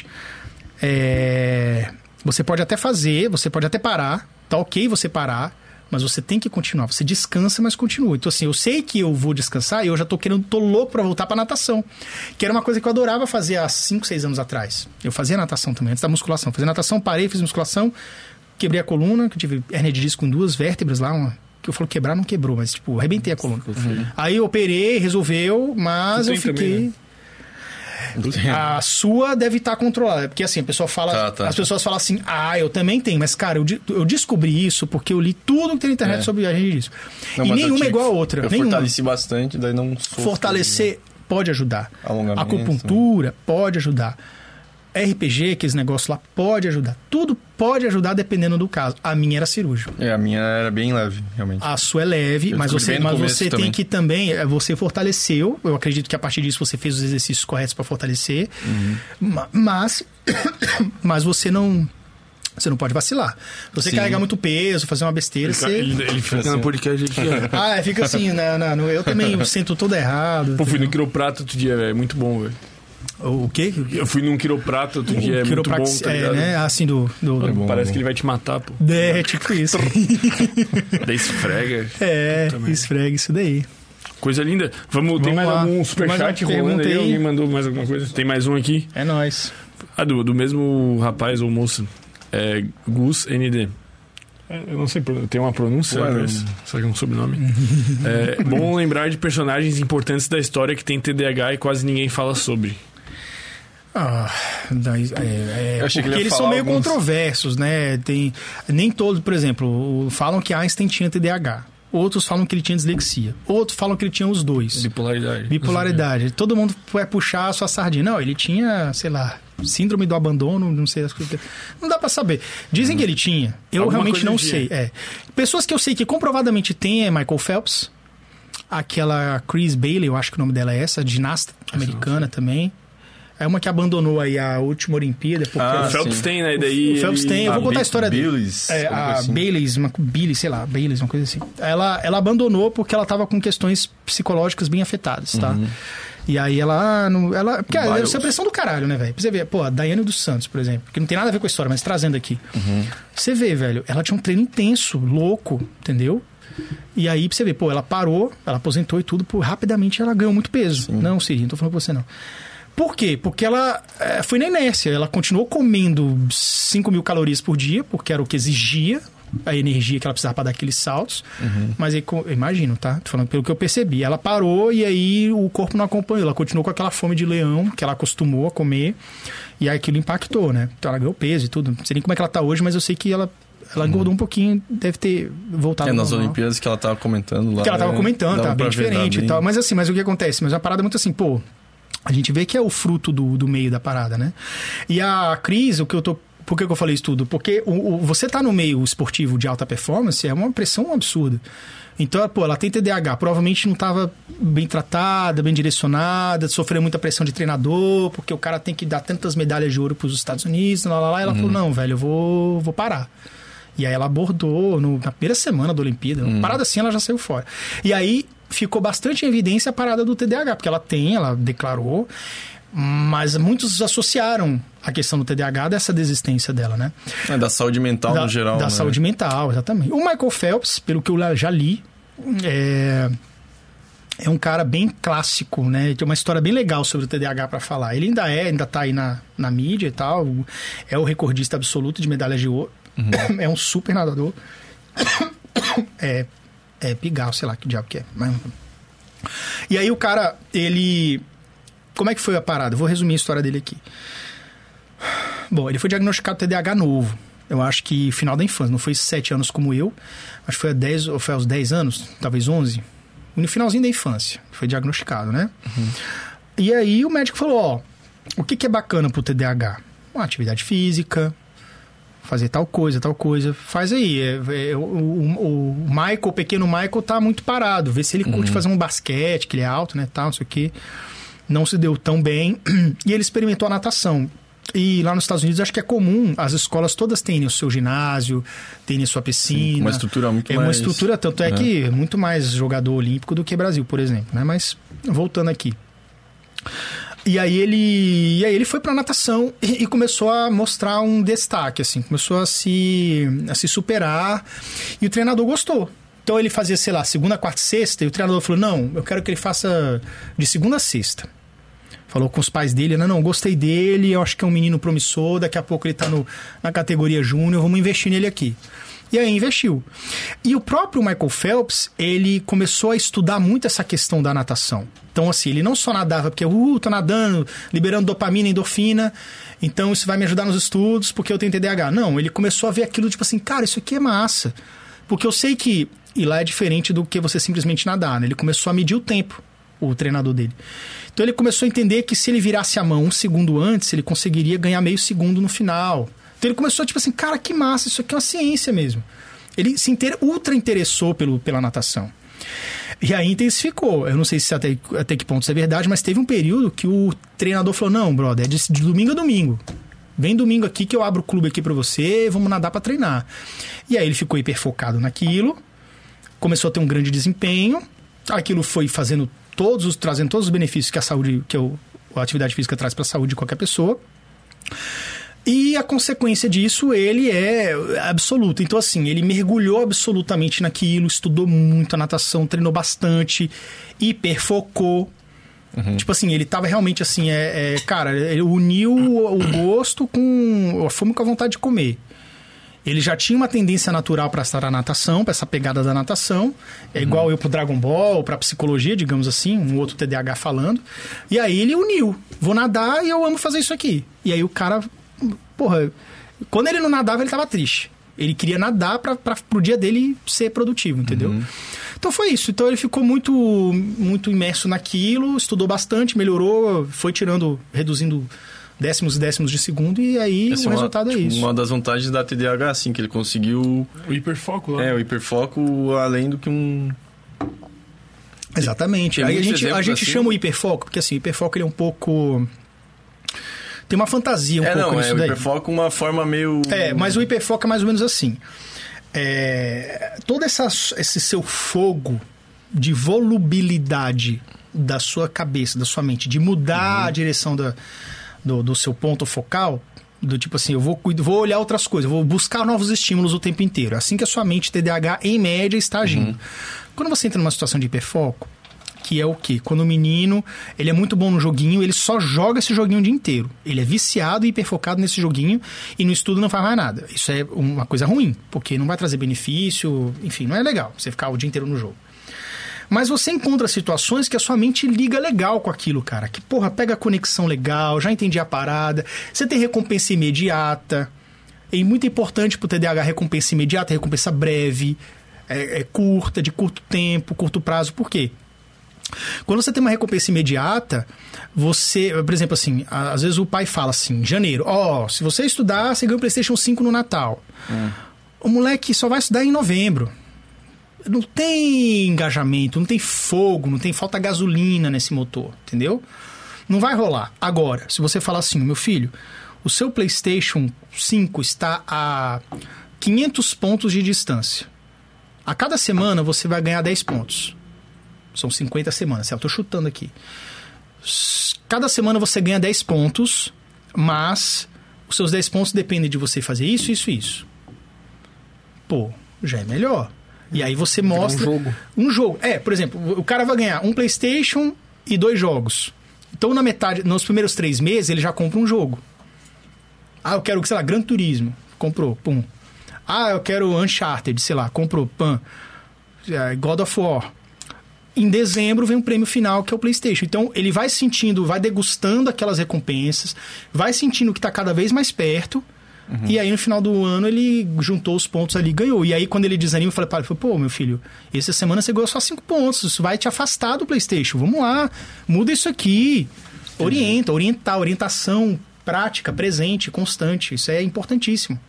C: É, você pode até fazer, você pode até parar, tá ok você parar, mas você tem que continuar. Você descansa, mas continua. Então, assim, eu sei que eu vou descansar e eu já tô querendo, tô louco pra voltar pra natação. Que era uma coisa que eu adorava fazer há cinco, seis anos atrás. Eu fazia natação também, antes da musculação. Fazia natação, parei, fiz musculação, quebrei a coluna, que eu tive hérnia de disco com duas vértebras lá, uma, que eu falo quebrar, não quebrou, mas, tipo, arrebentei a coluna. Uhum. Aí eu operei, resolveu, mas eu fiquei... Também, né? A sua deve estar controlada. Porque assim, a pessoa fala, tá, tá. as pessoas falam assim, ah, eu também tenho. Mas, cara, eu, eu descobri isso porque eu li tudo que tem na internet é. sobre a gente disso. Não, e nenhuma é igual a outra.
B: Eu
C: nenhuma.
B: fortaleci bastante, daí não sou.
C: Fortalecer pode ajudar. Acupuntura também. Pode ajudar. R P G, aqueles negócios lá, pode ajudar. Tudo pode ajudar dependendo do caso. A minha era cirúrgica.
B: É, a minha era bem leve, realmente.
C: A sua é leve, eu mas você, mas você tem que também... Você fortaleceu. Eu acredito que a partir disso você fez os exercícios corretos para fortalecer. Uhum. Mas, mas você não... Você não pode vacilar. Você Sim. carregar muito peso, fazer uma besteira,
A: ele,
C: você...
A: Ele, ele fica assim. na podcast aqui, ó.
C: Ah, fica assim, né? Não, não, eu também sinto tudo errado.
A: Pô, fui no quiroprata outro dia, velho. Muito bom, velho.
C: O quê?
A: Eu fui num quiroprata outro dia, é muito bom, tá ligado?
C: É, né? Assim, do... do...
A: É bom, Parece
B: é bom.
A: que ele vai te matar, pô.
C: É, tipo isso.
A: Daí esfrega.
C: É, esfrega isso daí.
A: Coisa linda. Vamos, Vamos tem mais lá. algum superchat rolando aí? Alguém mandou mais alguma coisa? Tem mais um aqui?
C: É nóis.
A: Ah, do, do mesmo rapaz ou moça. É Gus N D. Eu não sei, tem uma pronúncia, Ué, mas, só que é um sobrenome. É bom lembrar de personagens importantes da história que tem T D A H e quase ninguém fala sobre.
C: Ah, daí, é, é, porque que eles são meio alguns... controversos, né? Tem, nem todos, por exemplo, falam que Einstein tinha T D A H. Outros falam que ele tinha dislexia. Outros falam que ele tinha os dois.
A: Bipolaridade.
C: Bipolaridade. Todo mundo vai puxar a sua sardinha. Não, ele tinha, sei lá, síndrome do abandono, não sei. Não dá pra saber. Dizem hum. que ele tinha. Eu Alguma realmente não sei. É. Pessoas que eu sei que comprovadamente tem é Michael Phelps. Aquela Chris Bailey, eu acho que o nome dela é essa, ginasta americana também. É uma que abandonou aí a última Olimpíada. Porque
A: ah,
C: ela,
A: o Phelps
C: assim,
A: tem, né? E daí
C: o Phelps tem. Eu vou contar a história dele.
B: Baileys,
C: é, a
B: assim.
C: Baileys, uma, Baileys, sei lá, Baileys, uma coisa assim. Ela, ela abandonou porque ela tava com questões psicológicas bem afetadas, tá? Uhum. E aí ela... Não, ela porque ela deve ser pressão do caralho, né, velho? Pra você ver, pô, a Daiane dos Santos, por exemplo, que não tem nada a ver com a história, mas trazendo aqui. Uhum. Você vê, velho, ela tinha um treino intenso, louco, entendeu? E aí, pra você ver, pô, ela parou, ela aposentou e tudo, pô, rapidamente ela ganhou muito peso. Sim. Não, Siri, não tô falando com você, não. Por quê? Porque ela é, foi na inércia. Ela continuou comendo cinco mil calorias por dia, porque era o que exigia a energia que ela precisava para dar aqueles saltos. Uhum. Mas aí, eu imagino, tá? Tô falando pelo que eu percebi. Ela parou e aí o corpo não acompanhou. Ela continuou com aquela fome de leão que ela acostumou a comer. E aí aquilo impactou, né? Então ela ganhou peso e tudo. Não sei nem como é que ela tá hoje, mas eu sei que ela... Ela engordou uhum. um pouquinho, deve ter voltado.
B: É, nas Olimpíadas que ela tava comentando lá.
C: Que ela tava
B: é,
C: comentando, tava bem diferente bem... e tal. Mas assim, mas o que acontece? Mas é uma parada muito assim, pô... A gente vê que é o fruto do, do meio da parada, né? E a Cris, o que eu tô... Por que eu falei isso tudo? Porque o, o, você tá no meio esportivo de alta performance é uma pressão absurda. Então, pô, ela tem T D A H. Provavelmente não estava bem tratada, bem direcionada, sofreu muita pressão de treinador, porque o cara tem que dar tantas medalhas de ouro para os Estados Unidos, lá, lá, lá. E ela uhum. falou, não, velho, eu vou, vou parar. E aí ela abordou no, na primeira semana da Olimpíada. Uma uhum. parada assim, ela já saiu fora. E aí... ficou bastante em evidência a parada do T D A H, porque ela tem, ela declarou, mas muitos associaram a questão do T D A H dessa desistência dela, né?
B: É, da saúde mental
C: da,
B: no geral.
C: Da
B: né?
C: saúde mental, exatamente. O Michael Phelps, pelo que eu já li, é, é um cara bem clássico, né? Tem uma história bem legal sobre o T D A H para falar. Ele ainda é, ainda tá aí na, na mídia e tal, é o recordista absoluto de medalhas de ouro, uhum. é um super nadador. É... É pigarro, sei lá que diabo que é. Mas... E aí o cara, ele... como é que foi a parada? Vou resumir a história dele aqui. Bom, ele foi diagnosticado T D A H novo. Eu acho que final da infância. Não foi sete anos como eu. Acho que foi, a dez, ou foi aos dez anos, talvez onze. No finalzinho da infância. Foi diagnosticado, né? Uhum. E aí o médico falou, ó, o que, que é bacana pro T D A H? Uma atividade física, fazer tal coisa, tal coisa. Faz aí. É, é, o, o, o Michael, o pequeno Michael, tá muito parado. Vê se ele curte uhum. fazer um basquete, que ele é alto, né, tal, não sei o quê. Não se deu tão bem. E ele experimentou a natação. E lá nos Estados Unidos, acho que é comum, as escolas todas terem o seu ginásio, terem a sua piscina. Sim,
B: uma estrutura muito
C: é
B: mais...
C: É uma estrutura, tanto é, é que é muito mais jogador olímpico do que Brasil, por exemplo, né? Mas, voltando aqui. E aí ele, e aí ele foi pra natação e, e começou a mostrar um destaque, assim. Começou a se, a se superar e o treinador gostou. Então ele fazia, sei lá, segunda, quarta e sexta e o treinador falou, não, eu quero que ele faça de segunda a sexta. Falou com os pais dele, não, não, gostei dele, eu acho que é um menino promissor, daqui a pouco ele tá no, na categoria júnior, vamos investir nele aqui. E aí investiu. E o próprio Michael Phelps, ele começou a estudar muito essa questão da natação. Então, assim, ele não só nadava porque, uh, tô nadando, liberando dopamina, endorfina, então isso vai me ajudar nos estudos porque eu tenho T D A H. Não, ele começou a ver aquilo, tipo assim, cara, isso aqui é massa. Porque eu sei que, e lá é diferente do que você simplesmente nadar, né? Ele começou a medir o tempo, o treinador dele. Então ele começou a entender que se ele virasse a mão um segundo antes, ele conseguiria ganhar meio segundo no final. Então ele começou, tipo assim, cara, que massa, isso aqui é uma ciência mesmo. Ele se inter... ultra interessou pelo, pela natação. E aí intensificou. Eu não sei se até, até que ponto isso é verdade, mas teve um período que o treinador falou, não, brother, é de, de domingo a domingo. Vem domingo aqui que eu abro o clube aqui pra você, vamos nadar pra treinar. E aí ele ficou hiperfocado naquilo, começou a ter um grande desempenho, aquilo foi fazendo todos os, trazendo todos os benefícios que a saúde, que eu, a atividade física traz pra saúde de qualquer pessoa. E a consequência disso, ele é absoluto. Então, assim, ele mergulhou absolutamente naquilo, estudou muito a natação, treinou bastante, hiperfocou. Uhum. Tipo assim, ele tava realmente assim, é, é, cara, ele uniu o, o gosto com a fome com a vontade de comer. Ele já tinha uma tendência natural para estar na natação, para essa pegada da natação. É uhum. igual eu pro Dragon Ball, pra psicologia, digamos assim, um outro T D A H falando. E aí ele uniu. Vou nadar e eu amo fazer isso aqui. E aí o cara, porra, quando ele não nadava, ele tava triste. Ele queria nadar para pro dia dele ser produtivo, entendeu? Uhum. Então foi isso. Então ele ficou muito, muito imerso naquilo, estudou bastante, melhorou, foi tirando, reduzindo décimos e décimos de segundo, e aí Essa o resultado
B: uma,
C: é
B: tipo,
C: isso.
B: Uma das vantagens da T D A H, assim, que ele conseguiu...
A: O hiperfoco lá.
B: É, o hiperfoco além do que um...
C: Exatamente.
B: Tem
C: aí a gente, a gente
B: assim...
C: chama o hiperfoco, porque assim, o hiperfoco ele é um pouco... Tem uma fantasia um
B: é,
C: pouco
B: não,
C: nisso
B: é,
C: daí.
B: o hiperfoco uma forma meio...
C: É, mas o hiperfoco é mais ou menos assim. É, todo essa, esse seu fogo de volubilidade da sua cabeça, da sua mente, de mudar uhum. a direção da... Do, do seu ponto focal, do tipo assim, eu vou, vou olhar outras coisas, vou buscar novos estímulos o tempo inteiro. É assim que a sua mente T D A H, em média, está agindo. Uhum. Quando você entra numa situação de hiperfoco, que é o quê? Quando o menino, ele é muito bom no joguinho, ele só joga esse joguinho o dia inteiro. Ele é viciado e hiperfocado nesse joguinho e no estudo não faz mais nada. Isso é uma coisa ruim, porque não vai trazer benefício, enfim, não é legal você ficar o dia inteiro no jogo. Mas você encontra situações que a sua mente liga legal com aquilo, cara. Que, porra, pega a conexão legal, já entendi a parada. Você tem recompensa imediata. É muito importante pro T D A H recompensa imediata, recompensa breve, é, é curta, de curto tempo, curto prazo. Por quê? Quando você tem uma recompensa imediata, você... Por exemplo, assim, às vezes o pai fala assim, em janeiro, ó, oh, se você estudar, você ganha o PlayStation cinco no Natal. Hum. O moleque só vai estudar em novembro. Não tem engajamento, não tem fogo, não tem falta gasolina nesse motor, entendeu? Não vai rolar. Agora, se você falar assim, meu filho, o seu PlayStation cinco está a quinhentos pontos de distância. A cada semana você vai ganhar dez pontos. São cinquenta semanas, eu tô chutando aqui. Cada semana você ganha dez pontos, mas os seus dez pontos dependem de você fazer isso, isso e isso. Pô, já é melhor. E aí você mostra...
A: Um jogo.
C: Um jogo. É, por exemplo, o cara vai ganhar um PlayStation e dois jogos. Então, na metade, nos primeiros três meses, ele já compra um jogo. Ah, eu quero, sei lá, Gran Turismo. Comprou, pum. Ah, eu quero Uncharted, sei lá, comprou, pam. God of War. em dezembro vem um prêmio final, que é o PlayStation. Então, ele vai sentindo, vai degustando aquelas recompensas, vai sentindo que está cada vez mais perto. Uhum. E aí, no final do ano, ele juntou os pontos ali e ganhou. E aí, quando ele desanima, eu falei para ele, pô, meu filho, essa semana você ganhou só cinco pontos. Isso vai te afastar do PlayStation. Vamos lá, muda isso aqui. Orienta, orientar, orientação prática, presente, constante. Isso é importantíssimo.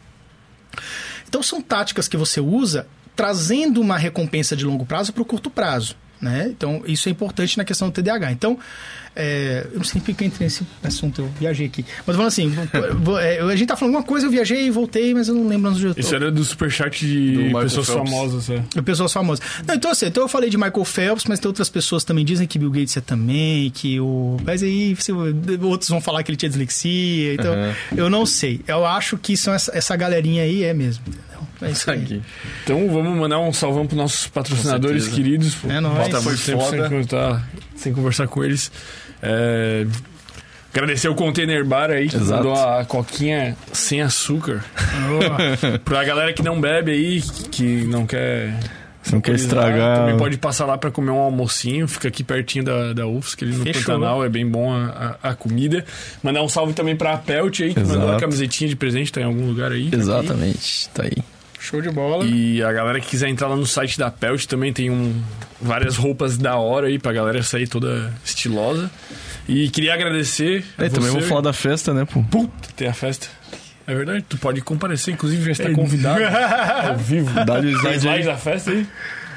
C: Então, são táticas que você usa trazendo uma recompensa de longo prazo para o curto prazo. Né? Então, isso é importante na questão do T D A H. Então, é, eu não sei porque eu entrei nesse assunto, eu viajei aqui. Mas falando assim, a gente tá falando alguma coisa, eu viajei e voltei, mas eu não lembro onde eu tô.
A: Isso era do superchat de pessoas Phelps. famosas. É.
C: De pessoas famosas. Não, então, assim, então eu falei de Michael Phelps, mas tem outras pessoas que também dizem que Bill Gates é também, que o... Mas aí você... outros vão falar que ele tinha dislexia, então uhum. eu não sei. Eu acho que são essa, essa galerinha aí é mesmo, entendeu? É isso aí.
A: Então vamos mandar um salvão para nossos patrocinadores queridos.
C: É nóis.
A: Tá muito tempo sem, contar, sem conversar com eles. É, agradecer o Container Bar aí, que Exato. mandou a coquinha sem açúcar. Oh. Pra galera que não bebe aí, que não quer...
B: Não quer estragar.
A: Também pode passar lá pra comer um almocinho. Fica aqui pertinho da, da U F S C, ali no Fechou. Pantanal. É bem bom a, a, a comida. Mandar um salve também pra Pelt aí, que Exato. mandou a camisetinha de presente. Tá em algum lugar aí.
B: Exatamente, tá aí. Tá aí.
C: Show de bola.
A: E a galera que quiser entrar lá no site da Pelt também tem um, várias roupas da hora aí pra galera sair toda estilosa. E queria agradecer.
B: É, também vou falar da festa, né, pô?
A: Puta, tem a festa. É verdade, tu pode comparecer, inclusive já está convidado ao vivo.
B: Dá-lhe
A: os slides da festa aí.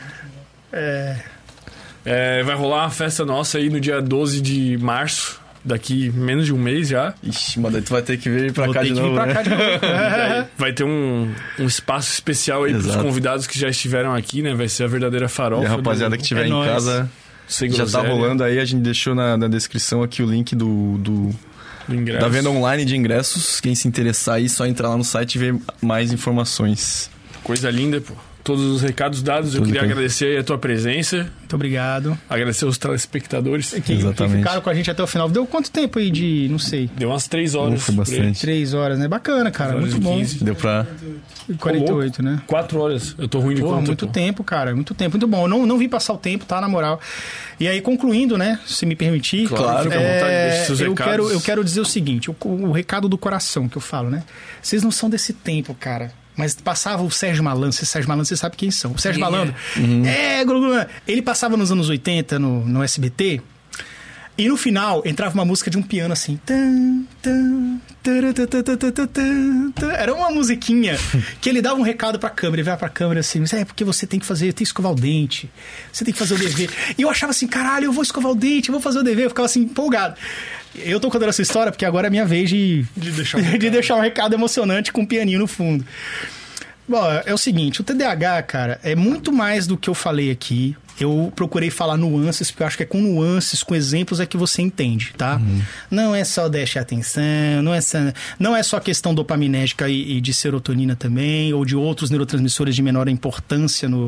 A: É... É, vai rolar uma festa nossa aí no dia doze de março. Daqui menos de um mês já.
B: Ixi, mas daí tu vai ter que vir pra
C: Vou
B: cá de novo,
C: pra
B: né?
C: cá de novo.
A: Vai ter um, um espaço especial aí Exato. pros convidados que já estiveram aqui, né? Vai ser a verdadeira farofa.
B: E a rapaziada do... que estiver é em nóis. casa,
A: Sem
B: já tá rolando aí. A gente deixou na, na descrição aqui o link do... do... da venda online de ingressos. Quem se interessar aí, só entrar lá no site e ver mais informações.
A: Coisa linda, pô. Todos os recados dados. Tudo Eu queria bem. agradecer aí a tua presença.
C: Muito obrigado.
A: Agradecer os telespectadores.
C: Que, Exatamente. que ficaram com a gente até o final. Deu quanto tempo aí de... não sei.
A: Deu umas três horas.
B: Foi bastante.
C: Três horas, né? Bacana, cara. Muito bom.
B: quinze. Deu pra...
C: quarenta e oito, né?
A: Quatro horas. Eu tô ruim de
C: Pô,
A: conta.
C: muito
A: pô.
C: tempo, cara. Muito tempo. Muito bom. Eu não, não vim passar o tempo, tá? Na moral. E aí, concluindo, né? Se me permitir.
A: Claro, fica à vontade.
C: É,
A: Deixa seus
C: eu,
A: recados.
C: quero, eu quero dizer o seguinte. O, o recado do coração que eu falo, né? Vocês não são desse tempo, cara. Mas passava o Sérgio Malandro. Sérgio Malandro, você sabe quem são. O Sérgio quem Malandro. É, uhum. é glu, glu, ele passava nos anos oitenta no, no S B T. E no final entrava uma música de um piano assim. Tan, tan, tan, tan, tan, tan, tan, tan. Era uma musiquinha que ele dava um recado pra câmera. Ele vai pra câmera assim. Mas é porque você tem que fazer, tem que escovar o dente. Você tem que fazer o dever. E eu achava assim, caralho, eu vou escovar o dente, eu vou fazer o dever. Eu ficava assim, empolgado. Eu tô contando essa história porque agora é minha vez de, de, deixar, um de deixar um recado emocionante com um pianinho no fundo. Bom, é o seguinte, o T D A H, cara, é muito mais do que eu falei aqui. Eu procurei falar nuances, porque eu acho que é com nuances, com exemplos é que você entende, tá? Uhum. Não é só deixar atenção, não é só, não é só questão dopaminérgica e, e de serotonina também, ou de outros neurotransmissores de menor importância. No,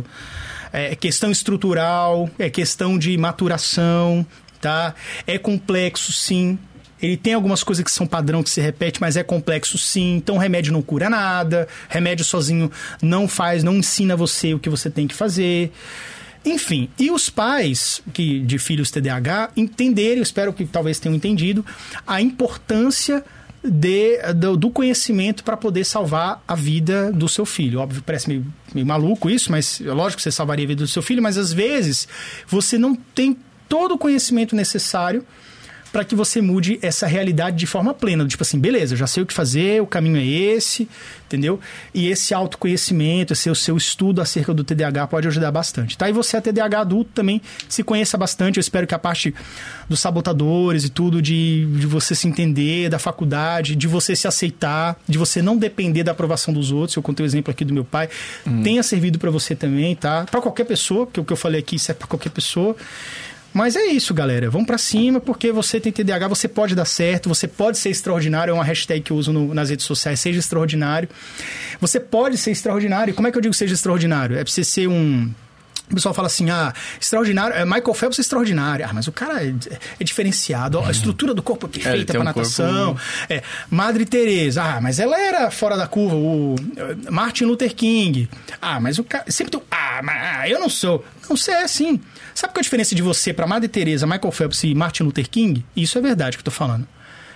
C: é questão estrutural, é questão de maturação, tá? É complexo, sim. Ele tem algumas coisas que são padrão, que se repete, mas é complexo sim. Então, remédio não cura nada. Remédio sozinho não faz, não ensina você o que você tem que fazer. Enfim, e os pais que, de filhos T D A H entenderem, eu espero que talvez tenham entendido, a importância de, do, do conhecimento para poder salvar a vida do seu filho. Óbvio, parece meio, meio maluco isso, mas é lógico que você salvaria a vida do seu filho, mas às vezes você não tem todo o conhecimento necessário para que você mude essa realidade de forma plena. Tipo assim, beleza, eu já sei o que fazer, o caminho é esse, entendeu? E esse autoconhecimento, esse o seu estudo acerca do T D A H pode ajudar bastante, tá? E você, a T D A H adulto, também se conheça bastante. Eu espero que a parte dos sabotadores e tudo, de, de você se entender, da faculdade, de você se aceitar, de você não depender da aprovação dos outros. Eu contei o exemplo aqui do meu pai. Hum. Tenha servido para você também, tá? Para qualquer pessoa, porque o que eu falei aqui, isso é para qualquer pessoa. Mas é isso, galera. Vamos pra cima, porque você tem T D A H, você pode dar certo, você pode ser extraordinário. É uma hashtag que eu uso no, nas redes sociais, seja extraordinário. Você pode ser extraordinário. Como é que eu digo seja extraordinário? É pra você ser um... O pessoal fala assim, ah, extraordinário, é Michael Phelps é extraordinário. Ah, mas o cara é, é diferenciado, ó, a estrutura do corpo é perfeita é, pra natação. Corpo... É, Madre Teresa, ah, mas ela era fora da curva. O Martin Luther King, ah, mas o cara... Sempre tem ah, mas eu não sou. Não, você é sim. Sabe qual é a diferença de você pra Madre Teresa, Michael Phelps e Martin Luther King? Isso é verdade que eu tô falando.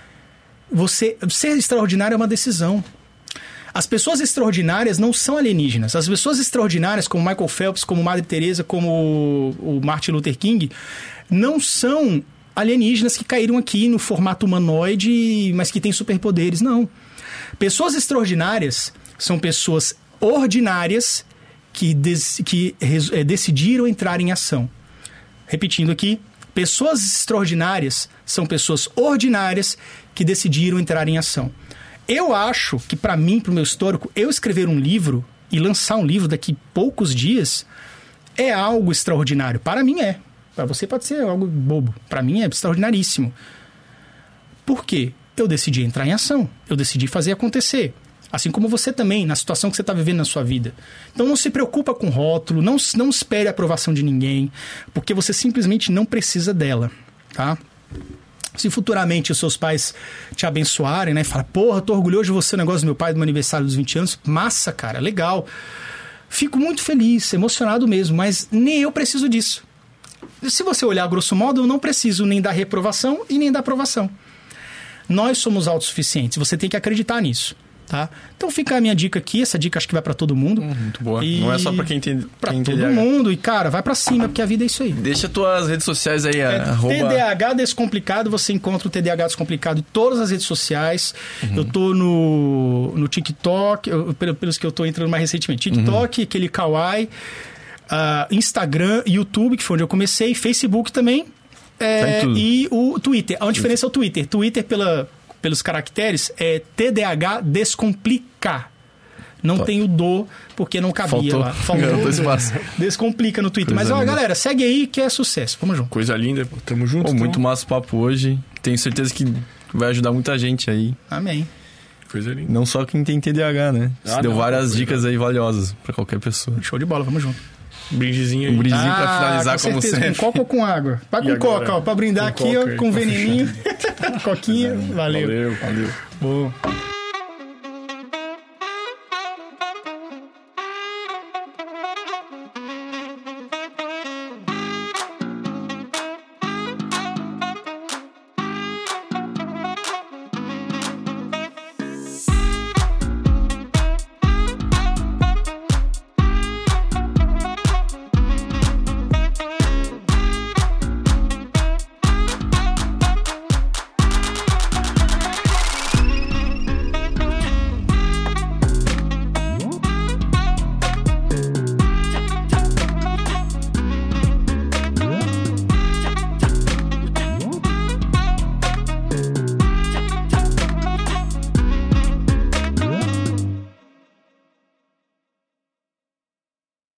C: Você, ser extraordinário é uma decisão. As pessoas extraordinárias não são alienígenas. As pessoas extraordinárias, como Michael Phelps, como Madre Teresa, como o Martin Luther King, não são alienígenas que caíram aqui no formato humanoide, mas que têm superpoderes. Não. Pessoas extraordinárias são pessoas ordinárias que, des, que é, decidiram entrar em ação. Repetindo aqui, pessoas extraordinárias são pessoas ordinárias que decidiram entrar em ação. Eu acho que, para mim, para o meu histórico, eu escrever um livro e lançar um livro daqui a poucos dias é algo extraordinário. Para mim é. Para você pode ser algo bobo. Para mim é extraordinaríssimo. Por quê? Eu decidi entrar em ação. Eu decidi fazer acontecer. Assim como você também, na situação que você está vivendo na sua vida. Então não se preocupa com rótulo, não, não espere a aprovação de ninguém, porque você simplesmente não precisa dela, tá? Se futuramente os seus pais te abençoarem, né? E falar, porra, tô orgulhoso de você, o negócio do meu pai, do meu aniversário dos vinte anos. Massa, cara, legal. Fico muito feliz, emocionado mesmo, mas nem eu preciso disso. Se você olhar grosso modo, eu não preciso nem da reprovação e nem da aprovação. Nós somos autossuficientes, você tem que acreditar nisso. Tá? Então fica a minha dica aqui, essa dica acho que vai pra todo mundo.
B: Hum, muito boa. E... Não é só pra quem entende.
C: Pra quem todo T D A H. Mundo. E cara, vai pra cima, porque a vida é isso aí.
B: Deixa tuas redes sociais aí. É, arroba...
C: T D A H Descomplicado, você encontra o T D A H Descomplicado em todas as redes sociais. Uhum. Eu tô no, no TikTok, eu, pelos que eu tô entrando mais recentemente. TikTok, uhum. aquele Kawaii, uh, Instagram, YouTube, que foi onde eu comecei, Facebook também. É, tá e o Twitter. A diferença é o Twitter. Twitter pela... pelos caracteres, é T D A H Descomplica. Não Top. Tem o do, porque não cabia Faltou. Lá. Faltou espaço. Descomplica no Twitter. Coisa Mas, ó, linda. Galera, segue aí que é sucesso. Vamos junto.
A: Coisa linda. Tamo junto.
B: Pô, muito massa o papo hoje. Tenho certeza que vai ajudar muita gente aí.
C: Amém.
A: Coisa linda.
B: Não só quem tem T D A H, né? Você ah, deu não, várias dicas aí valiosas pra qualquer pessoa.
C: Show de bola, vamos junto.
A: Brindezinho aí.
B: Um brindezinho ah, pra finalizar, como sempre.
C: Com coca ou com água? Vai com agora, coca, ó. Pra brindar com aqui, ó, com veneninho. Coquinha. Valeu.
A: Valeu, valeu.
C: Bom.